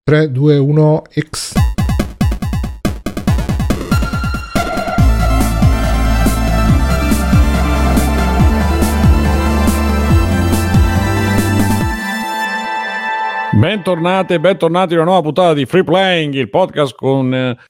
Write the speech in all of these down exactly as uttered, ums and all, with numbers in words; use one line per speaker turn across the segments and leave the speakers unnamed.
tre, due, uno, X.
Bentornate, bentornati in una nuova puntata di Free Playing, il podcast con,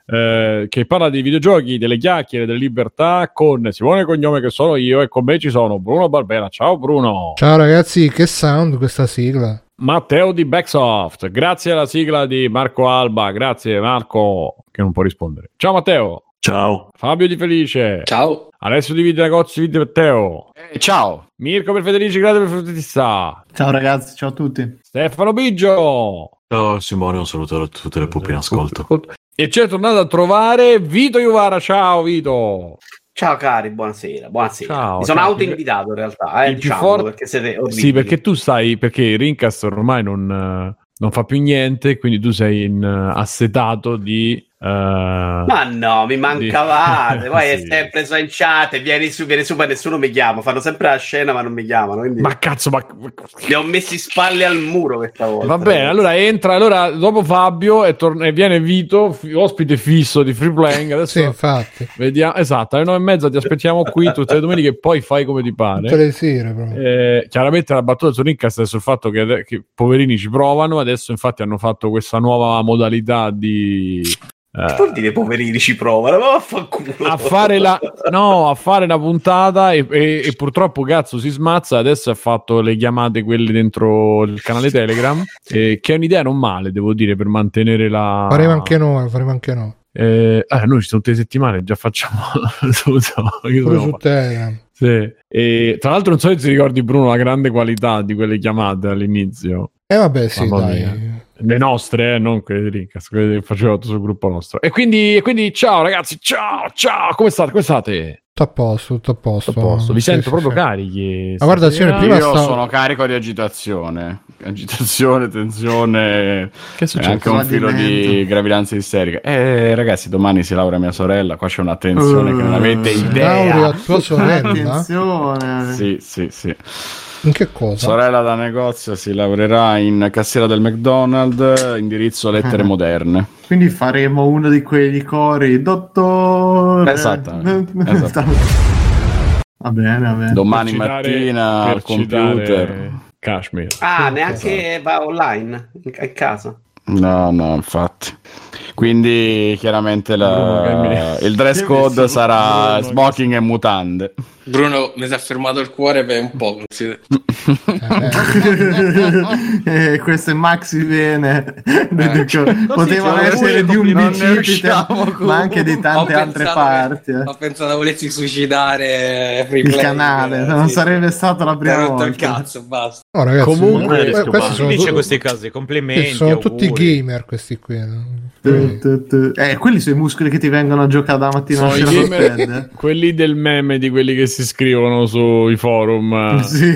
eh, che parla di videogiochi, delle chiacchiere, delle libertà, con Simone Cognome che sono io e con me ci sono Bruno Barbera. Ciao Bruno.
Ciao ragazzi, che sound questa sigla.
Matteo di Backsoft, grazie alla sigla di Marco Alba, grazie Marco che non può rispondere. Ciao Matteo.
Ciao.
Fabio Di Felice.
Ciao.
Alessio di Video Negozi Video Matteo.
Eh, ciao.
Mirko per Federici, grazie per Frutista.
Ciao ragazzi, ciao a tutti.
Stefano Biggio.
Ciao Simone, un saluto a tutte le puppe in ascolto.
E ci è tornato a trovare Vito Iuvara. Ciao Vito.
Ciao cari, buonasera. Buonasera.
Ciao,
Mi sono
ciao.
autoinvitato in realtà, eh,
Il più
diciamo,
forte-
perché siete orribili.
Sì, perché tu sai, perché il Rincast ormai non, eh, non fa più niente, quindi tu sei in, eh, assetato di... eh,
Ma no, mi mancavate.
di-
Poi
Sì.
è sempre so in chat, vieni su, vieni su, ma nessuno mi chiama. Fanno sempre la scena, ma non mi chiamano. Quindi
Ma cazzo, ma...
li ho messi spalle al muro questa volta.
Va bene, allora entra, allora dopo Fabio e, tor- e viene Vito, fi- ospite fisso di Free Playing. Adesso
Sì, infatti.
vediamo, esatto, alle nove e mezza ti aspettiamo qui tutte le domeniche e poi fai come ti
Tutte
pare.
le sere proprio.
Eh, chiaramente la battuta su Rincast è sul fatto che, che poverini ci provano, adesso infatti hanno fatto questa nuova modalità di...
Che vuol dire poverini ci provano? Ma vaffanculo.
a fare la no a fare la puntata e, e, e purtroppo cazzo si smazza. Adesso ha fatto le chiamate quelle dentro il canale Telegram, eh, che è un'idea non male, devo dire, per mantenere la
Faremo anche noi, faremo anche noi.
eh, ah, noi ci sono tutte le settimane, già facciamo tutto. Che
Pure
dobbiamo
su
fare?
Telegram.
Sì. E tra l'altro non so se ti ricordi Bruno la grande qualità di quelle chiamate all'inizio.
E vabbè, sì,
Mamma
dai.
mia. Le nostre, eh, non quelle di Rincast, quelle che facevo sul gruppo nostro. E quindi, e quindi ciao ragazzi, ciao, ciao, come state? Come state?
Tutto a posto, tutto a posto.
Tutto a posto. Vi
Sì,
sento
sì,
proprio
sì.
carichi.
Ma guarda, signore, prima
Io
stavo...
sono carico di agitazione, agitazione, tensione,
Che è
e
successo?
anche un filo di gravidanza isterica. Eh ragazzi, domani si laurea mia sorella, qua c'è una tensione che non avete idea.
Laurea tua sorella?
Attenzione.
Sì, sì, sì.
In che cosa?
Sorella da negozio si laureerà in cassiera del McDonald's, indirizzo lettere
Ah.
moderne.
Quindi faremo uno di quei cori, dottore.
Esattamente, esattamente.
Va bene, va bene.
Domani
Per citare-
mattina
per
al computer.
citare Kashmir.
Ah, neanche va online, in, in casa.
No, no, infatti. Quindi chiaramente la-
Bruno, che mi-
il dress
Che
code
messo-
sarà
Bruno,
smoking e mutande.
Bruno mi si è fermato il cuore per un po'. consider-
Eh, questo è Maxi Bene.
Eh.
Potevano
sì,
essere di un
non ne
bicipite,
usciamo
ma anche di tante
Ho
altre
pensato
parti.
che-
eh.
Ho pensato volessi suicidare Free
Il
Play,
canale,
eh,
non
sì.
sarebbe stata la
Mi
prima
ha rotto il
volta.
cazzo, basta.
No, ragazzi,
Comunque,
que-
Scopa,
questi sono,
dice
tu-
questi casi, complimenti.
sì, sono tutti
auguri.
gamer questi qui. no?
Tu, tu, tu. Eh, quelli sono i muscoli che ti vengono a giocare da mattina
Sono
a
i
sera sul
gamer-
pad.
quelli del meme di quelli che si scrivono sui forum.
Sì,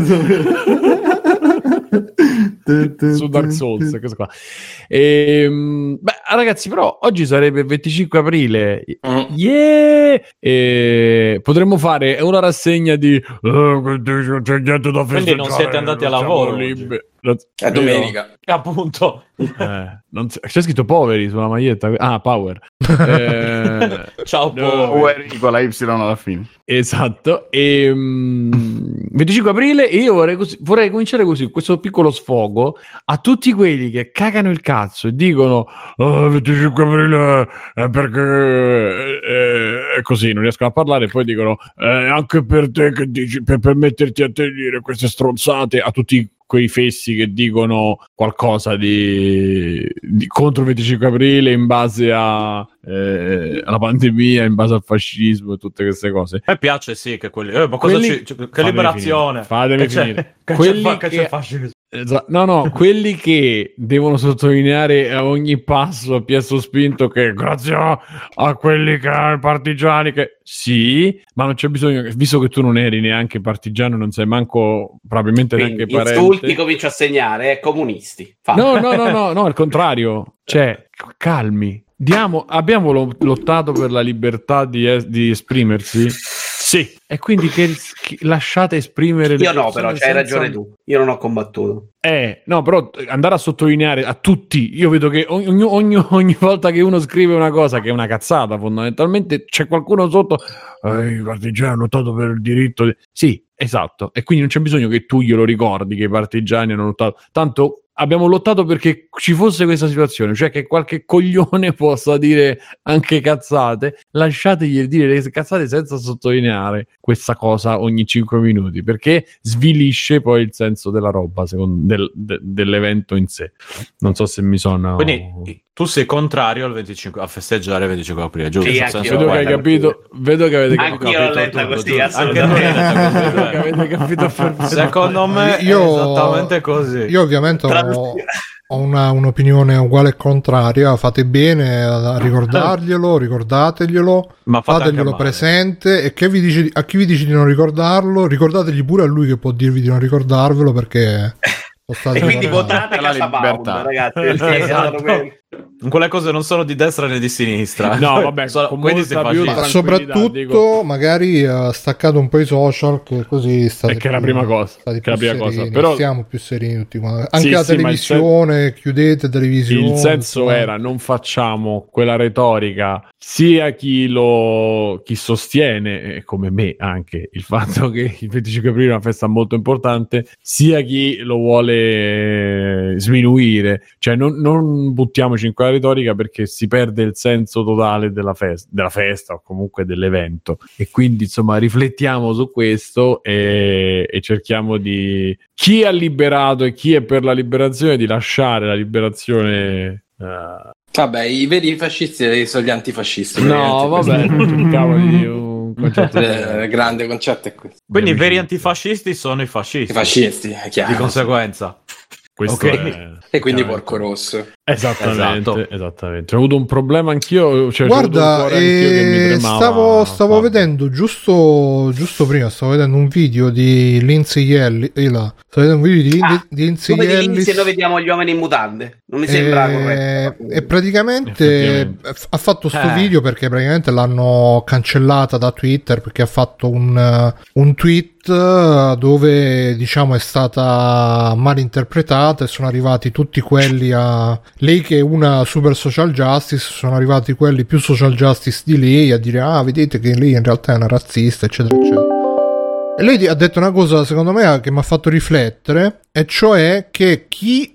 Su Dark Souls, questo qua. Ehm, beh, ragazzi, però oggi sarebbe il venticinque aprile.
Mm.
Yeah! E potremmo fare una rassegna di eh, c'è niente da
Quindi non
festeggiare,
siete andati a
siamo
lavoro
liberi. Non-
È domenica.
Appunto.
Eh, non c'è, c'è scritto poveri sulla maglietta. Ah, power. Eh,
Ciao,
no,
poveri.
Con la Y alla fine.
Esatto. E, mm, venticinque aprile e io vorrei, così- vorrei cominciare così, questo piccolo sfogo a tutti quelli che cagano il cazzo e dicono oh, venticinque aprile è perché eh, è così, non riescono a parlare e poi dicono eh, anche per te che dici per permetterti a te di dire queste stronzate, a tutti quei fessi che dicono qualcosa di, di contro il venticinque aprile in base a, eh, alla pandemia, in base al fascismo e tutte queste cose.
A me piace sì che quelli... Eh, ma cosa
Quelli-
ci... Che
Fatemi
liberazione.
finire, fatemi
Che c'è-
finire.
Che
Quelli
c'è, fa- che
che-
c'è fascismo.
Esa- No, no, quelli che devono sottolineare a ogni passo a piasso spinto che grazie a, a quelli che i partigiani che sì, ma non c'è bisogno, visto che tu non eri neanche partigiano, non sei manco probabilmente
Quindi
neanche parente.
insulti comincio a segnare, eh, comunisti. Fa.
No, no, no, no, no, al contrario. Cioè, calmi. Diamo, abbiamo lo- lottato per la libertà di, es- di esprimersi. Sì, e quindi che, che lasciate esprimere le
Io no,
persone
però, c'hai
senza-
ragione tu. Io non ho combattuto.
Eh, no, però andare a sottolineare a tutti, io vedo che ogni, ogni, ogni volta che uno scrive una cosa che è una cazzata, fondamentalmente c'è qualcuno sotto, eh, i partigiani hanno lottato per il diritto. di-" Sì, esatto, e quindi non c'è bisogno che tu glielo ricordi che i partigiani hanno lottato. Tanto abbiamo lottato perché ci fosse questa situazione, cioè che qualche coglione possa dire anche cazzate, lasciategli dire le cazzate senza sottolineare questa cosa ogni cinque minuti, perché svilisce poi il senso della roba, secondo, del, de, dell'evento in sé. Non so se mi sono...
Quindi tu sei contrario al venticinque, a festeggiare il venticinque aprile, giusto?
Sì,
Nel
anch'io.
senso,
Vedo che hai
guarda,
capito, vedo che avete capito.
Anch'io l'ho
tutto,
letta
tutto,
così,
tutto.
assolutamente.
Anche noi l'ho letta così,
Vedo che avete capito perfettamente.
Secondo me
Io-
è esattamente così.
Io ovviamente
Tra-
ho, ho una, un'opinione uguale e contraria. Fate bene a ricordarglielo, ricordateglielo,
Ma fate anche
fateglielo
male.
presente. E che vi dice, a chi vi dice di non ricordarlo, ricordategli pure a lui che può dirvi di non ricordarvelo, perché sono stati
E quindi
veramente-
votate
La
Casa Pound,
libertà.
ragazzi. perché
Esatto.
sono quelli.
Quelle cose non sono di destra né di sinistra.
No, vabbè,
Sono-
con
quindi
molta
si
più
fa
Ma
schifo.
tranquillità,
soprattutto
dico.
magari ha staccato un po' i social, che così state
E che è la
più-
prima cosa,
state
che è la
più
prima cosa.
serini,
Però-
stiamo più serini tutti quanti. Anche
Sì,
la
sì, ma il sen-
televisione, chiudete televisione.
Il senso
insomma.
era non facciamo quella retorica, sia chi lo chi sostiene, eh, come me anche, il fatto che il venticinque aprile è una festa molto importante, sia chi lo vuole eh, sminuire, cioè non, non buttiamoci in quella retorica perché si perde il senso totale della festa, della festa o comunque dell'evento, e quindi insomma riflettiamo su questo e, e cerchiamo di, chi ha liberato e chi è per la liberazione, di lasciare la liberazione. eh,
Vabbè, i veri fascisti sono gli antifascisti.
No, vabbè, cercavo di un concetto
Il grande concetto è questo.
Quindi i veri antifascisti sono i fascisti.
I fascisti, è chiaro.
Di conseguenza.
Questo
Ok.
è-
E quindi porco rosso.
Esattamente,
Esatto.
esattamente. Ho avuto un problema anch'io. Cioè, ho avuto il
Guarda,
cuore anch'io che mi
eh,
tremava.
stavo, stavo
Fabio.
vedendo giusto, giusto prima, stavo vedendo un video di Lindsay Ellis. eh, là. Stavo vedendo un video di,
Ah,
di Lindsay
Come di
Ellis.
Lindsay noi vediamo gli uomini in mutande. Non mi sembra
e,
corretto.
e praticamente
Effettivamente.
f- ha fatto sto
Eh.
video perché praticamente l'hanno cancellata da Twitter perché ha fatto un, uh, un tweet uh, dove diciamo è stata mal interpretata e sono arrivati tutti quelli a lei che è una super social justice, sono arrivati quelli più social justice di lei a dire ah vedete che lei in realtà è una razzista eccetera eccetera. E lei ha detto una cosa, secondo me, che mi ha fatto riflettere, e cioè che chi,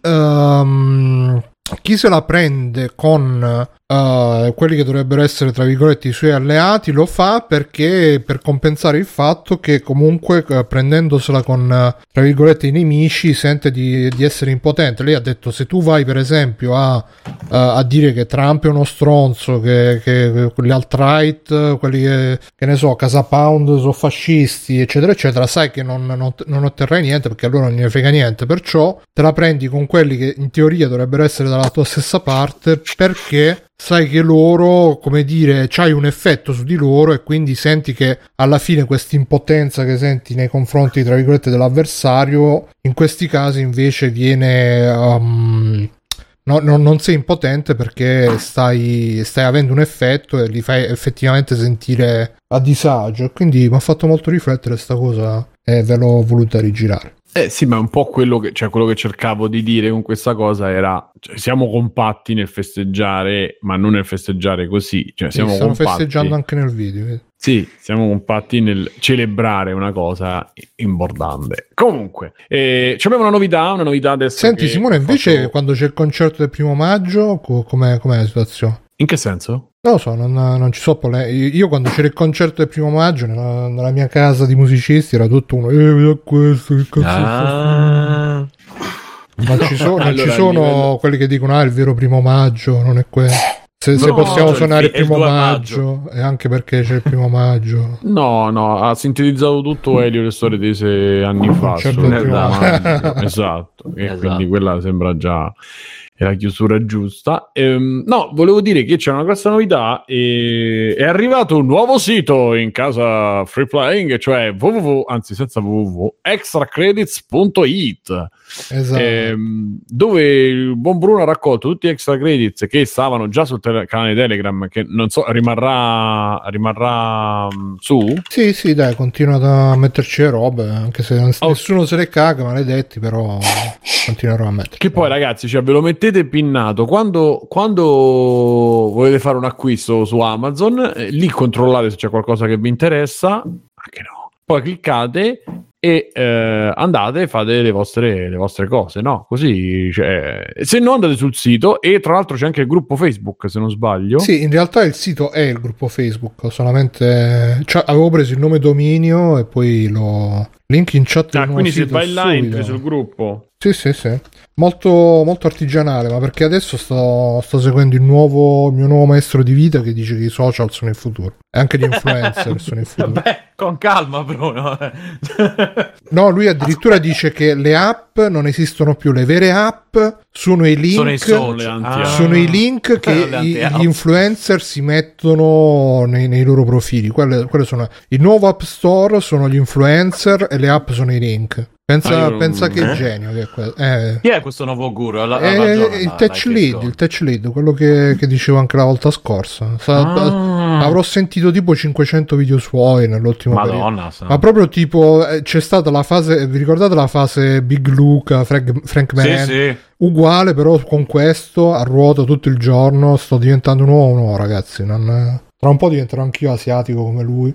ehm, chi se la prende con eh, quelli che dovrebbero essere, tra virgolette, i suoi alleati, lo fa perché per compensare il fatto che comunque eh, prendendosela con, eh, tra virgolette, i nemici, sente di, di essere impotente. Lei ha detto, se tu vai, per esempio, a, a dire che Trump è uno stronzo, che, che quelli alt-right, quelli che, che ne so, Casa Pound sono fascisti, eccetera, eccetera, sai che non, non, non otterrai niente perché a loro non ne frega niente, perciò te la prendi con quelli che in teoria dovrebbero essere dalla tua stessa parte perché sai che loro, come dire, c'hai un effetto su di loro e quindi senti che alla fine questa impotenza che senti nei confronti, tra virgolette, dell'avversario, in questi casi invece viene... Um, no, no, non sei impotente perché stai, stai avendo un effetto e li fai effettivamente sentire a disagio. Quindi mi ha fatto molto riflettere sta cosa e ve l'ho voluta rigirare.
Eh sì, ma un po' quello che, cioè, quello che cercavo di dire con questa cosa era, cioè, siamo compatti nel festeggiare, ma non nel festeggiare così, cioè
Sì,
siamo
stanno
compatti.
festeggiando anche nel video. vedi?
Sì, siamo compatti nel celebrare una cosa importante. Comunque, eh, abbiamo una novità, una novità adesso.
Senti
che
Simone,
ho
invece
fatto-
quando c'è il concerto del primo maggio, co- com'è, com'è la situazione?
In che senso?
Non lo so, non, non ci so pole- Io quando c'era il concerto del primo maggio nella, nella mia casa di musicisti era tutto uno, eh, vedi questo, che cazzo
Ah.
Non ci, so- non
Allora,
ci
a
sono
livello-
quelli che dicono ah il vero primo maggio non è quello. Se, se
No,
possiamo
il
suonare il
fi- è il
primo
due
maggio, e anche perché c'è il primo maggio.
No, no, ha sintetizzato tutto Elio le storie di sei anni fa.
Certo,
sul
il primo
primo
maggio.
maggio. Esatto, e
Esatto.
quindi quella sembra già... è la chiusura giusta. Ehm, no, volevo dire che c'è una grossa novità e è arrivato un nuovo sito in casa Free Playing, cioè www, anzi senza www, extracredits punto it.
Esatto.
Ehm, dove il buon Bruno ha raccolto tutti gli extra credits che stavano già sul tele- canale Telegram, che non so, rimarrà rimarrà um, su?
Sì, sì, dai, continua a metterci le robe, anche se
Oh.
nessuno se le caga, maledetti, però continuerò a metterci.
Che poi ragazzi, cioè ve lo mettete pinnato quando, quando volete fare un acquisto su Amazon, eh, lì controllate se c'è qualcosa che vi interessa, anche no, poi cliccate e eh, andate e fate le vostre, le vostre cose, no? Così, cioè, se no andate sul sito, e tra l'altro c'è anche il gruppo Facebook, se non sbaglio.
Sì, in realtà il sito è il gruppo Facebook, solamente cioè, avevo preso il nome dominio e poi lo link in chat del
Ah,
nuovo
quindi se
sito
vai là
subito.
entri sul gruppo.
Sì, sì, sì. Molto, molto artigianale, ma perché adesso sto, sto seguendo il nuovo il mio nuovo maestro di vita che dice che i social sono il futuro. E anche gli influencer sono il futuro.
Beh, con calma, Bruno.
No, lui addirittura dice che le app non esistono più, le vere app sono i link,
Sono i social.
le anti-
Ah.
sono i link che
Le
i-
anti-app.
gli influencer si mettono nei, nei loro profili. Quelle, quelle sono il nuovo App Store, sono gli influencer e le app sono i link. Pensa,
Ah, io-
pensa che
eh?
genio che è quello. Eh,
Chi è questo nuovo guru? Ha- ha
è
ragione,
il
la-
touch
la
lead,
Xcode.
il touch lead, quello che, che dicevo anche la volta scorsa. Sa-
Ah.
Avrò sentito tipo cinquecento video suoi nell'ultimo periodo.
Madonna. sa-
Ma proprio tipo eh, c'è stata la fase, vi ricordate la fase Big Luca, Frank, Frank
Sì,
Man?
sì.
Uguale, però con questo a ruota tutto il giorno. Sto diventando un uomo, no, ragazzi. Non... Tra un po' diventerò anch'io asiatico come lui.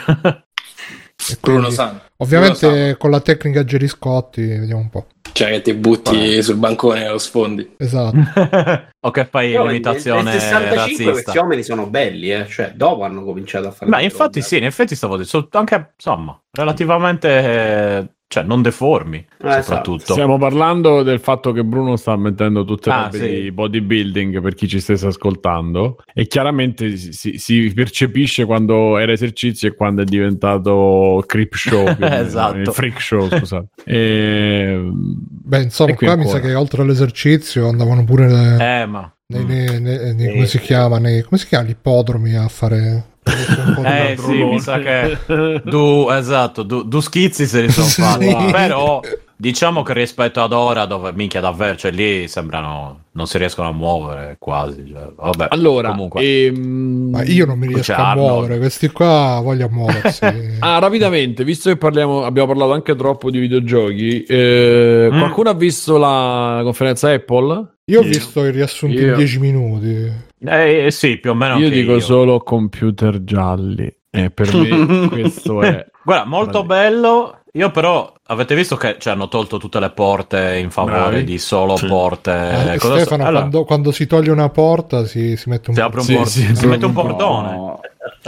E
Bruno
quindi,
San.
ovviamente
Bruno San.
con la tecnica Gerry Scotti, vediamo un po'.
Cioè che ti butti sul bancone e lo sfondi.
Esatto.
O che fai
Però
l'imitazione
nel sessantacinque
razzista.
questi uomini sono belli, eh. Cioè, dopo hanno cominciato a fare.
Ma
le
infatti
robe.
sì, in effetti stavo dicendo, anche insomma, relativamente, eh, cioè non deformi,
Eh,
soprattutto.
Stiamo parlando del fatto che Bruno sta mettendo tutte le
Ah,
robe
sì.
di bodybuilding per chi ci stesse ascoltando, e chiaramente si, si- si percepisce quando era esercizio e quando è diventato creep show, più o meno,
Esatto.
il freak show, scusate. E...
Beh, insomma,
E qui
qua mi
ancora.
sa che oltre all'esercizio andavano pure le-
Eh, ma
nei, nei- nei- nei-
Sì.
come si chiama? Nei, come si chiama? Gli ippodromi a fare. un po' di
Eh
controllo.
sì, mi sa che du, esatto, du, du schizzi se li sono
Sì.
fatti. Però diciamo che rispetto ad ora, dove minchia davvero, cioè lì sembrano non si riescono a muovere quasi. Cioè, vabbè,
Allora,
comunque.
ehm,
Ma io non mi riesco
C'è
a
Arnold.
muovere, questi qua vogliono muoversi.
Ah, rapidamente, visto che parliamo, abbiamo parlato anche troppo di videogiochi, eh,
Mm.
qualcuno ha visto la conferenza Apple?
Io ho visto il riassunto
Io.
in dieci minuti.
Eh, sì, più o meno.
Io
anche
dico
io.
solo computer gialli. E per me questo è...
Guarda, molto
Vabbè.
bello. Io però avete visto che cioè, hanno tolto tutte le porte in favore
Bravi.
di solo
Sì.
porte.
Eh,
cosa so-
Stefano,
allora,
quando, quando si toglie una porta si, si mette un
si
po'.
apre un
Sì,
porto,
sì,
si
sì.
mette un
No.
portone.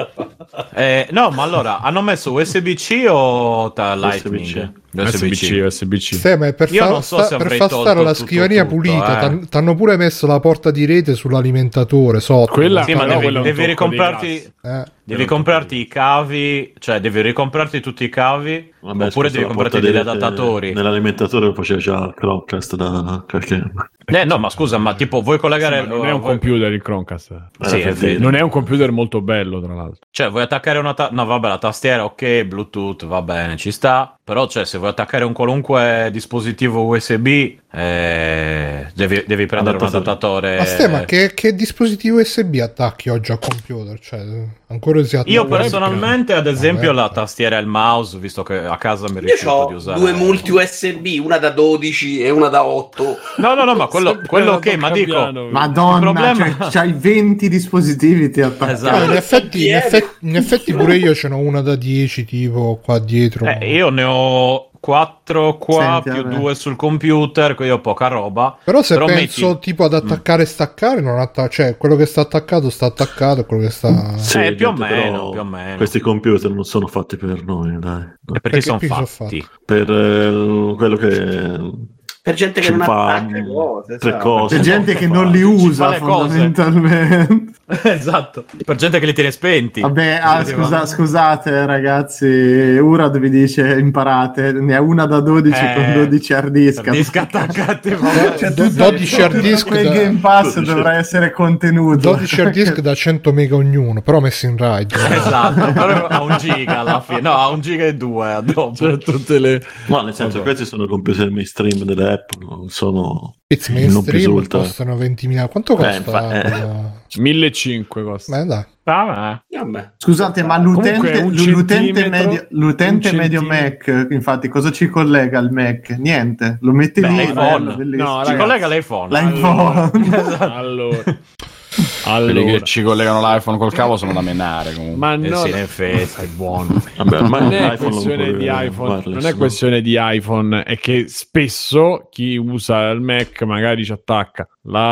Eh, no, ma allora hanno messo U S B C o ta- Lightning?
U S B C.
U S B C, U S B C.
Sì, ma per
Io
far,
non so
sta-
se
per
avrei
far
tolto
stare la
tutto,
scrivania
tutto,
pulita,
eh.
t'han- t'hanno pure messo la porta di rete sull'alimentatore sotto.
Quella-
Sì, ma
Però
devi,
quello è un
devi
tocco di
ricomprarti,
grasso.
Eh,
devi comprarti i cavi, cioè devi ricomprarti tutti i cavi,
Vabbè,
oppure
scusa,
devi
la
comprarti
porta
degli
di rete
adattatori.
Nell'alimentatore lo faceva già il Chromecast da qualche...
Eh, no, ma scusa, ma tipo vuoi collegare...
Sì, ma non è un
vuoi-
computer il Chromecast.
Sì,
Era
è vero.
Non è un computer molto bello, tra l'altro.
Cioè, vuoi attaccare una... Ta- no, vabbè, la tastiera, ok, Bluetooth, va bene, ci sta. Però, cioè, se vuoi attaccare un qualunque dispositivo U S B, eh, devi, devi prendere un
Adattatore.
adattatore.
Ma Stefano, che, che dispositivo U S B attacchi oggi al computer? Cioè, ancora si attacca
Io
webcam.
personalmente, ad esempio,
Vabbè.
la tastiera e il mouse, visto che a casa mi
Io
rifiuto di
ho
usare...
due multi U S B, una da dodici e una da otto.
No, no, no, ma quello,
Sempre
quello
la
ok, ma dico...
Fabiano.
Madonna,
Il problema-
cioè, c'hai venti dispositivi ti attaccano.
Esatto.
No, in, effetti, in,
Pieno.
effetti, in effetti pure io ce n'ho una da dieci tipo qua dietro.
Eh, io ne ho quattro qua,
Senti,
più
vabbè.
due sul computer, quindi ho poca roba.
Però se
Però
penso
metti-
tipo ad attaccare e staccare, non atta- cioè quello che sta attaccato sta attaccato e quello che sta...
Sì,
Eh, più o
gente,
meno,
però
più o meno.
Questi computer non sono fatti per noi, dai.
E perché,
Perché
sono
qui sono
fatti?
fatti?
Per eh, quello che...
Per gente che
Ci
non
fa
attacca cose,
tre
esatto.
cose.
C'è gente che non li
Ci
usa
fa le cose.
fondamentalmente.
Esatto, per gente che li tiene spenti.
Vabbè, ah, scusa, scusate ragazzi, Urad vi dice imparate, ne ha una da dodici
Eh,
con dodici hard disk.
Disc attaccati.
Cioè,
Do-
tutto-
dodici hard
tutto
disk
quel
da-
Game Pass
dodici.
dovrà essere contenuto.
dodici hard disk da cento mega ognuno, però messi in RAID.
Esatto, però ha un giga alla fine. No, ha un giga e due addosso.
Cioè, tutte le...
Ma nel senso, questi sono i computer mainstream delle Apple, non sono
Pizzi
non
mainstream
risulta.
costano ventimila. Quanto costa?
infa- eh.
quella-
millecinquecento costa.
Beh, dai.
Ah,
Vabbè.
Scusate, ma
Comunque
l'utente,
un
l'utente
centimetro-
medio, l'utente
un
medio
centimetro-
Mac, infatti, cosa ci collega al Mac? Niente, lo metti
Beh,
lì,
l'iPhone.
bello, bellissimo.
No,
ci
ragazzi.
collega l'iPhone.
L'iPhone.
Allora,
Quelli
allora.
che ci collegano l'iPhone col cavo sono da menare comunque.
Ma
Eh
no,
sì, in effetti, è buono.
Vabbè, ormai
non è
l'iPhone lo
questione
puoi
di iPhone,
wireless,
non è
no?
questione di iPhone, è che spesso chi usa il Mac magari ci attacca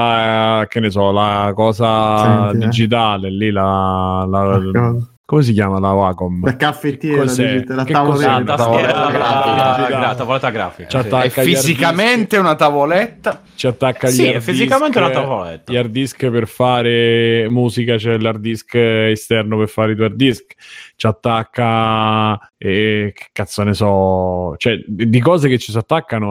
la, che ne so, la cosa
Senti, eh.
digitale lì, la, la-
Cosa?
come si chiama la Wacom?
La caffettiera,
Cos'è?
digita, la
Che
tavoletta.
Ah,
cos'è?
tastiera,
tavoletta
grafica,
grafica.
gra- tavoletta grafica.
Ci
sì.
attacca
È
gli hard
fisicamente una tavoletta.
Ci attacca
Sì,
gli
è
hard
fisicamente
disk,
una tavoletta.
gli hard disk per fare musica, c'è l'hard disk esterno per fare i tuoi hard disk, ci attacca e che cazzo ne so, cioè di di cose che ci si attaccano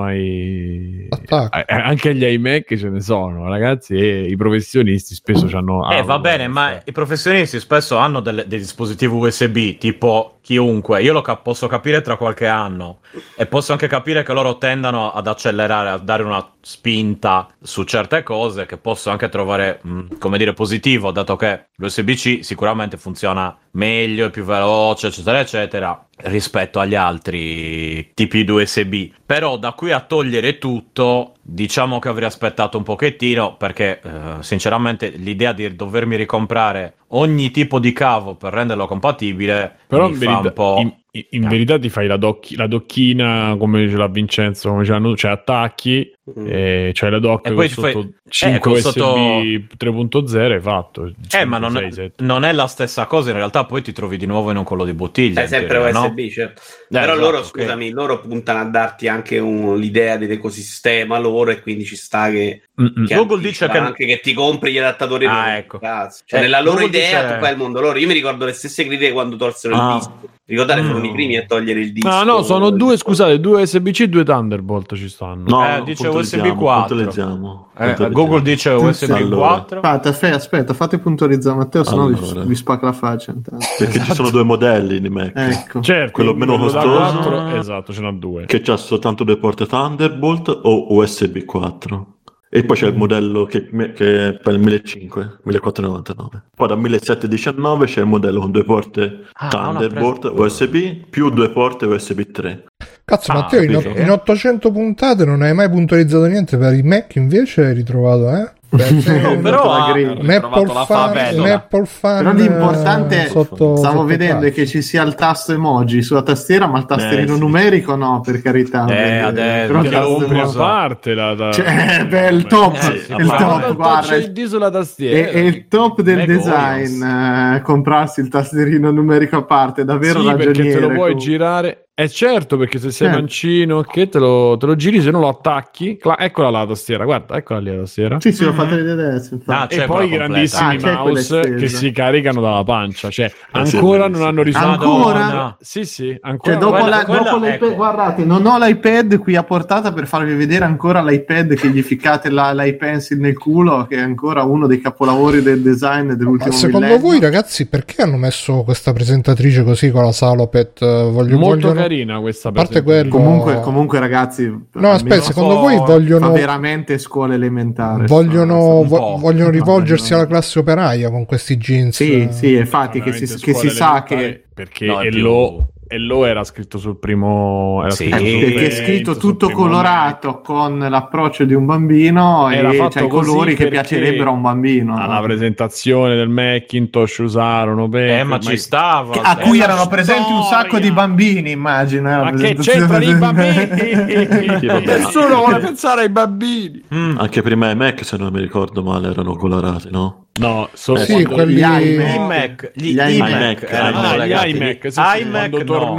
ai,
Attacca.
ai- anche agli iMac ce ne sono, ragazzi, e i professionisti spesso hanno
Eh, va bene, ma i professionisti spesso hanno delle- dei dispositivi U S B, tipo chiunque. Io lo cap- posso capire tra qualche anno e posso anche capire che loro tendano ad accelerare, a dare una spinta su certe cose che posso anche trovare, mh, come dire, positivo, dato che l'U S B C sicuramente funziona meglio, è più veloce, eccetera, eccetera, rispetto agli altri tipi di U S B. Però da qui a togliere tutto, diciamo che avrei aspettato un pochettino, perché eh, sinceramente l'idea di dovermi ricomprare ogni tipo di cavo per renderlo compatibile
però
mi
in
fa
verità,
un po'...
in, in- in
Eh.
verità ti fai la, docchi- la docchina come ce l'ha Vincenzo, come ce l'hanno, cioè attacchi
Mm.
e c'hai la dock
E
con
poi ti
sotto
fai-
cinque
eh, con
U S B
sotto-
tre punto zero hai fatto.
Eh, ma non,
sei,
è,
sette.
non è la stessa cosa, in realtà poi ti trovi di nuovo in un collo di bottiglia.
È
in
sempre
teoria,
U S
no?
B, certo.
Eh,
Però
esatto,
loro,
ok.
scusami, loro puntano a darti anche un- l'idea dell'ecosistema loro e quindi ci sta che,
Mm-mm.
che
Google
anche-
dice che-
anche che ti compri gli adattatori
Ah,
loro,
ecco.
cazzo. Cioè,
Eh,
nella loro
Google
idea
dice-
tu fai il mondo loro. Io mi ricordo le stesse critiche quando tolsero
Ah.
il disco. Ricordate,
Mm.
furono i primi a togliere il disco.
No, no, sono due, scusate, due U S B C e due Thunderbolt ci stanno.
No,
Eh,
no,
dice U S B
puntualizziamo,
quattro.
puntualizziamo,
Eh,
puntualizziamo.
Google dice U S B
Allora.
quattro.
Aspetta, aspetta, aspetta, fate puntualizzare Matteo, sennò
Allora.
vi, vi spacca la faccia. intanto.
Perché ci sono due modelli di Mac.
Ecco.
Certo,
Quello meno
da
costoso.
quattro, esatto, ce n'ha due.
Che c'ha soltanto due porte Thunderbolt o U S B quattro. E poi c'è il modello che, che è per il millecinquecento, millequattrocentonovantanove. Poi da millesettecentodiciannove c'è il modello con due porte
Ah,
Thunderbolt
no,
U S B più due porte U S B tre.
Cazzo,
Ah,
Matteo, in,
perché?
in ottocento puntate non hai mai puntualizzato niente per i Mac, invece hai ritrovato, eh? Beh, sei
No,
un-
però
la
ha-
griglia.
un Apple
la
fan,
favela.
un Apple fan,
Però l'importante,
eh, sotto,
stavo
sotto
vedendo
traccia.
che ci sia il tasto emoji sulla tastiera, ma il tastierino
Eh, sì.
numerico no, per carità.
Eh, adesso,
Però il
Che la
tasto
compri a
emoji-
parte la, la...
Cioè, beh, il top,
Eh, sì,
il
ma-
top,
Guarda,
guarda,
c'è il D sulla tastiera.
è, è il top del
Mac
design, eh, comprarsi il tastierino numerico a parte, davvero
Sì, perché
ragioniere.
te lo puoi
comunque.
girare. È certo, perché se sei
Certo.
mancino, che te lo, te lo giri, se non lo attacchi. cla- eccola la tastiera, guarda, eccola lì la tastiera.
Sì, sì, lo fate vedere adesso. infatti.
Ah, c'è
E poi i
quella
grandissimi
completa.
Ah, c'è quella
mouse
estesa.
che si caricano dalla pancia. Cioè,
Eh, sì,
ancora
sì,
non
sì.
hanno risolto.
Ancora?
Madonna.
Sì, sì, ancora.
Cioè, dopo,
quella-
la-
quella-
dopo l'iPad,
ecco.
guardate, non ho l'iPad qui a portata per farvi vedere ancora l'iPad che gli ficcate la, l'iPencil nel culo, che è ancora uno dei capolavori del design dell'ultimo
Ma secondo
millennio.
voi, ragazzi, perché hanno messo questa presentatrice così con la Salopet? Voglio,
Molto
vogliono...
carina questa
A parte
presentazione.
quello-
Comunque, comunque, ragazzi,
No, aspetta,
almeno
secondo
fa-
voi vogliono-
fa veramente scuola elementare.
Vogliono,
un
vo-
po'.
vogliono rivolgersi
no.
alla classe operaia con questi jeans.
Sì, sì, infatti, che si,
Veramente
che si
scuola
sa
elementare,
che
perché
No, è
e
più-
lo e lo era scritto sul primo era
Sì,
scritto sul
perché è
Paint,
scritto
sul
tutto
primo
colorato con l'approccio di un bambino
Era
e
fatto
c'ha i
così
colori che
perché
piacerebbero a un bambino.
alla
no?
presentazione del Macintosh usarono bene
Eh, ma ci stava.
Che- a
eh,
cui
la
erano presenti un
storia.
sacco di bambini, immagino. eh, la
ma che
presentazione
c'entrano i
del-
bambini?
Sì, vabbè.
Nessuno vuole pensare ai bambini.
Mm.
Anche prima i Mac, se non mi ricordo male, erano colorati, no?
No, so,
Sì,
quando-
quelli-
gli iMac,
iMac, gli
gli
iMac,
iMac,
erano
Ah, gli
collegati.
iMac, sì, sì,
iMac
quando
no.
tornò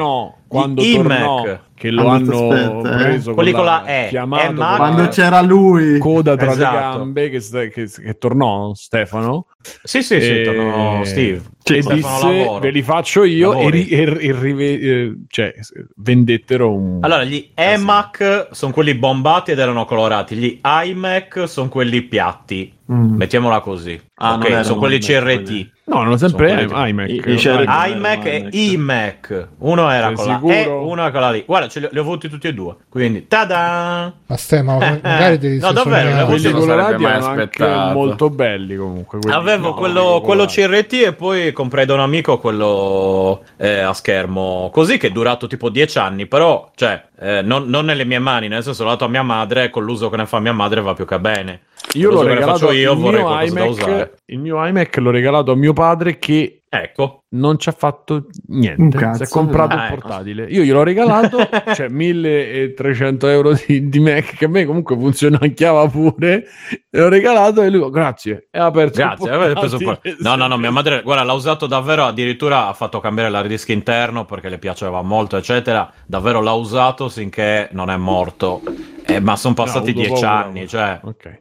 quando
I
tornò,
Mac.
che lo
Quando
hanno
aspetta, eh.
preso
Quelli
con
con
la
la E,
chiamato,
E Mac.
con la
Quando c'era lui.
coda tra
Esatto.
le gambe che, sta- che, che tornò Stefano.
Sì, sì, sì,
E-
tornò Steve.
e
Stefano
disse
Lavoro.
ve li faccio io e,
Lavori.
ri- e- e rive- eh, cioè vendettero un
Allora, gli E Mac sono quelli bombati ed erano colorati, gli iMac sono quelli piatti.
Mm.
Mettiamola così.
Ah, non
ok,
erano
sono quelli
iMac,
C R T.
quelli.
no, erano sempre
Sono
i-
quelli-
iMac.
i- i C R T.
Ah,
iMac e
iMac.
iMac. Uno era
Sei
con la
sicuro?
E, uno era con la L. Guarda, ce li, li ho avuti tutti e due. Quindi, tada!
Ma stai, ma magari devi
No, davvero,
sognare.
l'avevo
quelli
non
colorati
sarebbe mai
erano anche
aspettato.
molto belli comunque. quelli-
Avevo
no,
quello,
quelli
quello
colorati.
C R T e poi comprai da un amico quello eh, a schermo così, che è durato tipo dieci anni, però cioè eh, non, non nelle mie mani, nel senso l'ho dato a mia madre, con l'uso che ne fa mia madre va più che bene.
Io
L'uso
l'ho
che ne
regalato
faccio io,
il
vorrei
mio
qualcosa da usare.
iMac, il mio iMac l'ho regalato a mio padre che
Ecco.
non ci ha fatto
Un
niente.
cazzo,
Si è comprato
ah,
il
ecco.
portatile. Io gliel'ho regalato, cioè milletrecento euro di, di Mac, che a me comunque funzionava pure. L'ho regalato e lui, oh, grazie. E ha aperto il
Grazie, avete preso un po'.
portatile.
No, no, no, mia madre, guarda, l'ha usato davvero, addirittura ha fatto cambiare l'hard disk interno perché le piaceva molto, eccetera. Davvero l'ha usato finché non è morto. Eh, ma sono passati
No, ho avuto
dieci
paura.
anni, cioè
Ok.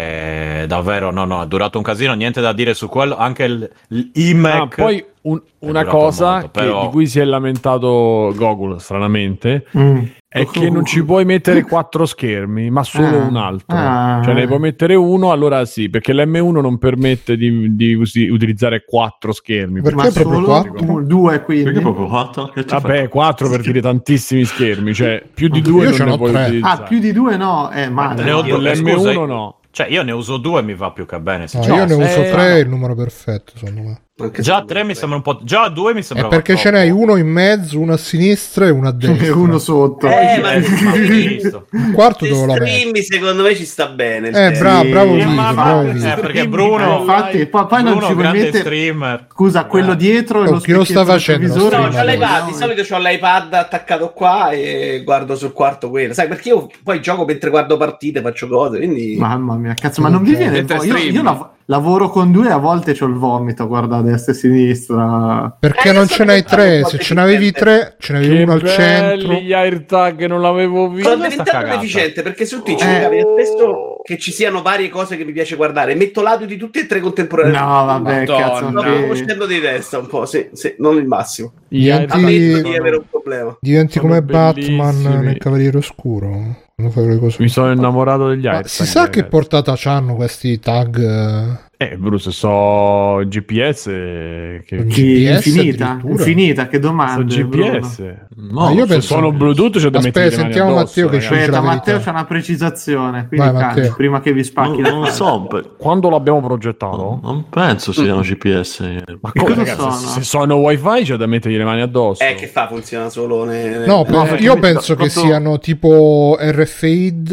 eh, davvero, no, no, è durato un casino, niente da dire su quello. Anche il, l'iMac.
Ah, poi un- una
durato
cosa
molto,
che-
però-
di cui si è lamentato Google, stranamente,
Mm.
è che non ci puoi mettere quattro schermi, ma solo
Ah.
un altro.
Ah.
Cioè ne puoi mettere uno, allora sì, perché l'M uno non permette di, di usi- utilizzare quattro schermi.
Perché
Ma
proprio
solo
quattro?
tu- due, quindi.
Perché proprio quattro? Che ci
Vabbè,
fai?
quattro per dire tantissimi schermi, cioè più di due
Io
non
ce
ne
n'ho
puoi
tre.
utilizzare.
Ah, più di due no, eh, male.
Ne ho
no.
due.
L'M
Scusa,
uno no.
Cioè, io ne uso due e mi va più che bene.
No,
sinceramente.
io ne uso
eh,
tre,
no.
è il numero perfetto, secondo me.
Anche
Già
se-
tre mi sembra un po'. Già due mi
È
sembra.
perché ce n'hai uno in mezzo, uno a sinistra e uno a
E
destra.
uno sotto.
Eh, ma
Eh, ma visto.
Un quarto
se
dove lo metti?
streammi, secondo me ci sta bene. il
Eh,
tema.
bravo, bravo
Sì,
Vito,
ma-
bravo
eh,
Vito.
perché Bruno,
Eh, infatti, poi, poi non
Bruno,
ci vuoi
grande
mettere.
streamer.
Scusa, quello dietro e
Oh,
lo
chi lo sta
specchietto del
facendo?
televisore.
No,
Sì,
c'ho
ma-
l'iPad, di solito ho l'iPad attaccato qua e guardo sul quarto quello. Sai, perché io poi gioco mentre guardo partite, faccio cose, quindi...
Mamma mia, cazzo, ma non vi viene il
Mentre
vo- io, io
streami.
lav- lavoro con due e a volte c'ho il vomito, guarda, a destra e a sinistra.
Perché
Eh,
non
io so
ce n'hai
che fanno
tre?
un po'
Se
di
ce n'avevi
gente.
tre, ce n'avevi
Che
uno al centro.
belli gli AirTag, non l'avevo visto.
Sono
Dove sta
diventato
cagata?
deficiente perché su Twitch
Eh.
mi capita spesso che ci siano varie cose che mi piace guardare. Metto l'audio di tutte e tre contemporaneamente.
No, vabbè,
Madonna.
cazzo.
Sto
che-
uscendo di testa un po', sì, sì, non il massimo.
Gli
Diventi-
AirTag
Ammetto di avere
sono-
un problema.
Diventi
Sono
come Batman
bellissimi.
nel Cavaliere Oscuro. Quando fai quelle cose.
Mi sono innamorato degli
Ma
AirTag.
si sa che
ragazzi.
portata c'hanno questi tag?
Eh, Bruce, so G P S che...
G-
Chi-
G P S
infinita,
addirittura?
infinita, che
So
domande.
G P S.
Ma io
se
penso-
sono Bluetooth c'è da
Aspetta,
mettere le mani
sentiamo
addosso,
Matteo che ci
ragazzi.
dice
Aspetta,
la
Matteo
verità.
c'ha una precisazione, quindi
Vai,
calmi,
Matteo.
prima che vi spacchi
Non,
la
non lo so, per-
Quando l'abbiamo progettato?
non, non penso siano G P S.
Ma
Che
come,
cosa
ragazzi,
sono?
se sono wifi c'è da mettergli le mani addosso.
Eh, che fa? Funziona solo nel...
No,
nel-
per-
eh,
io
capito,
penso che
quanto-
siano tipo R F I D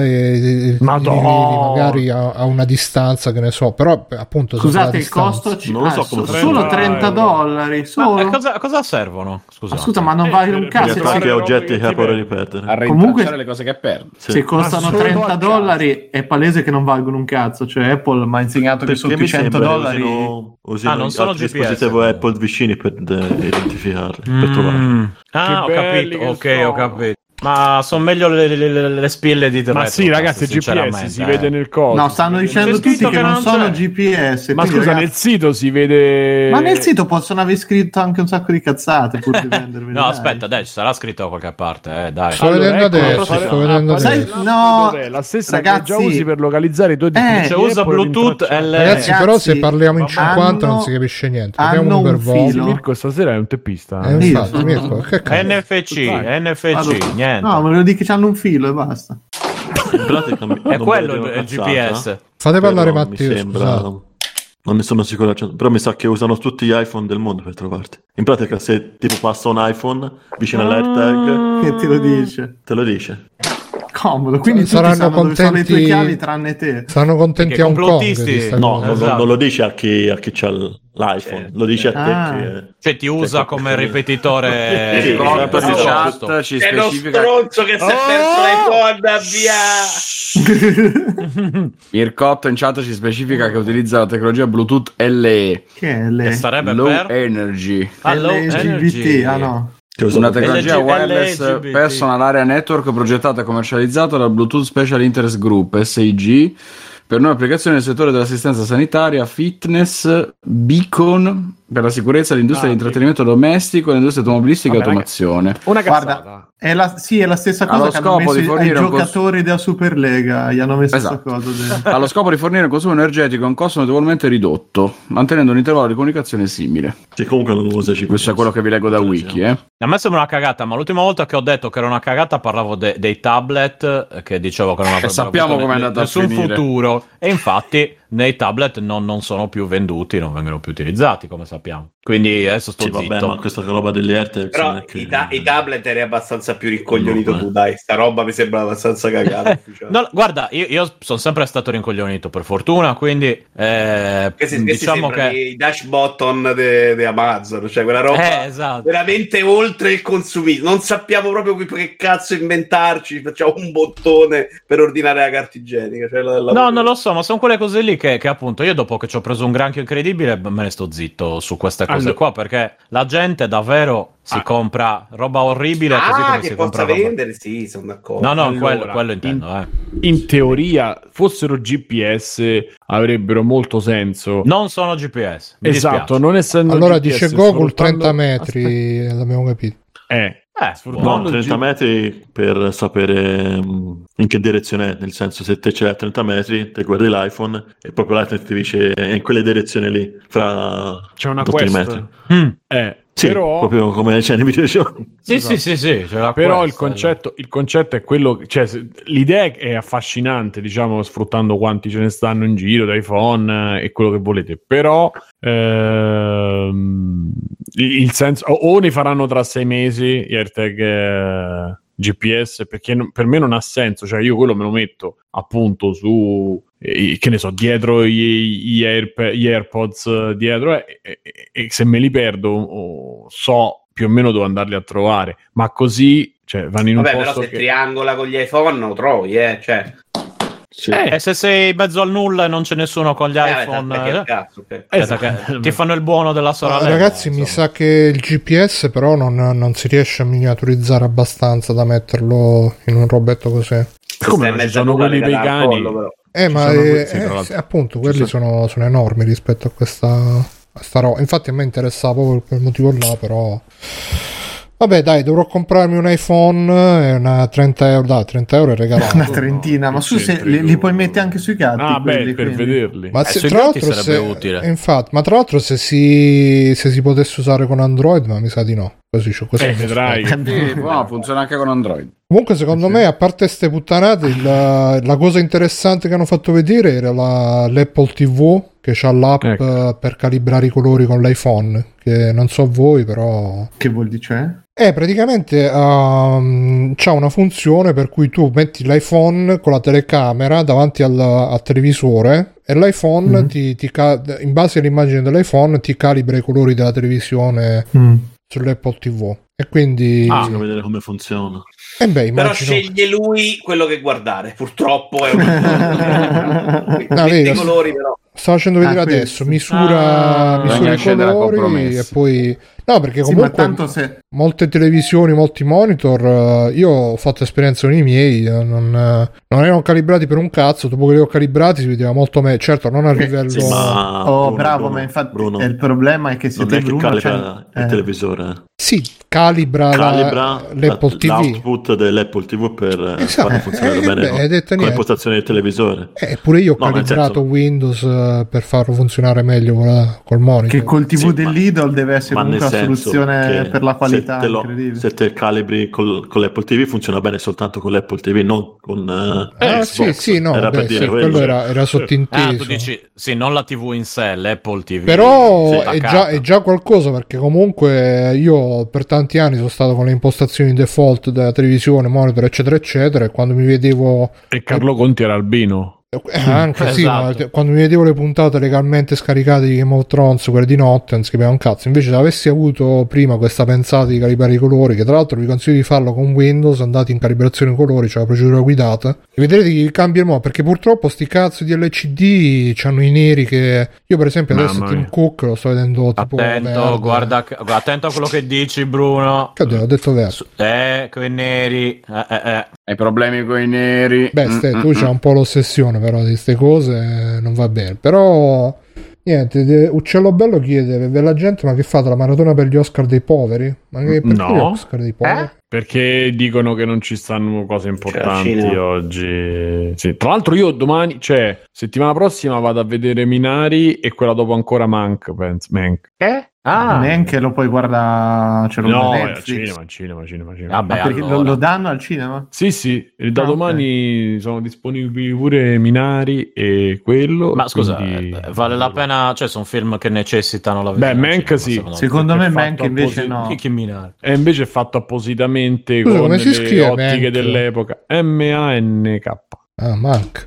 e
Madonna.
li rilevi magari a, a una distanza, che ne so, però appunto se
Scusate,
la
il
distanza-
costo ci-
Non lo so
ah,
come
so-
funziona.
solo trenta dollari.
Ma
Solo?
a cosa, a cosa servono? Scusa.
Ah, scusa, ma non
Eh,
vale un
per-
cazzo.
Gli
fare
attacchi
le
a
robe
oggetti
che
che
ti
può
vedono.
ripetere.
A
Comunque-
rintracciare le cose che perdi.
Sì.
Se costano
Ma solo
trenta
a
dollari è palese che non valgono un cazzo. Cioè Apple mi ha insegnato che
Perché
sotto
mi
i cento
sembra che
dollari
usino, usino
Ah, non sono
altri
G P S,
dispositivi
quindi.
Apple vicini per de- identificarli, per trovarli.
Mm. Ah, ho
Che belli
capito.
che
Ok,
sono.
ho capito. Ma sono meglio le, le- le- le spille di
Ma
Retro,
sì, ragazzi, G P S
sinceramente,
si
eh.
vede nel coso.
No, stanno
si vede
dicendo
nel-
C'è
tutti
scritto
che
che
non
non
sono
c'è.
G P S.
Ma
quindi,
scusa,
ragazzi-
nel sito si vede.
ma nel sito possono aver scritto anche un sacco di cazzate pur di venderveli.
No,
dai.
aspetta, dai, ci sarà scritto da qualche parte, eh, dai.
Sto vedendo
ecco,
adesso,
però
sto
fare-
vedendo
ah,
Sai-
adesso.
no,
cos'è? La stessa
ragazzi-
che già usi per localizzare i tuoi dispositivi.
Cioè, usa
Apple
Bluetooth
rintracciare.
L-
Ragazzi,
Ragazzi,
però se parliamo in
hanno-
cinquanta non si capisce niente.
hanno
Abbiamo un
un
per voce.
filo.
Mirko stasera è un teppista.
Eh,
eh.
infatti,
Io-
Mirko, che cazzo?
N F C,
Vai.
N F C, niente.
No, volevo dire che hanno un filo e basta.
In pratica mi-
È
non
quello
voglio
il,
dire
il G
una
P
cazzata,
S.
Fate parlare
però
Matteo,
mi sembra,
scusate.
non ne sono sicuro, al cento- però mi sa che usano tutti gli iPhone del mondo per trovarti. In pratica se tipo passa un iPhone vicino all'AirTag
Che te lo dice?
te lo dice.
Comodo, quindi tutti
Saranno
sanno dove sono le tue
contenti-
chiavi tranne te.
Saranno contenti
Perché
a Hong Kong
complottisti-
di sta
No,
cosa.
non,
Esatto.
non lo dice a chi, a chi c'ha l'iPhone, lo dice a te
Ah.
che...
Cioè ti usa
Cioè,
come
sì.
ripetitore.
Sì,
Con
eh,
per
per
il
il
chat
posto.
ci
È lo
specifica
stronzo che si è perso l'iPhone, via!
Mircotto in chat ci specifica che utilizza la tecnologia Bluetooth L E,
Che è
E
le
sarebbe
Low
per
Energy.
Ah, low
L G B T?
energy.
Ah no.
Una tecnologia wireless
L G B T.
personal area network progettata e commercializzata dal Bluetooth Special Interest Group S I G per nuove applicazioni nel settore dell'assistenza sanitaria, fitness, beacon per la sicurezza dell'industria
Ah,
dell'intrattenimento domestico, l'industria automobilistica
Vabbè,
e automazione.
Una cazzata.
Guarda, è la, sì, è la stessa cosa
Allo
che hanno
scopo
messo
di
ai
fornire un cons-
giocatori della Superlega, gli hanno messo questa
Esatto.
cosa. de-
Allo scopo di fornire un consumo energetico a un costo notevolmente ridotto, mantenendo un intervallo di comunicazione simile.
Sì, comunque non usa G P S.
Questo è quello che vi leggo da wiki, eh.
A me sembra una cagata, ma l'ultima volta che ho detto che era una cagata parlavo de- dei tablet, eh, che dicevo che non avrebbero
sappiamo
avuto
com'è
ne-
andata a
nessun
finire.
futuro, e infatti nei tablet non, non sono più venduti, non vengono più utilizzati, come sappiamo. Quindi adesso sto
Sì, vabbè,
zitto.
ma questa roba degli AirTags
Però
non è che-
i, ta- i tablet eri abbastanza più ricoglionito
No,
tu,
eh.
dai. Sta roba mi sembra abbastanza cagata.
No, guarda, io, io sono sempre stato rincoglionito, per fortuna, quindi eh,
Questi, questi
diciamo
sembrano
che...
i dash button di Amazon, cioè quella roba
Eh, esatto.
veramente oltre il consumismo. Non sappiamo proprio qui che cazzo inventarci. Facciamo un bottone per ordinare la carta igienica. Cioè la, la...
No, non lo so, ma sono quelle cose lì che, che appunto io dopo che ci ho preso un granchio incredibile me ne sto zitto su queste cose
Allora-
qua, perché la gente davvero si
Ah.
compra roba orribile così
Ah,
come
che
si compra
possa
roba...
vendere, sì, sono d'accordo.
No, no,
Allora,
quello, quello intendo,
in-
eh.
In teoria, fossero G P S, avrebbero molto senso.
Non sono G P S, mi
esatto,
dispiace.
non essendo
Allora
G P S,
dice Google
sfruttando-
trenta metri, l'abbiamo capito.
Eh,
Eh,
sfruttando
No,
il
trenta
G-
metri per sapere mm, in che direzione è, nel senso se te c'è a trenta metri, te guardi l'iPhone e proprio l'iPhone ti dice è in quelle direzioni lì, fra
C'è una
tutti i
quest.
metri.
Mm.
Eh,
Sì,
però,
proprio come c'è nei videogiochi.
Sì, sì, sì, sì, c'è la
però
quest,
il concetto, il concetto è quello, cioè se- l'idea è affascinante, diciamo, sfruttando quanti ce ne stanno in giro, da iPhone eh, e quello che volete, però ehm, il, il senso, o, o ne faranno tra sei mesi gli AirTag eh, G P S, perché non- per me non ha senso, cioè io quello me lo metto appunto su, eh, che ne so, dietro gli, gli, Airp- gli AirPods eh, dietro e, e- e se me li perdo oh, so più o meno dove andarli a trovare, ma così cioè, vanno in un
Vabbè, però
posto
se
che...
triangola con gli iPhone lo trovi, eh, cioè...
Sì.
E se sei in mezzo al nulla e non c'è nessuno con gli
Eh,
iPhone,
perché
eh,
cazzo, ok.
aspetta
Esatto.
che ti fanno il buono della
Ah,
sorella.
ragazzi, mi sa che il G P S però non, non si riesce a miniaturizzare abbastanza da metterlo in un robetto così.
Come
Stai in
non ci
mezzo a
sono
nulla,
quelli
mica dal
vegani?
collo, però.
Eh,
Ci
ma
sono
eh,
que- sì, tra
eh,
l'altro.
sì, appunto,
Ci
quelli
sono-
sono, sono enormi rispetto a questa, a sta roba. Infatti a me interessava proprio per quel motivo là, però... Vabbè, dai, dovrò comprarmi un iPhone e una trenta euro. Dai, trenta euro è regalato.
Una trentina, ma su se li, li puoi mettere anche sui gatti.
Ah,
quelli,
beh, per
quindi.
vederli.
Ma
Eh,
se,
sui
tra
gatti
l'altro,
sarebbe
se,
utile.
eh, infatti, ma tra l'altro se si, se si potesse usare con Android, ma mi sa di no. Così c'ho questo.
Eh, vedrai.
Sì, no, funziona anche con Android.
Comunque, secondo me, a parte ste puttanate, il- la cosa interessante che hanno fatto vedere era la- l'Apple T V che c'ha l'app
Ecco.
eh, per calibrare i colori con l'iPhone. Che non so voi, però.
Che vuol dire? Cioè?
Eh, praticamente um, c'ha una funzione per cui tu metti l'iPhone con la telecamera davanti al, al televisore e l'iPhone
Mhm.
ti, ti ca- in base all'immagine dell'iPhone ti calibra i colori della televisione
Mm.
sull'Apple T V e quindi
Ah.
Bisogna vedere come funziona.
eh beh,
Però
immagino
sceglie lui quello che guardare. Purtroppo è un...
No, vedi,
i colori, però.
sto facendo vedere
Ah,
adesso
questo.
misura,
Ah,
misura
bisogna
i
scendere a
colori
compromessi.
e poi no, perché
Sì, ma
comunque
tanto se...
molte televisioni, molti monitor, eh, io ho fatto esperienza con i miei, eh, non, eh, non erano calibrati per un cazzo, dopo che li ho calibrati si vedeva molto meglio, certo non a livello...
Sì, ma
Oh,
Bruno,
bravo,
Bruno,
ma infatti
Bruno,
eh, il problema è che
non
siete
è che
Bruno,
calibra
cioè-
il
eh.
televisore.
Sì, calibra, la-
Calibra
l'Apple T V.
l'output dell'Apple T V per eh,
Esatto.
farlo funzionare
Eh,
bene
beh,
con,
hai detto
con
niente.
l'impostazione del televisore.
Eh, pure io ho
No, nel
calibrato
senso-
Windows eh, per farlo funzionare meglio con la- col monitor.
Che col T V
Sì,
del
ma-
Lidl deve essere
ma
comunque
nel
una
senso
soluzione
che
per la qualità
se te, lo-
incredibile.
se te calibri col, con l'Apple T V funziona bene soltanto con l'Apple T V, non con eh,
Ah,
Xbox.
sì, sì, no,
Era
beh,
per dire
sì,
quello.
quello era, era
Ah,
sottinteso.
tu dici, sì, non la T V in sé, l'Apple T V.
Però
sì,
è,
attaccata.
già, è già qualcosa, perché comunque io per tanti anni sono stato con le impostazioni default della televisione, monitor eccetera eccetera, e quando mi vedevo
E Carlo Conti era albino.
Eh, anche sì,
esatto.
ma quando mi vedevo le puntate legalmente scaricate di Game of Thrones, quelle di notte, non scriveva un cazzo. Invece se avessi avuto prima questa pensata di calibrare i colori, che tra l'altro vi consiglio di farlo con Windows, andate in calibrazione colori, c'è la procedura guidata, e vedrete che cambia il modo, perché purtroppo sti cazzo di L C D c'hanno i neri che... Io per esempio adesso
Mamma
Tim
mia.
Cook lo sto vedendo tipo
Attento,
verde.
guarda, attento a quello che dici, Bruno.
Che ho detto verde.
Su- Eh, quei neri. Eh, eh, eh.
Hai problemi con i neri.
Beh, ste,
Mm,
tu
mm,
c'hai un po' l'ossessione però di queste cose, non va bene. Però niente, de- Uccello Bello chiede per la gente, ma che fate la maratona per gli Oscar dei poveri? Ma che perché
No.
gli Oscar dei poveri?
Perché dicono che non ci stanno cose importanti
Cina.
oggi. Sì. Tra l'altro io domani, cioè settimana prossima vado a vedere Minari e quella dopo ancora Mank, penso. Mank.
Eh? Ah,
Neanche lo puoi guardare, ce l'ho
No,
da
è al
Netflix.
cinema, al cinema, al cinema, al cinema.
vabbè,
Ma perché lo,
allora.
lo danno al cinema?
Sì, sì, e da
Ah,
domani sono disponibili pure Minari e quello.
Ma scusa,
quindi-
eh, vale la pena? Cioè, sono film che necessitano la
Beh,
visione al
Mank
cinema,
sì.
Secondo
Perché
me
è
Mank
fatto
invece
apposi-
no.
Chi, chi Minari?
E invece è fatto appositamente
Scusa,
con
come si
le
scrive
ottiche
Mank?
dell'epoca. M A N K.
Ah, Mank.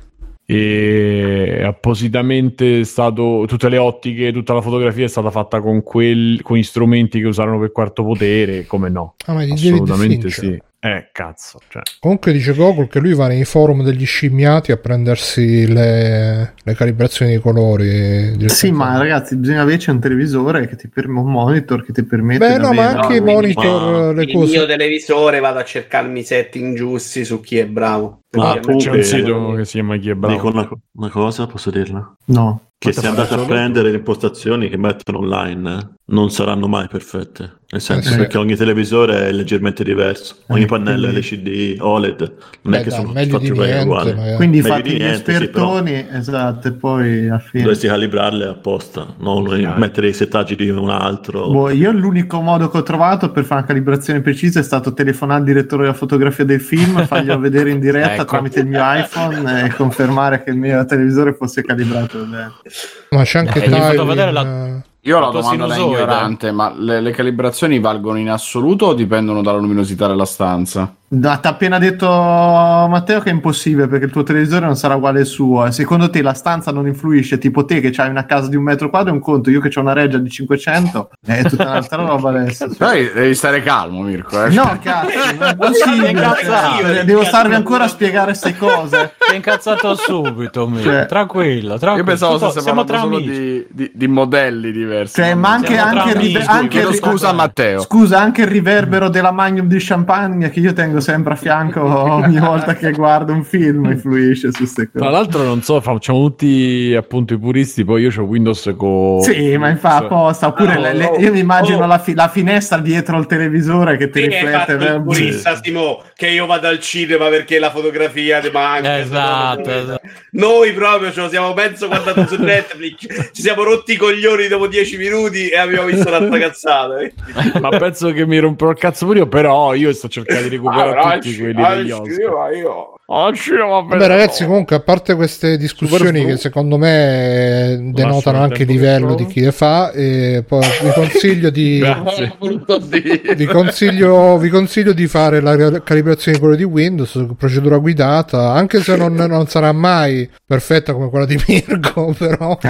E appositamente stato tutte le ottiche, tutta la fotografia è stata fatta con quel, con gli strumenti che usarono per Quarto Potere, come no?
Ah, ma di David
Assolutamente
Fincher.
sì. Eh, cazzo, cioè.
Comunque dice Gogol che lui va nei forum degli scimmiati a prendersi le, le calibrazioni dei colori.
Sì, ma ragazzi, bisogna averci un televisore che ti permette, un monitor che ti permette
Beh,
di
no, ma
avere-
anche i
No,
monitor,
ma
le
Il
cose.
mio televisore vado a cercarmi i setting giusti su chi è bravo.
Ma
Perché
tu-
C'è un
eh,
sito che si chiama Chi è bravo.
Dico una, co- una cosa, posso dirla?
No.
Che
Quanto
se andate a
faccio?
prendere le impostazioni che mettono online, eh, non saranno mai perfette. Nel senso,
Eh, sì.
perché ogni televisore è leggermente diverso. Ogni
Eh,
pannello
quindi-
L C D, O L E D, non
Beh,
è che
dai,
sono
meglio
fatti
di
uguali.
niente,
uguali.
magari.
Quindi
Meglio
fate
di
gli
niente, sì,
espertoni, esatto, e poi alla fine...
Dovresti calibrarle apposta, non mettere i settaggi di un altro.
Boh, io l'unico modo che ho trovato per fare una calibrazione precisa è stato telefonare al direttore della fotografia del film, farglielo vedere in diretta
Ecco.
tramite il mio iPhone e confermare che il mio televisore fosse calibrato bene.
Ma c'è anche
Eh, gli ho fatto
Tywin,
vedere la-
eh,
Io ho la
La tua
domanda da
sinusoide.
ignorante, ma le, le calibrazioni valgono in assoluto o dipendono dalla luminosità della stanza?
Da, t'ha appena detto Matteo che è impossibile perché il tuo televisore non sarà uguale al suo. E secondo te la stanza non influisce? Tipo te che hai una casa di un metro quadro è un conto, io che ho una reggia di cinquecento è tutta un'altra roba adesso.
Però devi stare calmo, Mirko. Eh?
No, cazzo, non è possibile.
Incazzato.
Devo starvi ancora a spiegare queste cose.
Sei incazzato subito, Miro.
Cioè-
tranquillo, tranquillo.
Io pensavo
Tutto-
stesse
siamo
parlando
tra
solo
amici.
di, di- di modelli diversi.
Cioè, ma anche,
Siamo tra
anche, il river-
amici,
anche il
Chiedo
ri-
scusa a Matteo.
Scusa, anche il riverbero della Magnum di Champagne che io tengo sempre a fianco ogni volta che guardo un film influisce su queste
Tra
cose.
l'altro, non so, facciamo tutti appunto i puristi. Poi io ho Windows con.
Sì, ma infatti apposta. Oppure
No,
le- le-
no.
io mi immagino
Oh.
la, fi- la finestra dietro al televisore che ti
Te hai
riflette.
fatto il
ver-
purista, Simo, che io vado al cinema perché la fotografia ti manca.
Esatto,
secondo me.
esatto.
Noi proprio ce lo siamo penso guardato su Netflix, ci siamo rotti i coglioni dopo dieci minuti e abbiamo visto tanta cazzata. eh.
Ma penso che mi romperò il cazzo pure io. Però io sto cercando di recuperare
Ah,
tutti
al-
quelli
al
degli Oscar.
cinema io.
Ah, sì, va bene.
Vabbè ragazzi, comunque a parte queste discussioni
Super
che secondo me denotano
Lascio il
anche il
tempo
livello
che
di
trovo.
chi le fa, e poi vi consiglio di
Grazie.
vi consiglio, vi consiglio di fare la calibrazione di colori di Windows, procedura guidata, anche se non, non sarà mai perfetta come quella di Mirko, però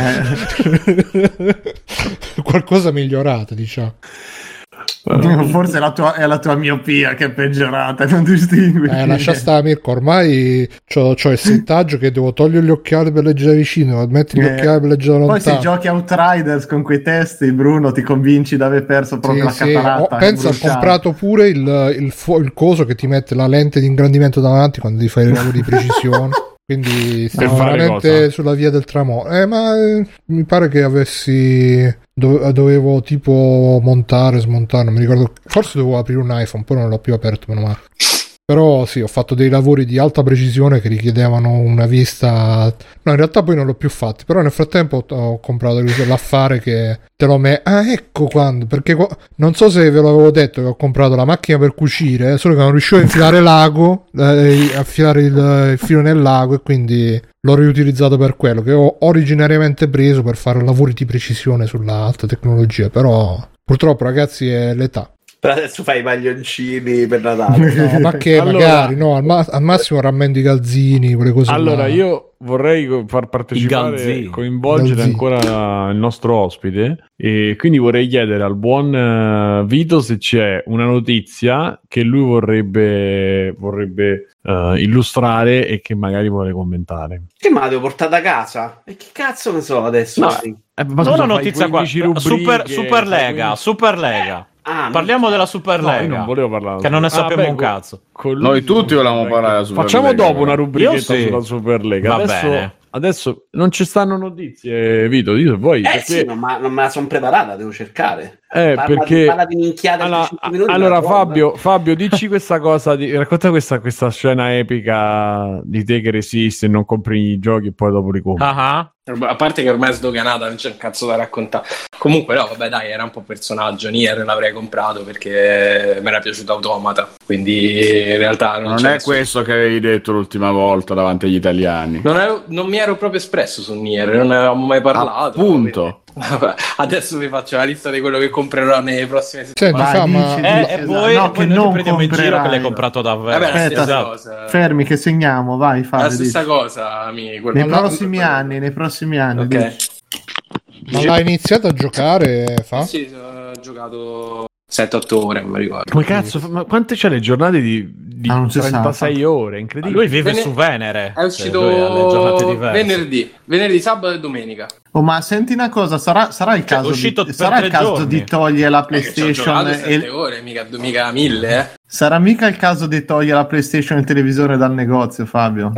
qualcosa migliorata, diciamo.
Forse la tua, è la tua miopia che è peggiorata, non distingui.
Eh, lascia stare Mirko, ormai c'ho, c'ho il settaggio che devo togliere gli occhiali per leggere da vicino, mettere gli
Eh,
occhiali per leggere da
Poi se
lontano.
giochi Outriders con quei testi, Bruno, ti convinci di aver perso proprio
Sì,
la
sì.
cataratta.
Ho- pensa, ho
bruciata.
comprato pure il, il, fo- il coso che ti mette la lente di ingrandimento davanti quando ti fai i lavori di precisione. Quindi stiamo
fare
veramente
cosa?
sulla via del tramonto. Eh, ma eh, mi pare che avessi. do- dovevo tipo montare, smontare. Non mi ricordo. Forse dovevo aprire un iPhone, poi non l'ho più aperto, meno male. Però sì, ho fatto dei lavori di alta precisione che richiedevano una vista. No, in realtà poi non l'ho più fatti. Però nel frattempo ho, ho comprato l'affare che te lo me. Ah, ecco quando. Perché qua... non so se ve l'avevo detto che ho comprato la macchina per cucire. Solo che non riuscivo a infilare l'ago, eh, a infilare il, il filo nel lago. E quindi l'ho riutilizzato per quello che ho originariamente preso per fare lavori di precisione sulla alta tecnologia. Però purtroppo, ragazzi, è l'età.
Per adesso fai i maglioncini per Natale.
No, ma che
Allora-
magari no, al, ma- al massimo rammendi i calzini, quelle cose
Allora,
là.
io vorrei co- far partecipare,
Galzi.
coinvolgere
Galzi.
ancora il nostro ospite, e quindi vorrei chiedere al buon eh, Vito se c'è una notizia che lui vorrebbe, vorrebbe eh, illustrare e che magari vuole commentare.
Che me la devo portare a casa? E che cazzo ne so adesso?
No,
Sì.
Eh, ma
Solo
scusa, fai
notizia qua.
quindici rubriche,
Super, Super
fai
Lega,
quindici
Super Lega.
Ah,
Parliamo
non-
della Super
No, io
Lega.
non volevo parlare.
Che non ne
Ah,
sappiamo
beh,
un
con-
cazzo.
con lui-
Noi tutti volevamo parlare della Super
Facciamo
Lega,
dopo una
però.
rubrichetta
Io sì.
sulla Superlega.
Va
Adesso,
bene.
adesso non ci stanno notizie, Vito, dite voi.
Eh
perché...
sì, non, ma, non me la sono preparata, devo cercare.
Eh,
Parla
perché
di, parla di minchiate
allora,
per cinque minuti,
allora
me la trovo,
Fabio, Fabio, dici questa cosa, di... racconta questa, questa scena epica di te che resisti e non compri i giochi e poi dopo li compri.
Ah ah.
A parte che ormai è sdoganata, non c'è un cazzo da raccontare. Comunque, no, vabbè, dai, era un po' personaggio. Nier l'avrei comprato perché mi era piaciuto Automata. Quindi in realtà non,
Non
c'è
è
nessun-
questo che avevi detto l'ultima volta davanti agli italiani.
Non, ero- non mi ero proprio espresso su Nier, non ne avevamo mai parlato.
Appunto.
Vabbè, adesso vi faccio la lista di quello che comprerò nelle prossime
Senti,
settimane.
fa,
Vai,
ma...
dici,
Eh,
dici,
e
esatto.
poi,
No,
poi
che
noi
non
ti prendiamo in giro che l'hai
comprerai.
comprato davvero.
Vabbè, la
Aspetta,
stessa
Esatto.
cosa.
Fermi che segniamo, vai,
È la
Fabio,
stessa
dici.
cosa, amico.
Nei
Ma-
prossimi anni, nei prossimi anni.
Ok.
dici.
ma l'hai iniziato a giocare, fa?
Sì, ho giocato sette otto ore, non mi ricordo.
Come cazzo? Ma quante c'è le giornate di, di
Ah, non si sa.
trentasei ore? Incredibile.
Lui vive
Vene-
su Venere.
È
Cioè, lui ha le giornate
uscito
diverse.
venerdì, venerdì, sabato e domenica.
Oh, ma senti una cosa, sarà, sarà il
Cioè,
caso,
è uscito
di,
per
sarà il
tre
caso
giorni.
di togliere la
Eh, che ci ho
PlayStation
giocato sette
e
ore, mica, mica mille, eh.
sarà mica il caso di togliere la PlayStation e il televisore dal negozio, Fabio.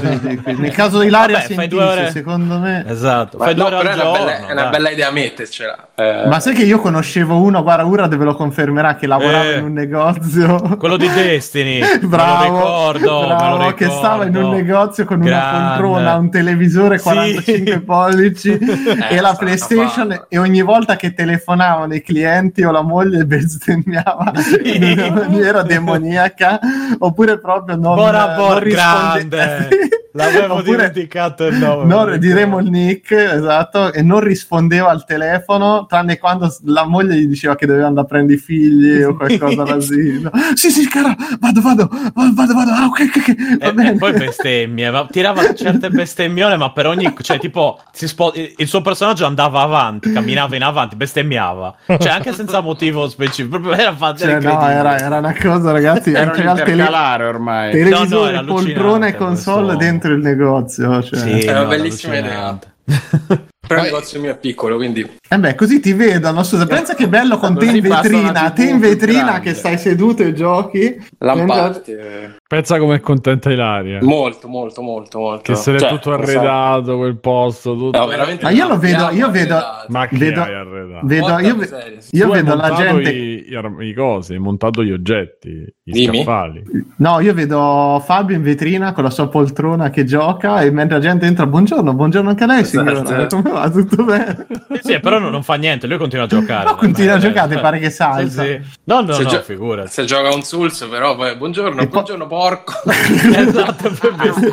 Nel caso di Ilaria
Vabbè, fai due
Sentisse,
ore.
secondo me.
Esatto.
Ma
Fai due
no,
ore
però
al
è una,
giorno.
bella, è una
dai.
bella idea mettercela. Eh,
Ma sai che io conoscevo uno, guarda, Ura ve lo confermerà, che lavorava
Eh.
in un negozio.
Quello di Destiny.
Bravo,
me lo ricordo, me lo
bravo,
ricordo.
che stava in un negozio con
Grande.
una poltrona, un televisore
Sì.
quarantacinque pollici e la
sta
PlayStation,
una
e ogni volta che telefonavano i clienti o la moglie bestemmiava in una maniera demoniaca, oppure proprio non,
Bora
non
Bor,
risponde-
grande. L'avevo
Oppure-
dimenticato il nome.
No,
me lo
diremo il
ricordo.
nick, esatto, e non rispondeva al telefono, tranne quando s- la moglie gli diceva che doveva andare a prendere i figli o qualcosa all'asilo. Sì, sì, cara, vado, vado, vado, vado, ah, ok, ok, ok, va
E,
bene.
e poi bestemmie, ma tirava certe bestemmione, ma per ogni, cioè tipo si spo- il suo personaggio andava avanti, camminava in avanti, bestemmiava, cioè anche senza motivo specifico, proprio era fatto
Cioè, no, era, era una cosa, ragazzi,
Era
c'era
un
il tele-
intercalare ormai.
televisore,
No, no, era
poltrona e
allucinante
console
questo.
dentro il negozio. Cioè.
Sì,
È una
no,
bellissima
allucinante.
Però
Poi-
il negozio mio è piccolo, quindi
Eh beh, così ti vedono, scusa, pensa che bello con te
Così
in
basta una
vetrina,
T V
te in
più
vetrina
grande.
che stai seduto e giochi.
Lamparte.
Pensa com'è contenta Ilaria.
Molto, molto, molto, molto.
Che se l'è
Cioè,
tutto
non so.
arredato, quel posto, tutto.
No, veramente
Ma io lo vedo,
abbiamo
io vedo,
arredato.
Ma che
vedo-
hai arredato?
vedo,
Molta
io,
miseria, sì.
io
Tu hai
vedo la
montato
gente.
i, i, i cosi, hai montato gli oggetti, i
Dimmi.
scaffali.
No, io vedo Fabio in vetrina con la sua poltrona che gioca e mentre la gente entra, buongiorno, buongiorno anche a lei, signora.
Esatto.
Come va? Tutto bene?
Sì, però non, non fa niente, lui continua a giocare.
No, continua a
Eh,
giocare,
eh,
pare che salta.
Sì, sì. No, no,
Se
no,
gio-
figurati.
Se gioca un Souls, però poi buongiorno,
E poi-
buongiorno porco.
Esatto, per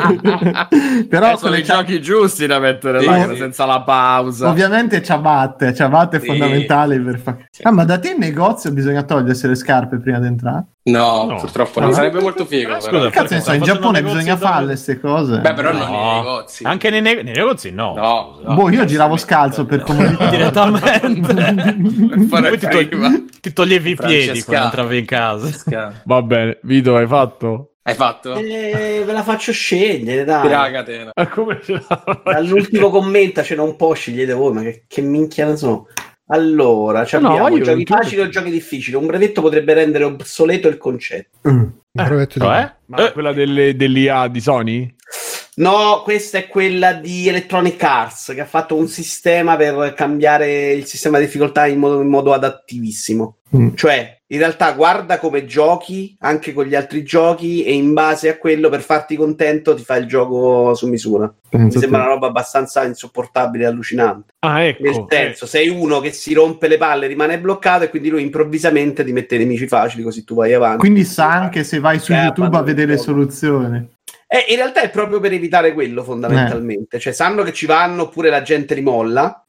me.
Però
Eh,
con
sono
le
i giochi giusti da mettere
Sì,
là,
sì.
senza la pausa.
Ovviamente ciabatte, ciabatte è
Sì.
fondamentale per fare. Ah, ma da te in negozio bisogna togliersi le scarpe prima di entrare?
No,
No.
purtroppo
No.
no. Sarebbe molto figo.
Scusa,
però.
Che cazzo
perché
ne so, in
stanno
Giappone
facendo
bisogna
negozi
farle
dove-
queste cose.
Beh, però non
No.
nei negozi.
Anche nei, ne- nei negozi no.
No.
Scusa.
Boh, io giravo scalzo per comodità.
Direttamente.
Fare
Poi ti, togli-
prima.
ti toglievi i piedi
Francesca.
quando entravi in casa.
Va bene, Vito, hai fatto?
Hai fatto?
Eh, ve la faccio scegliere, dai.
Tira la catena.
Ma come ce la
Dall'ultimo commento ce n'è un po', scegliete voi, ma che, che minchia ne so. Allora, ci
No,
abbiamo
io
giochi
non gioco.
facili o giochi difficili. Un brevetto potrebbe rendere obsoleto il concetto.
Mm.
Un brevetto di-
Cioè?
Ma
Eh,
quella delle, dell'I A di Sony?
No, questa è quella di Electronic Arts, che ha fatto un sistema per cambiare il sistema di difficoltà in modo, in modo adattivissimo.
Mm.
Cioè, in realtà guarda come giochi anche con gli altri giochi e in base a quello, per farti contento, ti fa il gioco su misura. Mi
Pensa
sembra
te.
una roba abbastanza insopportabile e allucinante.
Ah, ecco.
Nel senso, sei uno che si rompe le palle, rimane bloccato e quindi lui improvvisamente ti mette nemici facili, così tu vai avanti.
Quindi sa anche se vai su
Eh,
YouTube a
quando-
vedere soluzioni.
Eh, in realtà è proprio per evitare quello fondamentalmente, cioè sanno che ci vanno oppure la gente rimolla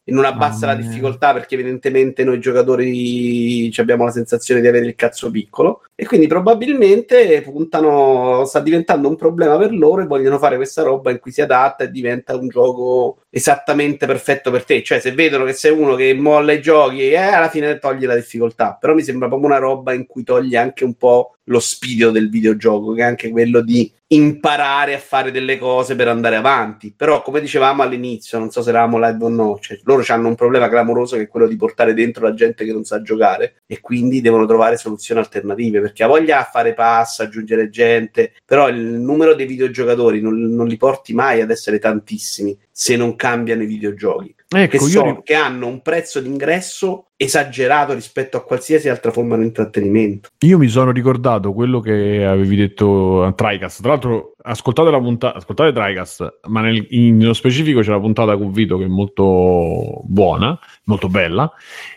non abbassa
ah,
la difficoltà, perché evidentemente noi giocatori abbiamo la sensazione di avere il cazzo piccolo, e quindi probabilmente puntano, sta diventando un problema per loro e vogliono fare questa roba in cui si adatta e diventa un gioco esattamente perfetto per te. Cioè, se vedono che sei uno che molla i giochi, eh, alla fine toglie la difficoltà. Però mi sembra proprio una roba in cui toglie anche un po' lo spirito del videogioco, che è anche quello di imparare a fare delle cose per andare avanti. Però, come dicevamo all'inizio, non so se eravamo live o no, cioè, loro hanno un problema clamoroso, che è quello di portare dentro la gente che non sa giocare, e quindi devono trovare soluzioni alternative, perché ha voglia a fare pass, aggiungere gente, però il numero dei videogiocatori non, non li porti mai ad essere tantissimi se non cambiano i videogiochi,
ecco,
che, so,
io...
che hanno un prezzo d'ingresso esagerato rispetto a qualsiasi altra forma di intrattenimento.
Io mi sono ricordato quello che avevi detto a Tricast. Tra l'altro, ascoltate la puntata, ascoltate Tricast, ma nel, in, nello specifico c'è la puntata con Vito che è molto buona, molto bella.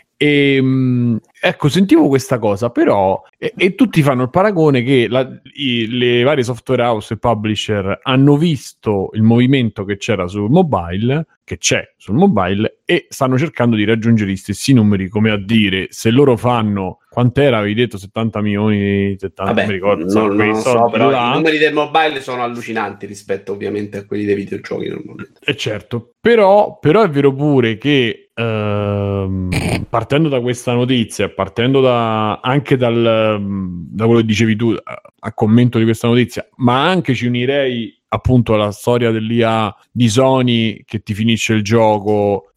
E ecco, sentivo questa cosa, però, e, e tutti fanno il paragone che la, i, le varie software house e publisher hanno visto il movimento che c'era sul mobile, che c'è sul mobile, e stanno cercando di raggiungere gli stessi numeri, come a dire, se loro fanno, quant'era, avevi detto settanta milioni, settanta,
Vabbè,
mi ricordo,
non, non lo so, però
là.
I numeri del mobile sono allucinanti rispetto ovviamente a quelli dei videogiochi normalmente.
E certo, però, però è vero pure che ehm, partendo da questa notizia, partendo da, anche dal, da quello che dicevi tu a, a commento di questa notizia, ma anche ci unirei appunto alla storia dell'I A di Sony che ti finisce il gioco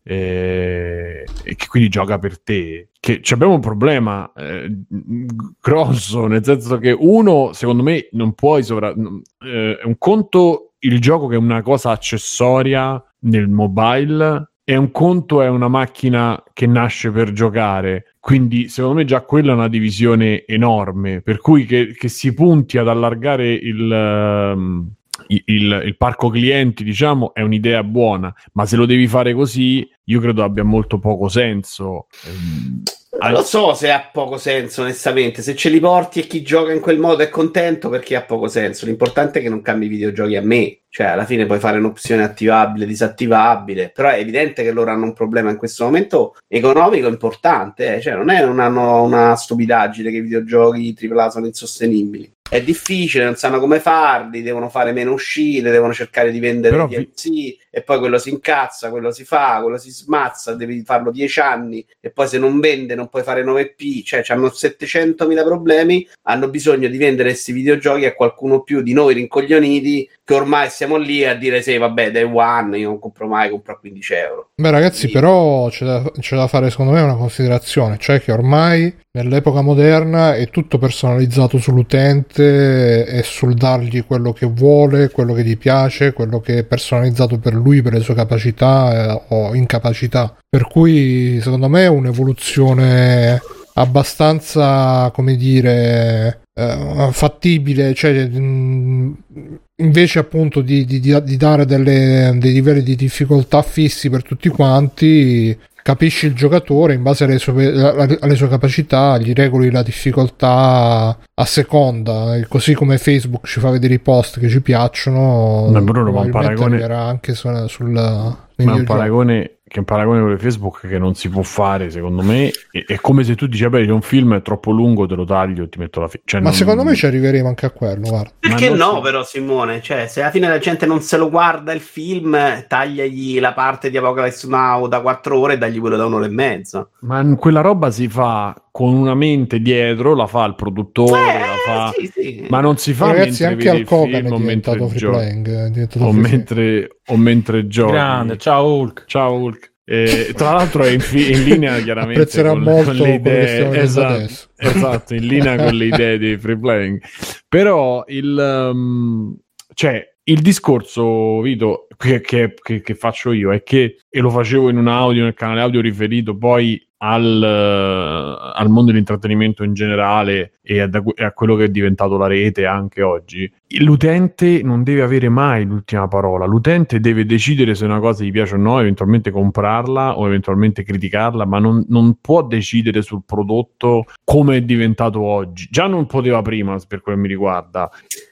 eh, e che quindi gioca per te, che abbiamo un problema eh, grosso, nel senso che uno, secondo me, non puoi sovra... Eh, è un conto il gioco che è una cosa accessoria nel mobile, e un conto è una macchina che nasce per giocare. Quindi secondo me già quella è una divisione enorme, per cui che, che si punti ad allargare il, um, il, il, il parco clienti, diciamo, è un'idea buona, ma se lo devi fare così io credo abbia molto poco senso.
Non lo so se ha poco senso, onestamente. Se ce li porti e chi gioca in quel modo è contento, perché ha poco senso. L'importante è che non cambi i videogiochi a me. Cioè, alla fine puoi fare un'opzione attivabile, disattivabile, però è evidente che loro hanno un problema in questo momento economico importante, eh? Cioè, non è una, una stupidaggine che i videogiochi tripla A sono insostenibili. È difficile, non sanno come farli, devono fare meno uscite, devono cercare di vendere
però
D L C, vi... e poi quello si incazza, quello si fa, quello si smazza, devi farlo dieci anni, e poi se non vende non puoi fare nove P, cioè hanno settecentomila problemi, hanno bisogno di vendere questi videogiochi a qualcuno più di noi rincoglioniti, che ormai siamo lì a dire sì, vabbè, day one, io non compro mai, compro a quindici euro.
Beh ragazzi, quindi... però c'è da, c'è da fare secondo me una considerazione, cioè che ormai nell'epoca moderna è tutto personalizzato sull'utente e sul dargli quello che vuole, quello che gli piace, quello che è personalizzato per lui, per le sue capacità eh, o incapacità, per cui secondo me è un'evoluzione abbastanza, come dire, eh, fattibile, cioè mh, invece appunto di, di, di dare delle, dei livelli di difficoltà fissi per tutti quanti, capisci il giocatore in base alle sue, alle sue capacità, gli regoli la difficoltà a seconda, e così come Facebook ci fa vedere i post che ci piacciono,
ma Bruno, ma un paragone
arriverà anche sul, sul
ma un paragone che è un paragone con Facebook che non si può fare, secondo me. È, è come se tu dici, beh, c'è un film è troppo lungo, te lo taglio e ti metto la fine. Cioè,
ma
non...
secondo me ci arriveremo anche a quello, guarda.
Perché no,
si...
però, Simone? Cioè, se alla fine la gente non se lo guarda il film, tagliagli la parte di Apocalypse Now da quattro ore e dagli quello da un'ora e mezza.
Ma quella roba si fa con una mente dietro, la fa il produttore,
eh,
la fa...
Sì, sì.
ma non si fa
ma ragazzi, anche al Kogan è diventato free
gio...
playing, è diventato
o,
free
mentre... o mentre giochi.
Grande, ciao Hulk.
Ciao Hulk. E, tra l'altro è in, fi- in linea chiaramente
apprezzerà
con,
molto
con le idee, esatto, esatto, in linea con le idee di free playing. Però il um, cioè il discorso, Vito, che, che, che, che faccio io è che, e lo facevo in un audio, nel canale audio riferito poi al, uh, al mondo dell'intrattenimento in generale e a, e a quello che è diventato la rete anche oggi, l'utente non deve avere mai l'ultima parola. L'utente deve decidere se una cosa gli piace o no, eventualmente comprarla o eventualmente criticarla, ma non, non può decidere sul prodotto come è diventato oggi. Già non poteva prima, per quello che mi riguarda.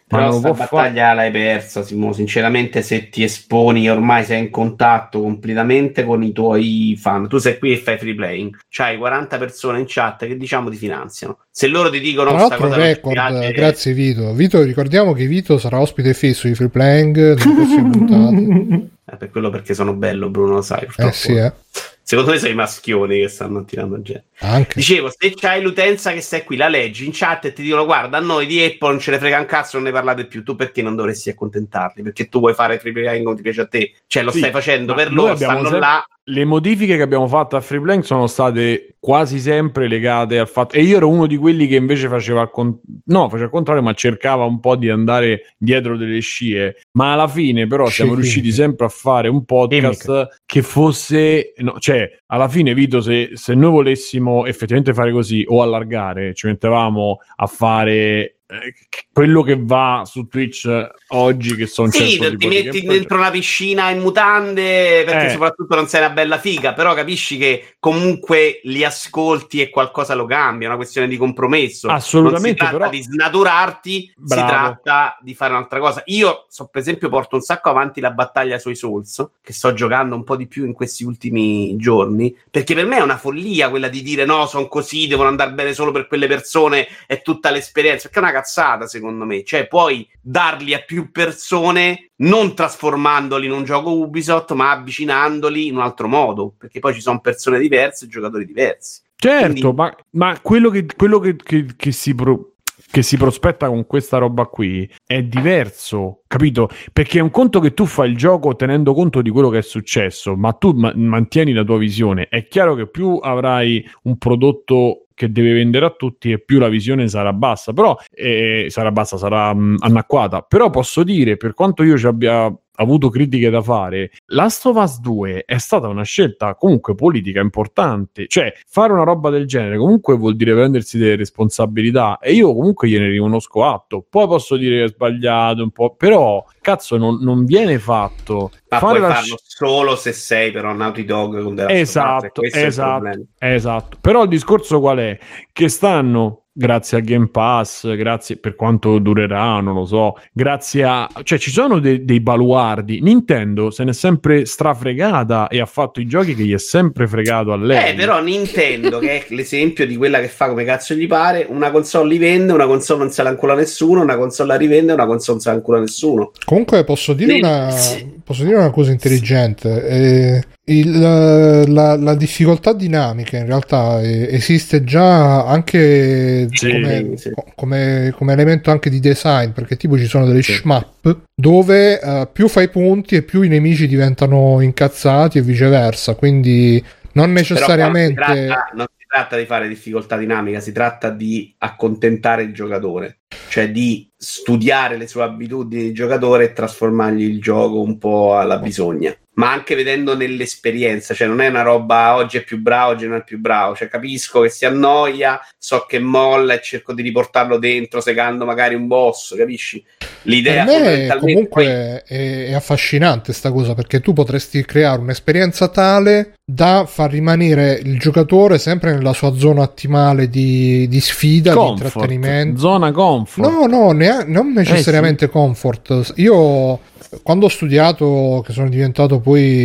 Però questa battaglia fa... l'hai persa, Simo. Sinceramente, se ti esponi, ormai sei in contatto completamente con i tuoi fan. Tu sei qui e fai free playing, c'hai quaranta persone in chat che diciamo ti finanziano. Se loro ti dicono
tra l'altro record, piace... grazie Vito. Vito, ricordiamo che Vito sarà ospite fisso di free playing nelle prossime puntate.
Eh, per quello perché sono bello, Bruno, lo sai. Purtroppo.
Eh sì, eh.
Secondo me sei i maschioni che stanno tirando gente.
Anche.
Dicevo, se c'hai l'utenza che stai qui, la leggi in chat e ti dicono guarda, a noi di Apple non ce ne frega un cazzo, non ne parlate più, tu perché non dovresti accontentarli? Perché tu vuoi fare free playing come ti piace a te? Cioè lo sì, stai facendo per loro, stanno sempre... là.
Le modifiche che abbiamo fatto a free playing sono state quasi sempre legate al fatto, e io ero uno di quelli che invece faceva al con... no, faceva il contrario, ma cercava un po' di andare dietro delle scie, ma alla fine però
Sci-
siamo riusciti sempre a fare un podcast Emica. Che fosse, no, cioè alla fine Vito, se, se noi volessimo effettivamente fare così o allargare, ci mettevamo a fare quello che va su Twitch oggi, che sono
sì,
certo
ti metti dentro una piscina in mutande perché
eh.
soprattutto non sei una bella figa, però capisci che comunque li ascolti e qualcosa lo cambia, è una questione di compromesso.
Assolutamente,
non si tratta
però...
di snaturarti,
Bravo.
Si tratta di fare un'altra cosa. Io so, per esempio, porto un sacco avanti la battaglia sui Souls, che sto giocando un po' di più in questi ultimi giorni, perché per me è una follia quella di dire no, sono così, devono andare bene solo per quelle persone, è tutta l'esperienza, perché è una cazzata secondo me, cioè puoi darli a più persone non trasformandoli in un gioco Ubisoft ma avvicinandoli in un altro modo, perché poi ci sono persone diverse e giocatori diversi.
Certo,
Quindi...
ma, ma quello, che, quello che, che, che si pro... che si prospetta con questa roba qui è diverso, capito? Perché è un conto che tu fai il gioco tenendo conto di quello che è successo, ma tu ma- mantieni la tua visione. È chiaro che più avrai un prodotto che deve vendere a tutti e più la visione sarà bassa, però eh, sarà bassa, sarà mh, anacquata. Però posso dire, per quanto io ci abbia avuto critiche da fare, Last of Us due è stata una scelta comunque politica importante, cioè fare una roba del genere comunque vuol dire prendersi delle responsabilità e io comunque gliene riconosco atto. Poi posso dire che è sbagliato un po', però cazzo non, non viene fatto.
Ma
fare
puoi
la
farlo
sc-
solo se sei però Naughty Dog con della
esatto,
questo
esatto,
è il
esatto. Però il discorso qual è? Che stanno, grazie a Game Pass, grazie, per quanto durerà non lo so, grazie a, cioè ci sono de- dei baluardi. Nintendo se n'è sempre strafregata e ha fatto i giochi che gli è sempre fregato a lei.
Eh però Nintendo che è l'esempio di quella che fa come cazzo gli pare, una console li vende, una console non se la incula nessuno, una console la rivende, una console non se la incula nessuno.
Comunque posso dire
sì,
una
sì.
posso dire una cosa intelligente. Eh, il, la, la difficoltà dinamica in realtà eh, esiste già anche
sì,
come,
sì.
come, come elemento anche di design, perché tipo ci sono delle
sì.
shmup dove uh, più fai punti e più i nemici diventano incazzati e viceversa, quindi non necessariamente
Però non si tratta, non si tratta di fare difficoltà dinamica, si tratta di accontentare il giocatore, cioè di studiare le sue abitudini di giocatore e trasformargli il gioco un po' alla bisogna, ma anche vedendo nell'esperienza, cioè non è una roba oggi è più bravo, oggi non è più bravo, cioè capisco che si annoia, so che molla e cerco di riportarlo dentro segando magari un boss, capisci? L'idea
per me comunque poi... è, è affascinante sta cosa, perché tu potresti creare un'esperienza tale da far rimanere il giocatore sempre nella sua zona ottimale di, di sfida, comfort, di intrattenimento,
zona comfort.
No, no, ne- non necessariamente eh sì. comfort. Io quando ho studiato, che sono diventato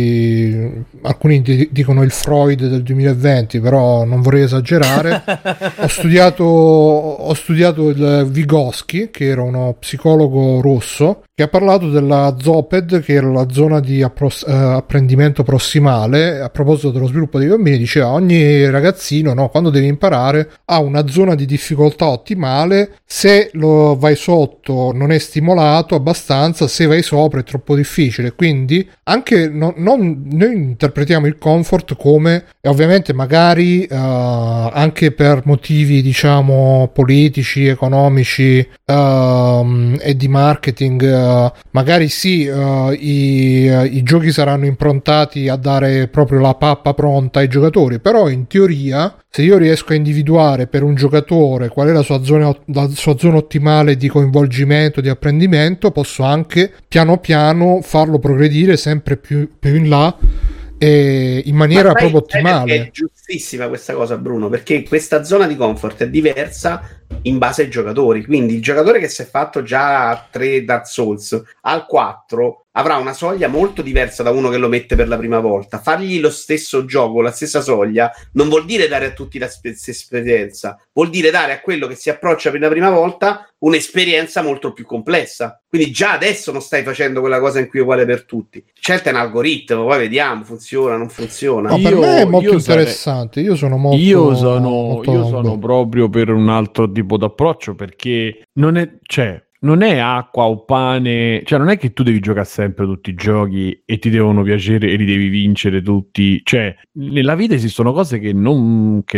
poi, alcuni d- dicono il Freud del duemilaventi, però non vorrei esagerare, ho studiato ho studiato il Vygotsky, che era uno psicologo russo, che ha parlato della Zoped, che era la zona di appros- eh, apprendimento prossimale. A proposito dello sviluppo dei bambini, diceva ogni ragazzino, no, quando deve imparare ha una zona di difficoltà ottimale, se lo vai sotto non è stimolato abbastanza, se vai sopra è troppo difficile. Quindi anche no, non, noi interpretiamo il comfort come, e ovviamente magari uh, anche per motivi diciamo politici, economici uh, e di marketing, uh, magari sì, uh, i, uh, i giochi saranno improntati a dare proprio la pappa pronta ai giocatori, però in teoria se io riesco a individuare per un giocatore qual è la sua zona, la sua zona ottimale di coinvolgimento, di apprendimento, posso anche piano piano farlo progredire sempre più, più in là e in maniera
Ma sai,
proprio ottimale.
È giustissima questa cosa, Bruno, perché questa zona di comfort è diversa in base ai giocatori. Quindi il giocatore che si è fatto già tre Dark Souls al quattro avrà una soglia molto diversa da uno che lo mette per la prima volta. Fargli lo stesso gioco, la stessa soglia, non vuol dire dare a tutti la stessa esperienza, vuol dire dare a quello che si approccia per la prima volta un'esperienza molto più complessa. Quindi già adesso non stai facendo quella cosa in cui è uguale per tutti. Certo è un algoritmo, poi vediamo, funziona, non funziona.
No, per
Io-
me è molto
io
interessante. Io sono molto
io sono,
molto-
io sono proprio per un altro tipo d'approccio, perché non è, cioè, non è acqua o pane, cioè non è che tu devi giocare sempre tutti i giochi e ti devono piacere e li devi vincere tutti, cioè nella vita esistono cose che non, che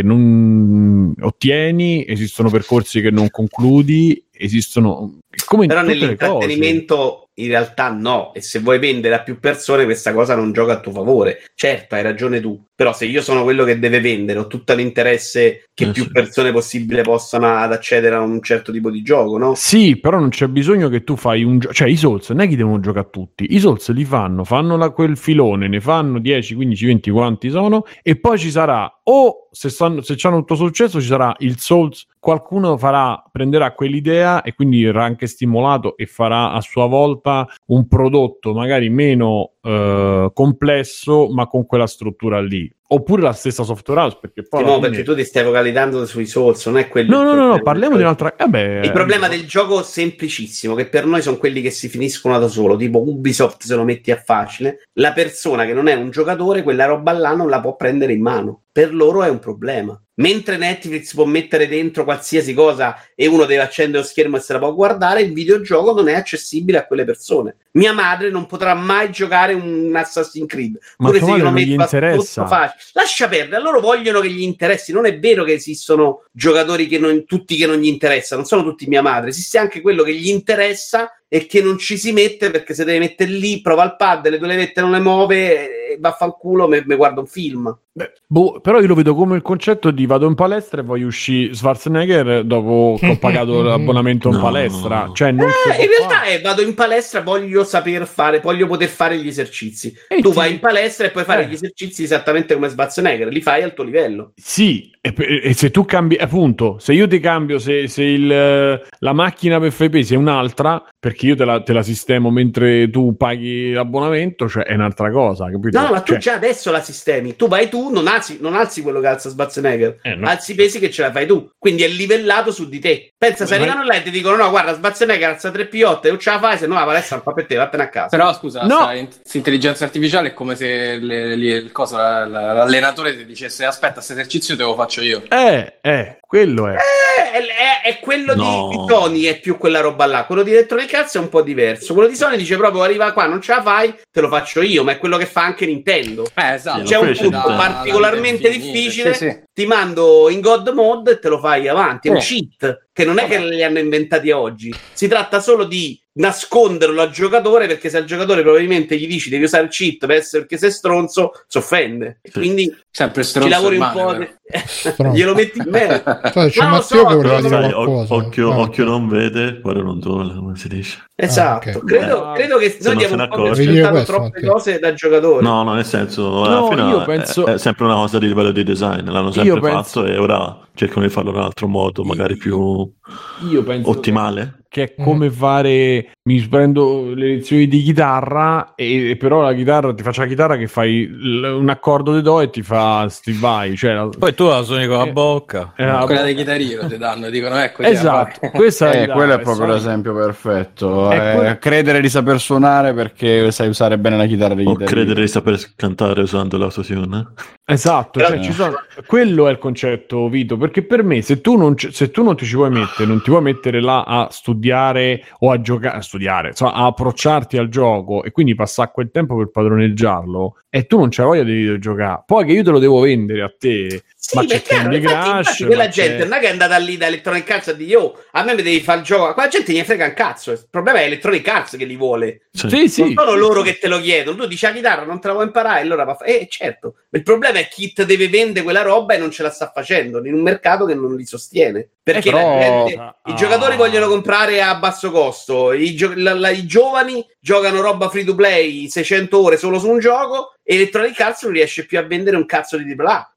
non ottieni, esistono percorsi che non concludi, esistono come in
Però
tutte le cose.
nell'intrattenimento in realtà no, e se vuoi vendere a più persone questa cosa non gioca a tuo favore. Certo, hai ragione tu, però se io sono quello che deve vendere, ho tutto l'interesse che
Eh,
più
sì.
persone possibile possano ad accedere a un certo tipo di gioco, no?
Sì, però non c'è bisogno che tu fai un gioco, cioè i Souls non è che devono giocare a tutti, i Souls li fanno, fanno la, quel filone, ne fanno dieci, quindici, venti quanti sono, e poi ci sarà, o se, stanno, se hanno tutto successo ci sarà il Souls, qualcuno farà, prenderà quell'idea e quindi verrà anche stimolato e farà a sua volta un prodotto magari meno eh, complesso ma con quella struttura lì, oppure la stessa software house, perché poi alla
Timo,
fine-
perché tu ti stai focalizzando sui Souls, non è quello
no
il
no no, no
problema.
parliamo di un'altra eh beh,
Il problema del gioco semplicissimo, che per noi sono quelli che si finiscono da solo, tipo Ubisoft se lo metti a facile, la persona che non è un giocatore, quella roba là non la può prendere in mano. Per loro è un problema. Mentre Netflix può mettere dentro qualsiasi cosa e uno deve accendere lo schermo e se la può guardare, il videogioco non è accessibile a quelle persone. Mia madre non potrà mai giocare un Assassin's Creed.
Ma
Pure
tua
se io
madre
lo
non gli
metto a
interessa.
tutto facile. Lascia perdere, loro vogliono che gli interessi. Non è vero che esistono giocatori che non, tutti che non gli interessano, non sono tutti mia madre, esiste anche quello che gli interessa e che non ci si mette, perché se deve mettere lì, prova il pad, le due levette non le muove e vaffanculo, mi guarda un film.
Beh, boh, però io lo vedo come il concetto di vado in palestra e voglio uscire Schwarzenegger dopo che ho pagato l'abbonamento in
No.
palestra, cioè non si
Eh,
può
in realtà
fare.
è vado in palestra, voglio saper fare, voglio poter fare gli esercizi.
E
Tu
ti-
vai in palestra e puoi fare
Eh.
gli esercizi esattamente come Schwarzenegger, li fai al tuo livello.
Sì, e, pe- e se tu cambi, appunto, se io ti cambio, se, se il, eh, la macchina per fare i pesi è un'altra, perché io te la, te la sistemo mentre tu paghi l'abbonamento, cioè è un'altra cosa, capito?
No, ma tu
Cioè,
già adesso la sistemi. Tu vai tu, non alzi, non alzi quello che alza Schwarzenegger,
Eh, no.
alzi i pesi che ce la fai tu. Quindi è livellato su di te. Pensa, se
Ma-
arrivano là e ti dicono: no, guarda, Schwarzenegger alza tre P otto e non ce la fai, se no la palestra non fa per te, vattene a casa.
Però scusa,
No.
sta in- sta intelligenza artificiale è come se le- le- il coso, la- la- l'allenatore ti dicesse aspetta, questo esercizio te lo faccio io.
eh, eh, quello è.
Eh, è, è quello
No.
di, di Sony, è più quella roba là. Quello di Electronic Arts è un po' diverso. Quello di Sony dice proprio: arriva qua, non ce la fai, te lo faccio io. Ma è quello che fa anche Nintendo.
Eh, esatto.
Sì,
C'è
lo
un
fece
punto
Nintendo.
particolarmente
Infinite.
difficile.
Sì, sì.
Ti mando in God Mode e te lo fai avanti. È un
Eh.
cheat che non è che li hanno inventati oggi. Si tratta solo di nasconderlo al giocatore, perché se al giocatore probabilmente gli dici devi usare il cheat per essere, perché sei stronzo, si offende. E
Sì.
quindi
Sempre
ci
stronzo
lavori un
rimane,
po'.
però.
De- glielo metti in meno.
Cioè, c'è
Ma lo
Matteo
so,
che voleva
tu
dire
Sai,
qualcosa.
o- occhio,
Ah,
occhio
ok.
non vede, cuore non duole, come si dice.
Esatto,
Ah, ok.
credo,
Eh,
credo che
se
noi
non
abbiamo
se ne
un po'
accorge.
Vedi
aspettato
questo,
troppe
Matteo?
cose da giocatori.
No, no, nel senso,
No,
alla fine
io
è-
penso-
è, sempre una cosa di livello di design, l'hanno sempre
Io penso-
fatto e ora cercano di farlo in un altro modo, magari più
Io penso
ottimale.
che è come fare, mi prendo le lezioni di chitarra e, e però la chitarra, ti faccio la chitarra che fai l- un accordo di do e ti fa sti vai, cioè la-
Poi tu la suoni con la
Eh,
bocca.
eh, la-
Quella dei chitarrino ti danno, dicono ecco. ti
esatto,
vai.
questa è la
Eh,
chitarra,
quello è
è
proprio
solita.
l'esempio perfetto.
È
Eh,
que-
credere di saper suonare perché sai usare bene la chitarra degli
O
chitarristi.
credere di saper cantare usando l'autotune.
Esatto,
Però-
cioè, ci sono- quello è il concetto, Vito, perché per me se tu non, ci- se tu non ti ci vuoi mettere, non ti vuoi mettere là a studiare o a giocare, a studiare, insomma, a approcciarti al gioco e quindi passare quel tempo per padroneggiarlo e tu non c'hai voglia di videogiocare, poi che io te lo devo vendere a te,
Sì,
ma c'è
perché
Candy
infatti,
Crush,
infatti quella
ma
gente
c'è-
non è che è andata lì da Electronic Arts a dire oh, a me mi devi fare il gioco. Quella gente ne frega un cazzo. Il problema è Electronic Arts che li vuole.
Sì.
Sì, sì.
Non sono loro che te lo chiedono. Tu dici la chitarra non te la vuoi imparare, e allora va fa- eh certo. Il problema è chi te deve vendere quella roba e non ce la sta facendo in un mercato che non li sostiene. Perché
Eh,
la
però-
gente-
ah.
i giocatori vogliono comprare a basso costo, i, gio- la- la- i giovani giocano roba free to play seicento ore solo su un gioco e Electronic Arts non riesce più a vendere un cazzo di tripla A.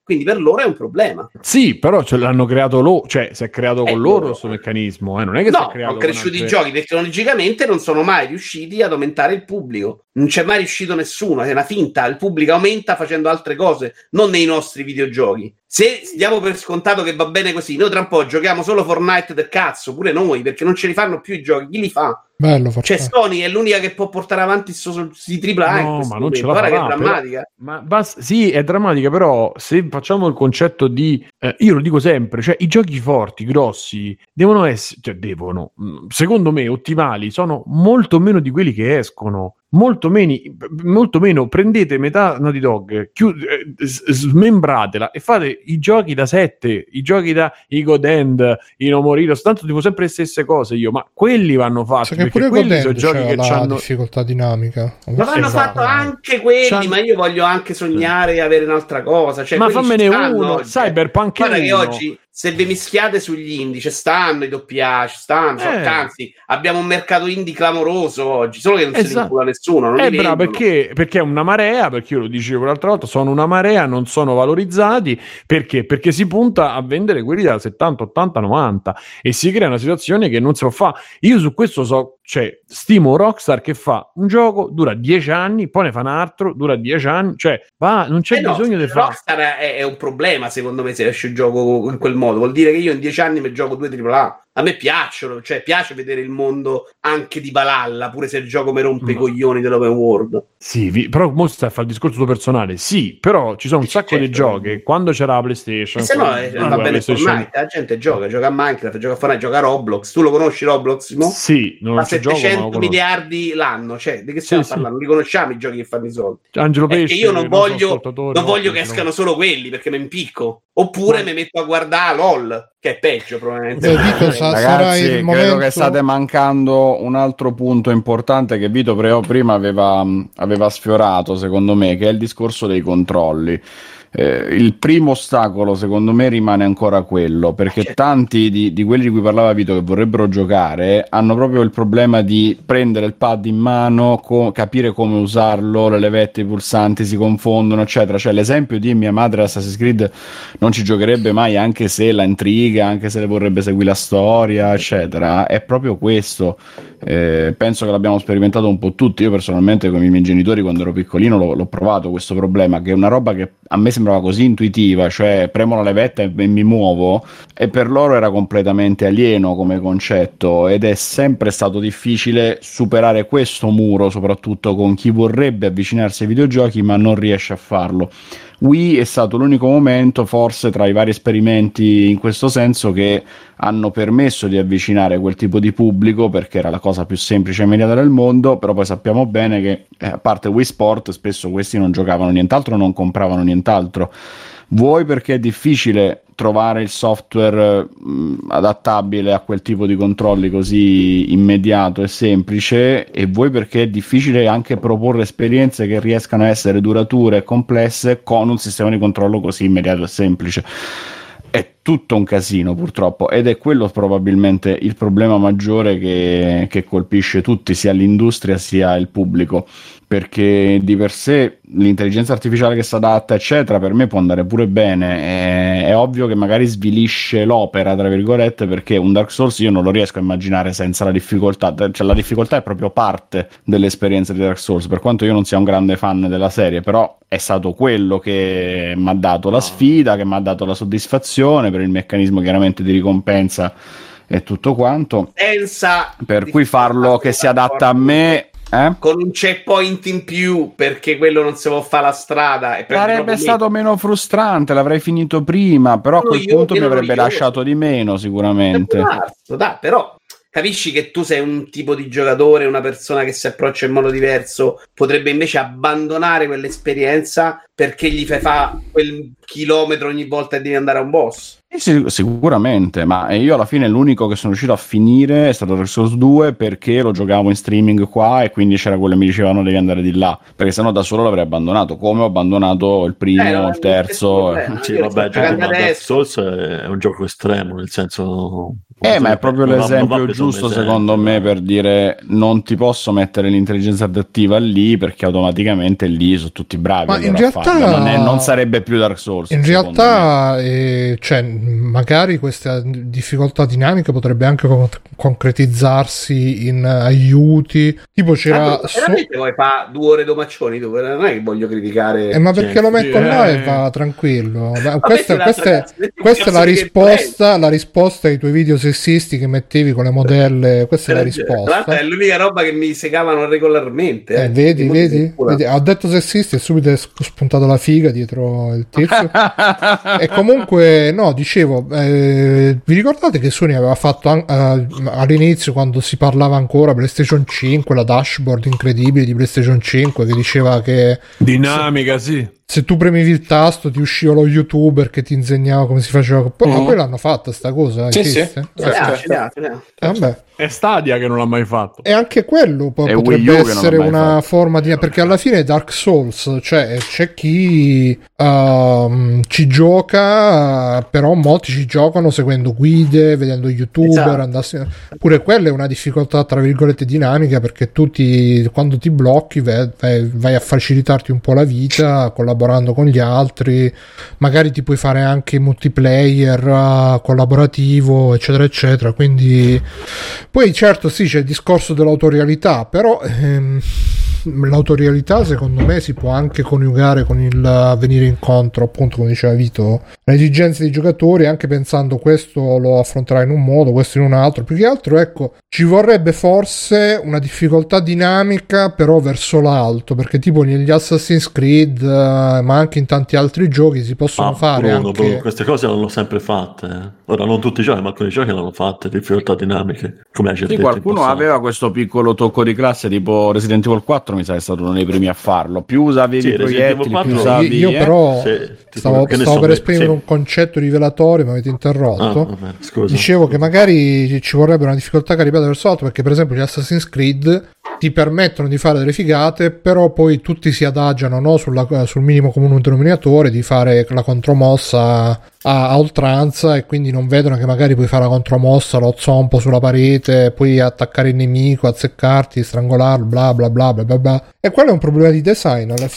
quindi per loro è un problema.
Sì, però ce l'hanno creato loro, cioè si è creato
Eh,
con loro
loro.
questo meccanismo, eh? Non è che si
No,
è creato
sono cresciuti
con
i
altre...
giochi tecnologicamente, non sono mai riusciti ad aumentare il pubblico. Non c'è mai riuscito nessuno, è una finta. Il pubblico aumenta facendo altre cose, non nei nostri videogiochi. Se diamo per scontato che va bene così, noi tra un po' giochiamo solo Fortnite del cazzo, pure noi, perché non ce li fanno più i giochi. Chi li fa?
Bello,
Cioè, Sony è l'unica che può portare avanti questi tripla A in
No,
questo
ma non ce
momento.
la
Guarda
farà,
che è drammatica.
però- ma basta, sì, è drammatica, però se facciamo il concetto di eh, io lo dico sempre, cioè i giochi forti, grossi, devono essere, cioè devono, mh, secondo me, ottimali, sono molto meno di quelli che escono. Molto meno, molto meno prendete metà Naughty Dog, chiu- eh, s- smembratela e fate i giochi da sette, i giochi da i God End, i No More Heroes, tanto dico sempre le stesse cose io, ma quelli vanno fatti,
Sai che
perché
pure
quelli
God
sono
End
giochi
c'era
che
la
hanno
difficoltà dinamica.
Ma l'hanno
Esatto.
fatto anche quelli,
C'hanno-
ma io voglio anche sognare e avere un'altra cosa. Cioè,
ma
quelli
fammene
ci stanno
uno,
oggi.
Cyberpunk
Guarda che
uno.
oggi, se vi mischiate sugli indie, ci stanno i doppià, ci stanno,
Eh.
anzi, abbiamo un mercato indie clamoroso oggi, solo che non se
Esatto.
li incula nessuno. Non
Eh
li
bravo,
vendono.
perché, perché è una marea, perché io lo dicevo l'altra volta, sono una marea, non sono valorizzati, perché? Perché si punta a vendere quelli da settanta, ottanta, novanta e si crea una situazione che non si può fare. Io su questo so, cioè, stimo Rockstar che fa un gioco, dura dieci anni, poi ne fa un altro, dura dieci anni, cioè, va, non c'è
Eh no,
bisogno di fare.
Rockstar è, è un problema, secondo me, se esce il gioco in quel modo. Vuol dire che io in dieci anni mi gioco due tripla A. A me piacciono, cioè piace vedere il mondo anche di Valhalla, pure se il gioco mi rompe i
Ma-
coglioni dell'open world.
Sì, vi- però mo stai a fare il discorso tuo personale, sì, però ci sono un sacco di
Certo.
giochi, quando c'era la PlayStation,
E se no,
quando-
eh,
ah,
va
la
bene
PlayStation-
Fortnite, la gente gioca, gioca a Minecraft, gioca a Fortnite, gioca a Roblox. Tu lo conosci Roblox, Simo?
Sì, non
Ma
ci gioco, ma lo
settecento
conosco.
miliardi l'anno, cioè di che stiamo
Sì, sì.
parlando? Li conosciamo i giochi che fanno i soldi.
Angelo
È che
Pesce,
io non
il nostro
voglio,
ascoltatore,
non
no,
voglio che
ce l'ho.
escano solo quelli perché mi impicco. Oppure
Ma-
mi metto a guardare LOL, che è peggio probabilmente.
Beh, Vito, sa- sarà
Ragazzi,
il
credo
momento...
che state mancando un altro punto importante che Vito pre- prima aveva, aveva sfiorato, secondo me, che è il discorso dei controlli. Eh, il primo ostacolo, secondo me, rimane ancora quello, perché
Certo.
tanti di, di quelli di cui parlava Vito che vorrebbero giocare hanno proprio il problema di prendere il pad in mano, co- capire come usarlo, le levette, i pulsanti si confondono, eccetera. Cioè, l'esempio di mia madre Assassin's Creed non ci giocherebbe mai, anche se la intriga, anche se le vorrebbe seguire la storia, eccetera, è proprio questo. Eh, penso che l'abbiamo sperimentato un po' tutti. Io personalmente con i miei genitori quando ero piccolino l'ho, l'ho provato questo problema, che è una roba che a me sembrava così intuitiva, cioè premo la levetta e, e mi muovo, e per loro era completamente alieno come concetto, ed è sempre stato difficile superare questo muro, soprattutto con chi vorrebbe avvicinarsi ai videogiochi ma non riesce a farlo. Wii è stato l'unico momento, forse tra i vari esperimenti in questo senso, che hanno permesso di avvicinare quel tipo di pubblico, perché era la cosa più semplice e immediata del mondo. Però poi sappiamo bene che, eh, a parte Wii Sport, spesso questi non giocavano nient'altro, non compravano nient'altro. Vuoi perché è difficile trovare il software mh, adattabile a quel tipo di controlli così immediato e semplice, e vuoi perché è difficile anche proporre esperienze che riescano a essere durature e complesse con un sistema di controllo così immediato e semplice. È tutto un casino, purtroppo, ed è quello probabilmente il problema maggiore che, che colpisce tutti, sia l'industria sia il pubblico, perché di per sé l'intelligenza artificiale che si adatta eccetera per me può andare pure bene. È, è ovvio che magari svilisce l'opera, tra virgolette, perché un Dark Souls io non lo riesco a immaginare senza la difficoltà, cioè la difficoltà è proprio parte dell'esperienza di Dark Souls, per quanto io non sia un grande fan della serie, però è stato quello che mi ha dato la sfida, che mi ha dato la soddisfazione per il meccanismo chiaramente di ricompensa e tutto quanto,
Senza
per cui farlo che si adatta a me, eh?
con un checkpoint in più, perché quello non si può fare la strada e prendi
Sarebbe
proprio
stato meno frustrante, l'avrei finito prima, però a quel
Noioso,
punto mi avrebbe
noioso.
lasciato di meno sicuramente.
Marzo, dai, però capisci che tu sei un tipo di giocatore, una persona che si approccia in modo diverso, potrebbe invece abbandonare quell'esperienza perché gli fai fa quel chilometro ogni volta e devi andare a un boss.
Eh sì, sicuramente, ma io alla fine l'unico che sono riuscito a finire è stato Dark Souls due, perché lo giocavo in streaming qua e quindi c'era quello che mi dicevano devi andare di là, perché sennò da solo l'avrei abbandonato, come ho abbandonato il primo,
Eh, no,
il terzo.
è
Sì,
Io
vabbè,
sto giocando
ma Dark
adesso.
Souls è un gioco estremo, nel senso...
Eh, ma è proprio
non va- non va
l'esempio
pesato.
giusto
esempio,
secondo me per dire non ti posso mettere l'intelligenza adattiva lì perché automaticamente lì sono tutti bravi.
Ma
allora
in
a
realtà
farlo. non, è, non sarebbe più Dark Souls.
In realtà, eh, cioè, magari questa difficoltà dinamica potrebbe anche con- concretizzarsi in aiuti. Tipo c'era.
Ah,
so-
veramente vuoi fa due ore domaccioni dove non è che voglio criticare.
Eh, ma perché
Sì.
lo metto
Eh.
là e va tranquillo? Ma
Ma
questa,
metti
questa è,
un'altra cazzo, metti
questa è
un
la
cazzo di
risposta, la risposta ai tuoi video sessisti che mettevi con le modelle. Questa è la
Tra l'altro
risposta.
è l'unica roba che mi segavano regolarmente.
Eh,
eh.
vedi,
Che
vedi?
pure-
Vedi? Ho detto sessisti e subito è spuntata la figa dietro il tizio. E comunque, no, dicevo, eh, vi ricordate che Sony aveva fatto an- eh, all'inizio, quando si parlava ancora PlayStation cinque, la dashboard incredibile di PlayStation cinque che diceva che
Dinamica, sì.
se tu premevi il tasto ti usciva lo youtuber che ti insegnava come si faceva. Poi, ma poi l'hanno fatta sta cosa?
Sì,
Esiste?
sì.
Eh,
Ce l'ha,
certo.
ce l'ha, ce l'ha.
eh, vabbè.
È Stadia che non l'ha mai fatto.
E anche quello po-
È
potrebbe
Wii U che non
essere
l'ha mai
una
fatto.
forma di... perché alla fine Dark Souls, cioè c'è chi ehm, ci gioca, però molti ci giocano seguendo guide, vedendo youtuber,
Esatto.
andarsi... pure quella è una difficoltà tra virgolette dinamica, perché tu ti, quando ti blocchi vai, vai- vai a facilitarti un po' la vita collaborando con gli altri, magari ti puoi fare anche multiplayer eh, collaborativo, eccetera eccetera. Quindi poi certo sì, c'è il discorso dell'autorialità, però ehm, l'autorialità secondo me si può anche coniugare con il venire incontro, appunto come diceva Vito, alle esigenze dei giocatori, anche pensando questo lo affronterà in un modo, questo in un altro. Più che altro, ecco, ci vorrebbe forse una difficoltà dinamica però verso l'alto, perché tipo negli Assassin's Creed, eh, ma anche in tanti altri giochi si possono
Ma
fare
Bruno,
anche...
Bruno, queste cose l'hanno sempre fatte. eh. Ora, non tutti i giochi, ma alcuni giochi l'hanno fatte, difficoltà dinamiche, come hai già
Sì,
detto in
qualcuno
passato.
aveva questo piccolo tocco di classe, tipo Resident Evil quattro mi sa che è stato uno dei primi a farlo. Più usavi
Sì,
i
Resident Evil
proiettili,
quattro
più
Io,
usavi...
io
eh?
però
Sì, tipo,
stavo,
che ne
stavo
so,
per
beh,
esprimere
sì.
un concetto rivelatorio, mi avete interrotto.
Ah, vabbè, scusa.
Dicevo che magari ci vorrebbe una difficoltà caricata verso l'alto, perché per esempio gli Assassin's Creed ti permettono di fare delle figate, però poi tutti si adagiano, no, sulla- sul minimo comune denominatore, di fare la contromossa a, a oltranza, e quindi non vedono che magari puoi fare la contromossa, lo zompo sulla parete, poi attaccare il nemico, azzeccarti, strangolarlo, bla bla bla bla bla bla. E quello è un problema di design alla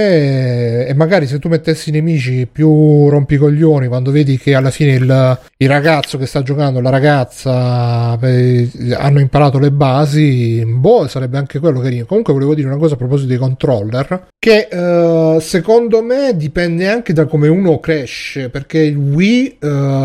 fine, e magari se tu mettessi i nemici più rompicoglioni, quando vedi che alla fine il, il ragazzo che sta giocando, la ragazza, eh, hanno imparato le basi, boh, sarebbe anche quello carino. Comunque volevo dire una cosa a proposito dei controller, che eh, secondo me dipende anche da come uno cresce, perché il Wii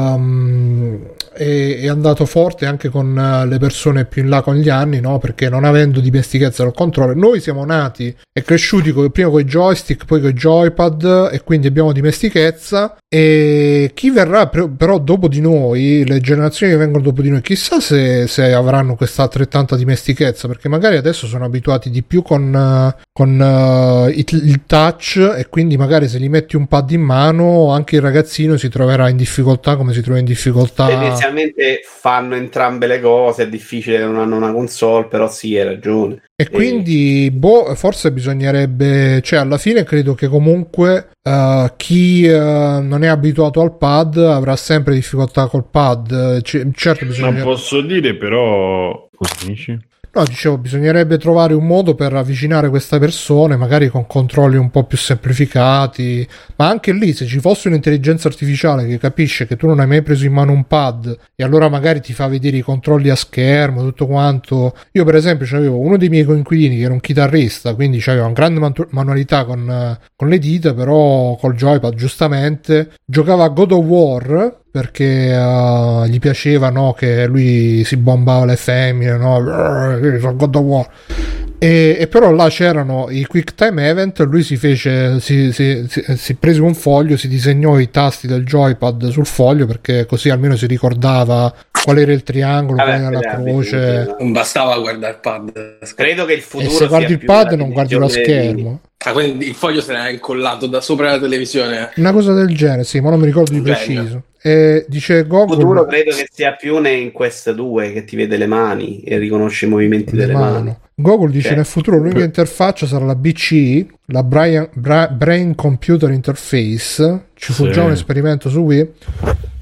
ehm, è, è andato forte anche con eh, le persone più in là con gli anni, no? Perché non avendo dimestichezza col controller, noi siamo nati e cresciuti co- prima con i joystick, poi con i joypad, e quindi abbiamo dimestichezza. E chi verrà per- però dopo di noi, le generazioni che vengono dopo di noi, chissà se, se avranno questa altrettanta dimestichezza, perché magari adesso sono abituati di più con, eh, con eh, il, il touch, e quindi magari se gli metti un pad in mano anche il ragazzino si troverà in difficoltà come si trova in difficoltà.
Tendenzialmente fanno entrambe le cose, è difficile che non hanno una console, però sì, hai ragione.
E quindi, boh, forse bisognerebbe, cioè alla fine credo che comunque uh, chi uh, non è abituato al pad avrà sempre difficoltà col pad. C- certo,
Ma
bisogna...
posso dire però... Cosa dici?
No, dicevo, bisognerebbe trovare un modo per avvicinare queste persone, magari con controlli un po' più semplificati, ma anche lì, se ci fosse un'intelligenza artificiale che capisce che tu non hai mai preso in mano un pad, e allora magari ti fa vedere i controlli a schermo, tutto quanto. Io per esempio avevo uno dei miei coinquilini che era un chitarrista, quindi aveva una grande man- manualità con, con le dita, però col joypad giustamente giocava a God of War, perché uh, gli piaceva, no, che lui si bombava le femmine, no, God of War. E, e però là c'erano i quick time event, lui si fece si, si, si, si prese un foglio, si disegnò i tasti del joypad sul foglio, perché così almeno si ricordava qual era il triangolo,
Vabbè,
qual era la
vedete,
croce.
vedete.
Non bastava guardare il pad.
Credo che il futuro
E se guardi
sia
il
più
pad
la
non guardi lo
divisione di-
schermo.
Ah, quindi il foglio se l'ha incollato da sopra la televisione.
Una cosa del genere, sì, ma non mi ricordo di
Genio.
preciso. E dice
Il futuro
Google,
credo che sia più in Quest due, che ti vede le mani e riconosce i movimenti
le
delle
mani.
mani.
Google dice
Cioè,
nel futuro l'unica interfaccia sarà la B C I, la Brian- Bra- Brain Computer Interface. Ci fu
Sì.
già un esperimento su Wii.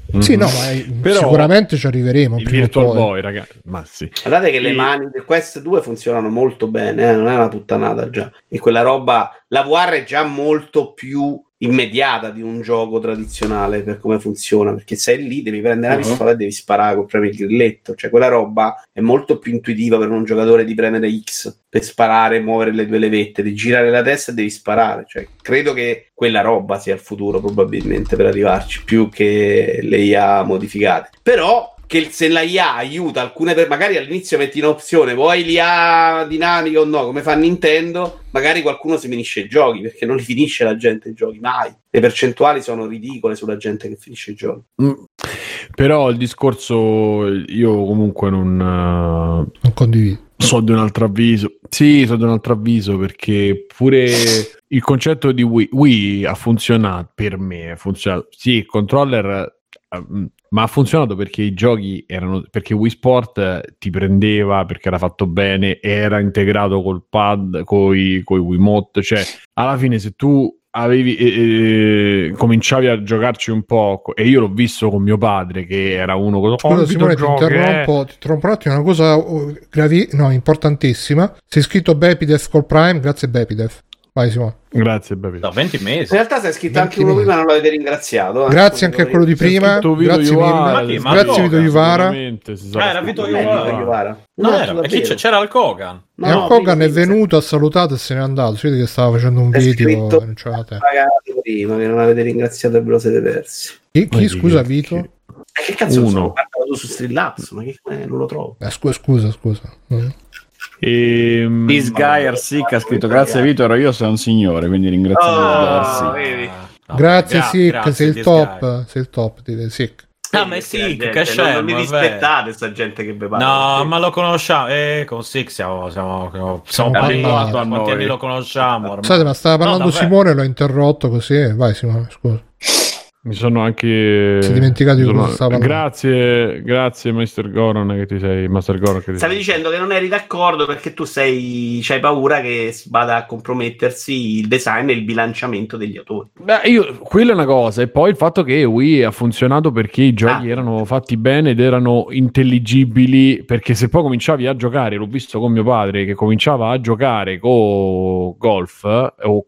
Mm-hmm. Sì, no, ma però sicuramente ci arriveremo.
Il Virtual Boy, ragazzi, ma sì.
Guardate che
e...
le mani del Quest due funzionano molto bene, eh? Non è una puttanata già. E quella roba, la V R è già molto più immediata di un gioco tradizionale per come funziona, perché sei lì, devi prendere la pistola uh-huh. e devi sparare con premi il grilletto, cioè quella roba è molto più intuitiva per un giocatore di premere X per sparare, muovere le due levette, di girare la testa e devi sparare, cioè credo che quella roba sia il futuro probabilmente per arrivarci, più che le I A modificate. Però che se la I A aiuta alcune per magari all'inizio metti in opzione vuoi l'I A dinamica o no, come fa Nintendo, magari qualcuno si finisce i giochi, perché non li finisce la gente i giochi mai, le percentuali sono ridicole sulla gente che finisce i giochi.
Mm. Però il discorso io comunque non uh,
non condivido,
so di un altro avviso. Sì, so di un altro avviso, perché pure il concetto di Wii, Wii ha funzionato per me, ha funzionato. Sì, il controller uh, ma ha funzionato perché i giochi erano, perché Wii Sport ti prendeva, perché era fatto bene, era integrato col pad, coi, coi Wiimote, cioè alla fine se tu avevi eh, eh, cominciavi a giocarci un po', e io l'ho visto con mio padre che era uno con
Scusa, Simone, ti interrompo, ti interrompo un attimo, una cosa gravi, no, importantissima. Sei iscritto Bepidef col Prime, grazie Bepidef. Vai Simone.
Grazie Bepidef.
No, venti mesi.
In realtà sei scritto anche uno prima, non l'avete ringraziato. Eh.
Grazie anche a quello di prima. Grazie
Iuvara,
mille. Grazie Vito Iuvara.
Ah, era Vito Iuvara. No,
no,
era, chi c'era il Kogan.
No, e no, Kogan è venuto, ha salutato e se n'è andato. Si vede che stava facendo un video. Non c'era te.
Ragazzi, prima che non avete ringraziato e ve lo siete persi.
Chi, chi scusa, Vito?
Ma che cazzo uno? Sono guardato su Streamlabs, ma che eh, non lo trovo.
Eh, scusa, scusa, scusa. Mm.
E This guy Arsic ha scritto grazie Vitor, io sono un signore, quindi ringrazio
oh,
no, grazie gra- Sic, grazie, sei il top guy. Sei il top di Sic.
Ah, ma è Sic, che scemo,
non mi rispettate sta gente che vi
parla. No, ma lo conosciamo, eh, con Sic siamo siamo siamo, siamo parlato a quanti anni lo conosciamo ormai.
Scusate, ma stava parlando no, Simone, l'ho interrotto così, vai Simone, scusa.
Mi sono anche
si è dimenticato di cosa stava.
Grazie, grazie Master Goron che ti sei Master Goron che ti
stavi
sei.
dicendo che non eri d'accordo perché tu sei c'hai paura che vada a compromettersi il design e il bilanciamento degli autori.
Beh, io quella è una cosa, e poi il fatto che Wii ha funzionato perché i giochi ah. erano fatti bene ed erano intelligibili, perché se poi cominciavi a giocare, l'ho visto con mio padre che cominciava a giocare con golf o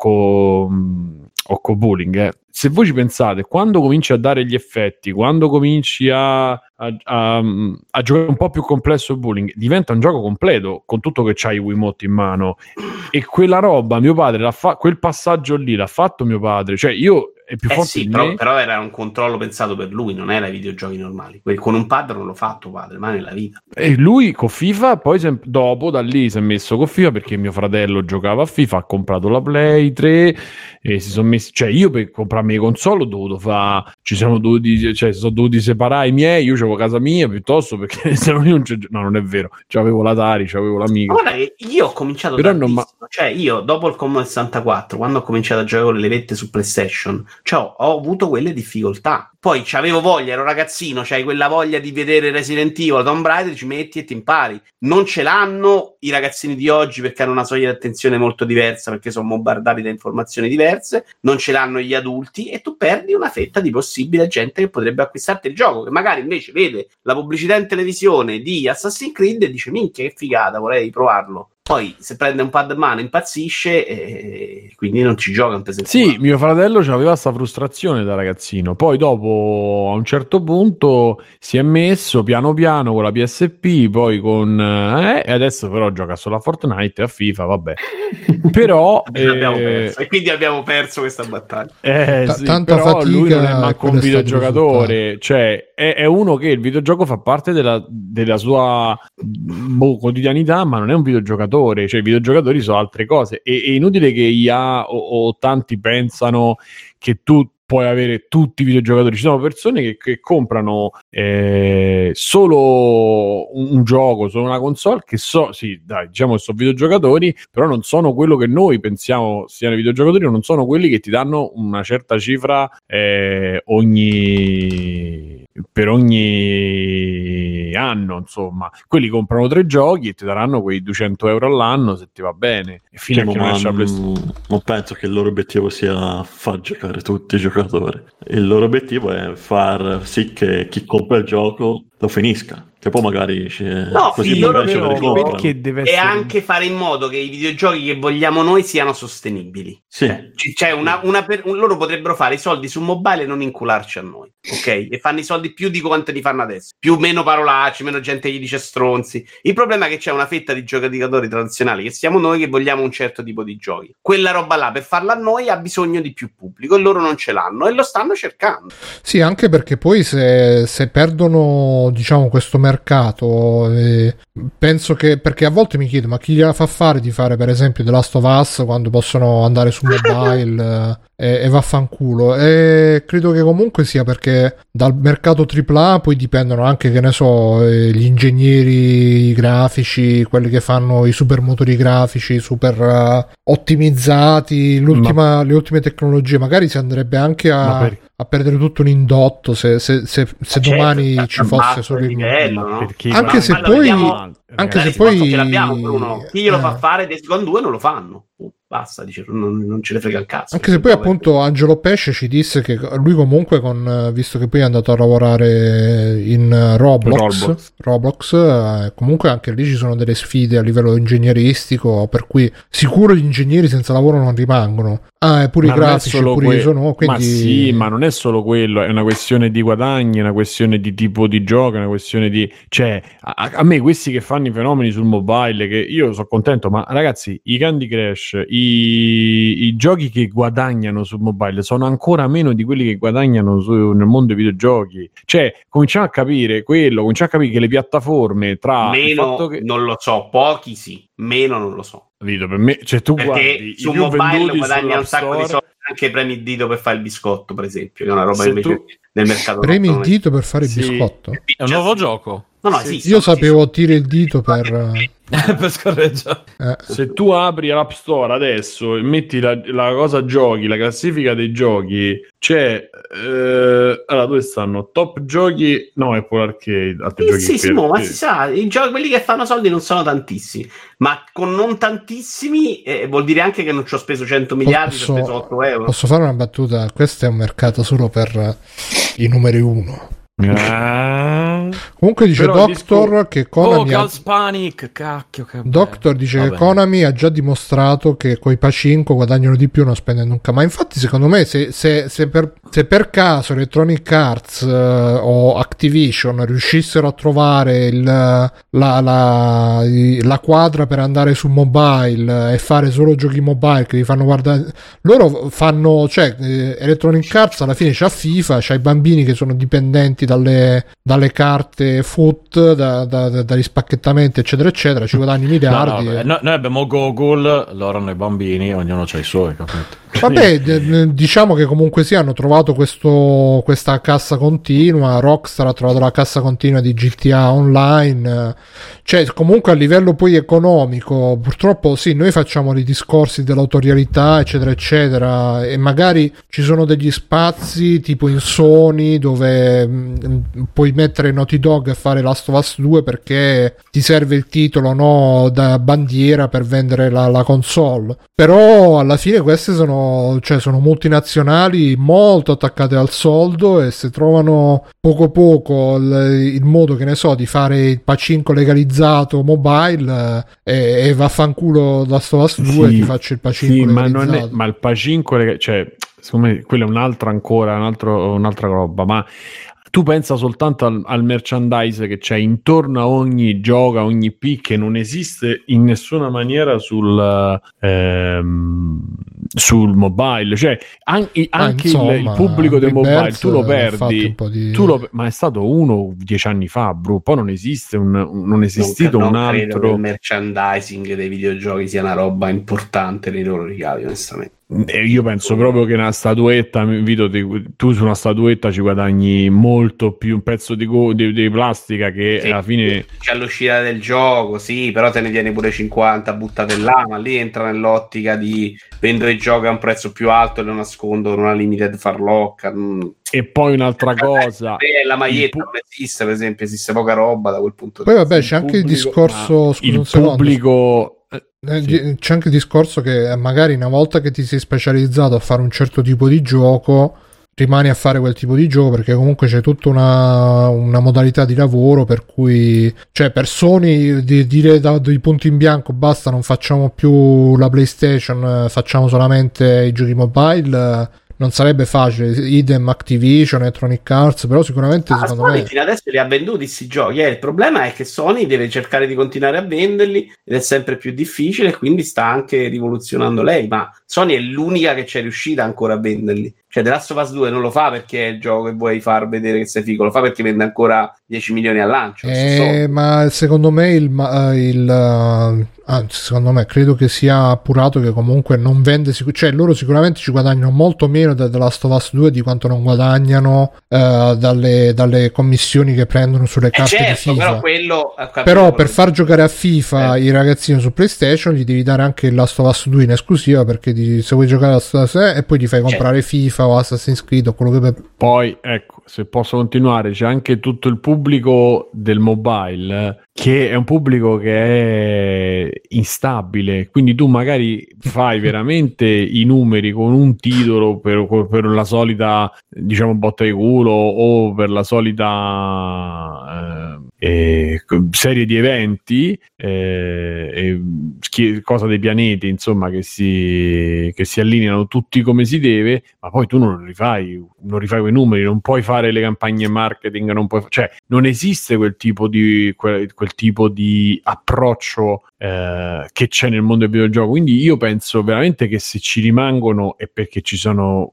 con o con bowling, eh. Se voi ci pensate, quando cominci a dare gli effetti, quando cominci a, a, a, a giocare un po' più complesso il bowling, diventa un gioco completo con tutto che c'hai i Wiimote in mano, e quella roba mio padre l'ha fa- quel passaggio lì l'ha fatto mio padre, cioè io è più
eh
forte
sì,
di
però,
me.
però era un controllo pensato per lui, non era i videogiochi normali. Con un pad non l'ho fatto padre, ma nella vita.
E lui con FIFA, poi sem- dopo da lì si è messo con FIFA perché mio fratello giocava a FIFA, ha comprato la Play tre e si sono messi, cioè io per comprarmi le console ho dovuto fare, ci siamo dovuti, cioè si sono dovuti separare i miei, io c'avevo casa mia piuttosto perché se no io non c'è, no non è vero, c'avevo l'Atari, c'avevo l'Amiga.
Guarda che io ho cominciato
però non ma...
cioè io dopo il Commodore sessantaquattro, quando ho cominciato a giocare con le levette su PlayStation, cioè ho avuto quelle difficoltà. Poi c'avevo voglia, ero ragazzino, c'hai quella voglia di vedere Resident Evil, Tomb Raider, ci metti e ti impari. Non ce l'hanno i ragazzini di oggi perché hanno una soglia di attenzione molto diversa, perché sono bombardati da informazioni diverse, non ce l'hanno gli adulti e tu perdi una fetta di possibile gente che potrebbe acquistarti il gioco, che magari invece vede la pubblicità in televisione di Assassin's Creed e dice minchia che figata, vorrei provarlo. Poi se prende un pad in mano impazzisce e quindi non ci gioca un peso.
Sì, mio fratello aveva questa frustrazione da ragazzino, poi dopo a un certo punto si è messo piano piano con la P S P, poi con eh, e adesso però gioca solo a Fortnite e a FIFA, vabbè. Però
eh, abbiamo perso. E quindi abbiamo perso questa battaglia.
Eh,
T-
sì,
tanta
però
fatica,
lui non è manco un videogiocatore, cioè è, è uno che il videogioco fa parte della, della sua boh, quotidianità, ma non è un videogiocatore. Cioè i videogiocatori sono altre cose, e è inutile che I A o, o tanti pensano che tu puoi avere tutti i videogiocatori. Ci sono persone che, che comprano eh, solo un, un gioco, solo una console, che so, sì, dai, diciamo che sono videogiocatori, però non sono quello che noi pensiamo siano videogiocatori, non sono quelli che ti danno una certa cifra eh, ogni per ogni ogni anno, insomma. Quelli comprano tre giochi e ti daranno quei duecento euro all'anno se ti va bene. E fino
Cioè,
a che
ma,
non esce la PlayStation.
non penso che il loro obiettivo sia far giocare tutti i giocatori. Il loro obiettivo è far sì che chi compra il gioco lo finisca, che poi magari c'è...
No,
così
il loro
magari ce lo
obiettivo
ricomprano.
Perché deve
e
essere...
anche fare in modo che i videogiochi che vogliamo noi siano sostenibili.
Sì.
C- Cioè, una, una per- un- loro potrebbero fare i soldi su mobile e non incularci a noi, ok? E fanno i soldi più di quanto li fanno adesso. Più meno parolacce, meno gente gli dice stronzi. Il problema è che c'è una fetta di giocatori tradizionali che siamo noi che vogliamo un certo tipo di giochi. Quella roba là, per farla a noi, ha bisogno di più pubblico e loro non ce l'hanno e lo stanno cercando.
Sì, anche perché poi se, se perdono, diciamo, questo mercato, eh, penso che, perché a volte mi chiedo, ma chi gliela fa fare di fare per esempio The Last of Us quando possono andare su mobile eh, e, e vaffanculo? E credo che comunque sia perché dal mercato tripla A poi dipendono anche, che ne so, eh, gli ingegneri grafici, quelli che fanno i super motori grafici super uh, ottimizzati, l'ultima,
Ma...
le ultime tecnologie. Magari si andrebbe anche a...
per...
a perdere tutto un indotto se, se, se, se
Certo,
domani
sta
ci fosse solo il
livello, no?
Perché
anche
ma-
se
ma lo
poi
vediamo-
anche
Ragazzi,
se poi
ce l'abbiamo Bruno. Chi glielo
eh,
fa fare Days Gone due non lo fanno. Uh, basta, dice, non, non ce ne frega il cazzo.
anche se poi appunto Angelo Pesce ci disse che lui comunque con, visto che poi è andato a lavorare in Roblox
Roblox.
Roblox eh, comunque anche lì ci sono delle sfide a livello ingegneristico, per cui sicuro gli ingegneri senza lavoro non rimangono. Ah, e pure
Ma
i
non è
grafici,
solo
pure
que-
i sono, quindi
Ma sì, ma non è solo quello, è una questione di guadagni, è una questione di tipo di gioco, è una questione di... Cioè, a, a me questi che fanno i fenomeni sul mobile, che io sono contento, ma ragazzi, i Candy Crush, i, i giochi che guadagnano sul mobile sono ancora meno di quelli che guadagnano su, nel mondo dei videogiochi. Cioè, cominciamo a capire quello, cominciamo a capire che le piattaforme tra... il
meno
fatto che...
non lo so, pochi sì, meno non lo so.
Vito, per me, cioè tu
Perché
guardi
su
i più
mobile
venduti
guadagni
sull'App
un sacco di
Store,
soldi, anche premi il dito per fare il biscotto, per esempio, che è una roba
Se
invece
tu-
nel mercato
premi il
non è-
dito per fare il
Sì.
biscotto.
È un nuovo gioco.
No, no,
Sì,
esiste,
Io
esiste.
sapevo tiro il dito per
Per scorreggiare.
eh,
se tu apri l'App Store adesso e metti la, la cosa giochi, la classifica dei giochi, c'è eh, allora dove stanno? Top giochi, no, Apple Arcade, altri
Sì,
giochi
sì,
per-
sì, mo, ma
per-
si sa, i giochi, quelli che fanno soldi non sono tantissimi, ma con non tantissimi eh, vuol dire anche che non ci ho speso cento miliardi, ci ho speso
posso,
otto euro.
posso fare una battuta? Questo è un mercato solo per eh, i numeri uno.
Ah.
Comunque dice
Però il
Doctor
disco-
che
Oh,
Konami ha...
Ghost Panic, cacchio che
Doctor dice
Vabbè.
che Konami ha già dimostrato che coi Pacinco guadagnano di più non spendendo un ca. Ma infatti secondo me se, se, se, per, se per caso Electronic Arts eh, o Activision riuscissero a trovare il, la, la, i- la quadra per andare su mobile e fare solo giochi mobile che vi fanno guardare, loro fanno, cioè eh, Electronic Arts alla fine c'ha FIFA, c'ha i bambini che sono dipendenti dalle, dalle carte foot, da, da, da- dagli spacchettamenti eccetera eccetera, ci guadagni
No,
miliardi.
no,
e-
no, noi abbiamo Google, loro hanno i bambini, ognuno ha i suoi, capito?
Vabbè, d- diciamo che comunque sì, hanno trovato questo, questa cassa continua. Rockstar ha trovato la cassa continua di G T A Online. Cioè, comunque a livello poi economico, purtroppo sì, noi facciamo i discorsi dell'autorialità, eccetera, eccetera, e magari ci sono degli spazi tipo in Sony dove mh, puoi mettere Naughty Dog e fare Last of Us due perché ti serve il titolo, no, da bandiera per vendere la, la console. Però alla fine queste sono, cioè, sono multinazionali molto attaccate al soldo e se trovano poco poco il, il modo, che ne so, di fare il pacinco legalizzato mobile eh, e, e vaffanculo Last of Us due,
Sì,
ti faccio il pacinco
sì, ma,
legalizzato.
non è, ma il pacinco, lega- cioè, secondo me quella è un'altra ancora, un altro- un'altra roba, ma tu pensa soltanto al, al merchandise che c'è intorno a ogni gioco, a ogni P, che non esiste in nessuna maniera sul, ehm, sul mobile, cioè an- i-
Ma
anche
insomma,
il, il pubblico del
Angry
mobile
Birds
tu lo
ha fatto
perdi,
un po' di-
tu lo- ma è stato uno dieci anni fa, bro. Poi non esiste un, un- non è esistito
non,
un
non credo che
altro.
il merchandising dei videogiochi sia una roba importante nei loro ricavi, onestamente.
Eh, io penso proprio che una statuetta, Vito, ti- tu su una statuetta ci guadagni molto più un pezzo di, go- di, di plastica che
Sì,
alla fine
c'è l'uscita del gioco, sì, però te ne tieni pure cinquanta buttate là, ma lì entra nell'ottica di vendere il gioco a un prezzo più alto e lo nascondo con una limited farlocca. Mm.
e poi un'altra cosa,
Eh, la maglietta
il pu-
non esiste, per esempio, esiste poca roba da quel punto di
Poi
vista.
vabbè, c'è anche il
pubblico-
discorso,
ma
scusa
il
un secondo,
pubblico
Eh,
sì.
di- c'è anche il discorso che magari una volta che ti sei specializzato a fare un certo tipo di gioco rimani a fare quel tipo di gioco, perché comunque c'è tutta una, una modalità di lavoro per cui, cioè, per Sony di dire da, di punto in bianco basta, non facciamo più la PlayStation, eh, facciamo solamente i giochi mobile, eh, non sarebbe facile. Idem Activision, Electronic Arts, però sicuramente
Ah,
secondo
Sony
me
fino adesso li ha venduti sti giochi, eh. Il problema è che Sony deve cercare di continuare a venderli ed è sempre più difficile, quindi sta anche rivoluzionando lei, ma Sony è l'unica che c'è riuscita ancora a venderli. Cioè The Last of Us due non lo fa perché è il gioco che vuoi far vedere che sei figo, lo fa perché vende ancora dieci milioni al lancio.
Eh, ma secondo me il, ma- eh, il uh, anzi, secondo me credo che sia appurato che comunque non vende sic- cioè loro sicuramente ci guadagnano molto meno da The Last of Us due di quanto non guadagnano uh, dalle, dalle commissioni che prendono sulle
Eh
carte
certo,
di FIFA.
però quello ho capito
Però
quello
per
che-
far giocare a FIFA
Eh.
i ragazzini su PlayStation gli devi dare anche il Last of Us due in esclusiva, perché ti- se vuoi giocare a Last of Us eh, e poi ti fai comprare FIFA o Assassin's Creed o quello che
Poi, ecco, se posso continuare, c'è anche tutto il pubblico del mobile, eh, che è un pubblico che è instabile, quindi tu magari fai veramente i numeri con un titolo per, per la solita, diciamo, botta di culo o per la solita eh, eh, serie di eventi, eh, eh, schi- cosa dei pianeti, insomma, che si, che si allineano tutti come si deve, ma poi tu non rifai, non rifai quei numeri, non puoi fare le campagne marketing, non puoi, cioè non esiste quel tipo di quel, quel tipo di approccio eh, che c'è nel mondo del videogioco. Quindi io penso veramente che se ci rimangono è perché ci sono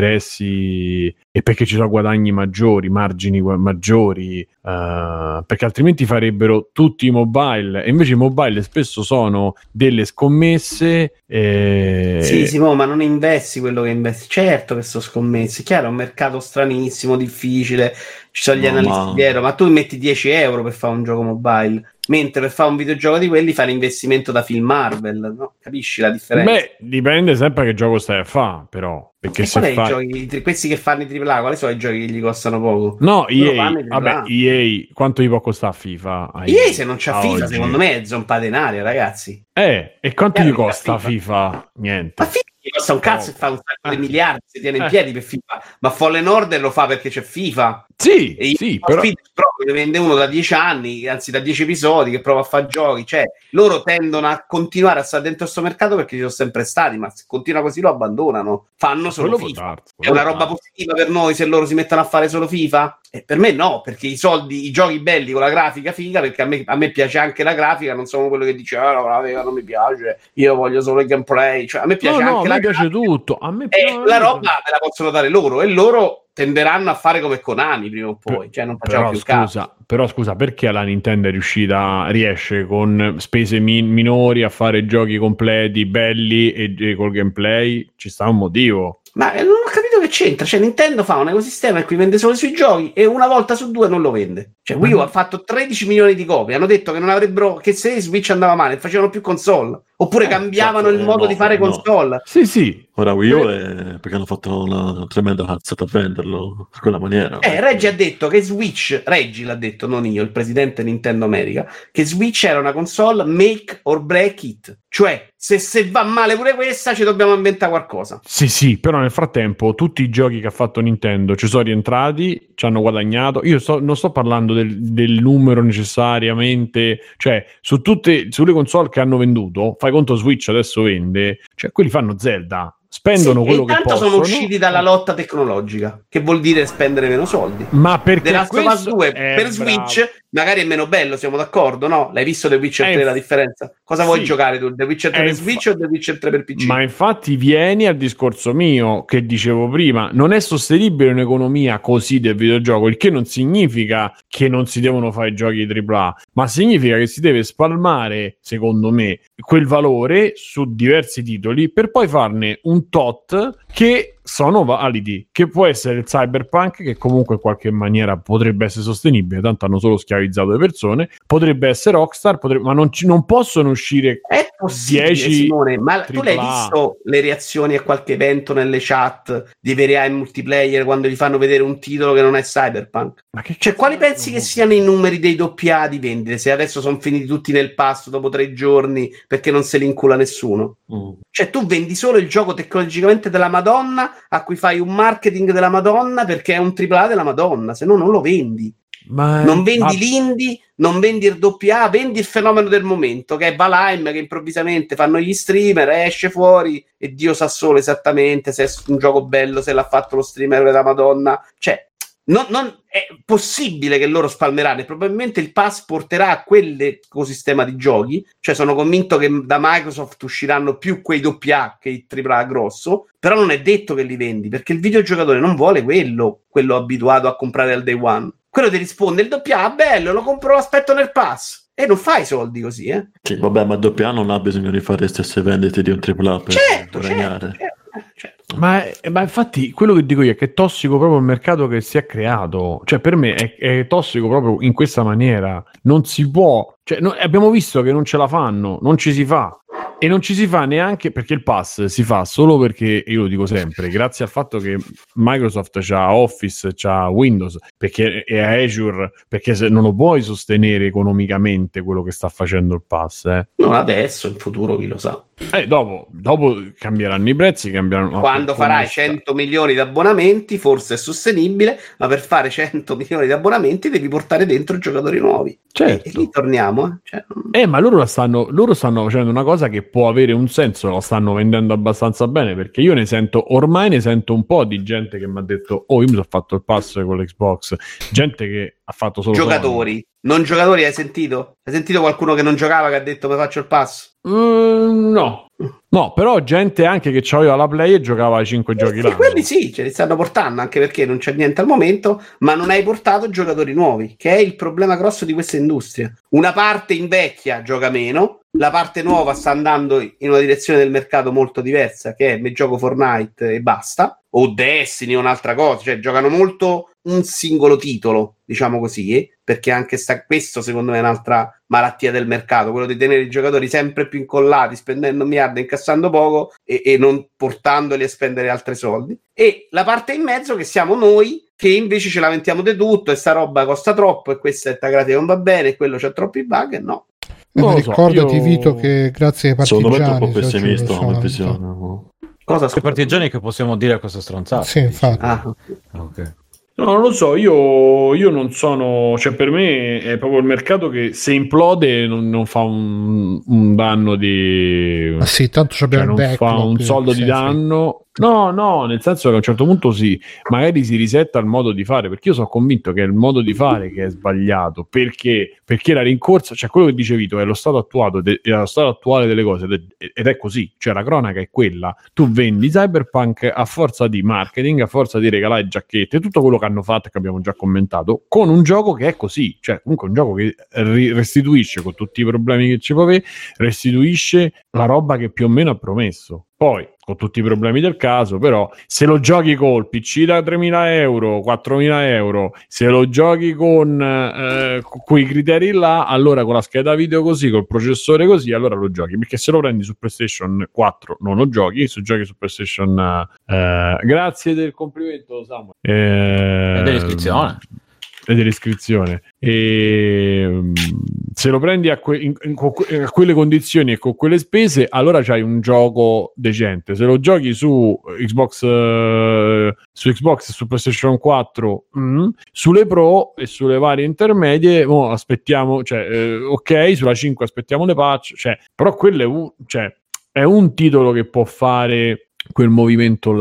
interessi e perché ci sono guadagni maggiori, margini gua- maggiori, eh, perché altrimenti farebbero tutti i mobile, e invece i mobile spesso sono delle scommesse. eh,
Sì, Simo, ma non investi quello che investi. Certo che sono scommesse. Chiaro, è un mercato stranissimo, difficile. Ci sono gli
No,
analisti
ma-
dietro, ma tu metti dieci euro per fare un gioco mobile, mentre per fare un videogioco di quelli fai l'investimento da film Marvel, no? Capisci la differenza?
Beh, dipende sempre che gioco stai a fare, però. Perché
E
se
qual è i
fai...
giochi, i tri- questi che fanno i tripla A, quali sono i giochi che gli costano poco?
No,
Loro
E A,
fanno i tripla A.
vabbè, E A, quanto gli può costare FIFA? a
E A se non c'ha
a
FIFA,
oggi?
secondo me è zompata in aria, ragazzi.
Eh, e quanto
Chiaro
gli
che
costa
FIFA.
FIFA? Niente.
Ma FIFA gli costa un cazzo e fa un sacco di miliardi, si tiene in piedi per FIFA. Ma Fallen Order lo fa perché c'è FIFA.
Sì,
E io
sì, però...
proprio ne vende uno da dieci anni, anzi da dieci episodi, che prova a fare giochi. Cioè, loro tendono a continuare a stare dentro questo mercato perché ci sono sempre stati, ma se continua così lo abbandonano. Fanno solo
Quello può
FIFA.
darsi,
È
quello
una
può
roba
darsi.
positiva per noi se loro si mettono a fare solo FIFA? E per me no, perché i soldi, i giochi belli con la grafica figa, perché a me, a me piace anche la grafica, non sono quello che dice ah, no, la grafica non mi piace, io voglio solo il gameplay. Cioè, a me piace
No, no,
anche
a
la
me piace
grafica.
tutto. A me
E
no,
la
no,
roba me la possono dare loro e loro tenderanno a fare come Konami prima o poi, cioè non facciamo
Però
più caso.
scusa, però scusa, perché la Nintendo è riuscita, riesce con spese min- minori a fare giochi completi, belli e, e col gameplay? Ci sta un motivo.
Ma non ho capito che c'entra, cioè Nintendo fa un ecosistema in cui vende solo sui giochi e una volta su due non lo vende. Cioè Wii U ha fatto tredici milioni di copie, hanno detto che non avrebbero, che se Switch andava male facevano più console, oppure
Eh,
cambiavano
certo,
il modo
eh,
di
no,
fare
no.
console.
Sì, sì.
Ora Wii U è perché hanno fatto una tremenda cazzata a venderlo in quella maniera.
Eh, Reggie ha detto che Switch, Reggie l'ha detto, non io, il presidente Nintendo America, che Switch era una console make or break it. Cioè, se, se va male pure questa, ci dobbiamo inventare qualcosa.
Sì, sì, però nel frattempo tutti i giochi che ha fatto Nintendo ci sono rientrati, ci hanno guadagnato. Io sto- non sto parlando del, del numero necessariamente, cioè su tutte sulle console che hanno venduto, fai conto Switch adesso vende, cioè quelli fanno Zelda, spendono
Sì,
quello
e
che
intanto
possono.
sono usciti dalla lotta tecnologica, che vuol dire spendere meno soldi.
Ma perché
The Last of Us
questo
due
è
per
bravo.
Switch magari è meno bello, siamo d'accordo, no? L'hai visto The Witcher tre,
Eh,
la differenza? Cosa
sì.
vuoi giocare tu? The Witcher tre
Eh,
per
infa-
Switch o The Witcher tre per P C?
Ma infatti vieni al discorso mio che dicevo prima, non è sostenibile un'economia così del videogioco, il che non significa che non si devono fare giochi tripla A, ma significa che si deve spalmare, secondo me, quel valore su diversi titoli per poi farne un tot che sono validi, che può essere il Cyberpunk, che comunque in qualche maniera potrebbe essere sostenibile, tanto hanno solo schiavizzato le persone, potrebbe essere Rockstar, potrebbe, ma non, ci, non possono uscire
È possibile,
dieci
Simone, ma tu l'hai
tripla A.
visto le reazioni a qualche evento nelle chat di Veria in multiplayer quando gli fanno vedere un titolo che non è Cyberpunk?
Ma che
Cioè,
cazzo
quali
è?
pensi che siano i numeri dei doppia A di vendite se adesso sono finiti tutti nel passo dopo tre giorni perché non se li incula nessuno?
Mm.
Cioè, tu vendi solo il gioco tecnologicamente della Madonna, a cui fai un marketing della Madonna perché è un tripla A della Madonna, se no non lo vendi.
Ma
Non vendi
ma-
l'indie, non vendi il doppia A, vendi il fenomeno del momento, che è Valheim, che improvvisamente fanno gli streamer, esce fuori e Dio sa solo esattamente se è un gioco bello, se l'ha fatto lo streamer della Madonna. Cioè, non, non è possibile che loro spalmeranno, e probabilmente il pass porterà a quell'ecosistema di giochi. Cioè, sono convinto che da Microsoft usciranno più quei doppia A che il tripla A grosso, però non è detto che li vendi, perché il videogiocatore non vuole quello, quello abituato a comprare al day one. Quello ti risponde il doppia A, bello, lo compro, lo aspetto nel pass. E non fai soldi così, eh?
Sì, vabbè, ma doppia A non ha bisogno di fare le stesse vendite di un tripla A per
Certo,
guadagnare.
certo, certo, certo.
Ma, ma infatti quello che dico io è che è tossico proprio il mercato che si è creato, cioè per me è, è tossico proprio in questa maniera, non si può, cioè, no, abbiamo visto che non ce la fanno, non ci si fa. E non ci si fa neanche perché il pass si fa solo perché, io lo dico sempre, grazie al fatto che Microsoft c'ha Office, c'ha Windows, perché è Azure, perché se non lo puoi sostenere economicamente quello che sta facendo il pass, eh.
Non adesso, in futuro chi lo sa.
Eh, dopo, dopo cambieranno i prezzi, cambieranno.
Quando farai cento milioni di abbonamenti, forse è sostenibile, ma per fare cento milioni di abbonamenti devi portare dentro giocatori nuovi.
Certo.
E, e lì torniamo. Eh. Cioè, non...
Eh, ma loro la stanno, loro stanno facendo una cosa che può avere un senso, la stanno vendendo abbastanza bene, perché io ne sento, ormai ne sento un po' di gente che mi ha detto, oh, io mi sono fatto il pass con l'Xbox, gente che ha fatto solo
giocatori,
Sony.
non giocatori, hai sentito? Hai sentito qualcuno che non giocava che ha detto mi faccio il pass?
Mm, no. No, però gente anche che c'aveva la Play e giocava ai cinque giochi
Sì,
l'anno.
quelli sì, ce li stanno portando, anche perché non c'è niente al momento, ma non hai portato giocatori nuovi, che è il problema grosso di questa industria. Una parte invecchia, gioca meno, la parte nuova sta andando in una direzione del mercato molto diversa, che è mi gioco Fortnite e basta, o Destiny o un'altra cosa, cioè giocano molto un singolo titolo, diciamo così, eh? Perché anche sta, questo secondo me è un'altra malattia del mercato, quello di tenere i giocatori sempre più incollati, spendendo miliardi, incassando poco e, e non portandoli a spendere altri soldi. E la parte in mezzo che siamo noi, che invece ce lamentiamo di tutto e sta roba costa troppo e questa è grafica non va bene e quello c'ha troppi bug e no.
Eh, ma
Non lo so,
ricordati
io-
Vito che grazie ai partigiani
Secondo me è troppo
si oggi
pessimista
lo
come
so,
visione.
no?
no?
Cosa
Sui partigiani che possiamo dire a questa stronzata?
Sì, infatti.
Ah,
Ok.
No, non lo so, io, io non sono, cioè per me è proprio il mercato che se implode non, non fa un, un danno di...
Ma sì, tanto
cioè
abbiamo
non
il
fa
backlog,
un soldo
sì,
di
sì.
danno. No, no, nel senso che a un certo punto sì, magari si risetta il modo di fare, perché io sono convinto che è il modo di fare che è sbagliato, perché, perché la rincorsa, cioè quello che dice Vito è lo stato attuato, de- è lo stato attuale delle cose ed è, ed è così, cioè la cronaca è quella, tu vendi Cyberpunk a forza di marketing, a forza di regalare giacchette, tutto quello che hanno fatto e che abbiamo già commentato, con un gioco che è così, cioè comunque un gioco che ri- restituisce con tutti i problemi che ci può avere, restituisce la roba che più o meno ha promesso. Poi, con tutti i problemi del caso, però, se lo giochi col P C da tremila euro, quattromila euro, se lo giochi con eh, quei criteri là, allora con la scheda video così, col processore così, allora lo giochi. Perché se lo prendi su PlayStation quattro non lo giochi, se giochi su PlayStation... Eh, grazie del complimento, Samuel. Eh,
E dell'iscrizione.
E dell'iscrizione. E se lo prendi a, que- in, in, in, a quelle condizioni e con quelle spese, allora c'hai un gioco decente. Se lo giochi su Xbox, uh, su Xbox e su PlayStation quattro, mm, sulle Pro e sulle varie intermedie, oh, aspettiamo, cioè, eh, ok, sulla cinque aspettiamo le patch, cioè, però quello è un, cioè, è un titolo che può fare quel movimento là.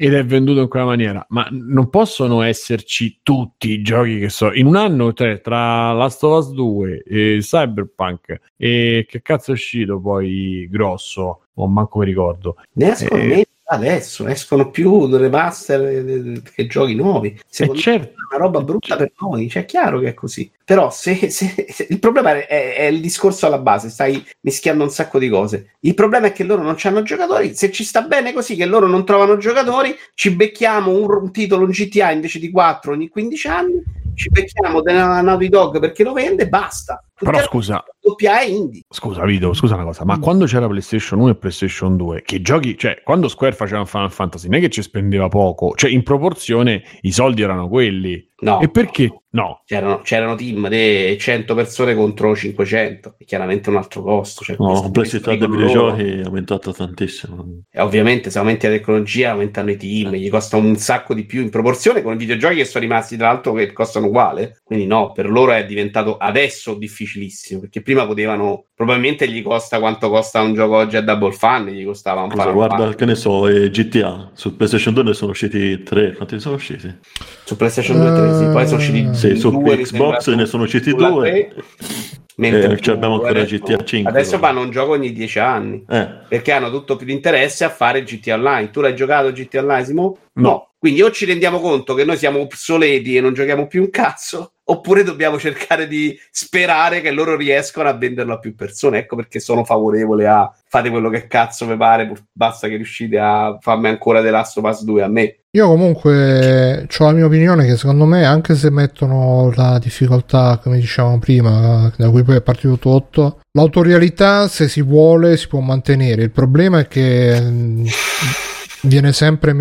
ed è venduto in quella maniera, ma non possono esserci tutti i giochi che so in un anno, cioè, tra Last of Us due e Cyberpunk e che cazzo è uscito poi grosso, o manco mi ricordo,
ne escono
eh,
meno adesso, escono più remaster che giochi nuovi. Secondo
certo,
me è una roba brutta per noi, cioè è chiaro che è così. Però se, se, se il problema è, è il discorso alla base, stai mischiando un sacco di cose. Il problema è che loro non c'hanno giocatori, se ci sta bene così che loro non trovano giocatori, ci becchiamo un, un titolo, un G T A invece di quattro ogni quindici anni, ci becchiamo della Naughty Dog perché lo vende, basta.
però scusa,
doppia indie.
Scusa Vito, scusa una cosa, ma quando c'era PlayStation uno e PlayStation due, che giochi, cioè quando Square faceva Final Fantasy non è che ci spendeva poco, cioè in proporzione i soldi erano quelli.
No.
E perché? No.
C'erano, c'erano team di cento persone contro cinquecento, è chiaramente un altro costo. Cioè,
no, la complessità dei videogiochi è aumentata tantissimo.
E ovviamente se aumenti la tecnologia aumentano i team, gli costano un sacco di più in proporzione con i videogiochi che sono rimasti tra l'altro che costano uguale. Quindi no, per loro è diventato adesso difficilissimo, perché prima potevano, probabilmente gli costa quanto costa un gioco oggi a Double Fun, gli costava un po'.
Guarda,
fan.
Che ne so, e G T A su PlayStation due ne sono usciti tre, quanti ne sono usciti?
Su PlayStation due tre, sì, poi sono usciti
sì, su
due,
Xbox ne sono usciti due.
Mentre
eh, abbiamo ancora
adesso,
G T A cinque.
Adesso fanno un gioco ogni dieci anni
eh.
perché hanno tutto più di interesse a fare G T A Online. Tu l'hai giocato G T A Online, Simo?
No.
no. Quindi o ci rendiamo conto che noi siamo obsoleti e non giochiamo più un cazzo, oppure dobbiamo cercare di sperare che loro riescano a venderlo a più persone. Ecco perché sono favorevole a fate quello che cazzo vi pare, basta che riuscite a farmi ancora The Last of Us due a me.
Io comunque ho la mia opinione che secondo me, anche se mettono la difficoltà, come dicevamo prima, da cui poi è partito tutto, l'autorialità, se si vuole, si può mantenere. Il problema è che mh, viene sempre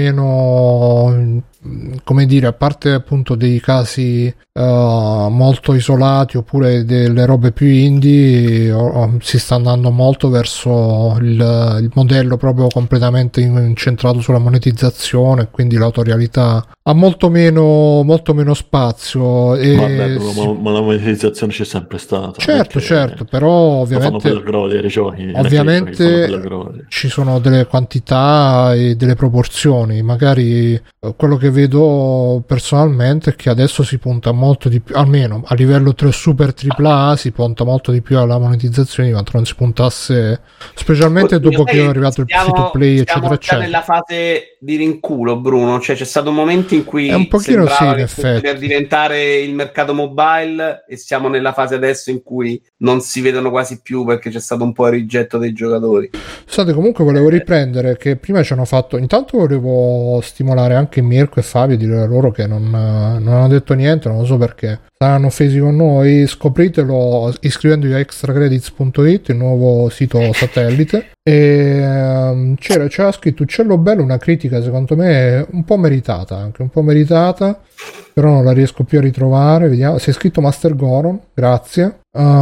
meno, come dire, a parte appunto dei casi uh, molto isolati oppure delle robe più indie, o, o, si sta andando molto verso il, il modello proprio completamente incentrato sulla monetizzazione, quindi l'autorialità ha molto meno molto meno spazio e
Vabbè,
si...
ma, ma la monetizzazione c'è sempre stata,
certo certo, però ovviamente
gloria, giochi,
ovviamente ci sono delle quantità e delle proporzioni. Magari quello che vedo personalmente è che adesso si punta molto di più, almeno a livello tre super tripla A si punta molto di più alla monetizzazione, ma non si puntasse, specialmente
Oddio,
dopo che è arrivato
stiamo,
il free to play eccetera eccetera.
Nella fase di rinculo, Bruno, cioè c'è stato un momento in cui
è un pochino sì, in
effetti, per diventare il mercato mobile, e siamo nella fase adesso in cui non si vedono quasi più perché c'è stato un po' il rigetto dei giocatori.
Scusate, comunque volevo riprendere che prima ci hanno fatto, intanto volevo stimolare anche Mirko e Fabio, dire loro che non, non hanno detto niente, non lo so perché saranno offesi con noi. Scopritelo iscrivendovi a extracredits punto it, il nuovo sito satellite, e um, c'era, c'era scritto Uccello Bello, una critica secondo me un po' meritata, anche un po' meritata, però non la riesco più a ritrovare. Vediamo, si è scritto Master Goron, grazie.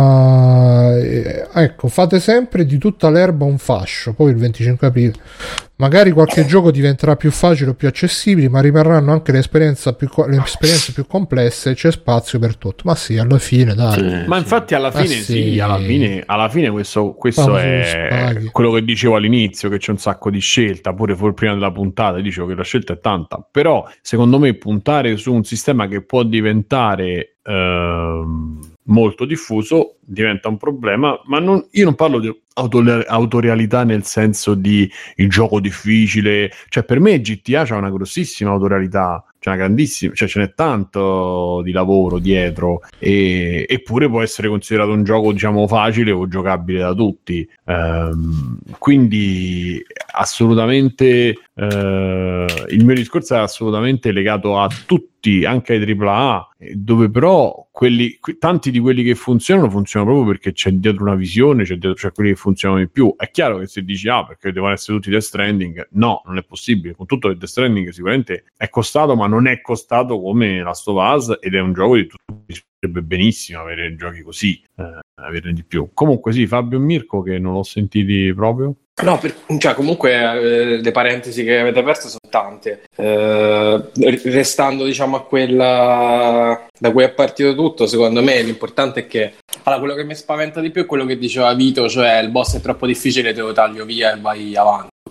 Uh, ecco, fate sempre di tutta l'erba un fascio. Poi il venticinque aprile magari qualche gioco diventerà più facile o più accessibile, ma rimarranno anche le esperienze più, le esperienze più complesse e c'è spazio per tutto. Ma sì, alla fine dai,
sì,
ma
sì.
infatti alla fine
ah,
sì, sì alla fine, alla fine questo, questo
Vamos
è quello che dicevo all'inizio, che c'è un sacco di scelta. Pure prima della puntata dicevo che la scelta è tanta, però secondo me puntare su un sistema che può diventare ehm, molto diffuso diventa un problema. Ma non, io non parlo di autor- autorialità nel senso di il gioco difficile, cioè per me G T A c'ha una grossissima autorialità, c'è una grandissima, cioè ce n'è tanto di lavoro dietro, e, eppure può essere considerato un gioco diciamo facile o giocabile da tutti, ehm, quindi assolutamente eh, il mio discorso è assolutamente legato a tutti, anche ai tripla A, dove però quelli, tanti di quelli che funzionano funzionano proprio perché c'è dietro una visione, c'è dietro, c'è quelli che funzionano di più. È chiaro che se dici ah perché devono essere tutti Death Stranding, no, non è possibile. Con tutto che Death Stranding sicuramente è costato, ma non è costato come Last of Us, ed è un gioco di tutti, sarebbe benissimo avere giochi così, eh, averne di più. Comunque sì, Fabio e Mirko, che non l'ho sentiti proprio.
No, per, cioè comunque eh, le parentesi che avete aperto sono tante. Eh, restando diciamo a quella da cui è partito tutto, secondo me l'importante è che allora, quello che mi spaventa di più è quello che diceva Vito, cioè il boss è troppo difficile, te lo taglio via e vai avanti, ok?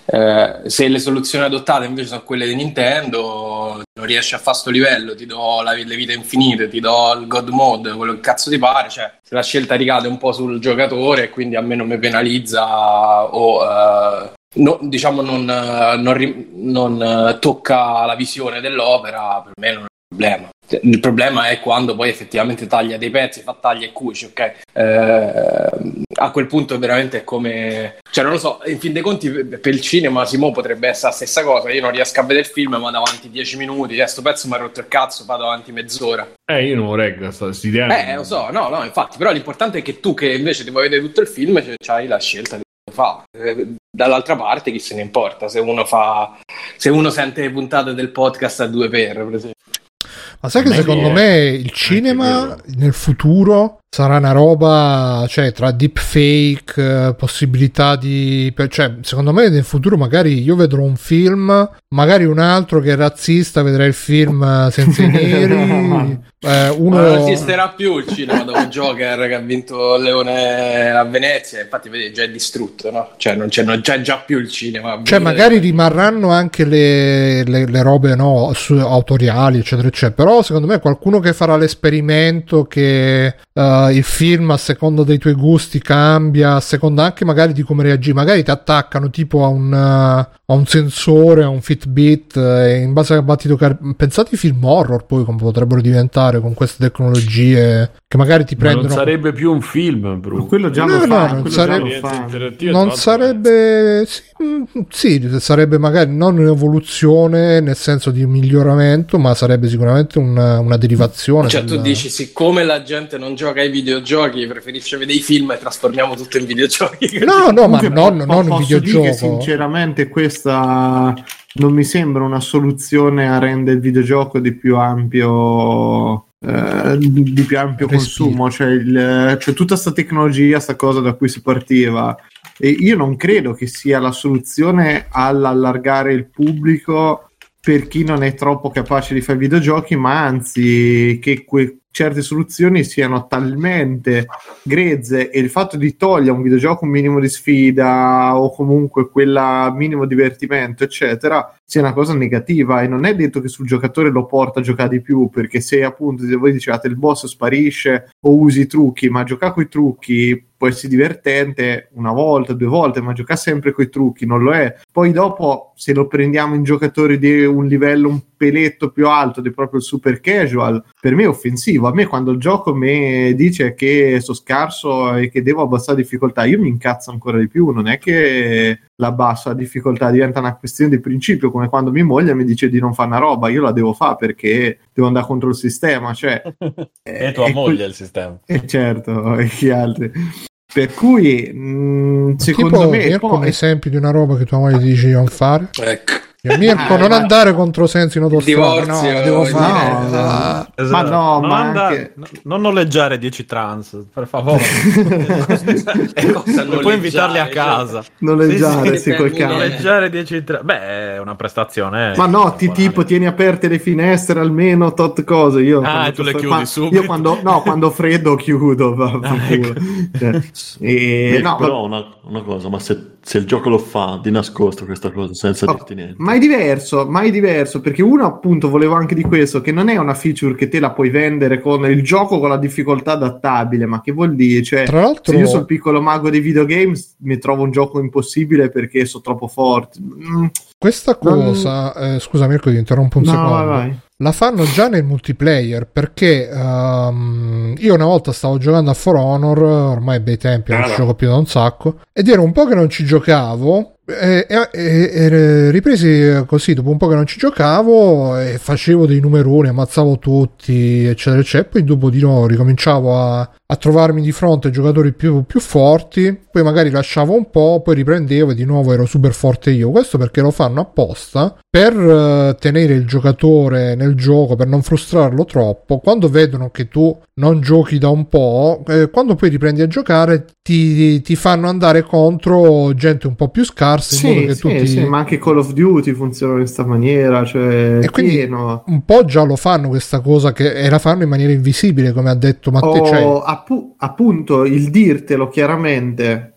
Eh, se le soluzioni adottate invece sono quelle di Nintendo, non riesci a fare sto livello, ti do la, le vite infinite, ti do il God Mode, quello che cazzo ti pare, cioè se la scelta ricade un po' sul giocatore e quindi a me non mi penalizza o eh, no, diciamo non, non, non tocca la visione dell'opera, per me non è un problema. Il problema è quando poi effettivamente taglia dei pezzi, fa taglia e cuci, ok? Eh, a quel punto veramente è come... Cioè non lo so, in fin dei conti per il cinema Simo potrebbe essere la stessa cosa, io non riesco a vedere il film ma davanti dieci minuti, eh, sto pezzo mi ha rotto il cazzo, vado avanti mezz'ora.
Eh, io non lo reggo questa idea.
Eh, lo so, no, no, infatti, però l'importante è che tu che invece ti vuoi vedere tutto il film, cioè, c'hai la scelta di fa. Dall'altra parte chi se ne importa se uno fa... Se uno sente puntate del podcast a due per, per esempio.
Ma sai che secondo
è...
me il cinema nel futuro sarà una roba, cioè tra deepfake, possibilità di... Cioè, secondo me nel futuro magari io vedrò un film, magari un altro che è razzista vedrà il film senza i neri. eh, uno...
Ma non esisterà più il cinema dopo Joker che ha vinto il Leone a Venezia, infatti vedi, già è distrutto, no? Cioè non c'è, non c'è già più il cinema.
Cioè magari rimarranno anche le, le, le robe no, su, autoriali, eccetera, eccetera. Però secondo me qualcuno che farà l'esperimento che... Uh, il film a seconda dei tuoi gusti cambia, a seconda anche magari di come reagì, magari ti attaccano tipo a un, uh, a un sensore, a un Fitbit e in base al battito car- pensate ai film horror poi come potrebbero diventare con queste tecnologie che magari ti prendono.
Ma non sarebbe più un film, bro.
Quello già
no,
lo
no,
fa,
non
quello
sarebbe,
già lo fa.
non sarebbe sì, sì, sarebbe magari non un'evoluzione nel senso di un miglioramento, ma sarebbe sicuramente una, una derivazione.
Cioè
del...
tu dici siccome la gente non gioca ai videogiochi preferisce vedere i film e trasformiamo tutto in videogiochi.
No, no, ma
Comunque,
non,
po-
non un
posso
videogioco.
dire che sinceramente questa non mi sembra una soluzione a rendere il videogioco di più ampio eh, di più ampio
Respiro.
consumo, cioè, il, cioè tutta sta tecnologia, sta cosa da cui si partiva, e io non credo che sia la soluzione all'allargare il pubblico per chi non è troppo capace di fare videogiochi, ma anzi che que- certe soluzioni siano talmente grezze e il fatto di togliere a un videogioco un minimo di sfida o comunque quella minimo divertimento eccetera sia una cosa negativa, e non è detto che sul giocatore lo porta a giocare di più, perché se appunto voi dicevate il boss sparisce o usi i trucchi, ma giocare con i trucchi può essere divertente una volta, due volte, ma giocare sempre con i trucchi non lo è. Poi dopo se lo prendiamo in giocatori di un livello un peletto più alto, di proprio il super casual, per me è offensivo. A me quando il gioco mi dice che sono scarso e che devo abbassare difficoltà, io mi incazzo ancora di più, non è che l'abbasso la difficoltà, diventa una questione di principio, come quando mia moglie mi dice di non fare una roba, io la devo fare perché devo andare contro il sistema, cioè
e tua moglie que- il sistema,
e certo, e chi altri. Per cui mh, secondo
tipo,
me
Mirko,
poi...
un esempio di una roba che tua moglie ti dice di non fare.
Ecco.
Mirko,
Ah,
non
ma...
andare contro sensi in autostrada, no,
divorzio,
devo fare.
no, no.
esatto.
Ma no,
non
ma
andare,
anche...
no, non noleggiare dieci trans, per favore.
E cosa
Non puoi invitarli a casa.
Noleggiare, sì,
sì,
col
sì,
cazzo.
Noleggiare dieci trans. Beh, è una prestazione.
Ma no, ti tipo tieni aperte le finestre almeno tot cose. Io
Ah, e tu le
fa-
chiudi
qua-
subito.
Io quando no, quando freddo chiudo. Va, va
Ah, ecco.
cioè, e, no,
però una, una cosa, ma se, se il gioco lo fa di nascosto questa cosa senza
Oh,
dirti niente,
ma è diverso, ma è diverso, perché uno appunto volevo anche di questo, che non è una feature che te la puoi vendere con il gioco con la difficoltà adattabile, ma che vuol dire? Cioè,
Tra l'altro,
se io sono il piccolo mago dei videogames mi trovo un gioco impossibile perché sono troppo forte. Mm,
questa cosa, eh, scusa Mirko, ti interrompo un
no,
secondo.
vai, vai.
La fanno già nel multiplayer, perché um, io una volta stavo giocando a For Honor, ormai bei tempi, non ci gioco più da un sacco, ed era un po' che non ci giocavo, e, e, e, e ripresi così, dopo un po' che non ci giocavo, e facevo dei numeroni, ammazzavo tutti, eccetera, eccetera, poi dopo di nuovo ricominciavo a, a trovarmi di fronte ai giocatori più, più forti, poi magari lasciavo un po', poi riprendevo e di nuovo ero super forte io. Questo perché lo fanno apposta per uh, tenere il giocatore nel gioco, per non frustrarlo troppo. Quando vedono che tu non giochi da un po', eh, quando poi riprendi a giocare ti, ti fanno andare contro gente un po' più scarsa, in
Sì,
modo che
sì,
tu ti...
sì, ma anche Call of Duty funziona in questa maniera, cioè
E quindi
pieno.
un po' già lo fanno questa cosa, che e la fanno in maniera invisibile, come ha detto Matteo.
O
Cioè,
appu- appunto il dirtelo chiaramente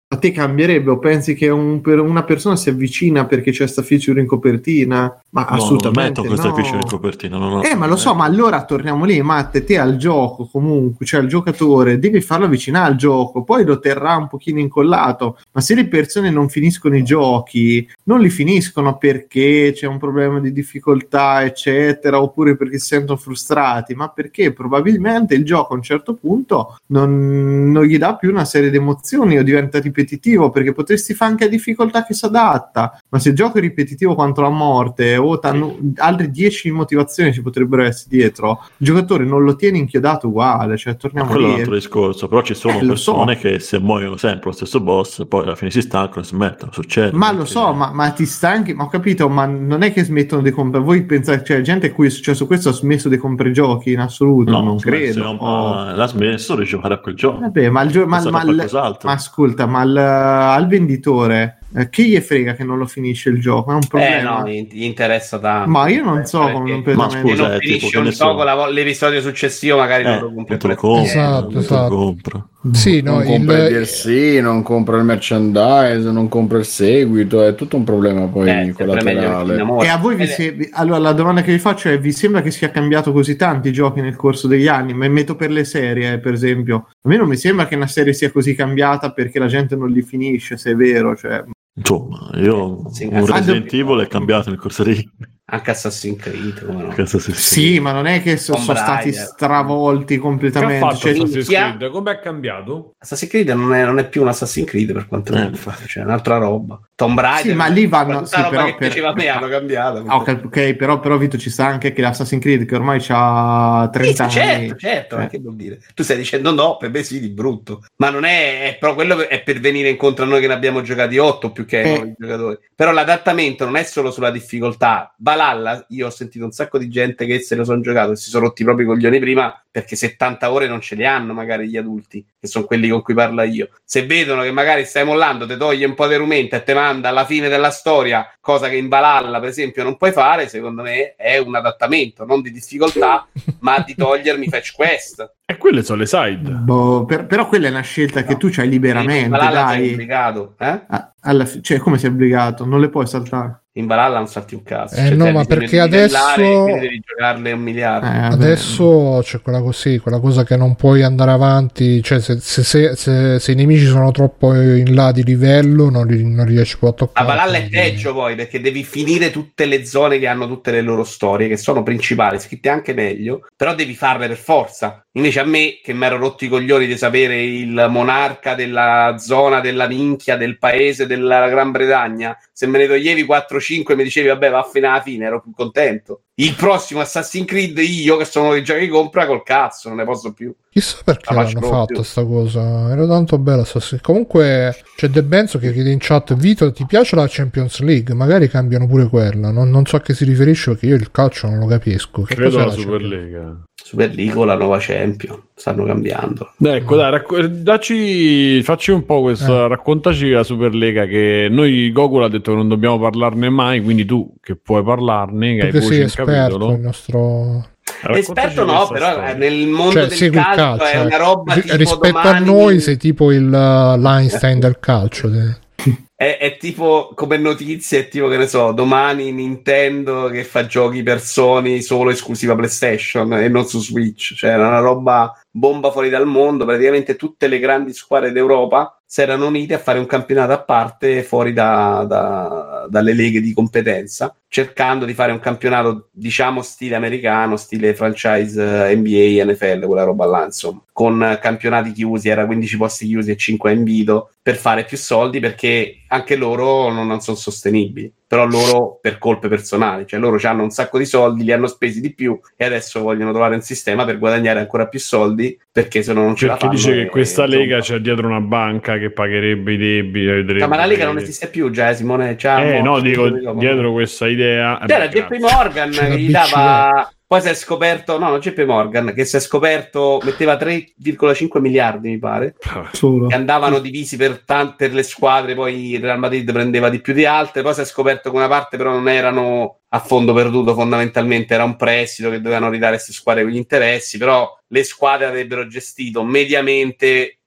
A te cambierebbe o pensi che un, per una persona si avvicina perché c'è sta feature in copertina? Ma
No,
assolutamente
non metto questa
no.
feature in copertina. Non ho,
Eh, ma lo so, ma allora torniamo lì, Matte, te al gioco comunque, cioè al giocatore, devi farlo avvicinare al gioco, poi lo terrà un pochino incollato, ma se le persone non finiscono i giochi, non li finiscono perché c'è un problema di difficoltà, eccetera, oppure perché si sentono frustrati, ma perché probabilmente il gioco a un certo punto non, non gli dà più una serie di emozioni o diventa ripetitivo, perché potresti fare anche a difficoltà che si adatta, ma se il gioco è ripetitivo quanto la morte o t'hanno, altre dieci motivazioni ci potrebbero essere dietro, il giocatore non lo tiene inchiodato uguale, cioè torniamo
quello è un
lì.
altro discorso, però ci sono
Eh, lo so.
persone che se muoiono sempre lo stesso boss poi alla fine si stancano e smettono, succede.
Ma lo
perché-
so, ma, ma ti stanchi, ma ho capito, ma non è che smettono di comprare, voi pensate, cioè gente a cui è successo questo ha smesso di comprare giochi in assoluto?
No,
non
smesso,
credo.
no,
Oh.
ma l'ha smesso di giocare a quel gioco.
Vabbè, ma, il gio- ma,
Pensa
ma,
a qualcos'altro.
ma ascolta, ma al, al venditore eh, che gli frega che non lo finisce il gioco? È un
Eh
problema.
no, gli gli interessa tanto.
Ma io non so
Perché
come
Ma
completamente.
se
scusa,
non
eh,
finisci
tipo, che
un
ne so.
gioco la vo- l'episodio successivo magari non lo
Eh,
compri a
non te lo
prezzo
compro,
pieno.
Esatto,
non te lo
esatto.
compro.
Sì, no,
non compra il D L
il,
C, non compra il merchandise, non compra il seguito, è tutto un problema poi
Eh, sempre meglio che ti
collaterale.
innamori.
E a voi vi
Eh,
se... allora la domanda che vi faccio è: vi sembra che sia cambiato così tanti giochi nel corso degli anni? Ma metto per le serie, eh, per esempio. A me non mi sembra che una serie sia così cambiata perché la gente non li finisce, se è vero. Cioè...
Insomma, io
Sì,
un
ah,
Resident
do-
Evil è cambiato nel corso degli
anche Assassin's Creed, come no?
Cazzo si-
Sì, ma non è che so-
Tomb
sono stati
Raider.
stravolti
Che ha
completamente.
fatto
Cioè,
Assassin's
minchia.
Creed? Com'è cambiato?
Assassin's Creed non è, non è più un Assassin's Creed per quanto mi
Eh,
riguarda, cioè è un'altra roba. Tomb Raider,
Sì, ma lì vanno-
tutta
sì,
roba
però
che
per-
piaceva a me hanno cambiato.
Ah, ok, ok, però, però Vito ci sta anche che l'Assassin's Creed che ormai ha trenta
Sì, sì,
anni.
certo, certo,
Eh.
ma che vuol dire? Tu stai dicendo no, per me sì, di brutto. Ma non è, è però quello è per venire incontro a noi che ne abbiamo giocati otto più che ai
Eh.
nuovi giocatori. Però l'adattamento non è solo sulla difficoltà. Valhalla, io ho sentito un sacco di gente che se lo sono giocato e si sono rotti proprio i coglioni prima perché settanta ore non ce le hanno magari gli adulti, che sono quelli con cui parlo io. Se vedono che magari stai mollando, ti toglie un po' di rumenta e te manda alla fine della storia, cosa che in Valhalla per esempio non puoi fare, secondo me è un adattamento, non di difficoltà, ma di togliermi fetch quest.
E quelle sono le side.
Boh, per- però quella è una scelta che tu c'hai
In
liberamente,
Valhalla sei
dai.
obbligato, eh?
Ah, alla fi- cioè, come sei obbligato? Non le puoi saltare.
In Valhalla non salti un cazzo.
Eh,
Cioè,
no,
te
ma
bisogna
perché
livellare,
adesso-
quindi devi giocarle un miliardo.
Eh, vabbè.
Adesso c'è quella così, quella cosa che non puoi andare avanti, cioè se, se, se, se- se i nemici sono troppo in là di livello non, ri- non riesci più a
A
toccare.
Valhalla è peggio poi perché devi finire tutte le zone che hanno tutte le loro storie, che sono principali, scritte anche meglio, però devi farle per forza. Invece a me, che mi ero rotto i coglioni di sapere il monarca della zona, della minchia, del paese, della Gran Bretagna, se me ne toglievi quattro cinque e mi dicevi vabbè va fino alla fine, ero più contento. Il prossimo Assassin's Creed io, che sono uno dei giochi che compra, col cazzo, non ne posso più.
Chissà perché
La
l'hanno
faccio
fatta
proprio.
sta cosa, era tanto bella sta- comunque c'è De Benzo che chiede in chat: Vito, ti piace la Champions League? Magari cambiano pure quella, non, non so a che si riferisce perché io il calcio non lo capisco. Che
Credo
cos'è
la
la Champions?
Superlega.
Super League o la nuova Champion, stanno cambiando.
Ecco, dai, racco- dacci, facci un po' questa,
Eh.
raccontaci la Superlega, che noi Gokul ha detto che non dobbiamo parlarne mai, quindi tu che puoi parlarne, che
Tu
hai
che
voce
sei
in
esperto,
capitolo.
il nostro...
Raccontaci
Esperto no,
questa
però
storia.
eh, nel mondo
Cioè,
del
segui il
calcio,
calcio,
è una
eh.
roba
Ri-
tipo
rispetto
domani...
a noi sei tipo il uh, l'Einstein del calcio. de-
È, è tipo come notizie, è tipo che ne so, domani Nintendo che fa giochi per Sony solo esclusiva PlayStation e non su Switch, cioè era una roba bomba fuori dal mondo. Praticamente tutte le grandi squadre d'Europa si erano unite a fare un campionato a parte fuori da, da- dalle leghe di competenza, cercando di fare un campionato diciamo stile americano, stile franchise eh, N B A, N F L, quella roba là, insomma, con eh, campionati chiusi, era quindici posti chiusi e cinque a invito, per fare più soldi, perché anche loro non, non sono sostenibili, però loro per colpe personali, cioè loro hanno un sacco di soldi, li hanno spesi di più e adesso vogliono trovare un sistema per guadagnare ancora più soldi, perché se no non ce la
Perché
fanno.
dice che
e-
questa
insomma.
Lega c'è dietro una banca che pagherebbe i debiti. vedrebbe-
No, ma la Lega non esiste più già, eh, Simone. C'ha
Eh
mo-
no, dico,
dopo.
dietro questa idea... eh,
C'era
beh,
J P
grazie.
Morgan
C'era
che gli
B C E.
dava. Poi si è scoperto, no, non J P Morgan, che si è scoperto, metteva tre virgola cinque miliardi, mi pare,
Solo.
che andavano divisi per tante le squadre, poi il Real Madrid prendeva di più di altre, poi si è scoperto che una parte però non erano a fondo perduto, fondamentalmente era un prestito che dovevano ridare a queste squadre con gli interessi, però le squadre avrebbero gestito mediamente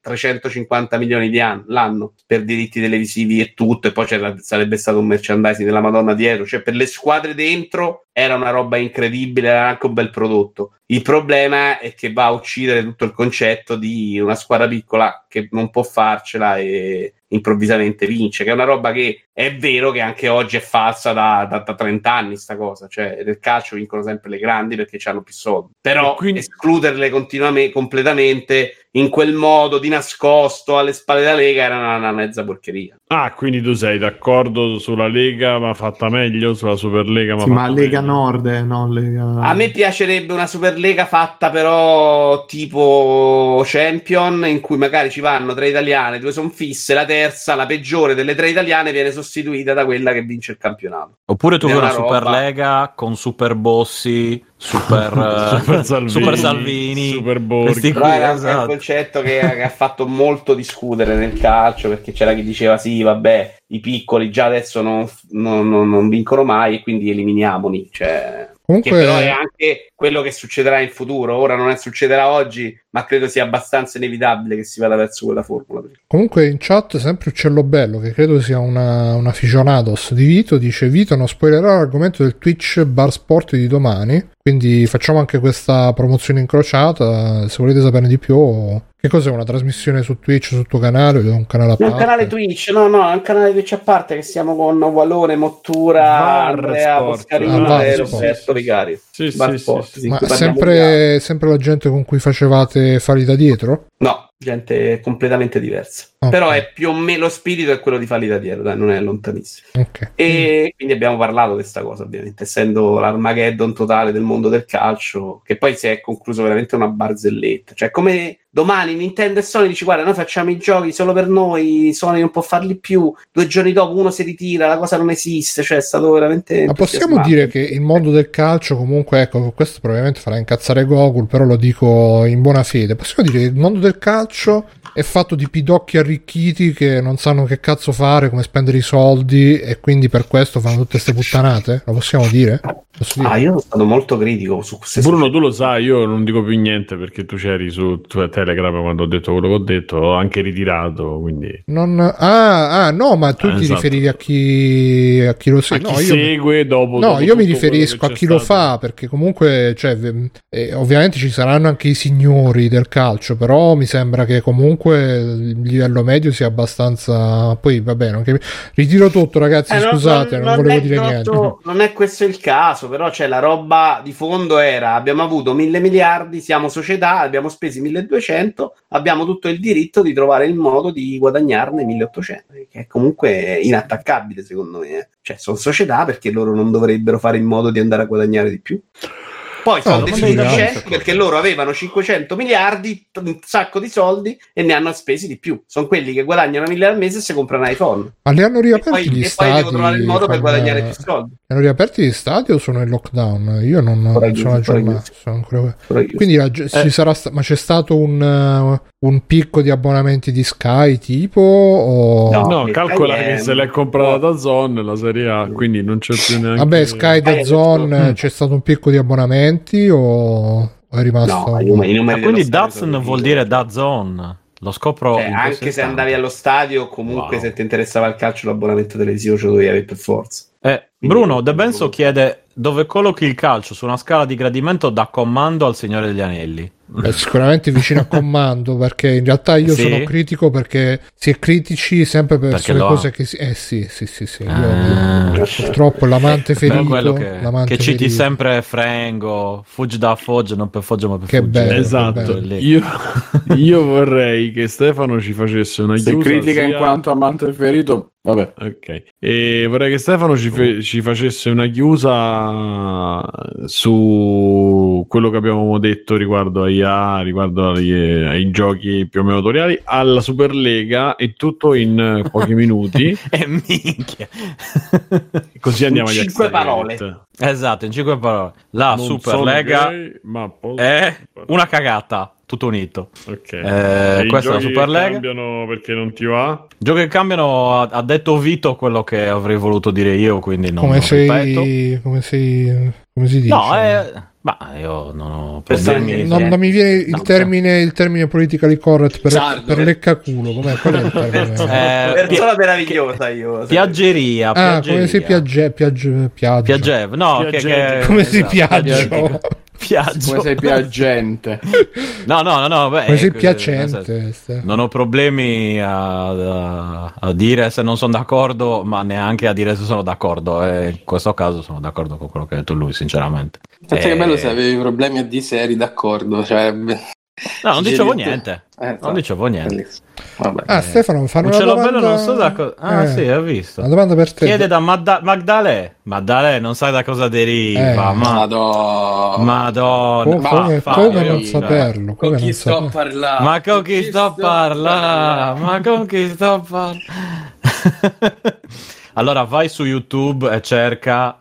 trecentocinquanta milioni di anno, l'anno per diritti televisivi e tutto, e poi c'era, sarebbe stato un merchandising della Madonna dietro, cioè per le squadre dentro era una roba incredibile, era anche un bel prodotto. Il problema è che va a uccidere tutto il concetto di una squadra piccola che non può farcela e improvvisamente vince, che è una roba che è vero che anche oggi è falsa da, da, da trenta anni sta cosa, cioè nel calcio vincono sempre le grandi perché hanno più soldi, però quindi escluderle continuamente, completamente in quel modo di nascosto alle spalle della Lega era una, una mezza porcheria.
Ah, quindi tu sei d'accordo sulla Lega ma fatta meglio, sulla Superlega ma
sì,
fatta
ma Lega
meglio.
Nord, eh, non Lega...
A me piacerebbe una Superlega fatta però tipo Champion, in cui magari ci vanno tre italiane, due sono fisse, la terza, la peggiore delle tre italiane, viene sostituita da quella che vince il campionato.
Oppure tu
È
vuoi una,
una
una
roba...
Superlega con Super Bossi, Super, uh,
Super Salvini,
Super Salvini,
Super Borghi.
Però era
esatto.
un concetto che, che ha fatto molto discutere nel calcio, perché c'era chi diceva sì, vabbè, i piccoli già adesso non, non, non, non vincono mai e quindi eliminiamoli, cioè...
Comunque...
Che però è anche quello che succederà in futuro. Ora non è succederà oggi, ma credo sia abbastanza inevitabile che si vada verso quella formula.
Comunque in chat sempre Uccello Bello, che credo sia una, una aficionados di Vito, dice: Vito non spoilerà l'argomento del Twitch Bar Sport di domani, quindi facciamo anche questa promozione incrociata. Se volete saperne di più, che cos'è, una trasmissione su Twitch, sul tuo canale, un canale a parte?
No, un canale Twitch, no, no, è un canale Twitch a parte che siamo con Walone, Mottura,
Var
Andrea,
Sport.
Poscarino
Ah,
e
Var
Roberto
Sport.
Vicario.
Sì,
Bar
sì,
Sport,
sì,
sì,
Ma
in cui parliamo di
sempre, sempre la gente con cui facevate Fali da dietro?
No, gente completamente diversa.
Okay.
Però è più o meno lo spirito è quello di Fali da dietro, dai, non è lontanissimo.
Ok.
E quindi abbiamo parlato di questa cosa, ovviamente, essendo l'Armageddon totale del mondo del calcio, che poi si è concluso veramente una barzelletta. Cioè, come domani Nintendo e Sony dici: guarda, noi facciamo i giochi solo per noi, Sony non può farli più, due giorni dopo uno si ritira, la cosa non esiste. Cioè, è stato veramente...
Ma possiamo dire che il mondo del calcio, comunque, ecco, questo probabilmente farà incazzare Gogol, però lo dico in buona fede, possiamo dire che il mondo del calcio è fatto di pidocchi arricchiti che non sanno che cazzo fare, come spendere i soldi, e quindi per questo fanno tutte queste puttanate? Lo possiamo dire? Posso dire?
Ah, io sono stato molto critico su queste
Bruno, tu lo sai, io non dico più niente perché tu c'eri su Telegram quando ho detto quello che ho detto, ho anche ritirato, quindi...
Non... Ah, ah, no, ma tu
Ah,
ti
esatto.
riferivi a chi, a chi lo
A
segue?
chi
No, io...
segue dopo...
No,
dopo
io mi
tutto
riferisco
quello
a
che
chi
c'è
lo
stato.
fa, perché comunque, cioè, v- eh, ovviamente ci saranno anche i signori del calcio, però mi sembra che comunque il livello medio sia abbastanza... Poi va bene, anche... ritiro tutto, ragazzi,
Eh, non-
scusate, non,
non
volevo
è
dire
troppo-
niente.
Non è questo il caso, però c'è la roba di fondo era: abbiamo avuto mille miliardi, siamo società, abbiamo spesi milleduecento, abbiamo tutto il diritto di trovare il modo di guadagnarne milleottocento, che è comunque inattaccabile secondo me. eh. Cioè, sono società perché loro non dovrebbero fare in modo di andare a guadagnare di più. Poi sono
No,
dei
ma sì,
sufficienti
no.
perché loro avevano cinquecento miliardi, un sacco di soldi, e ne hanno spesi di più. Sono quelli che guadagnano mille al mese e si comprano iPhone.
Ma li hanno
E
riaperti
poi,
gli
e poi
stadi?
devo trovare il modo per
con-
guadagnare più soldi.
Hanno riaperti gli stadi o sono in lockdown? Io non,
Ancora
non sono
chiusi, ancora
aggiornato.
chiusi.
Sono ancora...
Però io-
Quindi la- ci sarà sta- ma c'è stato un, uh, un picco di abbonamenti di Sky tipo? O...
No.
No,
che
calcola
Sky è-
che se l'è comprata da Zon la Serie A, quindi non c'è più neanche...
Vabbè, Sky da
Eh,
Zone
mm.
c'è stato un picco di abbonamenti o è rimasto?
No, i numeri, i numeri
Ah, quindi
dello stadio
Dazn
sono
vuol
ridicoli.
dire da zone. Lo scopro
Cioè,
in questo
anche se
istante.
andavi allo stadio, comunque
Wow.
se ti interessava il calcio, l'abbonamento televisivo ce lo dovevi avere per forza.
Eh,
Quindi-
Bruno De Benso chiede dove collochi il calcio su una scala di gradimento da comando al Signore degli Anelli.
Beh, sicuramente vicino a comando, perché in realtà io
Sì?
sono critico, perché si è critici sempre per
Perché
le
lo ha.
cose che si... Eh sì, sì, sì, sì. Io,
Ah.
purtroppo l'amante
Però
ferito,
quello che,
l'amante
che citi
ferito.
sempre Frengo, fuggi da Foggia, non per Foggia ma per
Che
fuggire.
bello,
Esatto,
bello.
io, io vorrei che Stefano ci facesse una
Se
chiusa
critica in
sia-
quanto amante ferito, vabbè.
Ok, e vorrei che Stefano ci, fe- ci facesse una chiusa su quello che abbiamo detto riguardo a I A, riguardo agli- ai giochi più o meno autoriali, alla Superlega, e tutto in eh, pochi minuti.
E minchia.
Così andiamo agli
cinque
extra
parole.
credit.
Esatto, in cinque parole. La
Non
Superlega
sono gay, ma posso-
è una cagata, tutto unito.
Ok.
Eh,
E i
questa è la
giochi che
Superlega.
cambiano perché non ti va?
Giochi che cambiano, ha, ha detto Vito quello che avrei voluto dire io, quindi non
Come
lo ripeto.
sei, come sei, come si dice?
No, è... Ma io non ho
Personalmente-
problemi.
Non, non mi viene il
No,
termine il termine politically correct per,
Sardo.
per leccaculo. Com'è? Qual è il termine?
Eh,
Persona meravigliosa io.
Piaggeria,
ah,
piaggeria.
come si piagge, piagge, piaggio.
Piagev, no, che,
Piagente.
che-
Come si
esatto,
piaggio?
piaggio. Piaggio.
Come sei piangente.
No, no, no, no, beh,
Come sei
ecco, nel
piacente.
senso,
Stefano.
non ho problemi a, a- a dire se non sono d'accordo, ma neanche a dire se sono d'accordo. E in questo caso sono d'accordo con quello che ha detto lui, sinceramente.
Pensa
Eh,
che bello se avevi problemi a di se eri d'accordo, cioè...
No, non dicevo
Gerite-
niente.
Eh,
Non dicevo niente.
bellissimo. Vabbè.
Ah, Stefano, fanno
Un
una
celobello
domanda...
non so da cosa. Ah,
Eh,
sì, ho visto.
Una domanda per te.
Chiede da Magda- Magdalè. Magdalè, non sai da cosa deriva.
Eh.
ma...
Madonna.
Madonna.
Co-
ma
come,
Fabio,
come non
dai.
saperlo?
Con
Come
chi
non
sto a
saperlo?
parlare?
Ma con chi sto a parlare? Ma con chi sto a parlare? Allora vai su YouTube e cerca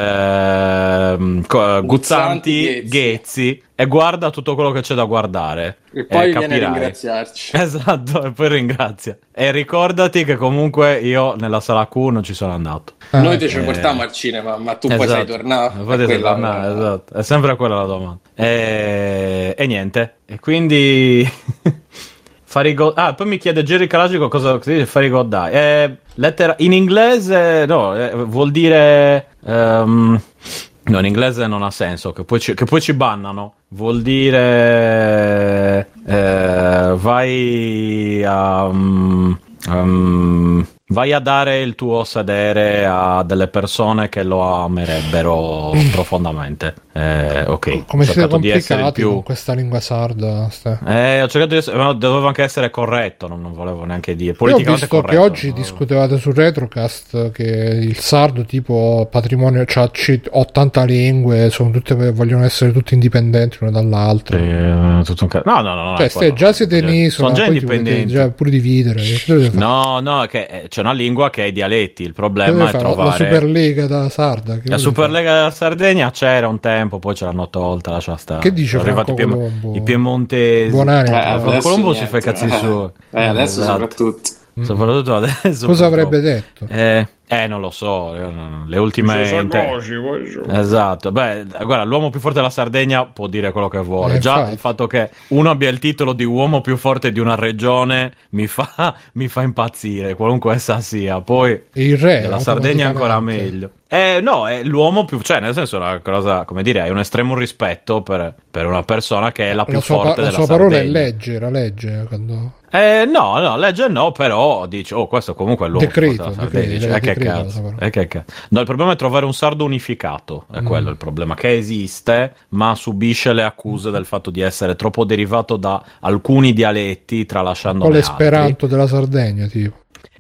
ehm, co- Guzzanti
Guzzanti
Ghezzi e guarda tutto quello che c'è da guardare.
E poi viene a
capirai.
ringraziarci.
Esatto, e poi ringrazia. E ricordati che comunque io nella sala Q non ci sono andato.
Ah,
Noi ti ci
eh.
portiamo al cinema, ma tu poi sei
Esatto.
tornato.
Poi sei
Quella-
tornato, esatto. È sempre quella la domanda. E, e niente. E quindi Farigo... Ah, poi mi chiede Jerry Calagico cosa cosa dice Farigo Die. Eh, lettera... In inglese, no, eh, vuol dire... ehm, no, in inglese non ha senso, che poi ci, che poi ci bannano. Vuol dire... eh, vai a... um, um, vai a dare il tuo sedere a delle persone che lo amerebbero profondamente. Eh, ok.
Come
Ho
siete
cercato di essere il
complicati
più...
con questa lingua sarda. Ste.
Eh, ho cercato di essere... no, dovevo anche essere corretto, non, non volevo neanche dire.
Io ho
Politicamente
visto
corretto.
che oggi
no?
discutevate su Retrocast che il sardo tipo patrimonio c'ha c- ottanta lingue, sono tutte, vogliono essere tutte indipendenti l'una dall'altra.
Sì, eh, tutto un ca- no, no, no, no.
Cioè,
è
ste,
quello.
già siete in isola,
Sono già
poi ti volete
indipendenti.
già pure dividere.
No, no, è che eh, c'è una lingua che ha i dialetti. Il
Dove
problema è
fa?
trovare.
La Superlega da Sarda. Che
La
volete
Superlega della Sardegna c'era un tempo, poi ce l'hanno tolta, lascia stare.
Che dice
Sono arrivati i,
Franco
piem-
Colombo?
i piemontesi.
Buonanima.
Eh,
Franco
adesso
Colombo si
niente.
fa i cazzi suoi.
Eh, adesso
Esatto.
soprattutto.
Soprattutto adesso.
Cosa
purtroppo.
avrebbe detto?
Eh, eh, non lo so, io non- le ultime... inte- Esatto, beh, guarda, l'uomo più forte della Sardegna può dire quello che vuole.
Eh,
Già
infatti.
il fatto che uno abbia il titolo di uomo più forte di una regione mi fa, mi fa impazzire, qualunque essa sia. Poi
E il re?
della Sardegna ancora
automaticamente.
meglio. Eh, no, è l'uomo più... Cioè, nel senso, è una cosa, come dire, hai un estremo rispetto per, per una persona che è la più
La sua, pa-
forte
la
della
sua parola è
Sardegna.
legge, era legge. Quando...
Eh, no, no, legge no, però dice, oh, questo comunque è l'uomo più
Decreto,
forte della Sardegna.
decreto,
Dice,
era
eh, che
decreto,
cazzo,
la parola.
eh, che cazzo. No, il problema è trovare un sardo unificato, è
Mm.
quello il problema, che esiste, ma subisce le accuse del fatto di essere troppo derivato da alcuni dialetti,
Un
tralasciando
po' l'esperanto della Sardegna, tipo.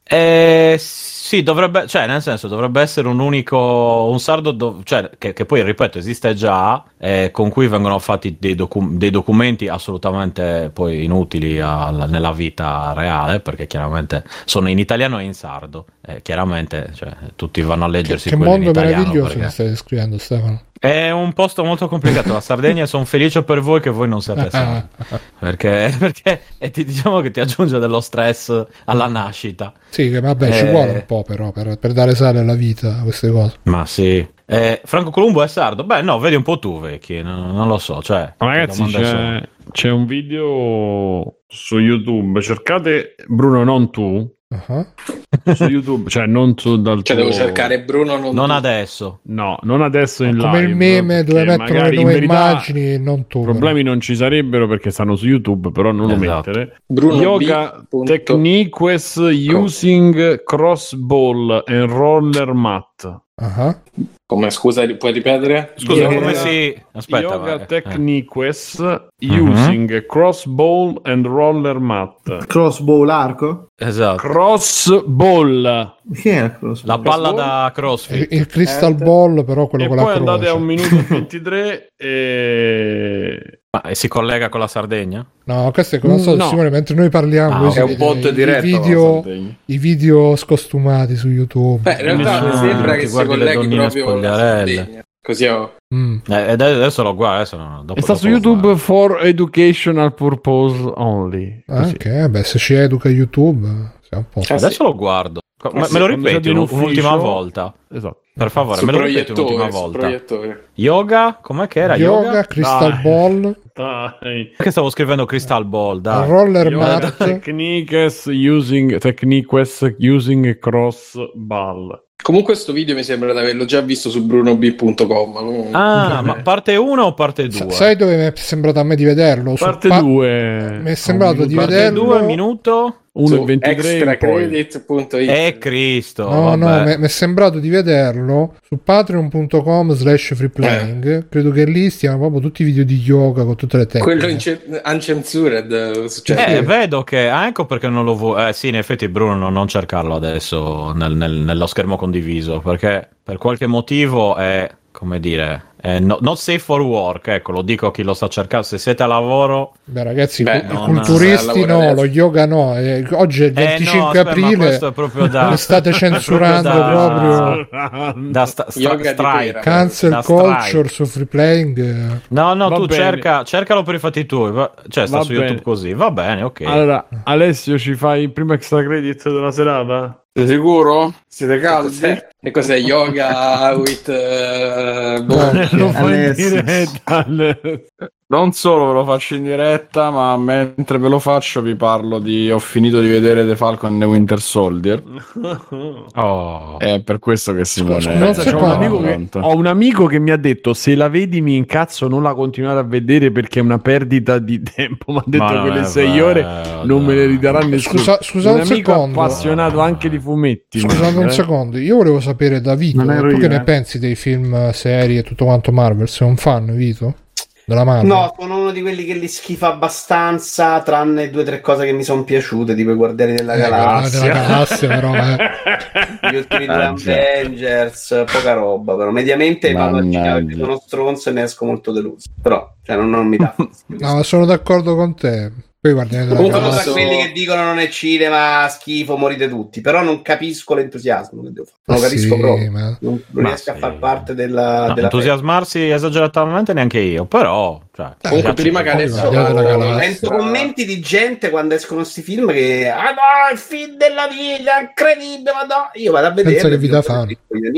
eh, sì, dovrebbe, cioè, nel senso, dovrebbe essere un unico, un sardo, do- cioè, che, che poi, ripeto, esiste già, eh, con cui vengono fatti dei, docu- dei documenti assolutamente poi inutili alla- nella vita reale, perché chiaramente sono in italiano e in sardo, eh, chiaramente, cioè, tutti vanno a leggersi
Che
quello in
mondo
italiano.
meraviglioso
perché-
che stai descrivendo, Stefano.
È un posto molto complicato, la Sardegna, e sono felice per voi che voi non siate sardi, perché, perché e ti diciamo che ti aggiunge dello stress alla nascita.
Sì, che vabbè, ci
Eh.
vuole un po' però per, per dare sale alla vita a queste cose.
Ma sì. Eh, Franco Colombo è sardo? Beh, no, vedi un po' tu, vecchi, non, non lo so. Cioè,
Ma ragazzi,
che domande sono?
c'è, c'è un video su YouTube. Cercate Bruno, non tu.
Uh-huh.
Su YouTube, cioè non tu dal
Cioè,
tuo...
devo cercare Bruno non,
Non
tu.
adesso.
No, non adesso in live.
Come il meme dove
perché
mettono le
magari in
nuove
verità
immagini, non tu.
problemi non ci sarebbero perché stanno su YouTube, però non lo
Esatto.
mettere.
Bruno
Yoga
B. punto-
techniques using crossball and roller mat.
Uh-huh.
Come, scusa, puoi ripetere?
Scusa,
Yoga-
come si... Aspetta,
Yoga
vai. Eh.
techniques
Mhm.
using crossball and roller mat.
Crossbow l'arco?
Esatto.
Crossball.
Chi è il crossbow?
La palla
Crossball?
da
Il,
crossfit.
il Crystal Ball, però quello
E
con
poi
la
andate
croce.
a un minuto e ventitré e...
Ma e si collega con la Sardegna?
No, questo è non so,
No.
Simone, mentre noi parliamo,
Ah,
voi
è
si
un
vede
bot
i
diretto
video,
alla Sardegna.
i video scostumati su YouTube.
Beh, in realtà
Ah,
mi sembra
ti
che si
guardi le
colleghi
donnine
proprio alla
spogliarelle.
Sardegna. Così ho...
Mm.
Eh, ed adesso lo guardo, adesso no, dopo,
E sta
dopo
su
lo
YouTube
guardo.
for educational purpose only.
Ah,
Così.
ok, beh, se ci educa YouTube, siamo un po'.
Eh,
Adesso
sì.
lo guardo. Ma
Eh sì,
me lo
quando
ripeti
siete in
un- un'ultima
ufficio-
volta?
Esatto.
Per favore,
Su
me lo ripeti
proiettore,
un'ultima
su
volta.
proiettore.
Yoga? Com'è che era?
Yoga,
Yoga?
Crystal
Dai.
Ball,
Dai.
Perché stavo scrivendo Crystal Ball, dai.
Roller
Yoga
Mat,
techniques using techniques using cross ball.
Comunque sto video mi sembra di averlo già visto su bruno b punto com.
Ah, ma parte uno o parte
Sa-
due?
sai dove mi è sembrato a me di vederlo? Su
Parte
pa-
due.
Mi è sembrato di
Parte
vederlo.
due, minuto?
uno e ventitré in poi.
extracredit punto it.
Eh, Cristo.
No, no,
vabbè.
mi mi è sembrato di vederlo su patreon punto com slash freeplaying. Credo che lì stiano proprio tutti i video di yoga con tutte le tecniche.
Quello ince- uncensored, cioè,
Eh, vedo che ah, ecco perché non lo vuoi. Eh sì, in effetti, Bruno, non, non cercarlo adesso nel- nel- nello schermo condiviso perché per qualche motivo è, come dire, è no- not safe for work. Ecco, lo dico a chi lo sta cercando. Se siete a lavoro,
Beh, ragazzi,
Beh,
i cu- i
non-
culturisti
al
no,
lavoro
lo yoga no. Eh, oggi è il
Eh, no,
venticinque
aspetta, ma
aprile.
questo è proprio da-
Mi state censurando
proprio da-
proprio.
da sta- sta-
Yoga di
strike.
pera.
Cancel
da
culture
strike.
su freeplaying.
No, no,
Va
tu
bene.
cerca, cercalo per i fatti tuoi. va- Cioè, sta
Va
su
bene.
YouTube così. Va bene, ok.
Allora, Alessio, ci fai il primo extra credit della serata?
Sei sicuro? Siete caldi?
cos'è? E cos'è yoga with uh, boh.
Lo fai in
Alessio.
diretta. Ale-
Non solo ve lo faccio in diretta, ma mentre ve lo faccio vi parlo di... Ho finito di vedere The Falcon and the Winter Soldier.
Oh.
È per questo che Simone...
Scusa,
è
non
Pensa,
so
c'ho un
qua.
amico che-
pronto.
ho un amico che mi ha detto: se la vedi mi incazzo, non la continuare a vedere perché è una perdita di tempo. Mi ha detto
Ma non
quelle
è
sei
vero,
ore non me le
dai.
ridarà nessuno.
Scusa- scusa
un
un
amico
secondo.
appassionato anche di fumetti.
Scusate
ma-
un
eh.
secondo, io volevo sapere da Vito,
Non ero
tu
io,
che ne
eh.
pensi dei film, serie e tutto quanto Marvel? Sei un fan, Vito? Della Marvel?
No, sono uno di quelli che li schifa abbastanza, tranne due o tre cose che mi sono piaciute, tipo i Guardiani della
Eh,
Galassia,
della galassia però, eh.
gli ultimi due
Ah, già.
Avengers, poca roba, però mediamente vado al cinema perché
Mannaggia.
sono stronzo e ne esco molto deluso, però cioè, non, non mi dà fastidio.
No, ma sono d'accordo con te. Poi guardiamo della
Comunque
Sono tra
galassia.
posso-
quelli che dicono non è cinema, schifo, morite tutti, però non capisco l'entusiasmo che devo fare, non lo
Ma
capisco
sì,
proprio,
ma-
non, non
Ma
riesco a
sì.
far parte della...
No,
della
entusiasmarsi esageratamente neanche io, però cioè,
Comunque,
piace-
prima che
Poi
adesso
Guardiani della galassia.
Sento commenti di gente quando escono questi film che ah no, il film della vita, incredibile, ma no, io vado a vedere
Pensa che vita fanno.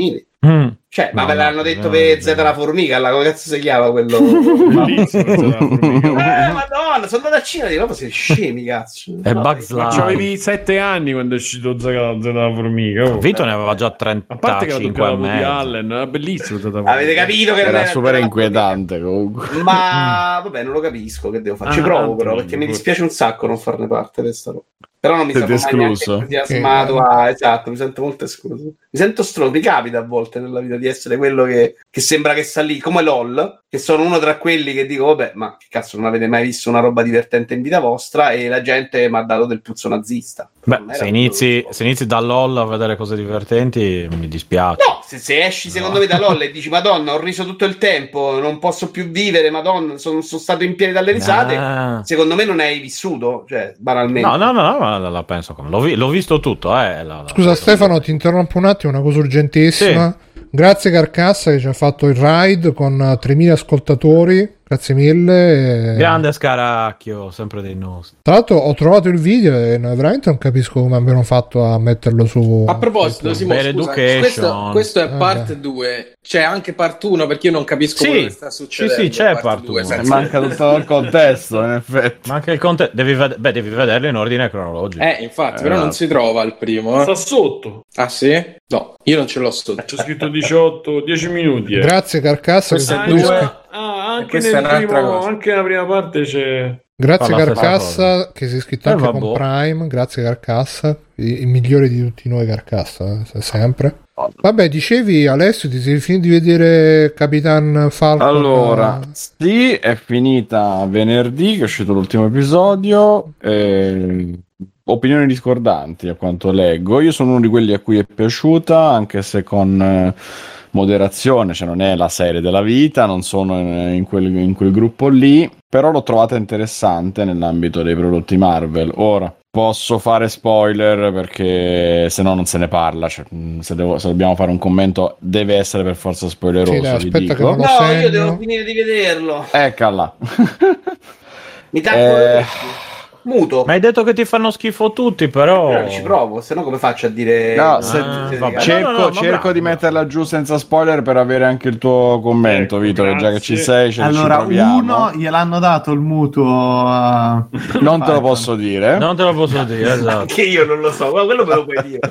Mm.
Cioè, ma
No,
me
no,
l'hanno detto
no,
per
no.
Z la formica, la come cazzo si chiama quello?
Bellissimo, questa è la formica.
Eh, madonna, sono andato a Cina e dico, ma sei scemi, cazzo.
È
No,
Bugs
Ma
Life.
c'avevi sette anni quando è uscito Zeta della formica. oh.
Vito ne aveva già
A parte che la
trentacinque
toccava
e
Woody
mezzo.
Allen, era bellissimo. Zeta la
Avete
formica.
capito che non
Era
era
super
della
inquietante comunque.
formica? Ma vabbè, non lo capisco, che devo fare? Ci
Ah,
provo però,
Anthony,
perché mi
forse.
dispiace un sacco non farne parte di sta roba. Però non mi
Siete
sono mai neanche
escluso?
entusiasmato a... Esatto, mi sento molto escluso. Mi sento stronzo, mi capita a volte nella vita di essere quello che, che sembra che sta lì, come LOL, che sono uno tra quelli che dico, vabbè, ma che cazzo, non avete mai visto una roba divertente in vita vostra? E la gente mi ha dato del puzzo nazista.
Beh,
Non era
se
quello
inizi,
che-
se inizi da LOL a vedere cose divertenti, mi dispiace.
No, se, se esci secondo me da LOL e dici, madonna, ho riso tutto il tempo, non posso più vivere, madonna, sono, sono stato in piedi dalle risate,
Ah.
secondo me non hai vissuto, cioè, banalmente.
No, no, no, no, ma la, la penso come. L'ho, vi- l'ho visto tutto, eh. la- la-
Scusa Stefano, ti interrompo un attimo, una cosa urgentissima. Grazie Carcassa che ci ha fatto il ride con eh, tremila ascoltatori. Grazie mille.
Grande Scaracchio, sempre dei nostri.
Tra l'altro ho trovato il video e no, veramente non capisco come abbiano fatto a metterlo su.
A proposito, Simo,
Bad
scusa,
Education.
questo, questo è
Vabbè.
parte due, c'è anche part uno perché io non capisco
Sì,
quello che sta
sì,
succedendo.
sì, c'è
in
part
due,
uno.
senza-
Manca tutto il contesto, in effetti.
Ma anche il contesto. Devi, ved- beh, devi vederlo in ordine cronologico.
Eh, infatti, però
Eh,
non si trova il primo.
Sta
Eh.
sotto.
Ah, sì? No, io non ce l'ho sotto.
C'è scritto diciotto, dieci minuti. Eh.
Grazie Carcassa.
Questo
Che
è
Ah,
tu
due.
rischi-
no, ah, anche,
Questa è
nel
un'altra
primo,
cosa.
anche nella prima parte c'è.
Grazie
Fa la stessa
Carcassa che si è iscritto
Eh,
anche
vabbè.
con Prime. Grazie Carcassa, il il migliore di tutti noi Carcassa, eh, sempre. Vabbè, dicevi Alessio, ti sei finito di vedere Capitan Falcon?
Allora,
eh,
sì, è finita venerdì che è uscito l'ultimo episodio. eh, opinioni discordanti a quanto leggo. Io sono uno di quelli a cui è piaciuta, anche se con eh, moderazione, cioè non è la serie della vita, non sono in, in quel, in quel gruppo lì, però l'ho trovata interessante nell'ambito dei prodotti Marvel. Ora, posso fare spoiler perché se no non se ne parla, cioè, mh, se, devo- se dobbiamo fare un commento deve essere per forza spoileroso,
Sì, dai,
vi
aspetta
dico.
che non lo-
No,
segno.
io devo finire di vederlo.
Eccola.
Mi tacco
Eh,
le orecchie. Muto.
Ma hai detto che ti fanno schifo tutti, però...
Però ci provo, se no come faccio a dire...
No, se-
Ah, vabbè.
cerco,
No, no, no, ma
cerco
bravo,
di
bravo.
metterla giù senza spoiler per avere anche il tuo commento,
Ecco,
Vito, che già che
grazie.
ci sei, ce ci
Allora,
proviamo.
uno gliel'hanno dato il mutuo a...
Non te lo posso dire.
Non te lo posso dire, esatto.
Che io non lo so, ma quello me lo puoi dire.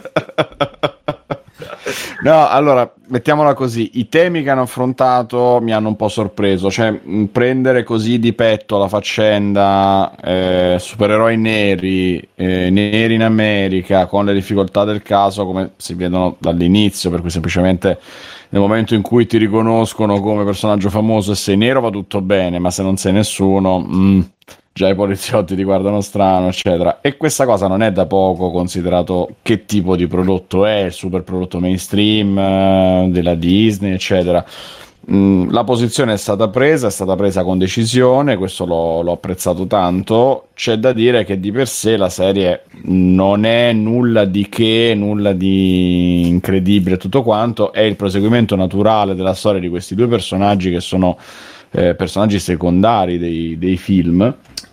No, allora, mettiamola così, i temi che hanno affrontato mi hanno un po' sorpreso, cioè mh, prendere così di petto la faccenda eh, supereroi neri, eh, neri in America, con le difficoltà del caso, come si vedono dall'inizio, per cui semplicemente nel momento in cui ti riconoscono come personaggio famoso e sei nero va tutto bene, ma se non sei nessuno... mh, già i poliziotti ti guardano strano, eccetera. E questa cosa non è da poco, considerato che tipo di prodotto è, il super prodotto mainstream eh, della Disney, eccetera. Mm, la posizione è stata presa, è stata presa con decisione, questo l'ho, l'ho apprezzato tanto. C'è da dire che di per sé la serie non è nulla di che, nulla di incredibile, tutto quanto, è il proseguimento naturale della storia di questi due personaggi che sono eh, personaggi secondari dei, dei film,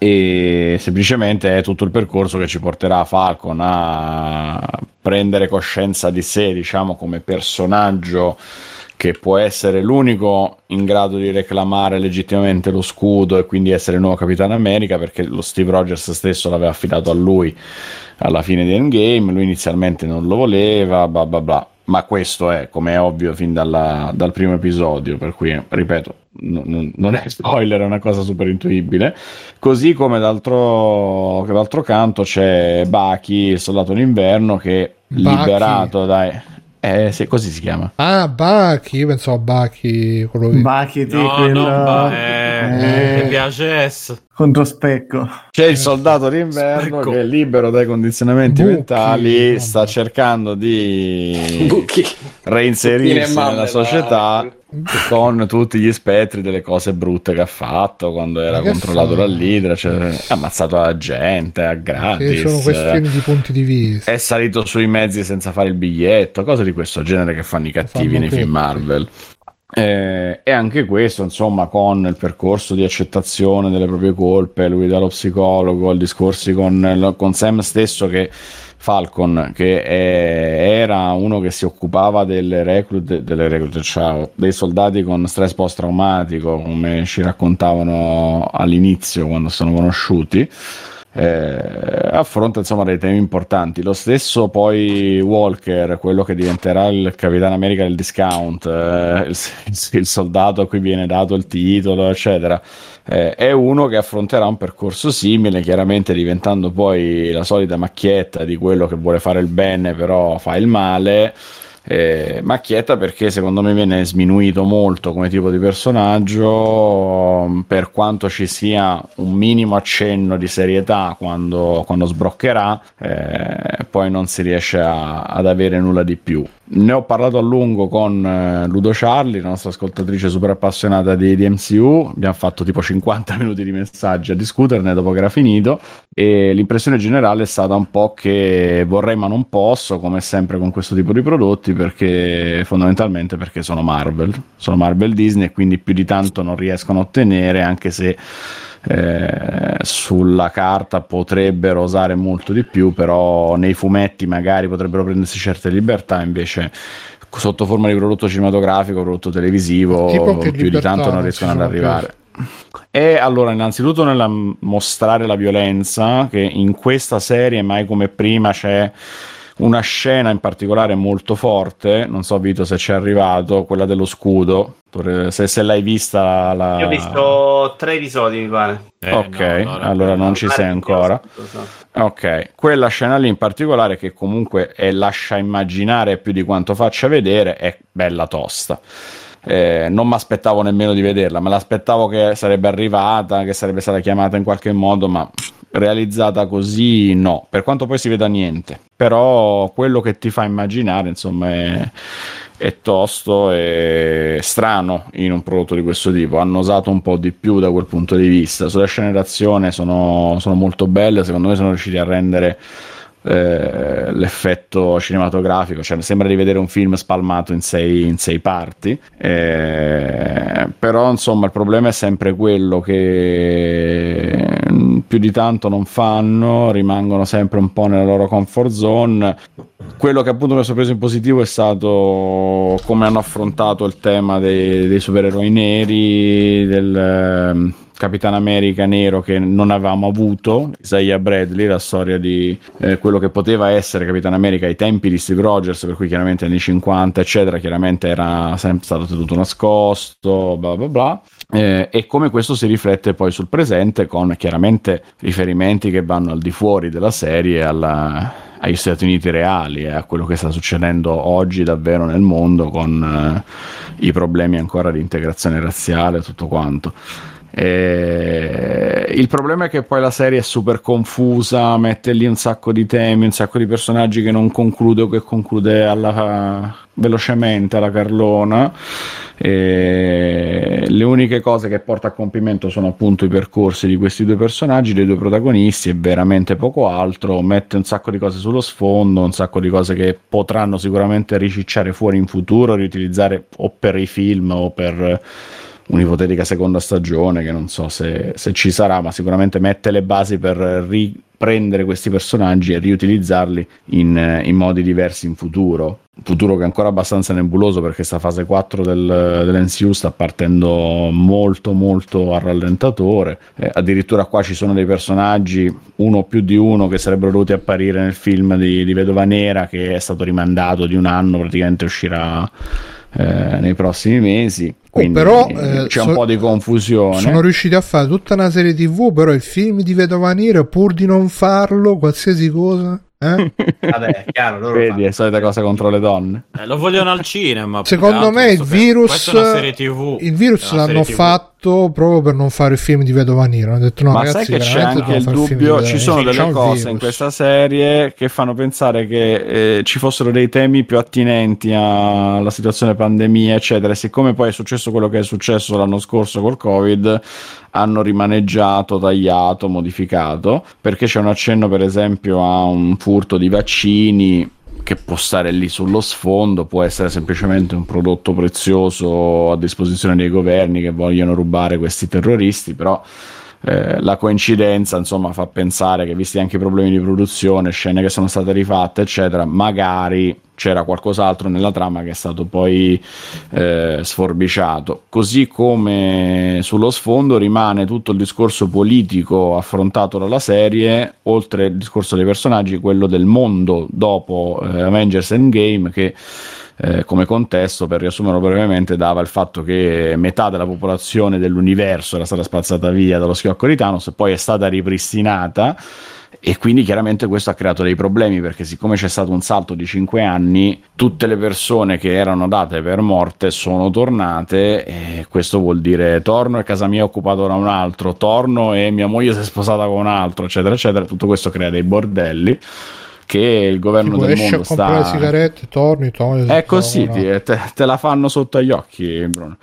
e semplicemente è tutto il percorso che ci porterà Falcon a prendere coscienza di sé, diciamo, come personaggio che può essere l'unico in grado di reclamare legittimamente lo scudo e quindi essere il nuovo Capitano America, perché lo Steve Rogers stesso l'aveva affidato a lui alla fine di Endgame, lui inizialmente non lo voleva, bla bla bla. Ma questo è, come è ovvio, fin dalla, dal primo episodio, per cui, ripeto, n- non è spoiler, è una cosa super intuibile. Così come d'altro, d'altro canto c'è Bucky, il soldato d'inverno, che
Bucky?
liberato dai... Eh, sì, così si chiama.
Ah, Bucky, io pensavo a Bucky, quello lì.
Bacchiti,
No,
quello...
no, ma eh,
eh,
mi piace S.
contro specco.
C'è il soldato d'inverno
Specco.
che è libero dai condizionamenti
Buchi,
mentali,
vabbè.
sta cercando di
Buchi.
reinserirsi
Buchine e
nella
mamme,
società
dai.
con tutti gli spettri delle cose brutte che ha fatto quando era
Ma che
controllato
fa?
dall'Idra, cioè, ha ammazzato la gente a
Che
gratis,
sono questioni di punti di vista.
è salito sui mezzi senza fare il biglietto, cose di questo genere che fanno i cattivi
Fanno
nei film
tutti.
Marvel. Eh, e anche questo, insomma, con il percorso di accettazione delle proprie colpe, lui dallo psicologo, i discorsi con, con Sam stesso, che Falcon, che è- era uno che si occupava delle reclut, delle reclut, ciao, dei soldati con stress post-traumatico, come ci raccontavano all'inizio quando sono conosciuti. Eh, affronta insomma dei temi importanti. Lo stesso poi Walker, quello che diventerà il Capitano America del discount, eh, il, il soldato a cui viene dato il titolo, eccetera, eh, è uno che affronterà un percorso simile, chiaramente diventando poi la solita macchietta di quello che vuole fare il bene però fa il male. Eh, macchietta perché secondo me viene sminuito molto come tipo di personaggio, per quanto ci sia un minimo accenno di serietà quando, quando sbroccherà, eh, poi non si riesce a- ad avere nulla di più. Ne ho parlato a lungo con eh, Ludo Charlie, la nostra ascoltatrice super appassionata di, di M C U, abbiamo fatto tipo cinquanta minuti di messaggi a discuterne dopo che era finito, e l'impressione generale è stata un po' che vorrei ma non posso, come sempre con questo tipo di prodotti, perché fondamentalmente perché sono Marvel, sono Marvel Disney e quindi più di tanto non riescono a ottenere, anche se eh, sulla carta potrebbero osare molto di più, però nei fumetti magari potrebbero prendersi certe libertà, invece sotto forma di prodotto cinematografico, prodotto televisivo,
Tipo che
più di
libertà
tanto non
non
riescono
si
ad
sono
arrivare. E allora, innanzitutto nella mostrare la violenza, che in questa serie mai come prima c'è una scena in particolare molto forte, non so Vito se ci è arrivato, quella dello scudo, se, se l'hai vista la...
Io ho visto tre episodi, mi pare.
Eh,
ok,
no, no, no,
allora non ci sei ancora. Ok, quella scena lì in particolare, che comunque è, lascia immaginare più di quanto faccia vedere, è bella tosta. Eh, non mi aspettavo nemmeno di vederla, me l'aspettavo che sarebbe arrivata, che sarebbe stata chiamata in qualche modo, ma realizzata così no, per quanto poi si veda niente, però quello che ti fa immaginare insomma è, è tosto e strano in un prodotto di questo tipo. Hanno osato un po' di più da quel punto di vista. Sulle scene d'azione sono, sono molto belle, secondo me sono riusciti a rendere eh, l'effetto cinematografico, cioè sembra di vedere un film spalmato in sei, in sei parti, eh, però insomma il problema è sempre quello che più di tanto non fanno, rimangono sempre un po' nella loro comfort zone. Quello che appunto mi ha sorpreso in positivo è stato come hanno affrontato il tema dei, dei supereroi neri, del eh, Capitan America nero che non avevamo avuto, Isaiah Bradley, la storia di eh, quello che poteva essere Capitan America ai tempi di Steve Rogers, per cui chiaramente negli anni cinquanta eccetera, chiaramente era sempre stato tenuto nascosto, bla bla bla. Eh, e come questo si riflette poi sul presente con chiaramente riferimenti che vanno al di fuori della serie alla, agli Stati Uniti reali e a quello che sta succedendo oggi davvero nel mondo con eh, i problemi ancora di integrazione razziale e tutto quanto. E il problema è che poi la serie è super confusa, mette lì un sacco di temi, un sacco di personaggi che non conclude o che conclude alla, velocemente alla carlona, e le uniche cose che porta a compimento sono appunto i percorsi di questi due personaggi, dei due protagonisti, e veramente poco altro. Mette un sacco di cose sullo sfondo, un sacco di cose che potranno sicuramente ricicciare fuori in futuro, riutilizzare o per i film o per un'ipotetica seconda stagione che non so se, se ci sarà, ma sicuramente mette le basi per riprendere questi personaggi e riutilizzarli in, in modi diversi in futuro. Un futuro che è ancora abbastanza nebuloso perché questa fase quattro del, dell'M C U sta partendo molto molto a rallentatore, eh, addirittura qua ci sono dei personaggi, uno o più di uno, che sarebbero dovuti apparire nel film di, di Vedova Nera, che è stato rimandato di un anno, praticamente uscirà eh, nei prossimi mesi. Quindi
oh, però eh,
c'è
so,
un po' di confusione.
Sono riusciti a fare tutta una serie tivù, però il film di Vedova Nera, pur di non farlo, qualsiasi cosa, eh?
Vabbè, chiaro, loro
vedi,
fanno.
è solita cosa contro le donne.
Eh, lo vogliono al cinema.
Secondo me il virus,
questa è una serie tivù.
Il virus l'hanno fatto proprio per non fare il film di Vedova Nera. Hanno detto no,
ma
ragazzi,
sai che c'è anche il dubbio, ci sono delle
diciamo
cose in questa serie che fanno pensare che eh, ci fossero dei temi più attinenti alla situazione pandemia eccetera, e siccome poi è successo quello che è successo l'anno scorso col Covid, hanno rimaneggiato, tagliato, modificato, perché c'è un accenno per esempio a un furto di vaccini che può stare lì sullo sfondo, può essere semplicemente un prodotto prezioso a disposizione dei governi che vogliono rubare questi terroristi, però eh, la coincidenza insomma fa pensare che, visti anche i problemi di produzione, scene che sono state rifatte eccetera, magari c'era qualcos'altro nella trama che è stato poi eh, sforbiciato. Così come sullo sfondo rimane tutto il discorso politico affrontato dalla serie, oltre il discorso dei personaggi, quello del mondo dopo eh, Avengers Endgame, che eh, come contesto, per riassumerlo brevemente, dava il fatto che metà della popolazione dell'universo era stata spazzata via dallo schiocco di Thanos e poi è stata ripristinata. E quindi chiaramente questo ha creato dei problemi, perché siccome c'è stato un salto di cinque anni, tutte le persone che erano date per morte sono tornate, e questo vuol dire torno e casa mia è occupata da un altro, torno e mia moglie si è sposata con un altro, eccetera eccetera. Tutto questo crea dei bordelli che il governo
tipo
del
esce
mondo
a comprare
sta...
sigarette, torni, torni,
è così, ti, te, te la fanno sotto agli occhi, Bruno.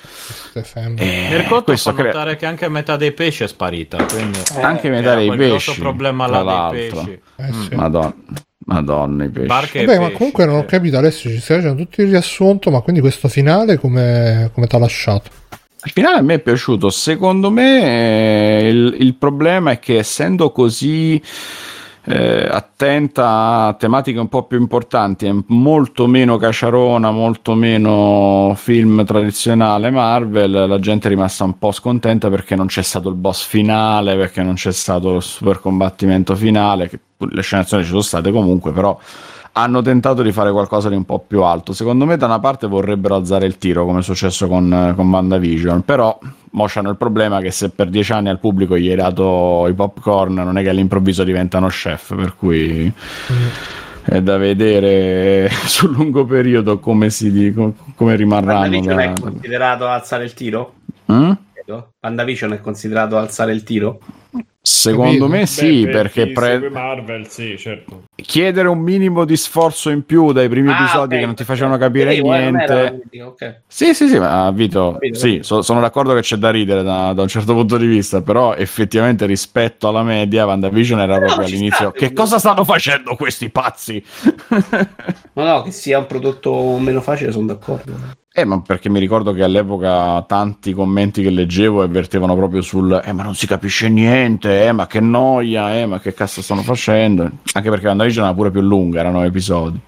Eh, Mircotto fa crea... notare che anche metà dei pesci è sparita, quindi
eh, anche metà dei pesci,
problema là dei pesci.
Eh, sì.
Madonna. Madonna, i pesci.
Vabbè, ma pesci, comunque non ho capito, adesso ci stai facendo tutto il riassunto, ma quindi questo finale come, come ti ha lasciato?
Il finale a me è piaciuto. Secondo me eh, il, il problema è che, essendo così eh, attenta a tematiche un po' più importanti, è molto meno caciarona, molto meno film tradizionale Marvel, la gente è rimasta un po' scontenta perché non c'è stato il boss finale, perché non c'è stato il super combattimento finale, che le scenazioni ci sono state comunque, però hanno tentato di fare qualcosa di un po' più alto. Secondo me da una parte vorrebbero alzare il tiro, come è successo con, con WandaVision, però mo c'hanno il problema che se per dieci anni al pubblico gli hai dato i popcorn, non è che all'improvviso diventano chef, per cui mm. è da vedere sul lungo periodo come si come rimarranno.
WandaVision da... è considerato alzare il tiro?
Mm?
WandaVision è considerato alzare il tiro?
Secondo me sì,
Beh,
perché
chi
pre-
segue Marvel, sì, certo.
chiedere un minimo di sforzo in più dai primi
Ah,
episodi
ok,
che non ti facevano capire
credevo, eh, non
niente.
era l'unico, ok.
Sì, sì, sì, ma Vito,
Capito,
sì,
capito.
so- sono d'accordo che c'è da ridere da, da un certo punto di vista, però effettivamente rispetto alla media WandaVision era
No,
proprio
ci
all'inizio.
sta,
Che
secondo
cosa
me.
stanno facendo questi pazzi?
No, no, che sia un prodotto meno facile, sono d'accordo.
Eh, ma perché mi ricordo che all'epoca tanti commenti che leggevo avvertevano proprio sul eh, ma non si capisce niente, eh, ma che noia, eh, ma che cazzo stanno facendo? Anche perché WandaVision era pure più lunga, erano episodi.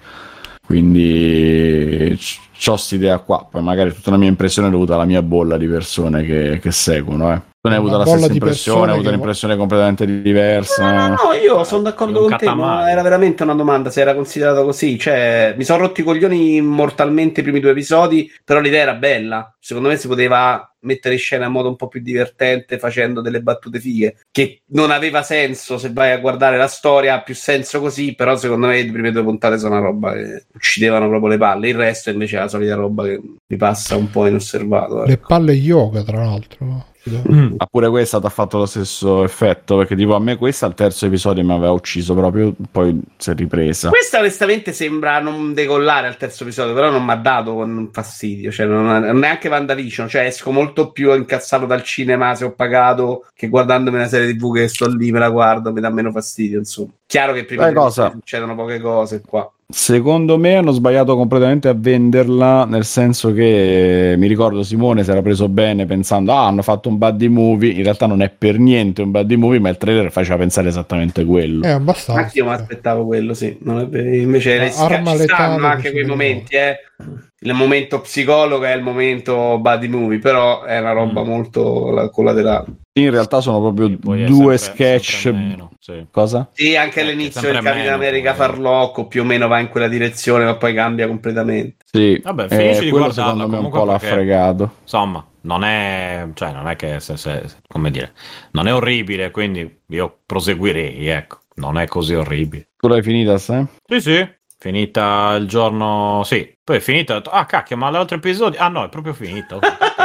Quindi c'ho st'idea qua, poi magari tutta la mia impressione è dovuta alla mia bolla di persone che, che seguono, eh. Tu ne hai avuto
Una
la
bolla
stessa
di
impressione,
persone
hai avuto
che-
un'impressione completamente diversa?
No, no, no, io sono d'accordo
un
con te, ma
catamaran.
era veramente una domanda se era considerato così. Cioè, mi sono rotti i coglioni mortalmente i primi due episodi, però l'idea era bella. Secondo me si poteva mettere in scena in modo un po' più divertente facendo delle battute fighe, che non aveva senso se vai a guardare la storia, ha più senso così, però secondo me le prime due puntate sono una roba che uccidevano proprio le palle. Il resto invece è la solita roba che mi passa un po' inosservato.
Le
Ecco.
palle yoga, tra l'altro.
Ma pure questa ti ha fatto lo stesso effetto, perché tipo a me questa al terzo episodio mi aveva ucciso proprio, poi si è ripresa.
Questa onestamente sembra non decollare al terzo episodio, però non mi ha dato un fastidio, cioè non, non neanche WandaVision, cioè esco molto più incazzato dal cinema se ho pagato che guardandomi una serie tv che sto lì, me la guardo, mi dà meno fastidio, insomma. Chiaro che prima
Sai cosa?
succedono poche cose qua.
Secondo me hanno sbagliato completamente a venderla, nel senso che mi ricordo Simone si era preso bene pensando ah hanno fatto un buddy movie, in realtà non è per niente un buddy movie, ma il trailer faceva pensare esattamente quello.
È abbastanza.
Anche io mi aspettavo quello, sì. Non è vero. Invece
Ma
le
arma
ci
letale
stanno anche
dice
quei
di no.
momenti, eh. Il momento psicologo è il momento buddy movie, però è una roba
Mm.
molto la- collaterale.
In realtà sono proprio
Poi è
due
sempre-
sketch.
sempre meno, sì.
Cosa?
Sì, anche
Eh,
all'inizio
sempre
del Capitan
meno,
America
poi.
farlocco più o meno va in quella direzione, ma poi cambia completamente.
Sì,
Vabbè, finisci
eh,
di
quello
guardarla,
secondo me un
comunque,
po' l'ha
perché-
fregato.
Insomma, non è, cioè, non è che se, se- come dire, non è orribile, quindi io proseguirei, ecco, non è così orribile.
Tu l'hai finita, Sam?
Sì, sì, finita il giorno, sì, poi è finita, ho detto, ah cacchio, ma l'altro episodio, ah no, è proprio finito.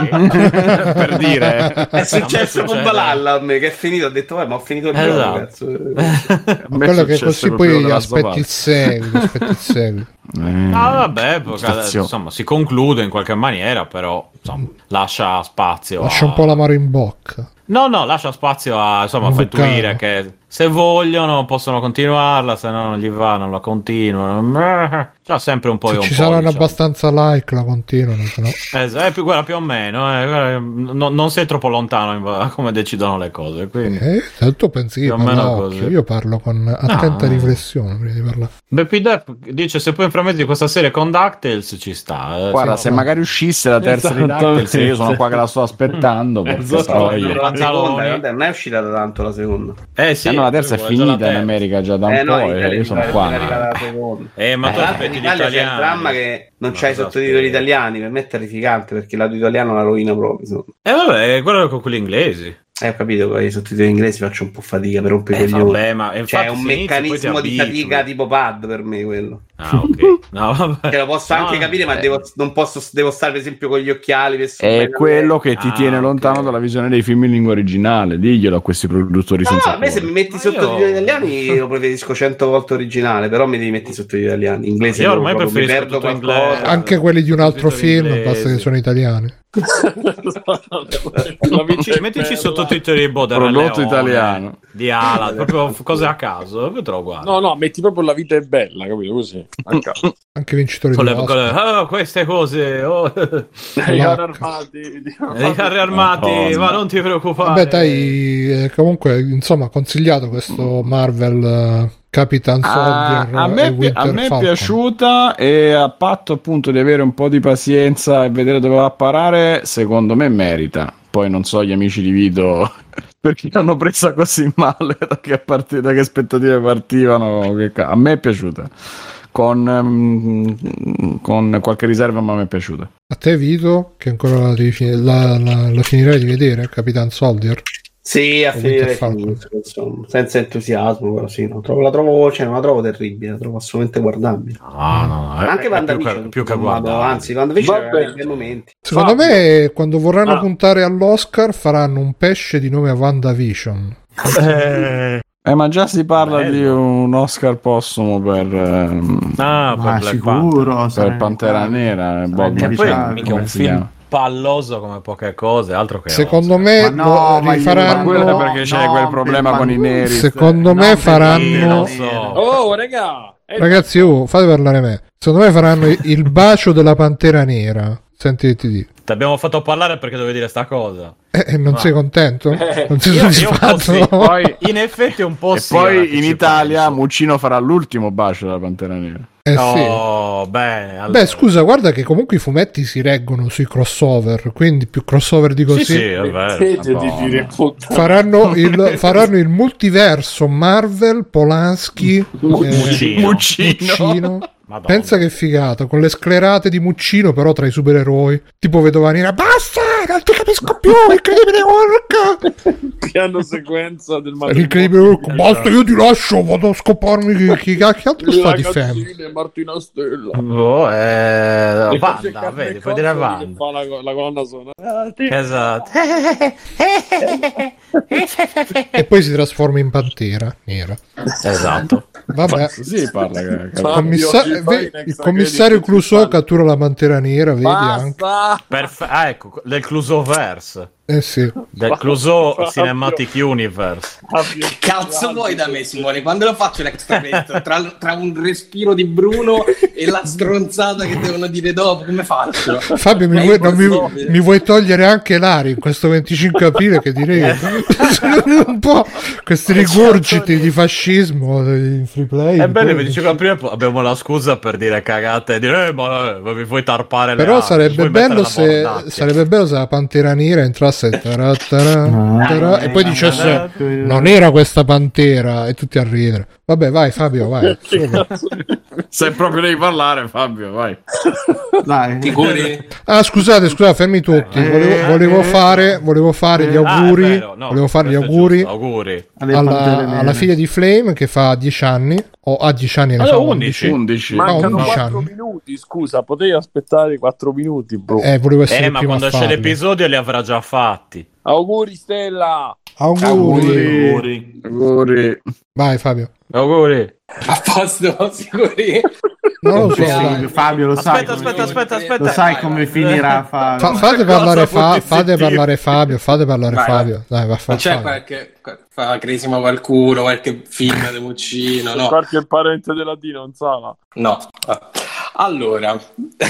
Ok.
Per dire.
È successo
A me
con
succede.
Valhalla a me che è finito, ho detto, "Eh, ma ho finito il gioco,
Esatto.
cazzo."
A me
Quello
è
che
successo
così
proprio
poi
della
aspetti
Sopata.
il seguito, aspetti il seguito.
Eh,
Ah, vabbè, poi,
stazione.
insomma, si conclude in qualche maniera, però, insomma, lascia spazio
Lascia
a...
un po' l'amaro in bocca.
No, no, lascia spazio a, insomma,
Un
far intuire
vulcano.
che se vogliono possono continuarla, se no non gli va, non la continuano. C'ha sempre un po'
Se
un
ci
po',
saranno
diciamo.
abbastanza like la continuano, se no.
Eh, è più, guarda, più o meno, eh, guarda, no- non sei troppo lontano in- come decidono le cose. Quindi.
Eh, se tu pensi che
Più o
parla
meno
a
così.
occhio, io parlo con attenta
No.
riflessione prima di parlare.
Beppy Depp dice se poi intrametti questa serie con DuckTales ci sta. eh,
Guarda,
sì,
se
no.
magari uscisse la terza di DuckTales, io sono qua che la sto aspettando. Perché
Esatto.
poi...
Eh,
La seconda,
Pantaloni.
guarda, non è uscita da tanto la seconda.
Eh sì,
Eh no, la terza è
poi vuole già la
finita in
terza.
America già da un
Eh no,
po'.
in
e
Italia
io sono
è
qua.
arrivata la seconda.
Eh, ma tu
Tra l'altro
aspetti
in
gli
Italia c'è il
italiani.
dramma che non c'hai i
so,
sottotitoli
aspetta.
italiani, per me è terrificante perché l'audio italiano la rovina proprio. insomma.
Eh vabbè, quello con quelli inglesi.
Eh, ho capito, con i sottotitoli inglesi faccio un po' fatica per rompere i
Eh,
coglioni.
vabbè, ma
Cioè,
infatti
è un
se inizi, poi ti
meccanismo di
abitui.
fatica tipo pad per me quello.
Ah, ok. No, vabbè.
Cioè, lo posso
No,
anche capire, ma
eh.
devo, non posso, devo stare per esempio con gli occhiali. Per
È
subire-
quello che ti
Ah,
tiene
ok.
lontano dalla visione dei film in lingua originale. Diglielo a questi produttori
No, no,
senza
a me se
cuore.
mi metti
Ma
sottotitoli
io-
italiani lo preferisco cento volte originale, però mi devi mettere sottotitoli italiani. Inglese
Io
devo
ormai
proprio- mi
preferisco
perdo
tutto
qualcosa.
inglese.
Anche quelli di un altro
sottotitoli
film,
inglesi.
basta che sono italiani.
La
Mettici, mettici i sottotitoli di Boder
Prodotto
Leone,
italiano.
di Ala, proprio f- cose a caso, poi te lo guardo.
No, no, metti proprio La vita è bella, capito? Così. A caso.
Anche vincitori
Con
di
le, con le-
Oscar.
oh, queste cose, oh,
I carri armati.
i carri armati,
Madonna.
ma non ti preoccupare.
Vabbè, dai, eh, comunque, insomma, consigliato questo Marvel eh, Capitan
Ah,
Soldier
a
e
me, pi-
Winter
a me è
Falcon.
piaciuta e a patto appunto di avere un po' di pazienza e vedere dove va a parare, secondo me merita. Poi non so gli amici di Vito perché l'hanno presa così male, da che, parti- da che aspettative partivano. Che ca- a me è piaciuta. Con, mm, con qualche riserva, ma a me è piaciuta.
A te, Vito, che ancora la, devi fin- la, la, la finirai di vedere, Capitan Soldier?
Sì, a
Ho
finire
vinto il
finisco, insomma, senza entusiasmo, però sì, no, trovo, la trovo, cioè, non la trovo terribile, la trovo assolutamente guardabile.
No, no, è,
Anche
è
WandaVision,
più che, più che
non vado-
guardare.
anzi, WandaVision
Vabbè.
aveva dei momenti.
Secondo
Fabio.
me, quando vorranno
Ah.
puntare all'Oscar, faranno un pesce di nome WandaVision.
Eh,
Eh, ma già si parla
Bello.
di un Oscar postumo per, ehm,
ah,
Ma
per Black
sicuro,
per
sarà
Pantera
inevitabile.
Nera.
Sarà
Bob
Panther. E poi
inevitabile.
mica un
come si
film
chiama?
palloso come poche cose, altro che
Secondo
Oscar.
me
Ma no,
lo
ma io-
rifaranno.
Ma quello è
No,
perché c'è
no,
quel problema
per
con i
Pantera.
neri.
Secondo me
Non per
faranno.
Sì, lo so.
Oh, raga! Eh,
Ragazzi, oh, fate parlare me. Secondo me faranno il bacio della Pantera Nera. Sentiti dire.
Ti abbiamo fatto parlare perché dovevi dire sta cosa.
Eh, eh, non
Ah.
sei contento? Non sei
Io- io un po'
soddisfatto?
sì.
Poi,
In effetti un po'
e
sì, ora
poi
che
in
ci
Italia
penso.
Muccino farà l'ultimo bacio della Pantera Nera.
Eh sì.
Oh, bene. allora.
Beh, scusa, guarda che comunque i fumetti si reggono sui crossover, quindi più crossover di così.
Sì, sì, è vero.
Smettete di
Madonna.
dire puttana.
Faranno il, faranno il multiverso Marvel, Polanski,
Muccino.
Muccino.
Muccino.
Madonna.
Pensa che figata, con le sclerate di Muccino però tra i supereroi. Tipo Vedova Nera, basta, non ti capisco più, incredibile Hulk.
Piano sequenza del
L'incredibile Hulk, basta, io ti lascio, vado a scoparmi chi, chi cacchio altro sta di fem.
ragazzine Martina Stella.
Oh, eh...
E
Wanda,
c'è
vedi,
Carmen
puoi dire
Consoli che
Wanda.
fa la, la colonna sonora.
Esatto.
E poi si trasforma in pantera nera.
Esatto.
Vabbè.
Sì, parla. che- che-
Fabio,
Commissa-
ci fai
ve-
un
il
extra
commissario
credit
Clouseau
principale.
cattura la pantera nera, vedi anche.
Basta!
Perfe- ah, ecco, del Clouseauverse.
Eh sì.
Del Clouseau
Fabio.
Cinematic Universe.
Fabio,
Che cazzo vuoi da me, Simone? Quando lo faccio l'extra credit? Tra, tra un respiro di Bruno e la stronzata che devono dire dopo, come faccio?
Fabio, mi
È
vuoi, non mi,
impossibile.
mi vuoi togliere anche l'aria in questo venticinque aprile che direi un po' questi rigurgiti di fascismo in free play.
Ebbene,
poi-
mi dicevo prima, abbiamo la scusa per dire cagate e dire, eh, ma, eh, ma vi vuoi tarpare le
Però
armi,
sarebbe
vuoi
bello,
mettere
se,
la bordacchia.
sarebbe bello se la pantera nera entrasse tara, tara, tara, e poi dicesse
Eh,
non era questa pantera e tutti a ridere. Vabbè, vai Fabio, vai. Su.
Se proprio devi parlare, Fabio, vai.
Dai.
Sicuri?
Ah, scusate, scusate, fermi tutti. Volevo, volevo fare, volevo fare gli
Ah, è
auguri.
vero, no,
volevo fare gli
questo è
auguri
giusto, auguri.
Alle Pantere
alla,
Nere.
alla figlia di Flame che fa dieci anni. O ha dieci anni, ne
Allora,
fa
undici.
undici.
undici.
Mancano
undici
quattro
anni.
minuti, scusa, potevi aspettare quattro minuti, bro.
Eh, volevo essere
Eh, ma
primo
quando
a
esce
farli.
l'episodio li avrà già fatti.
Auguri Stella!
Auguri.
Auguri.
Auguri.
Vai Fabio.
Auguri.
A posto, sicuri?
Non lo so,
Sì,
dai.
Fabio, lo sai
Aspetta,
come
aspetta,
finirà.
aspetta, aspetta.
Lo sai
Vai,
come
vai.
finirà Fabio.
Fa- fate
Cosa
parlare, fa-
vuoi
fate
sentire?
parlare Fabio, fate parlare
Vai,
Fabio. Dai, va a
Non c'è
Fabio.
qualche, fa cresima qualcuno, qualche film di Muccino, no?
Qualche parente della D non sa.
No. Ah. Allora,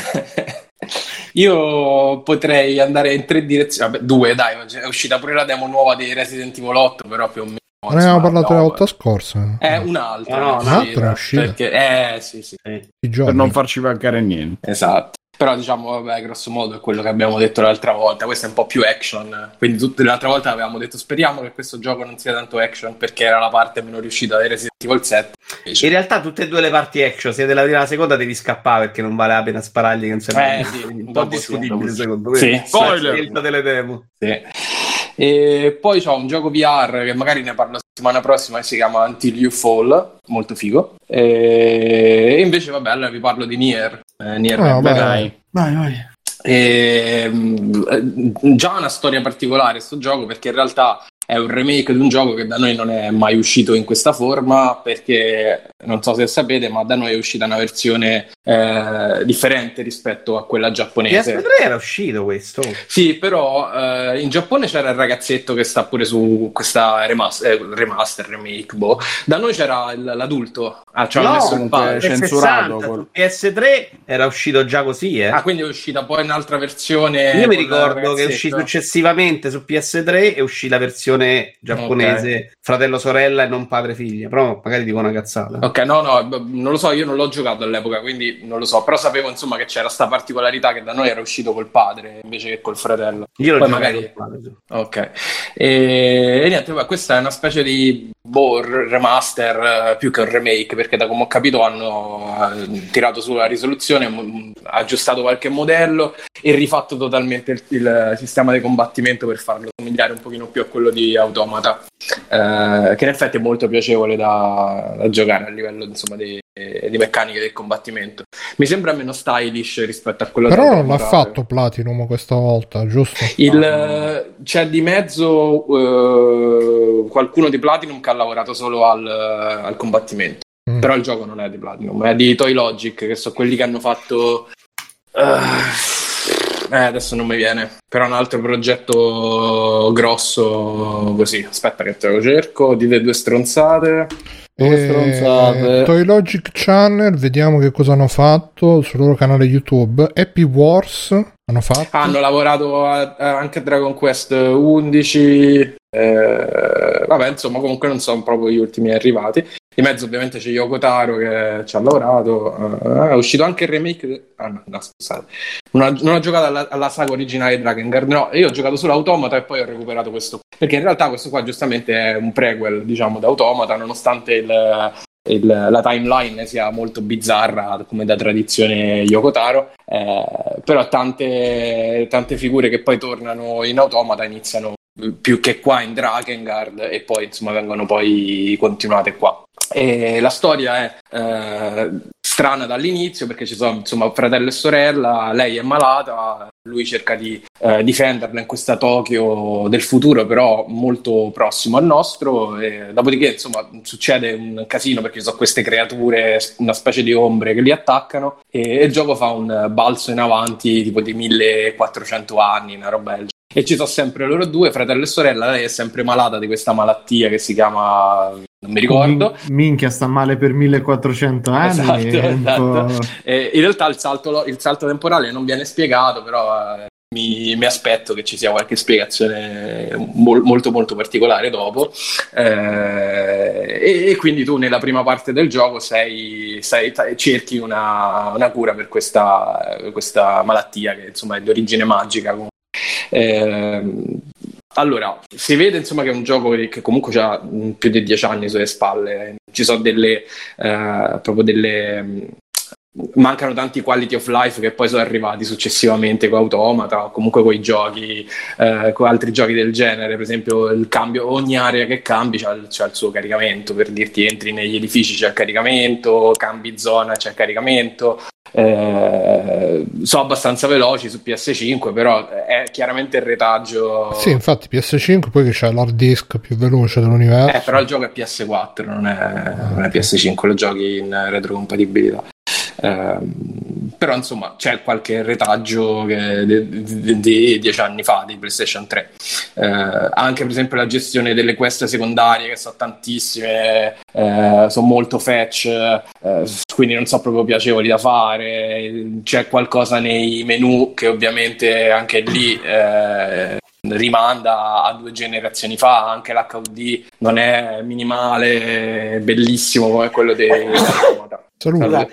io potrei andare in tre direzioni. Vabbè, due, dai, è uscita pure la demo nuova di Resident Evil otto, però più o meno.
Non ne abbiamo
insomma,
parlato
no,
la volta scorsa.
È un'altra.
No, no,
è
un'altra è uscita.
Perché, eh, sì, sì,
I
Per
giorni.
non farci mancare niente.
esatto. Però diciamo, vabbè, grosso modo è quello che abbiamo detto l'altra volta. Questo è un po' più action. Quindi tutte l'altra volta avevamo detto speriamo che questo gioco non sia tanto action perché era la parte meno riuscita di Resident Evil sette. Invece-
In realtà tutte e due le parti action, sia della prima che della seconda devi scappare perché non vale la pena sparargli che non serve.
Eh, sì,
un po'
dopo sì,
discutibile
dopo sì.
secondo me.
Sì.
La
Spoiler.
scelta delle demo.
Sì. E poi c'ho un gioco V R che magari ne parlo la settimana prossima che si chiama Until You Fall, molto figo. E invece vabbè, allora vi parlo di Nier. Eh, Nier
Ah, vai,
Replicant.
Vai, vai.
E, mh, già una storia particolare sto gioco perché in realtà è un remake di un gioco che da noi non è mai uscito in questa forma perché non so se sapete ma da noi è uscita una versione eh, differente rispetto a quella
P S
giapponese.
tre era uscito questo.
Sì, però eh, in Giappone c'era il ragazzetto che sta pure su questa remaster, eh, remaster remake, boh. Da noi c'era il- l'adulto. Ah, ci hanno
No,
messo il
comunque
padre.
c'è-
P S
censurato
sessanta,
quel-
su P S tre era uscito già così, eh.
Ah, quindi è uscita poi un'altra versione.
Io mi
con il
ricordo che uscì
ragazzetto.
successivamente su P S tre e uscì la versione giapponese fratello sorella e non padre figlia, però magari dico una cazzata.
Ok, no, no, b- non lo so, io non l'ho giocato all'epoca, quindi non lo so, però sapevo insomma che c'era sta particolarità che da noi era uscito col padre invece che col fratello.
Io l'ho
Poi
giocato
magari-
con padre, sì.
Ok, e, e niente, beh, questa è una specie di boh, remaster eh, più che un remake, perché da come ho capito hanno eh, tirato sulla risoluzione, m- aggiustato qualche modello e rifatto totalmente il, il sistema di combattimento per farlo somigliare un pochino più a quello di di Automata, eh, che in effetti è molto piacevole da, da giocare a livello, insomma, di, di meccaniche del combattimento. Mi sembra meno stylish rispetto a quello
però
di
non l'ha
Automata.
fatto Platinum questa volta, giusto?
Il, c'è di mezzo eh, qualcuno di Platinum che ha lavorato solo al, al combattimento, mm. però il gioco non è di Platinum, è di Toy Logic, che sono quelli che hanno fatto uh, eh, adesso non mi viene, però un altro progetto grosso così. Aspetta che te lo cerco, dite due stronzate.
Eh, Toy Logic Channel, vediamo che cosa hanno fatto sul loro canale YouTube. Happy Wars hanno fatto.
Hanno lavorato a, a anche a Dragon Quest undici, eh, vabbè, insomma, comunque non sono proprio gli ultimi arrivati. Di mezzo ovviamente c'è Yoko Taro che ci ha lavorato, uh, è uscito anche il remake, ah no, no scusate, non ho, non ho giocato alla, alla saga originale di Drakengard, no, io ho giocato solo Automata e poi ho recuperato questo, perché in realtà questo qua giustamente è un prequel, diciamo, da Automata, nonostante il, il, la timeline sia molto bizzarra come da tradizione Yoko Taro, eh, però tante, tante figure che poi tornano in Automata iniziano più che qua in Drakengard e poi insomma vengono poi continuate qua. E la storia è eh, strana dall'inizio, perché ci sono insomma fratello e sorella, lei è malata, lui cerca di eh, difenderla in questa Tokyo del futuro, però molto prossimo al nostro, e dopodiché insomma succede un casino perché ci sono queste creature, una specie di ombre che li attaccano, e, e il gioco fa un balzo in avanti tipo di millequattrocento anni, una roba del genere. E ci sono sempre loro due, fratello e sorella. Lei è sempre malata di questa malattia che si chiama, non mi ricordo.
Min- minchia, sta male per millequattrocento anni.
Esatto, esatto.
Po'...
E in realtà il salto, il salto temporale non viene spiegato, però eh, mi, mi aspetto che ci sia qualche spiegazione mo- molto molto particolare dopo. Eh, e, e quindi tu nella prima parte del gioco sei, sei, cerchi una, una cura per questa, questa malattia che insomma è di origine magica. Eh, allora, si vede insomma che è un gioco che comunque ha più di dieci anni sulle spalle, ci sono delle eh, proprio delle mancano tanti quality of life che poi sono arrivati successivamente con Automata o comunque con i giochi, eh, con altri giochi del genere. Per esempio il cambio, ogni area che cambi c'ha, c'ha il suo caricamento, per dirti entri negli edifici c'è il caricamento, cambi zona c'è il caricamento. Eh, sono abbastanza veloci su P S cinque, però è chiaramente il retaggio.
Sì, infatti P S cinque poi che c'è l'hard disk più veloce dell'universo.
Eh, però il gioco è P S quattro, non è, non è P S cinque, lo giochi in retrocompatibilità. Eh, però insomma c'è qualche retaggio che di, di, di dieci anni fa di PlayStation tre, eh, anche per esempio la gestione delle quest secondarie che sono tantissime, eh, sono molto fetch, eh, quindi non sono proprio piacevoli da fare. C'è qualcosa nei menu che ovviamente anche lì eh, rimanda a due generazioni fa, anche l'H U D non è minimale, è bellissimo come quello dei Automata.
Salute.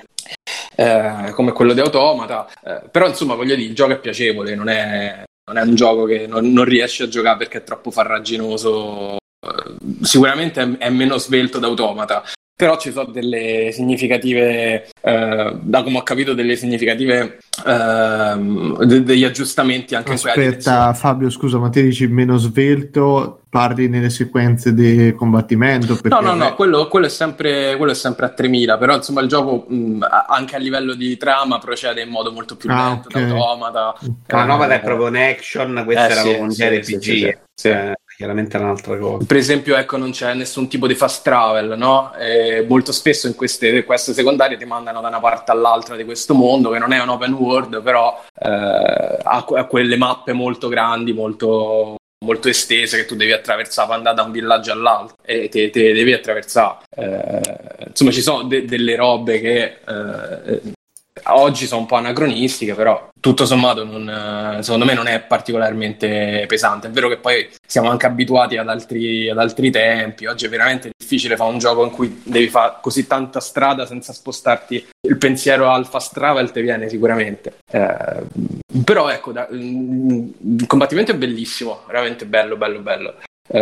Eh, come quello di Automata, eh, però insomma voglio dire, il gioco è piacevole, non è, non è un gioco che non, non riesci a giocare perché è troppo farraginoso. Eh, sicuramente è, è meno svelto da Automata, però ci sono delle significative, eh, da come ho capito, delle significative eh, de- degli aggiustamenti anche in quella direzione.
Aspetta Fabio, scusa, ma ti dici meno svelto, parli nelle sequenze di combattimento?
No, no, no, quello, quello, è sempre, quello è sempre a tremila, però insomma il gioco mh, anche a livello di trama procede in modo molto più
ah,
lento,
okay.
da Automata.
L'Automata è proprio un action, questa
eh,
era
sì,
un
sì,
J R P G,
sì, sì, sì.
Cioè, chiaramente è un'altra cosa.
Per esempio, ecco, non c'è nessun tipo di fast travel, no? E molto spesso in queste queste secondarie ti mandano da una parte all'altra di questo mondo, che non è un open world, però eh, ha, ha quelle mappe molto grandi, molto molto estese, che tu devi attraversare per andare da un villaggio all'altro e te, te devi attraversare. Eh, insomma, ci sono de- delle robe che eh, oggi sono un po' anacronistiche, però tutto sommato non, secondo me non è particolarmente pesante. È vero che poi siamo anche abituati ad altri, ad altri tempi, oggi è veramente difficile fare un gioco in cui devi fare così tanta strada senza spostarti. Il pensiero al fast travel ti viene sicuramente, eh, però ecco, da, il combattimento è bellissimo, veramente bello, bello, bello.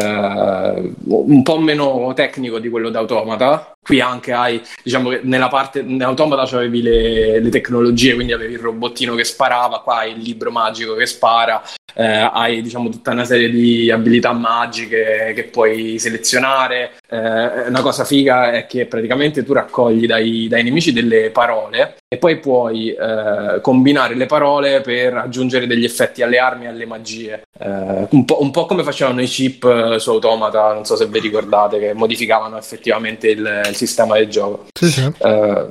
Uh, un po' meno tecnico di quello d'Automata. Qui anche hai, diciamo che nella parte in Automata c'avevi le, le tecnologie, quindi avevi il robottino che sparava, qua hai il libro magico che spara, eh, hai diciamo tutta una serie di abilità magiche che puoi selezionare. Eh, una cosa figa è che praticamente tu raccogli dai, dai nemici delle parole e poi puoi eh, combinare le parole per aggiungere degli effetti alle armi e alle magie, eh, un po', un po' come facevano i chip eh, su Automata, non so se vi ricordate, che modificavano effettivamente il, il sistema del gioco.
Sì, sì.
Uh,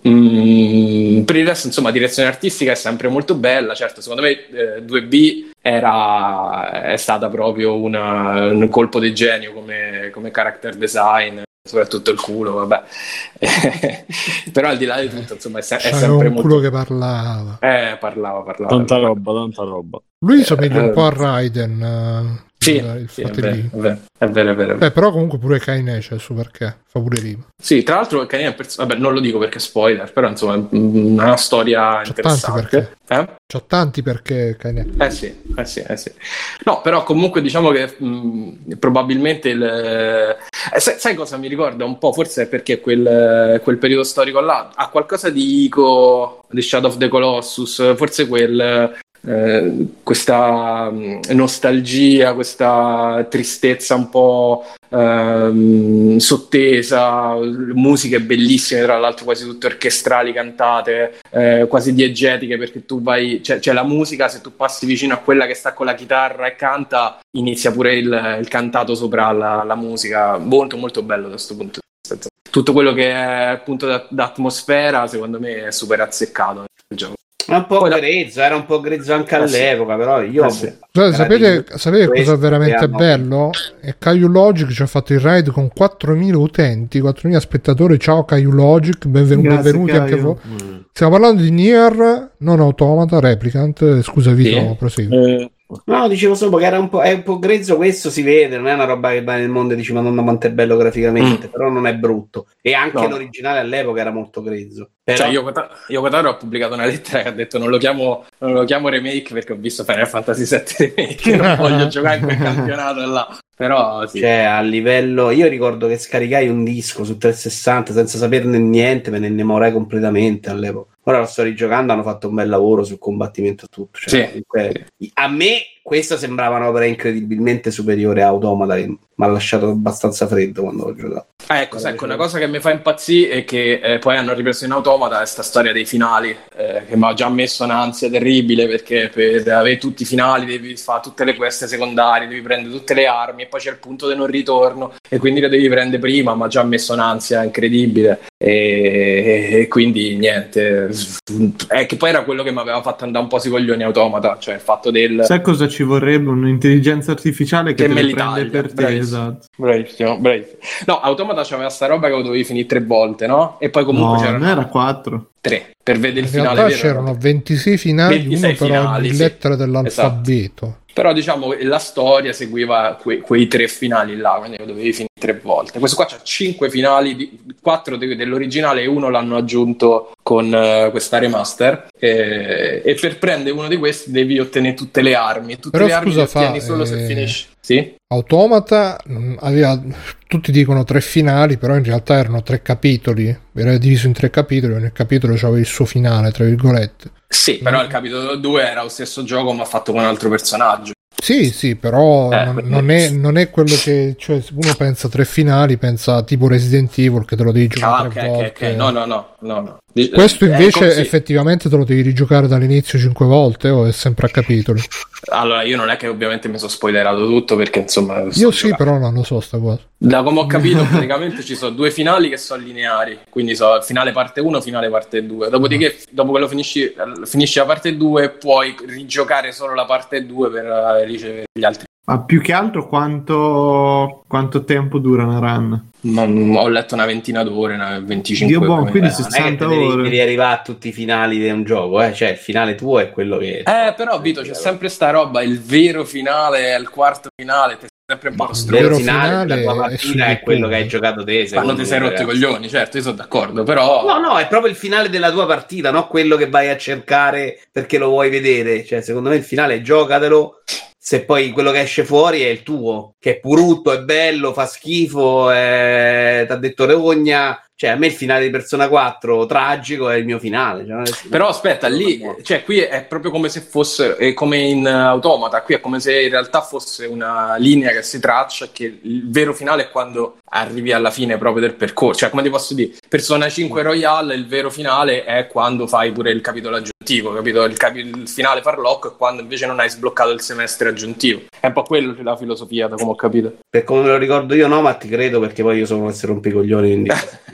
mm, per il resto, insomma, direzione artistica è sempre molto bella. Certo, secondo me eh, due B era, è stata proprio una, un colpo di genio come, come character design, soprattutto il culo, vabbè. Però al di là di tutto, insomma, è, se- è
C'era
sempre
un
molto...
culo che parlava.
Eh, parlava, parlava.
Tanta roba, tanta roba.
Lui somiglia
Eh,
un po' a Raiden. eh,
Sì,
il, il
sì, è vero,
fratellino.
è vero, è vero, è vero.
Beh, però comunque pure Kaine c'è su perché fa pure rima.
Sì, tra l'altro Kaine è pers- vabbè, non lo dico perché è spoiler, però insomma è una storia
C'ha
interessante.
tanti perché.
Eh?
C'ho tanti perché Kaine.
Eh sì, eh sì, eh sì. No, però comunque diciamo che mh, probabilmente il... eh, sai, sai cosa mi ricorda un po'? Forse è perché quel, quel periodo storico là ha qualcosa di Ico, di Shadow of the Colossus, forse quel... Eh, questa mh, nostalgia, questa tristezza un po' ehm, sottesa, musiche bellissime, tra l'altro quasi tutte orchestrali, cantate, eh, quasi diegetiche, perché tu vai, c'è, c'è la musica, se tu passi vicino a quella che sta con la chitarra e canta, inizia pure il, il cantato sopra la, la musica, molto molto bello da questo punto di vista. Tutto quello che è appunto da, d'atmosfera, secondo me è super azzeccato nel gioco.
È un po'
Poi la-
grezzo, era un po' grezzo anche
Eh sì.
all'epoca, però io...
Eh sì.
Scusate, sapete,
Paradigma,
sapete cosa è
questo
veramente
hanno-
bello? E Caillou Logic ci ha fatto il raid con quattromila utenti, quattromila spettatori. Ciao Caillou Logic, benvenu-
Grazie,
benvenuti anche
Caio.
voi. Stiamo parlando di Nier, non Automata, Replicant. Scusa Vito,
Sì.
prosegui.
Eh,
No, dicevo solo che era un po', è un po' grezzo, questo si vede, non è una roba che vai nel mondo e dici madonna quanto è bello graficamente,
Mm.
però non è brutto. E anche
No.
l'originale all'epoca era molto grezzo. Però...
Cioè, io Yokotaro ho pubblicato una lettera che ha detto non lo chiamo, non lo chiamo remake perché ho visto Final Fantasy sette remake, non voglio giocare in quel campionato là. Però sì.
Cioè, a livello... Io ricordo che scaricai un disco su trecentosessanta senza saperne niente, me ne innamorai completamente all'epoca. Ora lo sto rigiocando, hanno fatto un bel lavoro sul combattimento e tutto. Cioè,
Sì.
comunque, a me questa sembrava un'opera incredibilmente superiore a Automata, che mi ha lasciato abbastanza freddo quando l'ho giocato.
Ah, ecco, ecco, una cosa che mi fa impazzire è che eh, poi hanno ripreso in Automata questa storia dei finali, eh, che mi ha già messo un'ansia terribile, perché per avere tutti i finali devi fare tutte le quest secondarie, devi prendere tutte le armi e poi c'è il punto di non ritorno e quindi le devi prendere prima, ma già messo un'ansia incredibile e, e quindi niente, è che poi era quello che mi aveva fatto andare un po' sui coglioni Automata, cioè il fatto del...
Sai cosa ci vorrebbe? Un'intelligenza artificiale che,
Che
te
me
le
li
prende
taglia,
per te,
bravissimo.
esatto.
Bravissimo, bravissimo. No, Automata c'aveva sta roba che lo dovevi finire tre volte, no? E poi comunque
No,
c'erano
ne era quattro.
tre per vedere il
In
finale
realtà
vero.
c'erano ventisei finali,
ventisei
uno però
finali,
in
sì.
lettera dell'alfabeto.
Però diciamo la storia seguiva que- quei tre finali là, quindi lo dovevi finire tre volte. Questo qua c'ha cinque finali, di- quattro de- dell'originale e uno l'hanno aggiunto con uh, questa remaster. E-, e per prendere uno di questi devi ottenere tutte le armi. Tutte
Però
le armi
scusa,
le ottieni
fa,
solo se
eh,
finisci. Sì?
Automata mh, aveva, tutti dicono tre finali, però in realtà erano tre capitoli, era diviso in tre capitoli, ogni capitolo aveva il suo finale, tra virgolette.
Sì, però il capitolo due era lo stesso gioco ma fatto con un altro personaggio.
Sì, sì, però
Eh,
non,
quindi-
non è, non è quello che, cioè, se uno pensa tre finali, pensa tipo Resident Evil che te lo devi giocare
Ah,
tre
ok, ok,
volte.
ok. No, no, no, no, no. Dic-
Questo
eh,
invece
come sì.
effettivamente te lo devi rigiocare dall'inizio cinque volte o è sempre a capitoli?
Allora, io non è che ovviamente mi sono spoilerato tutto perché insomma... sto
Io sì,
giocando.
però non lo so sta cosa.
Da come ho capito, praticamente ci sono due finali che sono lineari, quindi so finale parte uno, finale parte due. Dopodiché, dopo che lo finisci, finisci la parte due, puoi rigiocare solo la parte due per eh, ricevere gli altri.
Ma più che altro quanto, quanto tempo dura una run?
Ma, mm, ho letto una ventina d'ore, una venticinque
Dio buono,
ore.
quindi
Beh, non è che
sessanta
te devi,
ore.
devi arrivare a tutti i finali di un gioco, eh? Cioè il finale tuo è quello che...
Eh, però Vito, c'è sempre sta roba, il vero finale è il quarto finale, ti sei sempre un po'
Il
Il
stronzo.
vero
vero
finale
finale
della tua
è
partita
su
è,
YouTube.
quello che hai giocato te.
Quando
secondo
ti sei
me,
rotto i
ragazzi.
coglioni, certo, io sono d'accordo, però...
No, no, è proprio il finale della tua partita, non quello che vai a cercare perché lo vuoi vedere. Cioè, secondo me il finale giocatelo se poi quello che esce fuori è il tuo, che è brutto, è bello, fa schifo, è... t'ha detto rogna. Cioè, a me il finale di Persona quattro tragico è il mio finale. Cioè,
però aspetta, lì, cioè, qui è proprio come se fosse, è come in Automata, qui è come se in realtà fosse una linea che si traccia, che il vero finale è quando arrivi alla fine proprio del percorso. Cioè, come ti posso dire, Persona cinque Royale, il vero finale è quando fai pure il capitolo aggiuntivo, capito? Il, capi- il finale Farlocco è quando invece non hai sbloccato il semestre aggiuntivo. È un po' quello la filosofia, da come ho capito.
Per come me lo ricordo io, no, ma ti credo, perché poi io sono un essere rompicoglioni, quindi...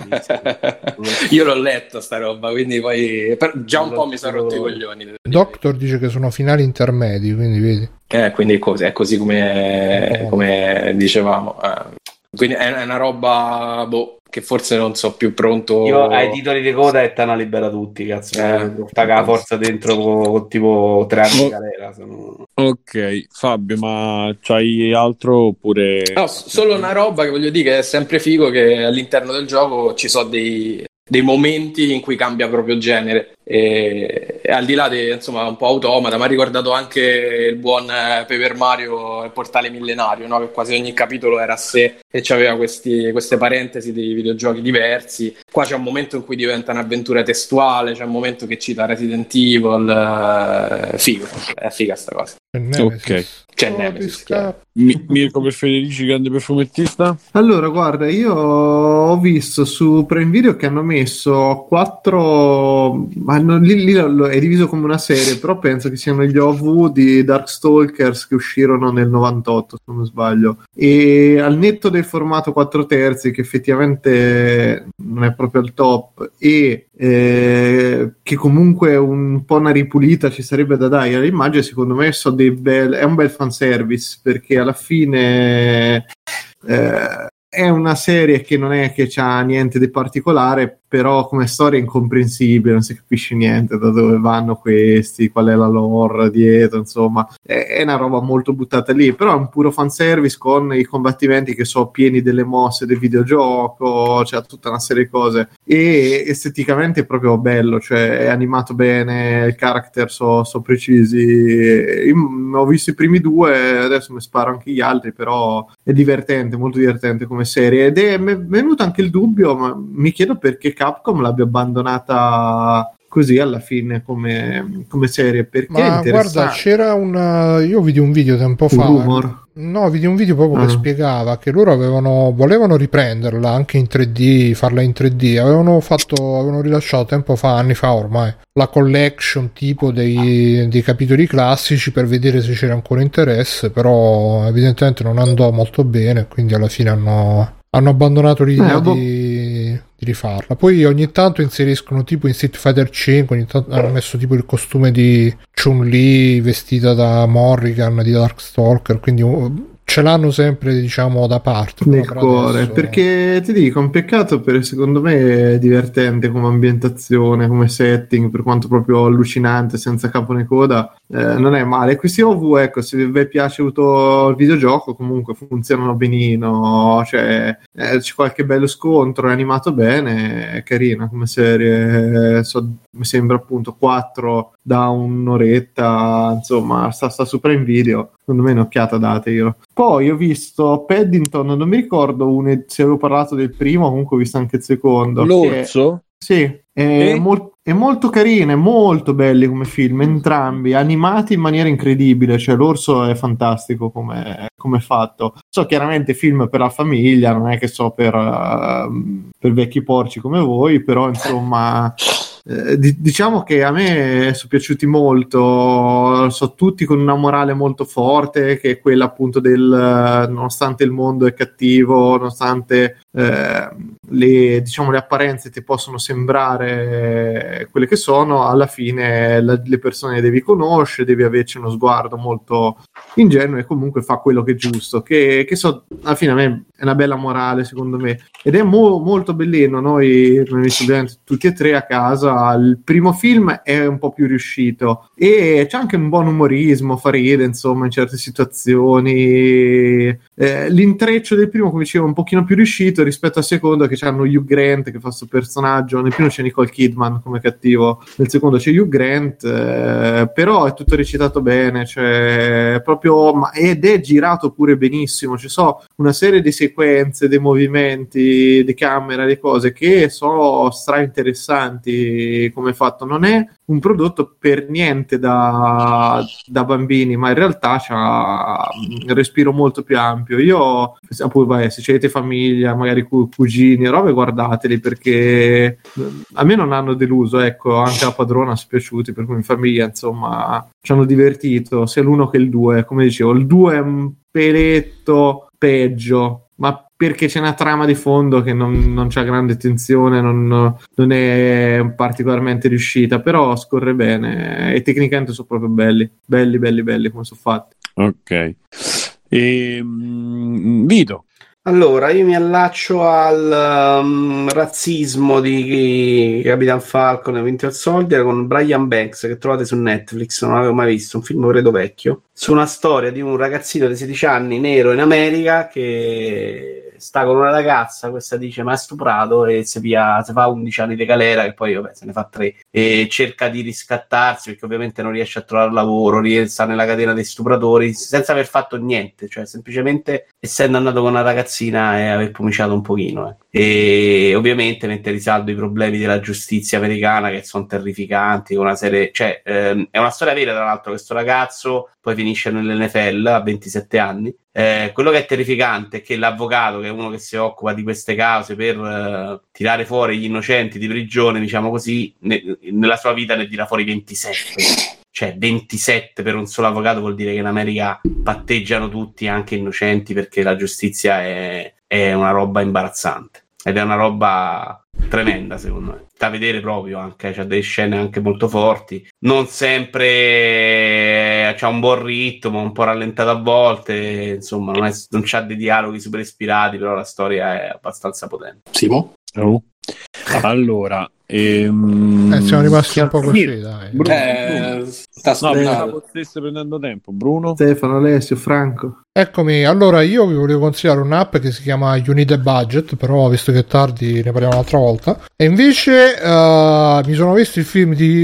Io l'ho letto sta roba, quindi poi per, già un po' mi sono rotto i coglioni.
Doctor dice che sono finali intermedi, quindi vedi.
Eh, quindi è così, è così come, come dicevamo. Eh. Quindi è, è una roba boh, che forse non so più pronto.
Io ai titoli di coda e Tana libera tutti, cazzo. Eh, la forza dentro con, tipo tre anni di galera. Sono...
Ok, Fabio, ma c'hai altro oppure...
No, solo una roba che voglio dire che è sempre figo, che all'interno del gioco ci sono dei, dei momenti in cui cambia proprio genere. E, e al di là di insomma un po' Automata, mi ha ricordato anche il buon eh, Paper Mario il portale millenario, no? Che quasi ogni capitolo era a sé e c'aveva questi, queste parentesi di videogiochi diversi. Qua c'è un momento in cui diventa un'avventura testuale, c'è un momento che cita Resident Evil, eh, figo, è figa sta cosa.
Ok,
c'è Nemesis,
Mi- Mirko per Federici, grande perfumettista.
Allora, guarda, io ho visto su Prime Video che hanno messo quattro, ma non, lì, lì lo- è diviso come una serie, però penso che siano gli O V di Darkstalkers che uscirono nel novantotto, se non sbaglio. E al netto del formato quattro terzi, che effettivamente non è proprio al top, e eh, che comunque un po' una ripulita ci sarebbe da dare all'immagine, secondo me so dei bel, è un bel fanservice, perché alla fine eh, è una serie che non è che c'ha niente di particolare, però come storia è incomprensibile, non si capisce niente da dove vanno questi, qual è la lore dietro, insomma è, è una roba molto buttata lì, però è un puro fanservice con i combattimenti che sono pieni delle mosse del videogioco, c'è tutta una serie di cose, e esteticamente è proprio bello, cioè è animato bene, i character sono so precisi. Io ho visto i primi due, adesso mi sparo anche gli altri, però è divertente, molto divertente come serie, ed è mi è venuto anche il dubbio, ma mi chiedo perché Capcom l'abbia abbandonata così alla fine come, come serie, perché
Ma
è
guarda, c'era una... io vidi un video tempo
un
fa.
rumor.
No, vidi un video proprio
Ah.
che spiegava che loro avevano volevano riprenderla anche in tre D, farla in tre D. Avevano fatto, avevano rilasciato tempo fa, anni fa ormai, la collection tipo dei, dei capitoli classici per vedere se c'era ancora interesse, però evidentemente non andò molto bene, quindi alla fine hanno hanno abbandonato l'idea
Eh, boh.
di, di rifarla. Poi ogni tanto inseriscono tipo in Street Fighter cinque, ogni tanto hanno messo tipo il costume di Chun-Li vestita da Morrigan di Darkstalker, quindi uh, ce l'hanno sempre, diciamo, da parte.
Nel
però per
cuore,
adesso-
perché ti dico, un peccato, per secondo me è divertente come ambientazione, come setting, per quanto proprio allucinante, senza capo né coda, eh, non è male. Questi O V, ecco, se vi è piaciuto il videogioco, comunque funzionano benino, cioè eh, c'è qualche bello scontro, è animato bene, è carina come serie, eh, so- mi sembra appunto quattro da un'oretta, insomma, sta, sta su Prime Video, secondo me un'occhiata dateglielo. Poi ho visto Paddington, non mi ricordo un- se avevo parlato del primo, comunque ho visto anche il secondo. che-
L'orso?
Sì, è,
E?
mol- è molto carino, è molto belli come film, entrambi, animati in maniera incredibile, cioè l'orso è fantastico come come fatto. So, chiaramente film per la famiglia, non è che so per, uh, per vecchi porci come voi, però insomma... Eh, di- diciamo che a me sono piaciuti molto, so tutti con una morale molto forte, che è quella appunto del eh, nonostante il mondo è cattivo, nonostante eh, le, diciamo, le apparenze ti possono sembrare quelle che sono, alla fine la- le persone le devi conoscere, devi averci uno sguardo molto ingenuo e comunque fa quello che è giusto, che, che so, alla fine a me è una bella morale secondo me, ed è mo- molto bellino. Noi abbiamo visto ovviamente tutti e tre a casa. Il primo film è un po' più riuscito e c'è anche un buon umorismo, fa ride insomma in certe situazioni. Eh, l'intreccio del primo, come dicevo, è un pochino più riuscito rispetto al secondo, che perché c'hanno Hugh Grant che fa questo personaggio, nel primo c'è Nicole Kidman come cattivo, nel secondo c'è Hugh Grant, eh, però è tutto recitato bene, cioè proprio, ma, ed è girato pure benissimo, ci sono una serie di sequenze, dei movimenti di camera, di cose che sono stra interessanti come fatto. Non è un prodotto per niente da, da bambini, ma in realtà c'ha un respiro molto più ampio. Io, vabbè, se avete famiglia, magari cu- cugini, robe, guardateli, perché a me non hanno deluso, ecco, anche la padrona si è piaciuti, per cui in famiglia, insomma, ci hanno divertito, sia l'uno che il due. Come dicevo, il due è un peletto peggio, ma perché c'è una trama di fondo che non, non c'ha grande tensione, non, non è particolarmente riuscita, però scorre bene e tecnicamente sono proprio belli, belli, belli, belli come sono fatti.
Ok. E, um, Vito.
Allora, io mi allaccio al um, razzismo di Capitan Falcon e Winter Soldier con Brian Banks, che trovate su Netflix, non l'avevo mai visto, un film credo vecchio, su una storia di un ragazzino di sedici anni nero in America che sta con una ragazza, questa dice ma è stuprato, e si, via, si fa undici anni di galera, che poi vabbè, se ne fa tre, e cerca di riscattarsi perché ovviamente non riesce a trovare lavoro, sta nella catena dei stupratori senza aver fatto niente, cioè semplicemente essendo andato con una ragazzina e aver pomiciato un pochino, eh. E ovviamente mette in risalto i problemi della giustizia americana che sono terrificanti, con una serie, cioè ehm, è una storia vera, tra l'altro. Questo ragazzo poi finisce nell'N F L a ventisette anni. Eh, quello che è terrificante è che l'avvocato, che è uno che si occupa di queste cause per uh, tirare fuori gli innocenti di prigione, diciamo così, ne, nella sua vita ne tira fuori ventisette. Cioè ventisette per un solo avvocato vuol dire che in America patteggiano tutti, anche innocenti, perché la giustizia è, è una roba imbarazzante. Ed è una roba tremenda, secondo me. Da vedere proprio anche, c'ha delle scene anche molto forti. Non sempre c'ha un buon ritmo, un po' rallentato a volte. Insomma, non, è, non c'ha dei dialoghi super ispirati, però la storia è abbastanza potente.
Simo?
Oh. Allora, ehm...
eh, siamo rimasti un po' così, dai.
Bruno,
Eh,
Bruno.
sta
No, pensavo stesse prendendo tempo. Bruno?
Stefano, Alessio, Franco.
Eccomi, allora io vi volevo consigliare un'app che si chiama You Need a Budget, però visto che è tardi ne parliamo un'altra volta. E invece uh, mi sono visto il film di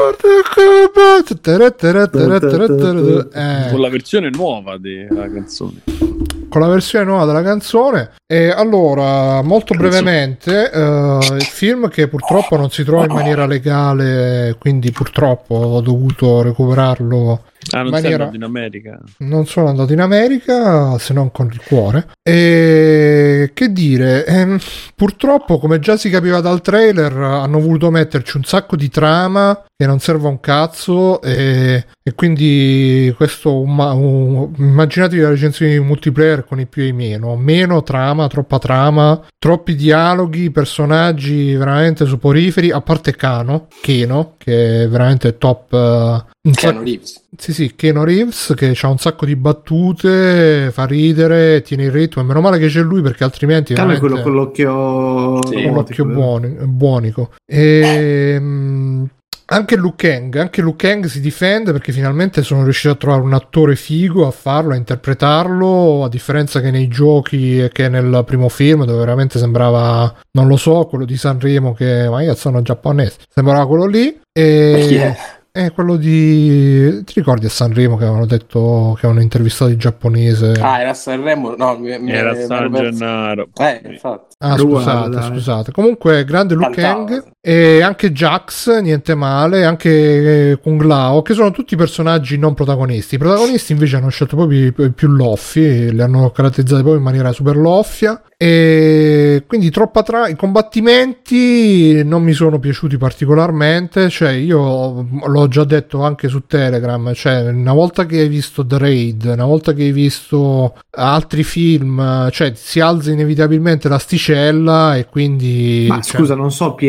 eh,
con la versione nuova della canzone.
Con la versione nuova della canzone. E allora, molto brevemente, uh, il film che purtroppo non si trova in maniera legale, quindi purtroppo ho dovuto recuperarlo.
Ah, non
maniera...
sei andato in America?
Non sono andato in America, se non con il cuore. E che dire, ehm, purtroppo, come già si capiva dal trailer, hanno voluto metterci un sacco di trama che non serve a un cazzo, e, e quindi questo un, un, immaginatevi la recensione di multiplayer con i più e i meno. Meno trama, troppa trama, troppi dialoghi, personaggi veramente soporiferi, a parte Kano, Keno, che è veramente top. Uh,
Keanu Reeves.
Sì, sì, Keanu Reeves, che ha un sacco di battute, fa ridere, tiene il ritmo. E meno male che c'è lui, perché altrimenti
Keanu è
veramente...
quello con l'occhio,
sì,
con l'occhio buoni, buonico. E mh, anche Liu Kang, anche Liu Kang si difende, perché finalmente sono riuscito a trovare un attore figo a farlo, a interpretarlo, a differenza che nei giochi e che nel primo film, dove veramente sembrava, non lo so, quello di Sanremo, che ma io sono giapponese, sembrava quello lì. E
Yeah.
è quello di, ti ricordi a Sanremo che avevano detto, che avevano intervistato il giapponese?
Ah, era Sanremo? No, mi, mi,
Era
mi
San
ero perso.
Gennaro.
Eh, infatti.
Ah,
Uguale,
scusate,
dai.
scusate. Comunque, grande Liu
Cantava.
Kang, e anche Jax, niente male, anche Kung Lao, che sono tutti personaggi non protagonisti. I protagonisti invece hanno scelto proprio i più loffi, li hanno caratterizzati proprio in maniera super loffia. E quindi troppa tra i combattimenti non mi sono piaciuti particolarmente, cioè io l'ho già detto anche su Telegram, cioè una volta che hai visto The Raid, una volta che hai visto altri film, cioè si alza inevitabilmente l'asticella, e quindi
Ma
cioè...
scusa, non so pieni di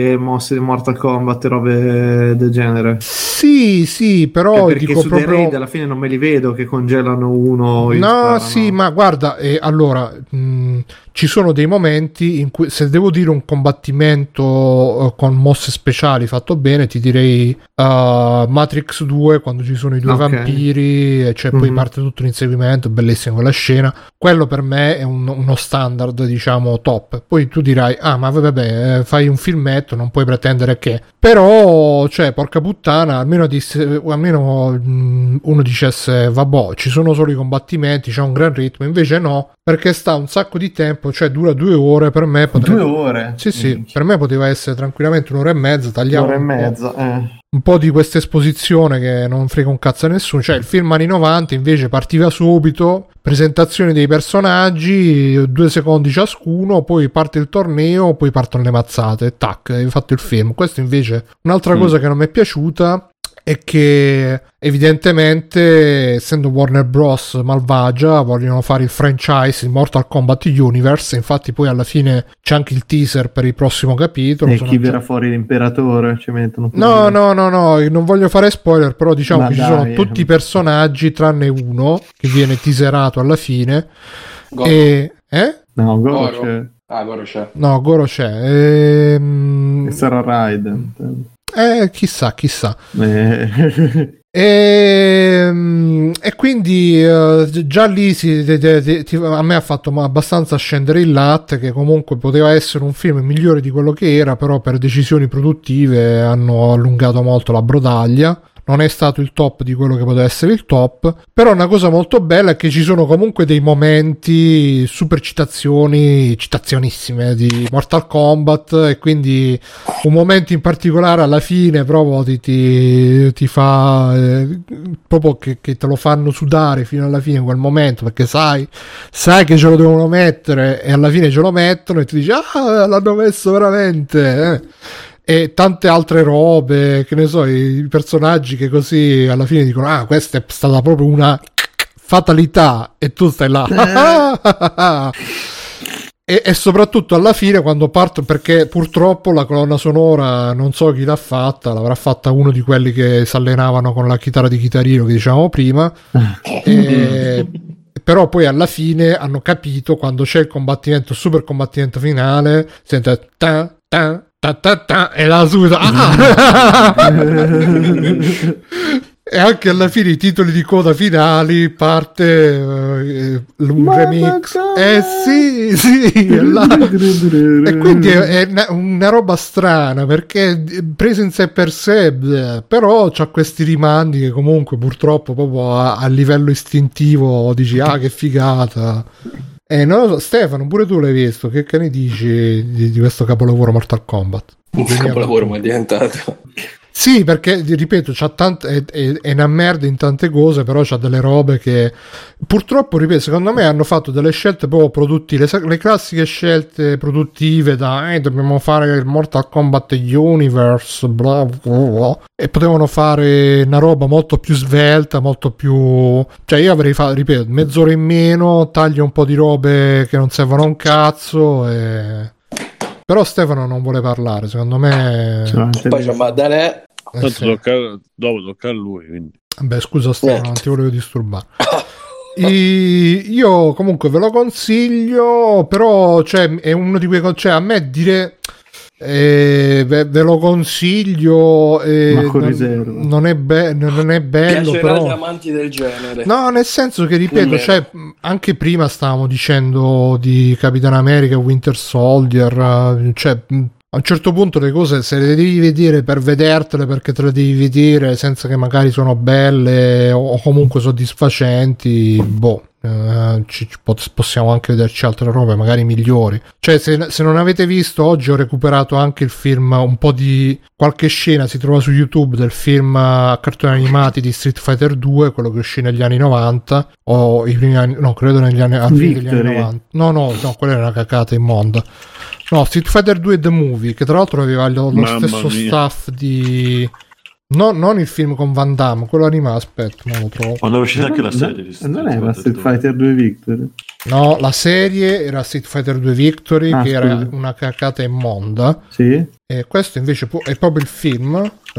le mosse di Mortal Kombat e robe del genere.
Sì, sì, però
Cioè, perché
dico
su
proprio...
The Raid alla fine non me li vedo che congelano uno.
No,
sparano.
sì, ma guarda, eh, allora mh, ci sono dei momenti in cui, se devo dire un combattimento uh, con mosse speciali fatto bene, ti direi uh, Matrix due, quando ci sono i due
Okay.
vampiri e cioè poi
Mhm.
parte tutto l'inseguimento, bellissima quella scena. Quello per me è un- uno standard, diciamo, top. Poi tu dirai, ah, ma vabbè, eh, fai un filmetto, non puoi pretendere che... Però, cioè, porca puttana, almeno, disse, almeno mh, uno dicesse, vabbè, ci sono solo i combattimenti, c'è un gran ritmo. Invece no, perché sta un sacco di tempo, cioè dura due ore, per me potrebbe...
Due ore?
Sì, sì,
Minchia.
per me poteva essere tranquillamente un'ora e mezza, tagliamo
Un'ora e
un po'.
mezza, eh.
Un po' di questa esposizione che non frega un cazzo a nessuno. Cioè il film anni novanta invece partiva subito, presentazione dei personaggi, due secondi ciascuno, poi parte il torneo, poi partono le mazzate, tac, hai fatto il film. Questo invece, un'altra
Mm.
cosa che non mi è piaciuta è che evidentemente, essendo Warner Bros. Malvagia, vogliono fare il franchise di Mortal Kombat Universe. Infatti poi alla fine c'è anche il teaser per il prossimo capitolo.
E
Sono
chi
già-
verrà fuori l'imperatore? Ci mettono
No, no, no, no, non voglio fare spoiler, però diciamo
Ma
che ci
dai,
sono
eh.
tutti i personaggi tranne uno che viene teaserato alla fine.
Goro.
E... Eh?
No, Goro
Goro.
c'è.
Ah, Goro c'è.
No, Goro c'è. Ehm...
E sarà Raiden.
Eh, chissà, chissà.
Eh.
E, e quindi eh, già lì si, de- de- de- ti- a me ha fatto abbastanza scendere il latte, che comunque poteva essere un film migliore di quello che era, però per decisioni produttive hanno allungato molto la brodaglia. Non è stato il top di quello che poteva essere il top, però una cosa molto bella è che ci sono comunque dei momenti, super citazioni, citazionissime di Mortal Kombat, e quindi un momento in particolare alla fine proprio ti, ti, ti fa eh, proprio che, che te lo fanno sudare fino alla fine quel momento, perché sai sai che ce lo devono mettere e alla fine ce lo mettono e tu dici ah, l'hanno messo veramente, eh. E tante altre robe, che ne so, i personaggi che così alla fine dicono ah, questa è stata proprio una fatalità, e tu stai là e, e soprattutto alla fine quando parto, perché purtroppo la colonna sonora non so chi l'ha fatta, l'avrà fatta uno di quelli che si allenavano con la chitarra di chitarrino che dicevamo prima. E però poi alla fine hanno capito, quando c'è il combattimento, super combattimento finale, sente ta ta ta ta ta, e la subito ah! E anche alla fine i titoli di coda finali parte eh, un remix, eh sì sì è là. E quindi è, è una, una roba strana, perché presa in sé per sé bleh, però c'ha questi rimandi che comunque purtroppo proprio a, a livello istintivo dici ah che figata. Eh, non lo so, Stefano, pure tu l'hai visto, che, che ne dici di, di questo capolavoro Mortal Kombat?
Un capolavoro mi è diventato.
Sì, perché ripeto, c'ha tante, è, è, è una merda in tante cose, però c'ha delle robe che purtroppo, ripeto, secondo me hanno fatto delle scelte proprio produttive, le, le classiche scelte produttive da eh, dobbiamo fare il Mortal Kombat Universe, bla bla bla, e potevano fare una roba molto più svelta, molto più, cioè io avrei fatto, ripeto, mezz'ora in meno, taglio un po' di robe che non servono a un cazzo e... Però Stefano non vuole parlare, secondo me.
Poi c'è Maddalè.
Eh,
Tanto
sì.
tocca, dopo tocca a lui. Quindi.
Beh, scusa Stefano, non ti volevo disturbare. I- io comunque ve lo consiglio, però cioè, è uno di quei co- cioè, a me dire eh, ve, ve lo consiglio eh,
Ma con
non,
riserva.
non è, be- non è bello,
Piacerà agli
però
amanti del genere.
no, nel senso che ripeto,
Nemmeno.
cioè, anche prima stavamo dicendo di Capitan America, Winter Soldier, eh, cioè mh, a un certo punto le cose se le devi vedere per vedertele, perché te le devi vedere senza che magari sono belle o comunque soddisfacenti, boh. Uh, ci, ci pot- possiamo anche vederci altre robe magari migliori, cioè se, se non avete visto, oggi ho recuperato anche il film, un po' di qualche scena si trova su YouTube del film a cartoni animati di Street Fighter due, quello che uscì negli anni novanta o i primi anni, no credo negli anni, alla fine degli anni
Victory.
novanta, no no no quella era una cacata immonda, no Street Fighter due The Movie, che tra l'altro aveva lo, lo
Mamma
stesso
mia.
staff di No, non il film con Van Damme, quello animato, aspetta, non lo trovo.
Quando è uscita anche la
Non-
serie di
non era Street
due.
Fighter due Victory.
No, la serie era Street Fighter due Victory,
Ah,
che era
scusa.
una cacata immonda.
Sì.
E questo invece pu- è proprio il film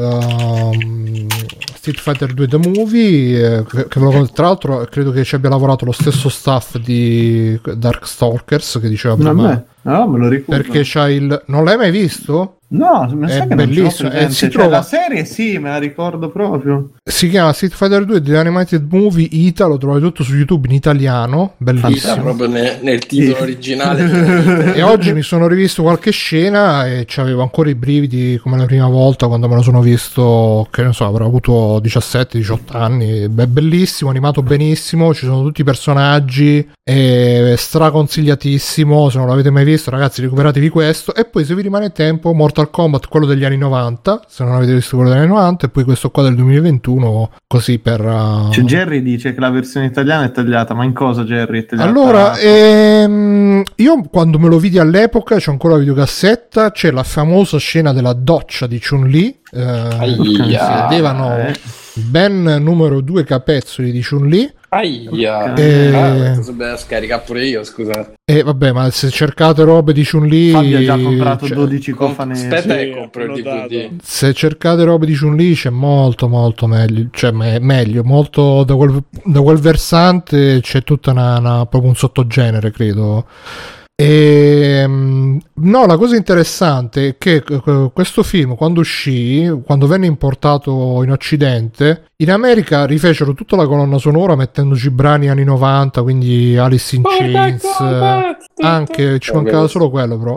ehm, Street Fighter due The Movie, eh, che, che ve lo- tra l'altro credo che ci abbia lavorato lo stesso staff di Darkstalkers che diceva prima.
Vabbè, no, me lo ricordo.
Perché c'ha il... non l'hai mai visto?
No, mi
È
sa che non ce l'ho
bellissimo,
presente.
eh, si
Cioè,
trova-
la serie sì, me la ricordo proprio.
Si chiama Street Fighter due The Animated Movie Ita, lo trovate tutto su YouTube in italiano,
Ita,
bellissimo.
proprio ne- nel titolo
Sì.
originale.
E oggi mi sono rivisto qualche scena e c'avevo ancora i brividi come la prima volta quando me lo sono visto, che ne so, avrò avuto diciassette diciotto anni. Beh, bellissimo, animato benissimo, ci sono tutti i personaggi, è straconsigliatissimo, se non l'avete mai visto ragazzi recuperatevi questo. E poi se vi rimane tempo Mortal Kombat, quello degli anni novanta, se non avete visto quello degli anni novanta, e poi questo qua del duemilaventuno, così per... uh,
Cioè, Jerry dice che la versione italiana è tagliata, ma in cosa Jerry è tagliata?
Allora, ehm, io quando me lo vidi all'epoca, c'è ancora la videocassetta, c'è la famosa scena della doccia di Chun-Li, eh,
Aia.
si vedevano
eh.
ben numero due capezzoli di Chun-Li.
Aia.
Eh.
Ah, questo dobbiamo scaricare pure io, scusa.
E vabbè, ma se cercate robe di Chun-Li,
Fabio ha già comprato
cioè,
dodici
Com-
cofanesi.
Aspetta
Sì,
che compro il
l'ho
D V D.
dato.
se cercate robe di Chun-Li c'è molto molto meglio, cioè me- meglio, molto da quel, da quel versante c'è tutta una, una- proprio un sottogenere, credo. E, no, la cosa interessante è che eh, questo film quando uscì, quando venne importato in Occidente, in America rifecero tutta la colonna sonora mettendoci brani anni novanta, quindi Alice in Chains, eh, anche ci mancava solo quello però.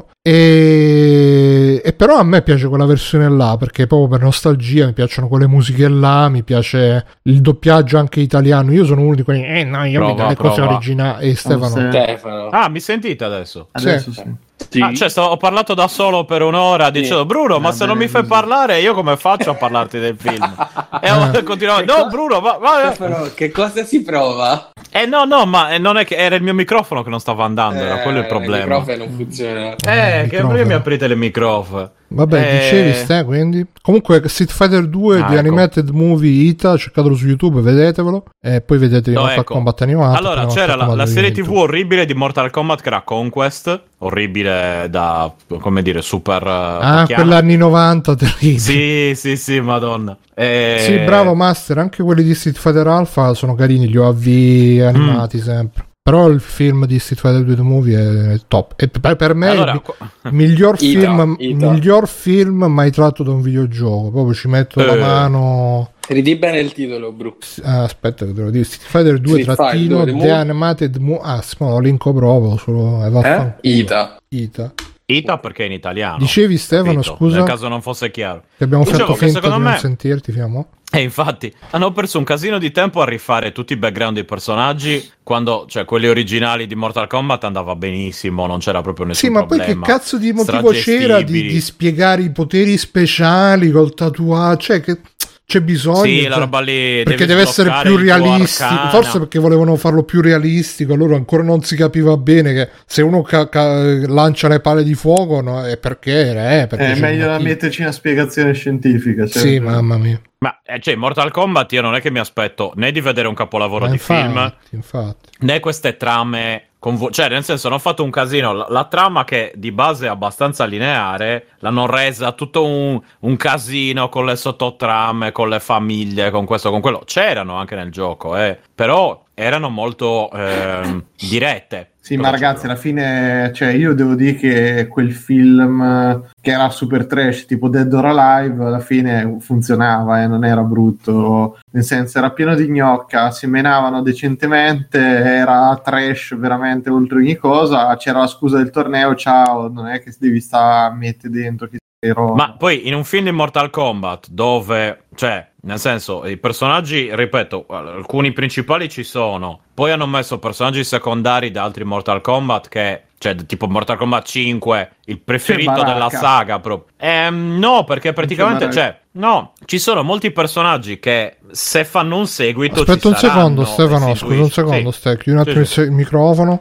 E, e però a me piace quella versione là perché proprio per nostalgia mi piacciono quelle musiche là, mi piace il doppiaggio anche italiano. Io sono uno di quelli, eh no, io
Prova,
mi dà le cose
prova.
originali. E Stefano,
sì.
Stefano.
Ah, mi sentite adesso?
Adesso
Sì.
sì.
Sì.
Ah, cioè, sto- ho parlato da solo per un'ora dicendo Bruno, ma
Va
se non
bene
mi fai
così.
parlare, io come faccio a parlarti del film? E ho continuato, no, Bruno, ma, ma-
Stefano, che cosa si prova?
eh no, no, ma eh, non è che era il mio microfono che non stava andando, era quello il
Eh,
problema.
Il microfono non funziona.
Eh, che
microfono.
prima mi aprite le microfone.
vabbè,
Eh,
dicevi ste, quindi comunque Street Fighter due
Ah,
di
ecco.
Animated Movie Ita, cercatelo su YouTube, vedetevelo e poi vedete
No,
Mortal
ecco.
Kombat animato.
Allora,
poi
c'era
Mortal
la,
Kombat
la serie
duemilaventuno.
tivù orribile di Mortal Kombat che era Conquest, orribile da, come dire, super uh,
Ah,
pacchiana.
quella anni novanta terribile.
Sì, sì, sì, madonna. Eh,
Sì, bravo Master, anche quelli di Street Fighter Alpha sono carini, gli O A V animati sempre. Però il film di Street Fighter due The Movie è top. E per, per me
Allora,
il
qu-
mi- miglior,
Ita,
film,
Ita.
miglior film mai tratto da un videogioco. Proprio ci metto la
Eh.
mano.
Ridi bene il titolo, Bru.
Ah, aspetta che te lo dico. Street Fighter due
Street Fighter
trattino
due, The
The
Movie.
Animated Movie. Ah, sì, ma lo linko proprio solo. eh,
Eh?
vaffanculo.
Ita.
Ita.
Ita perché è in italiano.
Dicevi Stefano,
capito?
scusa,
Nel caso non fosse chiaro.
che abbiamo
Dicevo
fatto
che
finta di
secondo
non
me-
sentirti, Fiammo.
E infatti hanno perso un casino di tempo a rifare tutti i background dei personaggi quando, cioè, quelli originali di Mortal Kombat andava benissimo, non c'era proprio nessun
Sì, ma poi
problema.
che cazzo di motivo c'era di,
Stragestibili.
di spiegare i poteri speciali col tatuaggio? Cioè, che c'è bisogno?
Sì,
cioè,
la roba lì
perché
devi
deve essere
sbloccare
più
il tuo
realistico.
arcana.
Forse perché volevano farlo più realistico. Allora ancora non si capiva bene che se uno ca- ca- lancia le pale di fuoco, no, è perché era, eh, perché
È
c'è
meglio
un
da
motivo.
metterci una spiegazione scientifica.
Sì,
sempre.
mamma mia.
Ma eh, cioè, Mortal Kombat io non è che mi aspetto né di vedere un capolavoro
Ma
di
infatti,
film,
infatti.
né queste trame convo- cioè nel senso hanno fatto un casino, la, la trama che di base è abbastanza lineare l'hanno resa tutto un, un casino con le sottotrame, con le famiglie, con questo, con quello, c'erano anche nel gioco, eh, però erano molto ehm, dirette.
Sì,
Cosa
ma ragazzi,
c'era?
alla fine, cioè, io devo dire che quel film eh, che era super trash, tipo Dead or Alive, alla fine funzionava e non era brutto. Nel senso, era pieno di gnocca, si menavano decentemente, era trash veramente oltre ogni cosa. C'era la scusa del torneo, ciao, non è che devi stare a mettere dentro chi sei roba.
Ma poi in un film di Mortal Kombat dove, cioè, nel senso, i personaggi, ripeto, alcuni principali ci sono, poi hanno messo personaggi secondari da altri Mortal Kombat che, cioè, tipo Mortal Kombat cinque, il preferito
C'è Baraka.
della saga proprio. Ehm, no, perché praticamente,
Baraka.
cioè, no, ci sono molti personaggi che se fanno un seguito
Aspetta
ci
un
saranno
secondo,
e
Stefano.
si
Scusa un
intuisce.
secondo,
Sì.
Ste, chiudi un attimo
Sì,
il, se- il microfono.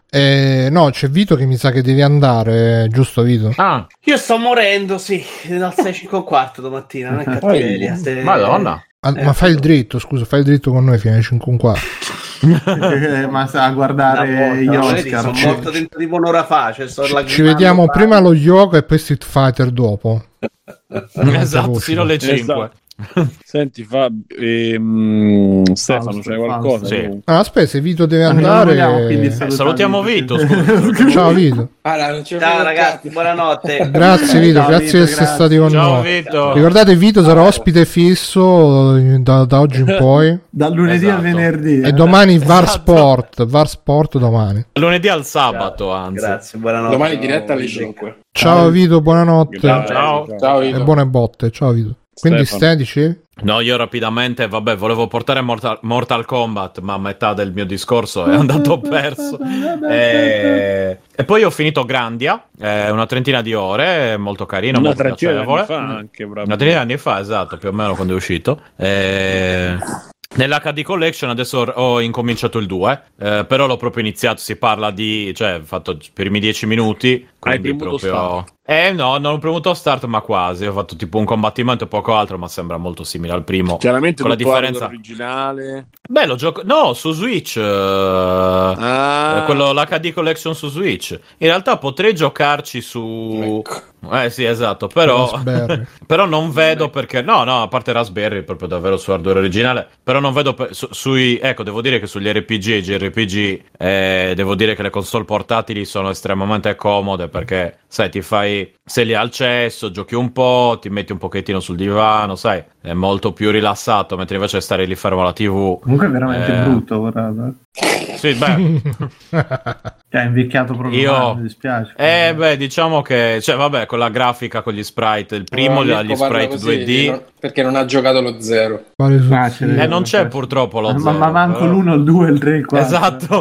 Eh, no, c'è Vito che mi sa che devi andare, giusto Vito?
Ah,
Io sto morendo, sì, dal sei e cinque e un quarto domattina, non è cattiveria. Se...
Madonna.
Ah,
Eh,
ma fai il dritto, scusa, fai il dritto con noi fino alle cinque e un quarto.
Eh, ma sta a guardare gli
no, vedi,
Oscar.
sono morto dentro tipo un'ora fa. Cioè sto
Ci
lagrimando
vediamo
tanto.
prima lo yoga e poi Street Fighter dopo.
Esatto,
voce.
sino alle cinque.
Senti Fabio, ehm, Stefano,
Fausto,
c'è qualcosa?
Fausto.
tu?
Ah, aspetta, se Vito deve
Ah, non vogliamo
andare.
quindi
Eh,
salutare
salutiamo
Vito.
Vito, scusa.
Ciao Vito.
Allora, non ci
Ciao
frega un
ragazzi,
cazzo.
buonanotte.
Grazie Vito,
Ciao,
grazie
Vito,
di essere
grazie.
stati con
Ciao
noi.
Vito.
Ricordate, Vito sarà ospite fisso eh, da, da oggi in poi.
Dal lunedì
Esatto.
al venerdì.
E
eh.
domani VAR
Esatto.
Sport. VAR Sport domani.
Lunedì al sabato, anzi.
Grazie, buonanotte.
Domani diretta alle cinque.
Ciao Vito, buonanotte.
Grazie.
Ciao.
Ciao
E
Vito.
buone botte. Ciao Vito. Quindi
Stefano.
stai, dicevi?
No, io rapidamente, vabbè, volevo portare Mortal, Mortal Kombat, ma metà del mio discorso è andato perso. E, e poi ho finito Grandia, eh, una trentina di ore, molto carino,
Una
molto
trentina di anni
piacevole.
fa anche, proprio.
Una trentina di anni fa, esatto, più o meno quando è uscito. E... Nell'H D Collection adesso ho incominciato il due, eh, però l'ho proprio iniziato, si parla di, cioè, ho fatto i primi dieci minuti, quindi
premuto
proprio... Eh no, non ho premuto start, ma quasi, ho fatto tipo un combattimento e poco altro, ma sembra molto simile al primo.
Chiaramente
con la
tutto
differenza...
originale.
Beh, lo gioco... No, su Switch, eh,
Ah,
eh, quello l'H D Collection su Switch. In realtà potrei giocarci su... Eh sì, esatto, però...
Raspberry.
Però non vedo perché... No, no, a parte Raspberry, proprio davvero su hardware originale. Però non vedo... Per... Su, sui... Ecco, devo dire che sugli R P G e J R P G eh, devo dire che le console portatili sono estremamente comode perché, sai, ti fai... Sei lì al cesso, giochi un po', ti metti un pochettino sul divano, sai, è molto più rilassato, mentre invece stare lì fermo alla tivù...
Comunque è veramente
Eh.
brutto, guarda.
Sì, beh...
Cioè, è invecchiato proprio
Io-
male, mi dispiace.
Eh beh, diciamo che, cioè vabbè, con la grafica, con gli sprite, il primo
Allora,
gli
Mirko parla
sprite
così
due D,
non- perché non ha giocato lo zero.
Quale su-
Facile.
eh, non c'è purtroppo lo
Ma,
zero.
ma manco
però-
l'uno, il due, il tre, il quattro.
Esatto.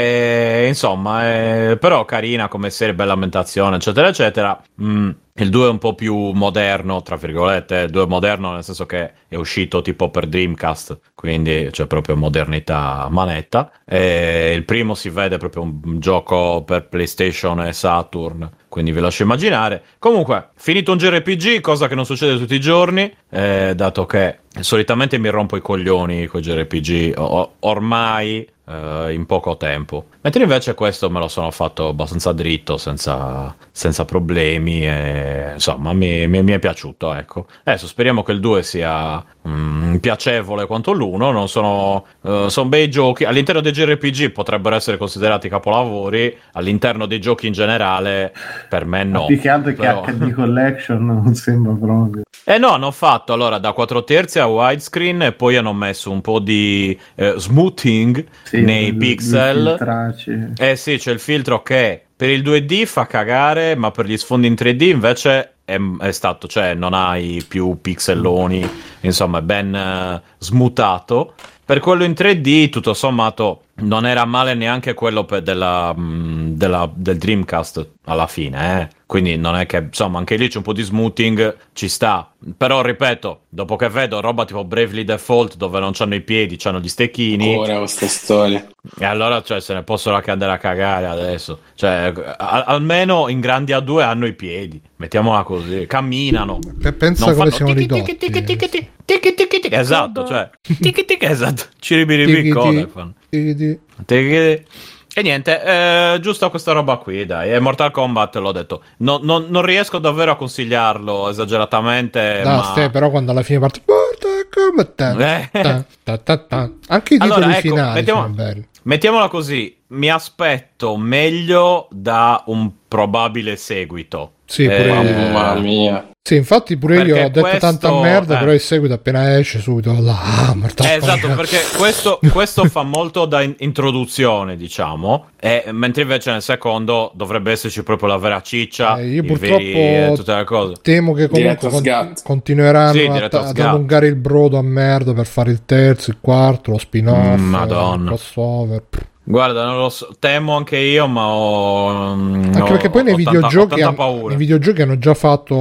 Eh, insomma, eh, però carina come serie, bella ambientazione, eccetera, eccetera. Mm, il due è un po' più moderno, tra virgolette, il due è moderno nel senso che è uscito tipo per Dreamcast, quindi c'è proprio modernità manetta. E il primo si vede proprio un, un gioco per PlayStation e Saturn, quindi vi lascio immaginare. Comunque, finito un J R P G, cosa che non succede tutti i giorni, eh, dato che solitamente mi rompo i coglioni con i J R P G o- ormai eh, in poco tempo. Mentre invece questo me lo sono fatto abbastanza dritto, senza, senza problemi, e insomma mi, mi- mi è piaciuto, ecco. Adesso speriamo che il due sia mm, piacevole quanto l'uno, non sono, eh, sono bei giochi, all'interno dei J R P G potrebbero essere considerati capolavori, all'interno dei giochi in generale per me no.
Più che altro che
Però-
H D Collection non sembra proprio.
Eh no, hanno fatto allora da quattro terzi a widescreen e poi hanno messo un po' di eh, smoothing
Sì,
nei
il-
pixel.
il filtraci.
Eh sì, c'è il filtro che per il due D fa cagare, ma per gli sfondi in tre D invece è, è stato, cioè non hai più pixelloni, insomma è ben eh, smutato. Per quello in tre D, tutto sommato, non era male neanche quello per della, mh, della- del Dreamcast alla fine, eh. Quindi non è che, insomma, anche lì c'è un po' di smoothing, ci sta. Però, ripeto, dopo che vedo roba tipo Bravely Default, dove non c'hanno i piedi, c'hanno gli stecchini,
Ora questa storia.
e allora, cioè, se ne possono anche andare a cagare adesso. Cioè, a- almeno in Grandi A due hanno i piedi, mettiamola così, camminano.
Pe- Pensa
Non
come
fanno
siamo
tic, tic,
ridotti.
tic, tic, tic, tic, tic, tic, tic. Esatto, cioè, tic, tic, esatto, ciribiribi
Tiki,
code
tiki,
fanno.
tiki, tiki.
Tic. E niente, eh, giusto questa roba qui, dai. E Mortal Kombat, l'ho detto, no- non- non riesco davvero a consigliarlo esageratamente,
No,
ma...
ste, però quando alla fine parte Mortal Kombat, ta,
Eh.
ta, ta, ta, ta. Anche i titoli
Allora, ecco,
finali
mettiamo-
sono belli.
Mettiamola così, mi aspetto meglio da un probabile seguito.
Sì, pure
Eh,
io.
Mamma mia.
Sì, infatti pure io
perché
ho detto
questo-
tanta merda,
eh.
però il seguito appena esce subito là, ah, Mortal
Eh, esatto,
Kombat.
perché questo, questo fa molto da in- introduzione, diciamo, e, mentre invece nel secondo dovrebbe esserci proprio la vera ciccia,
Eh, io
i
purtroppo
veri, eh, tutte le cose.
Temo che
Diretto
comunque
a
con-
sgat.
continueranno
Sì,
a-
diretto a
ad
sgat.
allungare il brodo a merda per fare il terzo, il quarto, lo spin-off,
Mm, Madonna.
il crossover.
Guarda, non lo so, temo anche io, ma ho...
Anche
ho-
perché poi nei
ho tanta-
videogiochi,
ho tanta
han-
paura.
nei videogiochi hanno già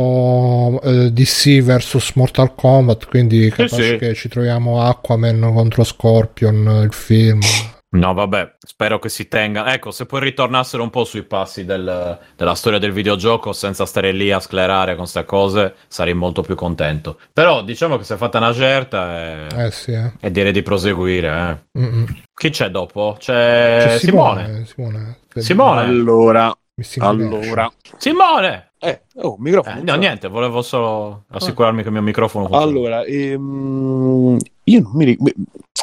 fatto eh, D C versus Mortal Kombat, quindi capace
sì.
che ci troviamo Aquaman contro Scorpion, il film.
No, vabbè, spero che si tenga. Ecco, se poi ritornassero un po' sui passi del, della storia del videogioco senza stare lì a sclerare con queste cose, sarei molto più contento. Però diciamo che si è fatta una certa e,
Eh sì, eh.
e direi di proseguire. Eh.
Mm-mm.
Chi c'è dopo? C'è,
C'è
Simone.
Simone. Simone.
Simone.
Allora,
Mi si
allora.
Simone!
Eh, oh, microfono.
Eh, no, niente, volevo solo assicurarmi che il mio microfono funziona.
Allora, ehm, io non mi, ri- mi-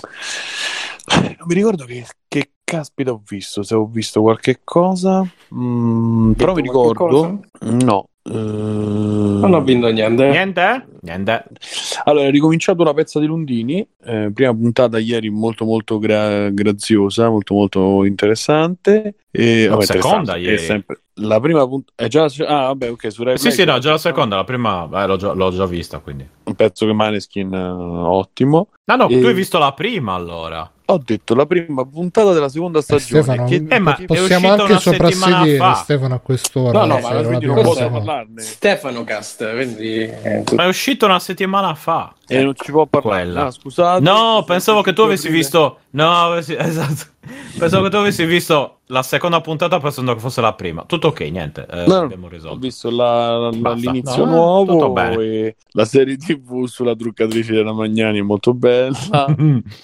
non mi ricordo che, che caspita ho visto, se ho visto qualche cosa, mm, però mi ricordo, no. Eh,
Non ho vinto niente.
Niente? Niente.
Allora, è ricominciato una pezza di Lundini, eh, prima puntata ieri molto molto gra- graziosa, molto molto interessante. E,
No,
vabbè,
seconda
interessante,
ieri.
è sempre la prima puntata, è già, ah vabbè, ok, su Rai
Sì,
Play
sì, no,
c'è
già la seconda, la prima eh, l'ho, già, l'ho già vista, quindi.
un pezzo che Maneskin, eh, ottimo.
No, no,
E-
tu hai visto la prima allora.
Ho detto la prima puntata della seconda
Eh,
stagione.
Stefano,
che-
Eh, ma
possiamo
è uscita
anche
una settimana
soprassedere
fa.
Stefano a quest'ora.
No, no,
eh,
ma
se era
quindi
la
non
prima
posso
stagione.
parlarne.
Stefano Cast, quindi eh,
Ma è uscita una settimana fa.
E non ci può parlare.
Quella.
Ah, scusate.
No, pensavo che tu avessi
aprile.
visto. No, avessi... esatto. Pensavo che tu avessi visto la seconda puntata pensando che fosse la prima. Tutto ok, niente. Eh,
No, no,
abbiamo
ho
risolto.
visto la- la-
Basta.
l'inizio
No, eh, tutto
nuovo
bene.
e la serie tivù sulla truccatrice della Magnani è molto bella.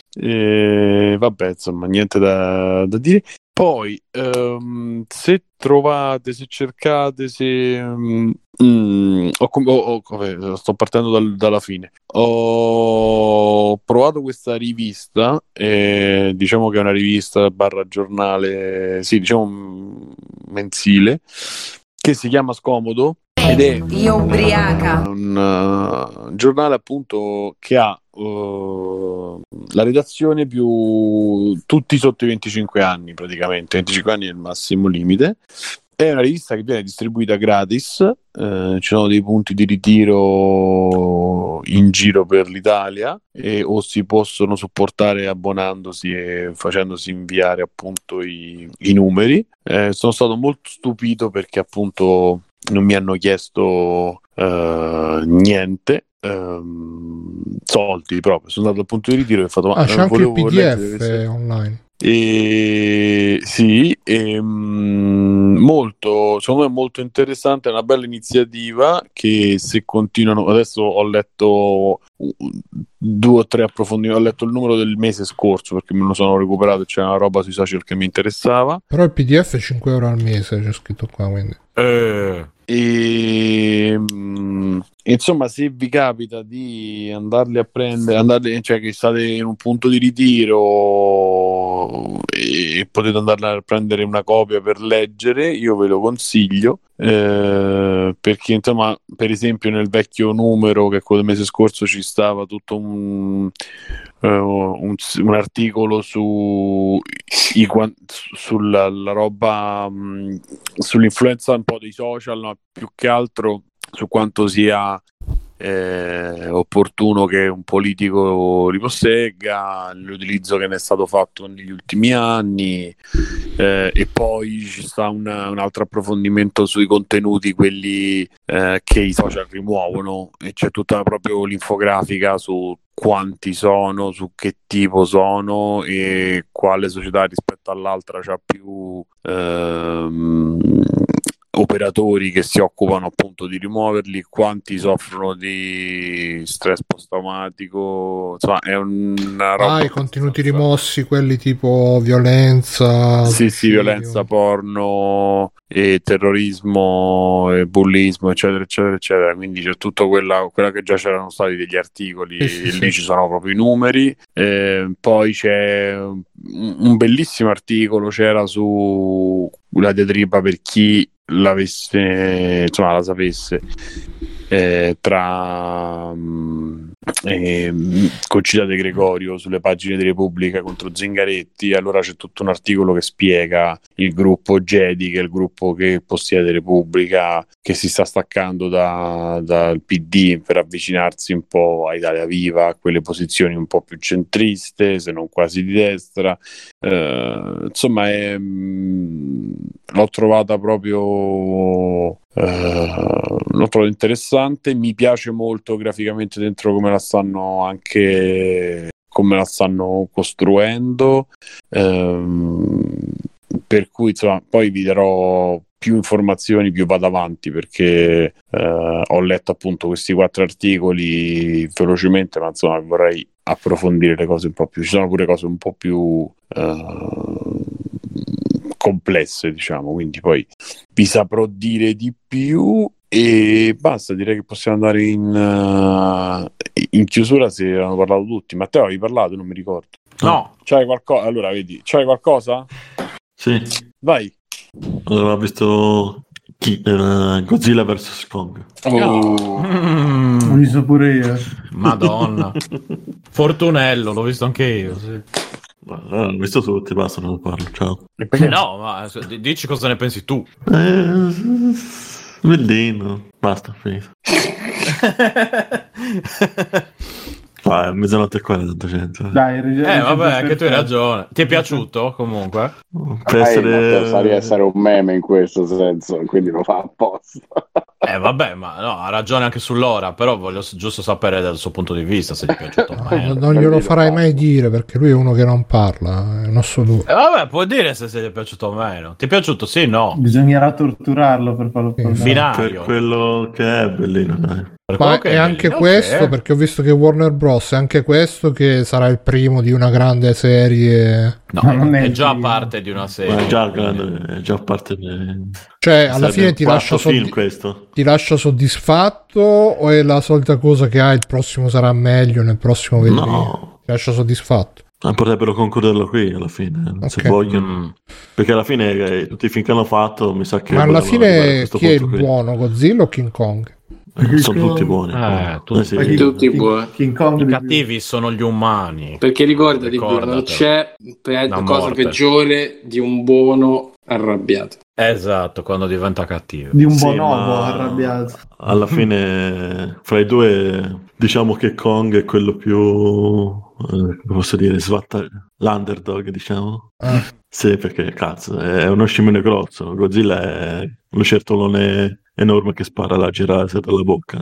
E vabbè, insomma, niente da, da dire. Poi, ehm, se trovate, se cercate, se... mm, mm, ho com- ho- ho- vabbè, sto partendo dal- dalla fine. Ho provato questa rivista, eh, diciamo che è una rivista barra giornale, sì, diciamo mm, mensile, che si chiama Scomodo. Ed è
Io ubriaca.
un uh, giornale appunto che ha uh, la redazione più tutti sotto i venticinque anni, praticamente venticinque anni è il massimo limite. È una rivista che viene distribuita gratis, eh, ci sono dei punti di ritiro in giro per l'Italia e, o si possono supportare abbonandosi e facendosi inviare appunto i, i numeri. Eh, sono stato molto stupito perché appunto non mi hanno chiesto eh, niente, ehm, soldi proprio. Sono andato al punto di ritiro e ho fatto: ma
Ah, c'è anche il
volevo
P D
leggere
F
se-
online.
E sì, e, mm, molto, secondo me è molto interessante, è una bella iniziativa che se continuano, adesso ho letto uh, due o tre approfondimenti, ho letto il numero del mese scorso perché me lo sono recuperato e c'era una roba sui social che mi interessava.
Però il P D F è cinque euro al mese, c'è scritto qua, quindi.
Eh,
E mm, insomma, se vi capita di andarli a prendere, andarli, cioè che state in un punto di ritiro e potete andarli a prendere una copia per leggere, io ve lo consiglio. Eh, perché insomma, per esempio, nel vecchio numero, che è quello del mese scorso, ci stava tutto un, eh, un, un articolo su i, quan- sulla la roba mh, sull'influenza un po' dei social, ma più che altro su quanto sia eh, opportuno che un politico ripossegga, l'utilizzo che ne è stato fatto negli ultimi anni, eh, e poi ci sta un, un altro approfondimento sui contenuti, quelli eh, che i social rimuovono, e c'è tutta proprio l'infografica su quanti sono, su che tipo sono e quale società rispetto all'altra c'ha più ehm, operatori che si occupano appunto di rimuoverli, quanti soffrono di stress post-traumatico, insomma è una roba.
Ah, i contenuti rimossi, quelli tipo violenza.
Sì, sì,
omicidio.
violenza, porno, e terrorismo, e bullismo, eccetera, eccetera, eccetera. Quindi c'è tutto quella, quella che già c'erano stati degli articoli,
Sì, sì,
e
sì.
lì ci sono proprio i numeri. Eh, poi c'è un, un bellissimo articolo, c'era su la diatriba per chi l'avesse, insomma, la sapesse, eh, tra um, eh, Concita De Gregorio sulle pagine di Repubblica contro Zingaretti. Allora c'è tutto un articolo che spiega il gruppo Gedi, che è il gruppo che possiede Repubblica, che si sta staccando da, dal P D per avvicinarsi un po' a Italia Viva, a quelle posizioni un po' più centriste, se non quasi di destra. Eh, insomma, è, mh, l'ho trovata proprio Uh, l'ho trovato interessante, mi piace molto graficamente dentro come la stanno anche
come la stanno costruendo, ehm, per cui insomma poi vi darò più informazioni più vado avanti, perché eh, ho letto appunto questi quattro articoli velocemente, ma insomma vorrei approfondire le cose un po' più, ci sono pure cose un po' più eh, complesse, diciamo, quindi poi vi saprò dire di più. E basta, direi che possiamo andare in, uh, in chiusura, se hanno parlato tutti. Matteo, avevi parlato? Non mi ricordo.
No.
C'hai qualcosa? Allora, vedi, c'hai qualcosa?
Sì.
Vai.
Allora, ho visto chi, uh, Godzilla versus Kong.
Oh.
L'ho visto pure io.
Madonna. Fortunello, l'ho visto anche io, sì.
Allora, l'ho visto tutti, basta, non ne parlo, ciao.
No, ma dici cosa ne pensi tu.
Eh, bellino, basta, finito. Ah, mezzanotte e quaranta, gente.
Dai,
eh, vabbè, anche tu hai ragione. Ti è piaciuto comunque?
Per essere...
Sa di essere un meme in questo senso, quindi lo fa apposta.
Eh, vabbè, ma no, ha ragione anche sull'ora, però voglio giusto sapere dal suo punto di vista se gli è piaciuto o meno.
No, non glielo farai mai dire, perché lui è uno che non parla, è un assoluto.
Eh, vabbè, puoi dire se, se gli è piaciuto o meno. Ti è piaciuto? Sì, no.
Bisognerà torturarlo per farlo
Sì.
parlare.
Binario.
Per quello che è bellino, dai.
Per
Ma
che
è anche
bellino,
questo,
ok.
perché ho visto che Warner Bros. È anche questo che sarà il primo di una grande serie.
No,
Ma non è
è
il
già
primo.
parte di una serie.
Ma è già grande, è già parte del...
Cioè, alla
Serve
fine ti
un
lascia,
quarto film
soddi-
questo.
ti lascia soddisfatto, o è la solita cosa che ah, il prossimo sarà meglio, nel prossimo vedremo?
No,
Ti lascia soddisfatto.
ma potrebbero concluderlo qui alla fine, se
Ok.
vogliono.
Mm.
Perché alla fine eh, tutti i film che hanno fatto mi sa che
Ma alla
volevano arrivare a
fine
questo
chi è il
punto qui.
buono, Godzilla o King Kong?
Eh, sono tutti buoni.
Eh, tutti.
Eh, sì.
Ma chi-
Tutti
King-
buoni.
King Kong
I
di-
cattivi sono gli umani.
Perché ricordati, Bruno, non
Ricordatelo.
c'è pe-
La
cosa
morte.
peggiore di un buono arrabbiato.
Esatto, quando diventa cattivo.
di un
Sì,
bonobo
ma
arrabbiato.
alla fine fra i due diciamo che Kong è quello più eh, come posso dire svatta- l'underdog, diciamo.
Ah.
Sì, perché cazzo è uno scimmione grosso, Godzilla è uno certolone enorme che spara la girase dalla bocca.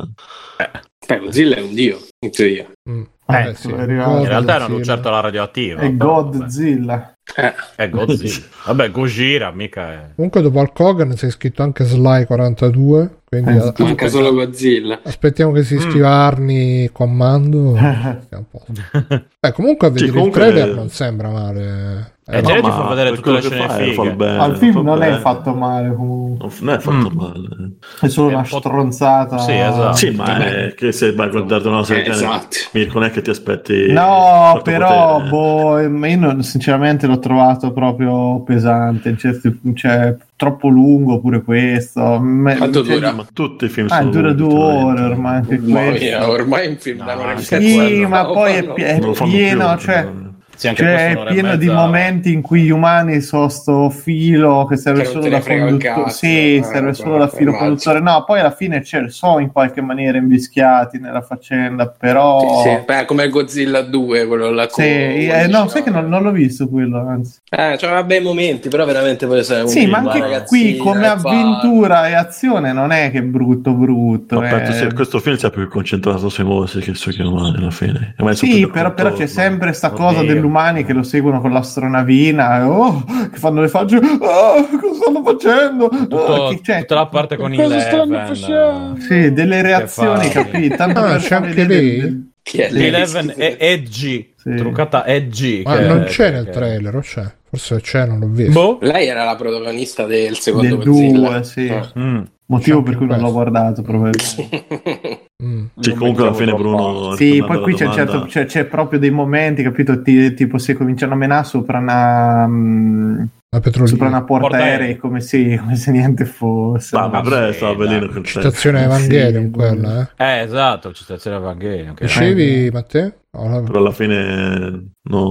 Beh, Godzilla è un dio, in teoria.
Mm.
Ecco,
Eh, sì.
è arrivato.
In realtà era un
Godzilla.
lucertola radioattiva.
È
però,
Godzilla.
Eh,
È Godzilla. Vabbè, Gojira mica è.
Comunque dopo al Kogan si è scritto anche Sly quarantadue, quindi
Eh,
a-
manca solo Godzilla.
aspettiamo che si
Mm.
iscriva Arni Comando. Stiamo a posto. Beh, comunque a vedere
comunque-
il trailer non sembra male.
Eh,
Eh,
già
no,
ti fa vedere
per
tutte le
quello che
scene
fa, eh,
fighe.
fa bene,
Al film
fa
non è
bene.
fatto male comunque.
Non è fatto
Mm.
male.
È solo
È
una
un po'-
stronzata.
Sì, esatto.
Sì, ma è che se vai a guardare una serie
Eh, esatto.
Mirko, non è che ti aspetti
No,
fatto
però
potere.
boh, ma io non- sinceramente l'ho trovato proprio pesante, in certi- cioè troppo lungo pure questo. Me-
Quanto
cioè-
dura?
Ma tutti i film
Ah,
sono
dure
lunghi,
due ore
ultimamente.
ormai anche
Mamma
questo.
mia, ormai è un film da
No,
un'ora e
anche
mezza.
Sì,
quello.
ma
Lo
poi è,
fanno.
pie- è
Non lo fanno
pieno,
più,
cioè,
no.
Sì, anche
cioè,
questo
è
un'ora e
pieno di
mezza-
momenti in cui gli umani sono sto filo che serve
Che non
solo
te ne
da
frega un
conduttore.
cazzo,
Sì,
eh,
serve solo
beh,
da filo
immagino.
conduttore. No, poi alla fine c'è, sono in qualche maniera invischiati nella faccenda, però.
Sì, sì. Beh, come Godzilla due, quello là
Sì,
con-
eh, no, sai che non, non l'ho visto quello, anzi.
Eh, c'aveva bei momenti, però veramente può essere un
Sì,
film
ma
da
anche
ragazzini,
qui come
da bar.
avventura e azione non è che brutto brutto.
Ma penso
eh.
sia questo film sia più concentrato sui mostri che sugli umani alla fine. Ma è
Sì,
tutto
però, però c'è
contorno.
sempre sta
Oddio.
cosa dell'umani che lo seguono con l'astronavina, oh, che fanno le facce, oh, cosa stanno facendo?
Tutto-
Oh, chi c'è?
tutta la parte con il
Cosa stanno
Eleven.
facendo?
Sì, delle reazioni,
fa-
capito? Tanto
Ah,
per
c'è
far
anche
vedere
lei?
del-
Chi è
Sì.
lei?
Eleven è edgy,
Sì.
truccata edgy.
Ma
che-
non c'è
che-
nel
che-
trailer, o c'è? Forse c'è, non l'ho visto.
Boh.
Lei era la protagonista del secondo
del
Godzilla.
due, sì.
Ah.
Mm.
Motivo
C'è
per cui non
anche
l'ho guardato, probabilmente.
Mm.
Sì,
Non
comunque alla
mettiamo
fine
troppo
Bruno
Sì,
rispondendo
poi qui
alla
c'è,
domanda-
certo, c'è, c'è proprio dei momenti, capito? Ti- tipo se cominciano a menare sopra una, mm,
La petrolina.
sopra una
Portaerei.
portaerei come se, come se niente fosse.
Ah, ma però
sì,
stava
dai.
bellino quel
Citazione
Sì,
Evangelion,
sì.
quella, eh.
Eh, esatto, citazione Evangelion. che-
Dicevi, Matteo? Oh, la-
però alla fine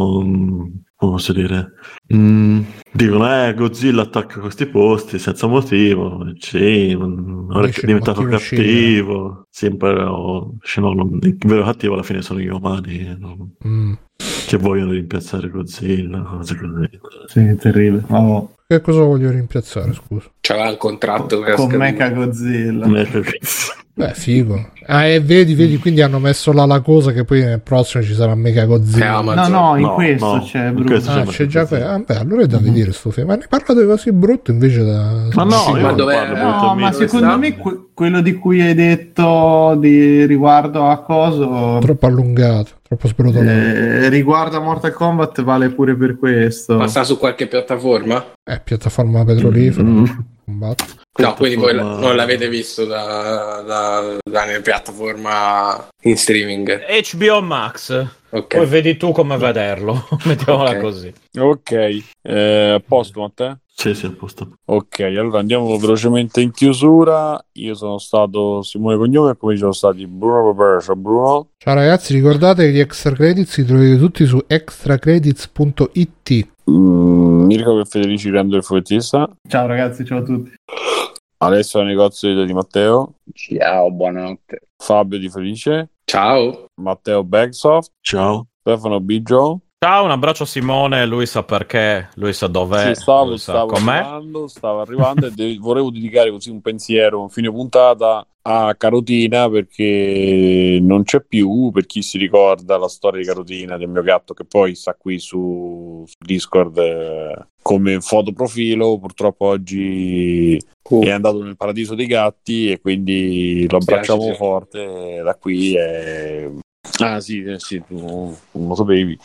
non come posso dire mm, dicono eh Godzilla attacca questi posti senza motivo, sì, mm, ora
Dice
che è diventato
motivo
cattivo sempre, però se no, non- il vero cattivo alla fine sono gli umani, no?
Mm.
Che vogliono rimpiazzare Godzilla, cose così.
Sì, terribile. Oh,
Che cosa voglio rimpiazzare, scusa?
C'aveva un contratto per
con
scaduto.
Mecha Godzilla.
Non è che-
Beh, figo. Ah, e vedi, vedi, quindi hanno messo là la cosa che poi nel prossimo ci sarà Mega Godzilla.
No, no, in
No,
questo
no,
c'è
in
Bruno.
questo
Ah,
c'è
c'è già
Godzilla.
que- ah, beh, allora è da vedere sto film. Ma ne parlate così brutto invece da...
Ma no, io
Ma
non
dov'è-
parlo
No,
molto
ma
mio.
secondo
sta?
me que- quello di cui hai detto di riguardo a coso
Troppo allungato, troppo sbrotolato.
eh, riguardo a Mortal Kombat vale pure per questo.
Ma sta su qualche piattaforma?
Eh, piattaforma petrolifera.
Mm.
Combatto.
No, quindi voi
Piattaforma-
non l'avete visto da, da, da piattaforma in streaming.
H B O Max.
Ok.
Poi vedi tu come vederlo. Mettiamola
Ok.
così.
Ok, eh, a posto Matteo?
Sì, sì, a posto.
Ok, allora andiamo velocemente in chiusura. Io sono stato Simone Cognome e come ci sono stati Bruno Papà, ciao Bruno.
Ciao ragazzi, ricordate che gli extra credits li trovate tutti su extra credits punto it.
Mm, Mirko che Federici rende il fumettista.
Ciao ragazzi, ciao a tutti.
Alessio del negozio di Matteo.
Ciao, buonanotte.
Fabio di Felice.
Ciao.
Matteo Bagsoft.
Ciao.
Stefano Biggio.
Ciao, un abbraccio a Simone. Lui sa perché, lui sa dov'è,
Sì, stavo,
lui sa
stavo
com'è.
arrivando, stavo arrivando e de- volevo dedicare così un pensiero, un fine puntata a Carotina perché non c'è più, per chi si ricorda la storia di Carotina, del mio gatto che poi sta qui su, su Discord eh, come foto profilo, purtroppo oggi
Uh.
è andato nel paradiso dei gatti e quindi lo abbracciamo
Sì, sì, sì.
forte da qui e... Ah sì, eh, sì, tu non lo sapevi.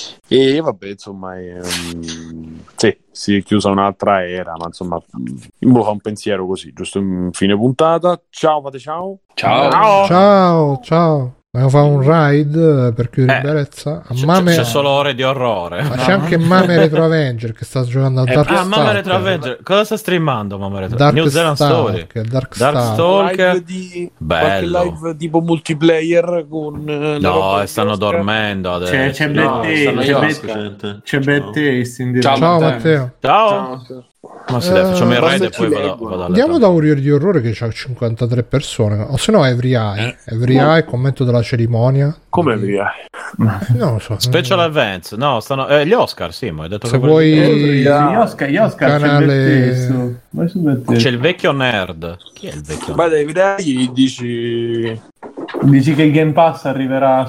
E vabbè, insomma, ehm, sì, si è chiusa un'altra era, ma insomma, io volevo fare un pensiero così, giusto in fine puntata. Ciao, fate ciao.
Ciao.
Ciao.
Ciao, ciao. Vogliamo fare un ride per chiudere
Eh,
in bellezza? A
C'è,
Mame...
c'è solo ore di orrore.
Ma c'è anche Mame Retro Avenger che sta giocando a
Eh,
Dark
Ah,
Stalker.
Mama Retro Avenger. Cosa sta streamando Mama Retro?
Dark
New Zealand Story.
Stalker, Dark
Dark
Stalker.
Stalker.
Live di...
Bello.
Qualche live tipo multiplayer con eh, la
No,
roba
e
di
stanno
Oscar?
dormendo adesso.
C'è, c'è
No,
Bad
stanno
Taste,
io,
c'è,
scusa.
Bad, c'è Bad Taste in diretta.
Ciao,
Ciao
Matteo.
Matteo.
Ciao.
Ciao.
Ma sì, dai, facciamo il
Eh,
raid e
ci
poi vado,
leggono.
vado a
Andiamo
letto.
da Uriel di Orrore che c'ha cinquantatré persone, o se no Every Eye.
Eh.
Every Eye, commento della cerimonia.
Come
Di-
via?
Non lo so.
Special events. No, stanno eh, gli Oscar, sì, ma hai detto
Se
che
vuoi-
Gli Oscar, gli Oscar c'è
Canale-
Bad Taste. Vai su Bad Taste.
c'è il vecchio nerd. Chi è il vecchio
Ma
nerd?
dai, gli dici...
Dici che il Game Pass arriverà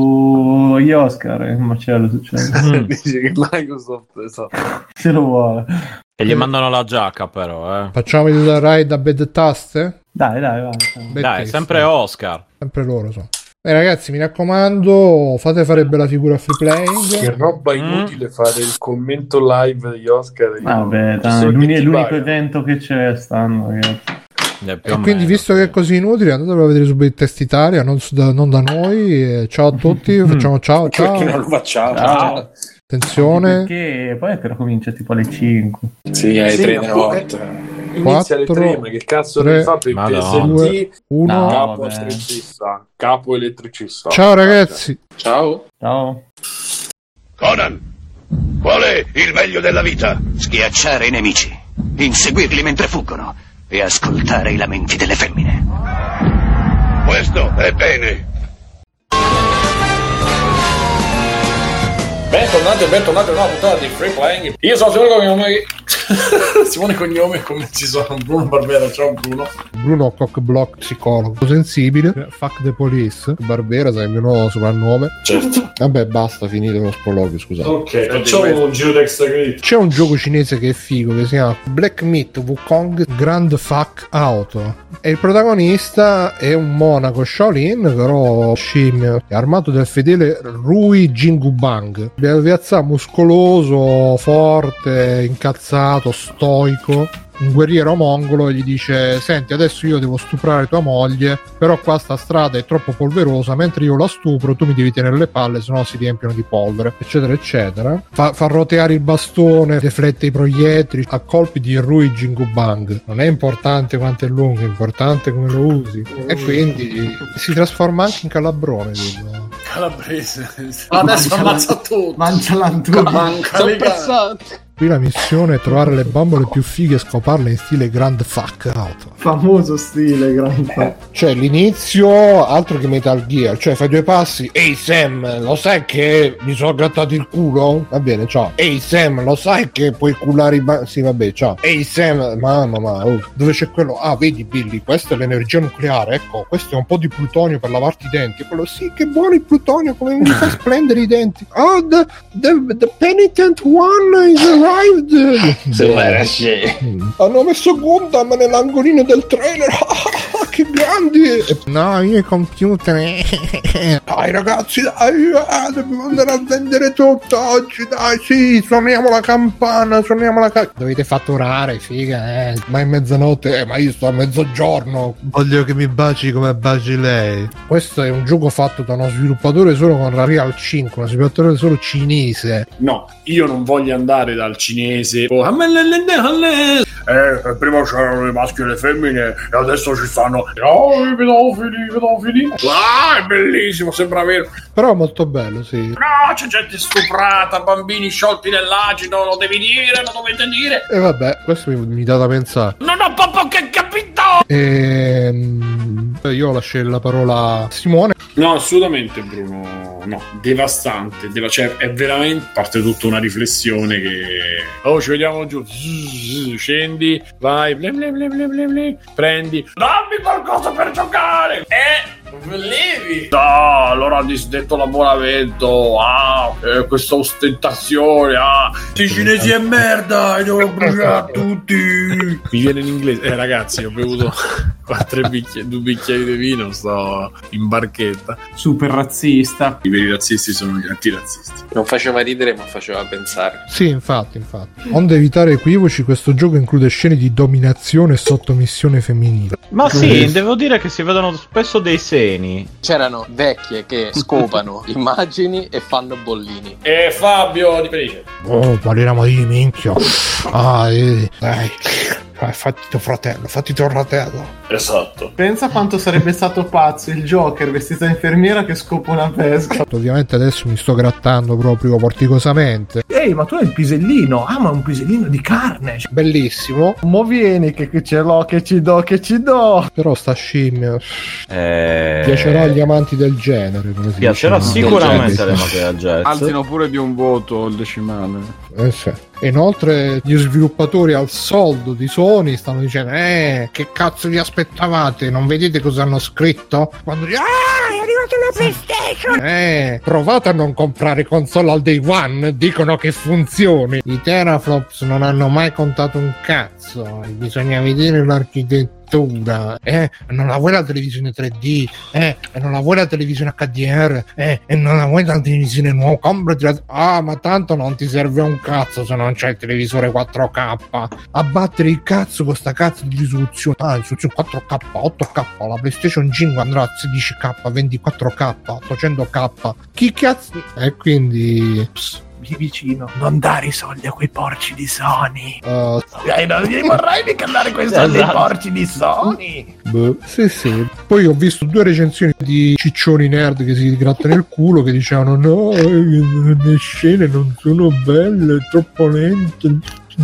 su gli Oscar? Che macello succede?
Mm.
dici che Microsoft... Esatto.
Se lo vuole.
E gli mandano la giacca però, eh.
Facciamo il ride a Bad Taste?
Dai, dai, vai.
Bad
Dai,
Taste.
sempre Oscar.
Sempre loro sono. Eh, ragazzi, mi raccomando, fate fare bella figura free
Che
playing.
roba
Mm.
inutile fare il commento live degli Oscar.
Vabbè,
Solo
dai,
che
l'uni- è
ti
l'unico
paga.
evento che c'è stanno, ragazzi.
Eh, più
E
o
quindi,
meno,
visto
sì.
che è così inutile, andatelo a vedere su Bad Test Italia, non, su- da, non da noi. Eh, ciao a tutti, facciamo ciao,
Perché non
ciao.
lo facciamo?
Ciao.
Attenzione.
Perché poi però comincia tipo alle cinque.
Sì, alle
Sì,
tre
ma
di
poi-
notte.
Inizia alle
Quattro,
tre, ma che cazzo
tre,
devi fare per
Madonna.
P S D?
uno.
No.
Capo
vabbè.
elettricista. Capo elettricista.
Ciao ragazzi.
Ciao.
Ciao.
Conan, qual è il meglio della vita?
Schiacciare i nemici, inseguirli mentre fuggono e ascoltare i lamenti delle femmine.
Questo è bene.
Bentornati e bentornati a una puntata di Free Playing. Io sono Simone Cognome. Simone Cognome, come ci sono Bruno Barbera. Ciao Bruno.
Bruno Cockblock psicologo sensibile. Fuck the police. Barbera sai il mio nuovo soprannome.
Certo.
Vabbè, basta, finite lo sproloquio, scusate.
Ok, facciamo un giro di extra credit.
C'è un gioco cinese che è figo che si chiama Black Myth Wukong Grand Fuck Auto e il protagonista è un monaco Shaolin, però scimmio, è armato del fedele Rui Jingubang, piazza muscoloso, forte, incazzato, stoico, un guerriero mongolo, e gli dice: senti, adesso io devo stuprare tua moglie, però qua sta strada è troppo polverosa, mentre io la stupro tu mi devi tenere le palle, sennò si riempiono di polvere, eccetera eccetera. Fa, fa roteare il bastone, deflette i proiettili a colpi di Rui Jingubang. Non è importante quanto è lungo, è importante come lo usi, e quindi si trasforma anche in calabrone, dico.
Calabrese. Adesso ammazza tutto.
Mangia l'antuca.
Manca le gambe.
Qui la missione è trovare le bambole più fighe e scoparle in stile Grand Fuck Out.
Famoso stile Grand Fuck.
Cioè l'inizio altro che Metal Gear, cioè fai due passi. Ehi Sam, lo sai che mi sono grattato il culo? Va bene, ciao. Ehi Sam, lo sai che puoi culare i ba- sì vabbè, ciao. Ehi Sam, mamma ma oh, dove c'è quello? Ah vedi Billy, questa è l'energia nucleare, ecco, questo è un po' di plutonio per lavarti i denti. Quello sì, che buono il plutonio, come mi fa splendere i denti. Oh, the, the, the penitent one is arrived. Hanno messo Gundam nell'angolino del trailer. Che grandi. No, io i computer. Dai ragazzi, dai, dobbiamo andare a vendere tutto oggi, dai, sì, suoniamo la campana, suoniamo la ca- dovete fatturare, figa, eh. Ma è mezzanotte, eh, ma io sto a mezzogiorno. Voglio che mi baci come baci lei. Questo è un gioco fatto da uno sviluppatore solo con la Real cinque, uno sviluppatore solo cinese.
No, io non voglio andare dal cinese. Oh, eh, prima c'erano le maschie e le femmine e adesso ci stanno oh, i pedofili, i pedofili. Ah, è bellissimo, sembra vero.
Però è molto bello, sì.
No, c'è gente stuprata, bambini sciolti nell'acido, lo devi dire, lo dovete dire.
E vabbè, questo mi, mi dà da pensare.
Non ho proprio che capito.
Ehm, io lascio la parola a Simone.
No, assolutamente Bruno, no, devastante, deva- cioè è veramente parte tutta una riflessione che oh ci vediamo giù, scendi, vai, ble ble ble ble ble ble, prendi, dammi qualcosa per giocare, eh, volevi? No, allora ha disdetto l'abbonamento, ah, eh, questa ostentazione, ah, i cinesi è merda, li devo bruciare tutti. Mi viene in inglese, eh ragazzi, ho bevuto quattro bicchieri, due bicchieri di vino, sto in barchetta.
Super razzista.
I veri razzisti sono gli antirazzisti.
Non faceva ridere ma faceva pensare.
Sì, infatti, infatti. Onde evitare equivoci, questo gioco include scene di dominazione e sottomissione femminile.
Ma sì, devo dire che si vedono spesso dei seni.
C'erano vecchie che scopano immagini e fanno bollini.
E Fabio di Felice.
Oh, parliamo di minchia. Ah, eh, dai. Fatti tuo fratello, fatti tuo fratello.
Esatto.
Pensa quanto sarebbe stato pazzo il Joker vestito da infermiera che scopa una pesca.
Ovviamente adesso mi sto grattando proprio vorticosamente.
Ehi, ma tu hai il pisellino. Ah, ma un pisellino di carne.
Bellissimo.
Mo vieni che, che ce l'ho, che ci do, che ci do.
Però sta scimmia
eh...
piacerà agli amanti del genere, come si
piacerà
dice,
sicuramente agli amanti del jazz.
Alzino pure di un voto il decimale.
Eh sì. E inoltre gli sviluppatori al soldo di Sony stanno dicendo eh che cazzo vi aspettavate, non vedete cosa hanno scritto? Quando dicono ah è arrivata la PlayStation, eh provate a non comprare console al day one, dicono che funzioni. I teraflops non hanno mai contato un cazzo, bisogna vedere l'architettura. Eh, non la vuoi la televisione tre D, eh, e non la vuoi la televisione H D R, eh, e non la vuoi la televisione nuova, comprati la... Ah, ma tanto non ti serve un cazzo se non c'è il televisore quattro K. Abbattere il cazzo con sta cazzo di risoluzione. Ah, risoluzione quattro K, otto K, la PlayStation cinque andrà a sedici K, ventiquattro K, ottocento K. Chi cazzo... E quindi... Pss.
Vicino, non dare i soldi a quei porci di Sony.
Uh,
eh, non mi vorrei mica dare quei soldi ai porci di Sony.
Beh, sì, sì. Poi ho visto due recensioni di ciccioni nerd che si grattano il culo che dicevano no, le scene non sono belle, è troppo lente.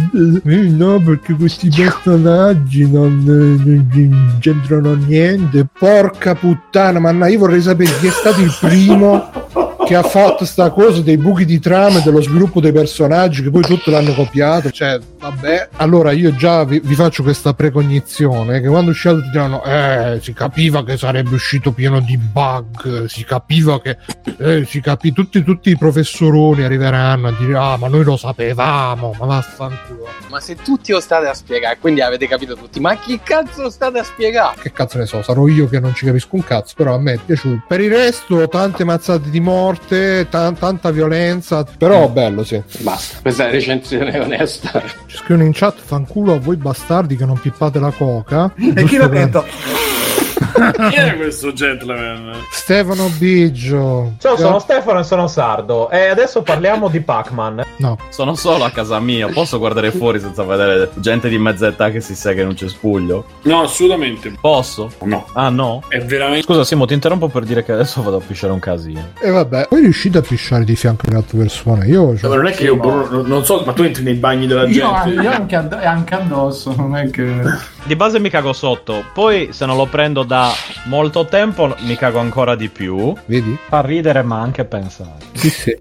No, perché questi personaggi non, non c'entrano niente. Porca puttana, ma no, io vorrei sapere chi è stato il primo che ha fatto sta cosa dei buchi di trama e dello sviluppo dei personaggi che poi tutto l'hanno copiato. Cioè, vabbè. Allora io già vi, vi faccio questa precognizione che quando uscito tutti diranno eh, si capiva che sarebbe uscito pieno di bug, si capiva che eh, si capì, tutti, tutti i professoroni arriveranno a dire ah ma noi lo sapevamo, ma vaffanculo.
Ma se tutti lo state a spiegare, quindi avete capito tutti, ma chi cazzo lo state a spiegare?
Che cazzo ne so, sarò io che non ci capisco un cazzo, però a me è piaciuto. Per il resto tante mazzate di morte, t- tanta violenza, però bello, sì.
Basta, questa è la recensione onesta.
Ci scrivono in chat fanculo a voi bastardi che non pippate la coca.
E chi l'ha detto?
Chi è questo gentleman?
Stefano Biggio.
Ciao, sono Stefano e sono sardo. E adesso parliamo di Pac-Man.
No.
Sono solo a casa mia. Posso guardare fuori senza vedere gente di mezza età che si sega in un cespuglio?
No, assolutamente.
Posso?
No.
Ah, no?
È veramente...
Scusa, Simo, ti interrompo per dire che adesso vado a pisciare un casino.
E vabbè, poi riuscite a pisciare di fianco alle altre persone? Io
Ma non è che io no. non so, ma tu entri nei bagni della
io,
gente?
Io anche, ad- anche addosso, non è che...
Di base mi cago sotto, poi se non lo prendo da molto tempo mi cago ancora di più.
Vedi?
Fa ridere ma anche pensare.
Sì, sì.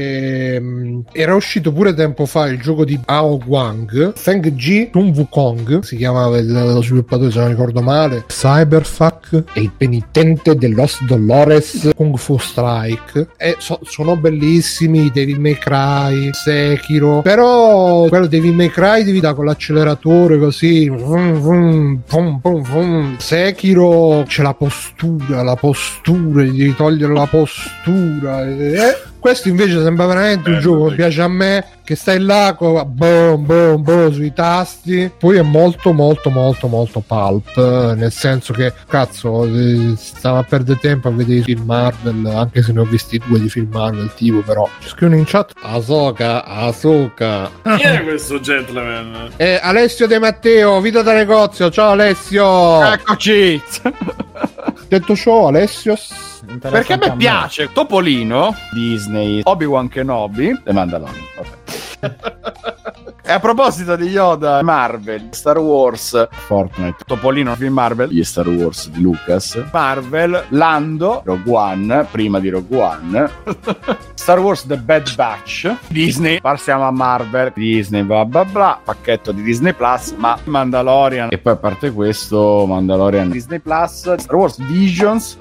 Ehm, era uscito pure tempo fa il gioco di Ao Guang, Feng Ji Sun Wukong, si chiamava lo sviluppatore se non ricordo male, Cyberfuck e il penitente de Los Dolores Kung Fu Strike. E so, sono bellissimi Devil May Cry, Sekiro, però quello Devil May Cry devi dare con l'acceleratore così, vum, vum, vum, vum, vum. Sekiro c'è la postura, la postura, devi togliere la postura, eh? Questo invece sembra veramente un gioco che piace a me, che stai là boom, boom, boom, sui tasti. Poi è molto molto molto molto pulp, nel senso che cazzo stava a perdere tempo a vedere i film Marvel, anche se ne ho visti due di film Marvel tipo, però ci scrivono in chat Ahsoka, Ahsoka.
Chi è questo gentleman?
Eh, Alessio De Matteo, Vita da negozio. Ciao Alessio.
Eccoci.
Detto ciò, Alessio,
perché a me piace Topolino, Disney, Obi-Wan Kenobi e Mandalorian. Vabbè. E a proposito di Yoda, Marvel, Star Wars, Fortnite, Topolino, film Marvel, gli Star Wars di Lucas, Marvel, Lando, Rogue One, prima di Rogue One, Star Wars The Bad Batch, Disney, passiamo a Marvel, Disney, bla bla bla, pacchetto di Disney Plus, ma Mandalorian, e poi a parte questo, Mandalorian, Disney Plus, Star Wars Visions,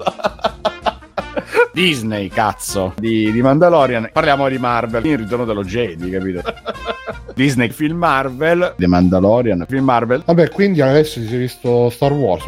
Disney, cazzo, di, di Mandalorian. Parliamo di Marvel, il ritorno dello Jedi, capito? Disney, film Marvel, The Mandalorian, film Marvel.
Vabbè, quindi adesso si è visto Star Wars.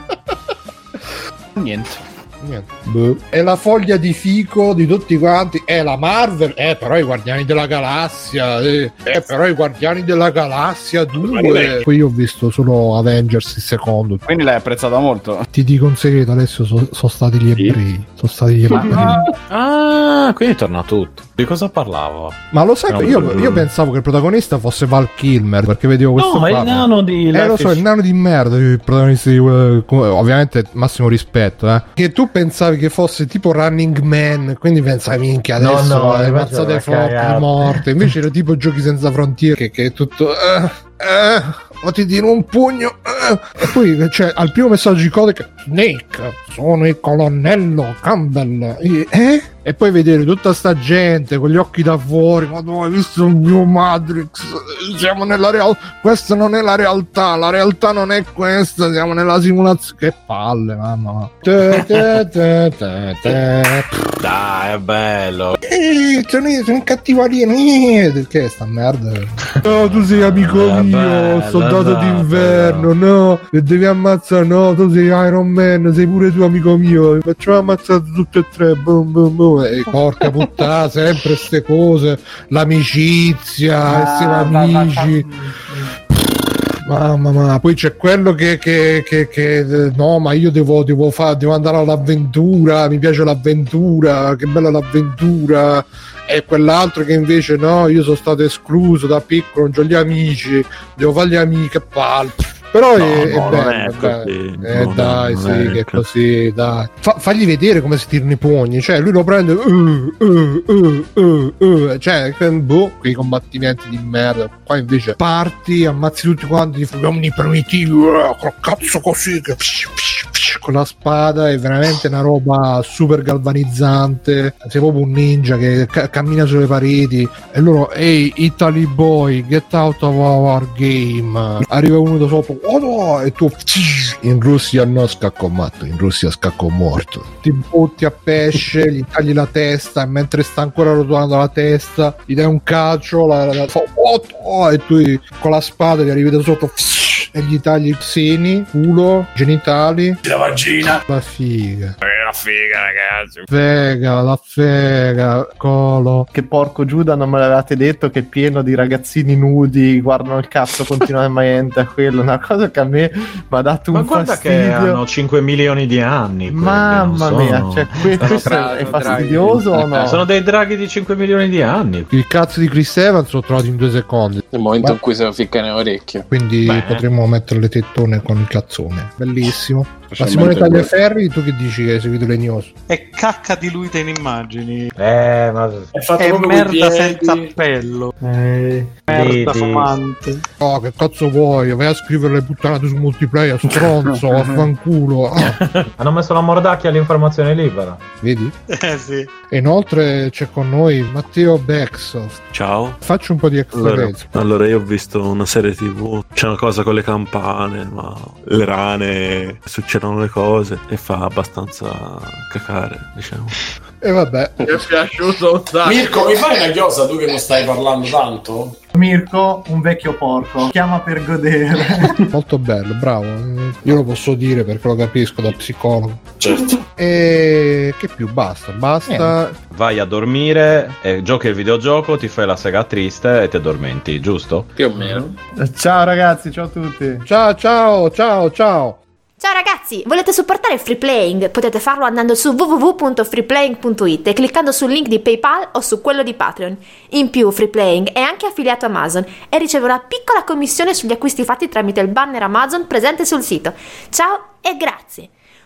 Niente.
Niente. È la foglia di fico di tutti quanti. È la Marvel, eh, però i Guardiani della Galassia, eh, eh però i Guardiani della Galassia due. Poi io ho visto solo Avengers il secondo.
Quindi l'hai apprezzata molto.
Ti dico un segreto, adesso sono so stati gli ebrei. Sono stati gli ebrei.
Ah, quindi torna tutto. Di cosa parlavo?
Ma lo sai,
no,
io,
no,
io pensavo che il protagonista fosse Val Kilmer, perché vedevo questo.
No, ma il nano di
Eh, lo so, il nano di merda, il protagonista di uh, ovviamente massimo rispetto, eh. Che tu pensavi che fosse tipo Running Man, quindi pensavi minchia adesso
no, no,
è mazzate forti di morte. Invece era tipo Giochi senza frontiere che, che è tutto uh, uh, o ti tiro un pugno uh. E poi cioè, al primo messaggio di codice Snake, sono il colonnello Campbell, eh? E poi vedere tutta sta gente con gli occhi da fuori, ma tu hai visto un mio Matrix, siamo nella realtà, questa non è la realtà, la realtà non è questa, siamo nella simulazione. Che palle, mamma. Te, te, te, te, te.
Dai, è bello.
Eh, sono, sono un cattivarino. Eh, che è sta merda? No, tu sei amico
Eh,
mio,
bello,
soldato
esatto,
d'inverno, no, e devi ammazzare, no, tu sei Iron Man, sei pure tu amico mio, facciamo ammazzare tutti e tre, boom, boom, boom. E porca puttana, sempre ste cose, l'amicizia, essere amici. Mamma mia, poi c'è quello che, che, che, che no, ma io devo, devo, fa, devo andare all'avventura, mi piace l'avventura, che bella l'avventura. E quell'altro che invece no, io sono stato escluso da piccolo, non c'ho gli amici, devo fare gli amici, che palle. Però
no,
è,
no,
è bello,
è
dai.
così.
Eh,
no,
dai,
no,
sì,
è
che è
così.
così, dai. Fa, fagli vedere come si tirano i pugni, cioè lui lo prende, uh, uh, uh, uh, uh, cioè, boh, quei combattimenti di merda. Qua invece parti, ammazzi tutti quanti, ti uomini primitivi, uh, col cazzo così, che psh, psh, psh, con la spada, è veramente una roba super galvanizzante. Sei proprio un ninja che ca- cammina sulle pareti e loro, ehi, Italy boy, get out of our game. Arriva uno da sopra, oh no, e tu in Russia no scacco matto, in Russia scacco morto. Ti butti a pesce, gli tagli la testa e mentre sta ancora rotolando la testa gli dai un calcio, la, la, la, oh, e tu con la spada gli arrivi da sotto e gli tagli i seni, culo, genitali,
La vagina.
la figa.
Eh, la figa, ragazzi.
Fega, la fega, colo.
Che porco Giuda, non me l'avevate detto che è pieno di ragazzini nudi, guardano il cazzo continuamente a quello, una cosa che a me mi ha dato
Ma
un
guarda
fastidio.
che hanno cinque milioni di anni. quelli,
Mamma
non
mia,
sono-
cioè, que- questo
draghi,
è fastidioso o no?
Sono dei draghi di cinque milioni di anni.
Il cazzo di Chris Evans l'ho trovato in due secondi.
Nel momento
Ma-
in cui se lo ficca nelle orecchie.
Quindi
Beh.
potremmo mettere le tettone con il cazzone. Bellissimo. Ma
Specialmente
Simone
quello.
Tagliaferri, tu che dici che hai seguito le news?
È cacca diluita in immagini.
Eh, ma
È fatto
È
proprio
merda
coi piedi.
senza appello.
Eh,
Merda
Vedi.
fumante.
Oh, che cazzo vuoi? Vai a scrivere le puttanate su multiplayer, stronzo, vaffanculo. Ah,
hanno messo la mordacchia all'informazione libera.
vedi?
Eh sì.
E inoltre c'è con noi Matteo Bex.
Ciao.
Faccio un po' di extra
Allora,
race.
allora, io ho visto una serie tv, c'è una cosa con le campane, ma le rane, succedono le cose e fa abbastanza cacare, diciamo.
E vabbè.
Mi è piaciuto un sacco.
Mirko, mi fai una chiosa tu che non stai parlando tanto?
Mirko, un vecchio porco, chiama per godere.
Molto bello, bravo. Io lo posso dire perché lo capisco da psicologo.
Certo.
E che più? Basta, basta.
Vai a dormire, e giochi il videogioco, ti fai la sega triste e ti addormenti, giusto?
Più o meno.
Ciao ragazzi, ciao a tutti.
Ciao, ciao, ciao, ciao.
Ciao ragazzi, volete supportare Free Playing? Potete farlo andando su w w w punto freeplaying punto i t e cliccando sul link di PayPal o su quello di Patreon. In più, Free Playing è anche affiliato a Amazon e riceve una piccola commissione sugli acquisti fatti tramite il banner Amazon presente sul sito. Ciao e grazie!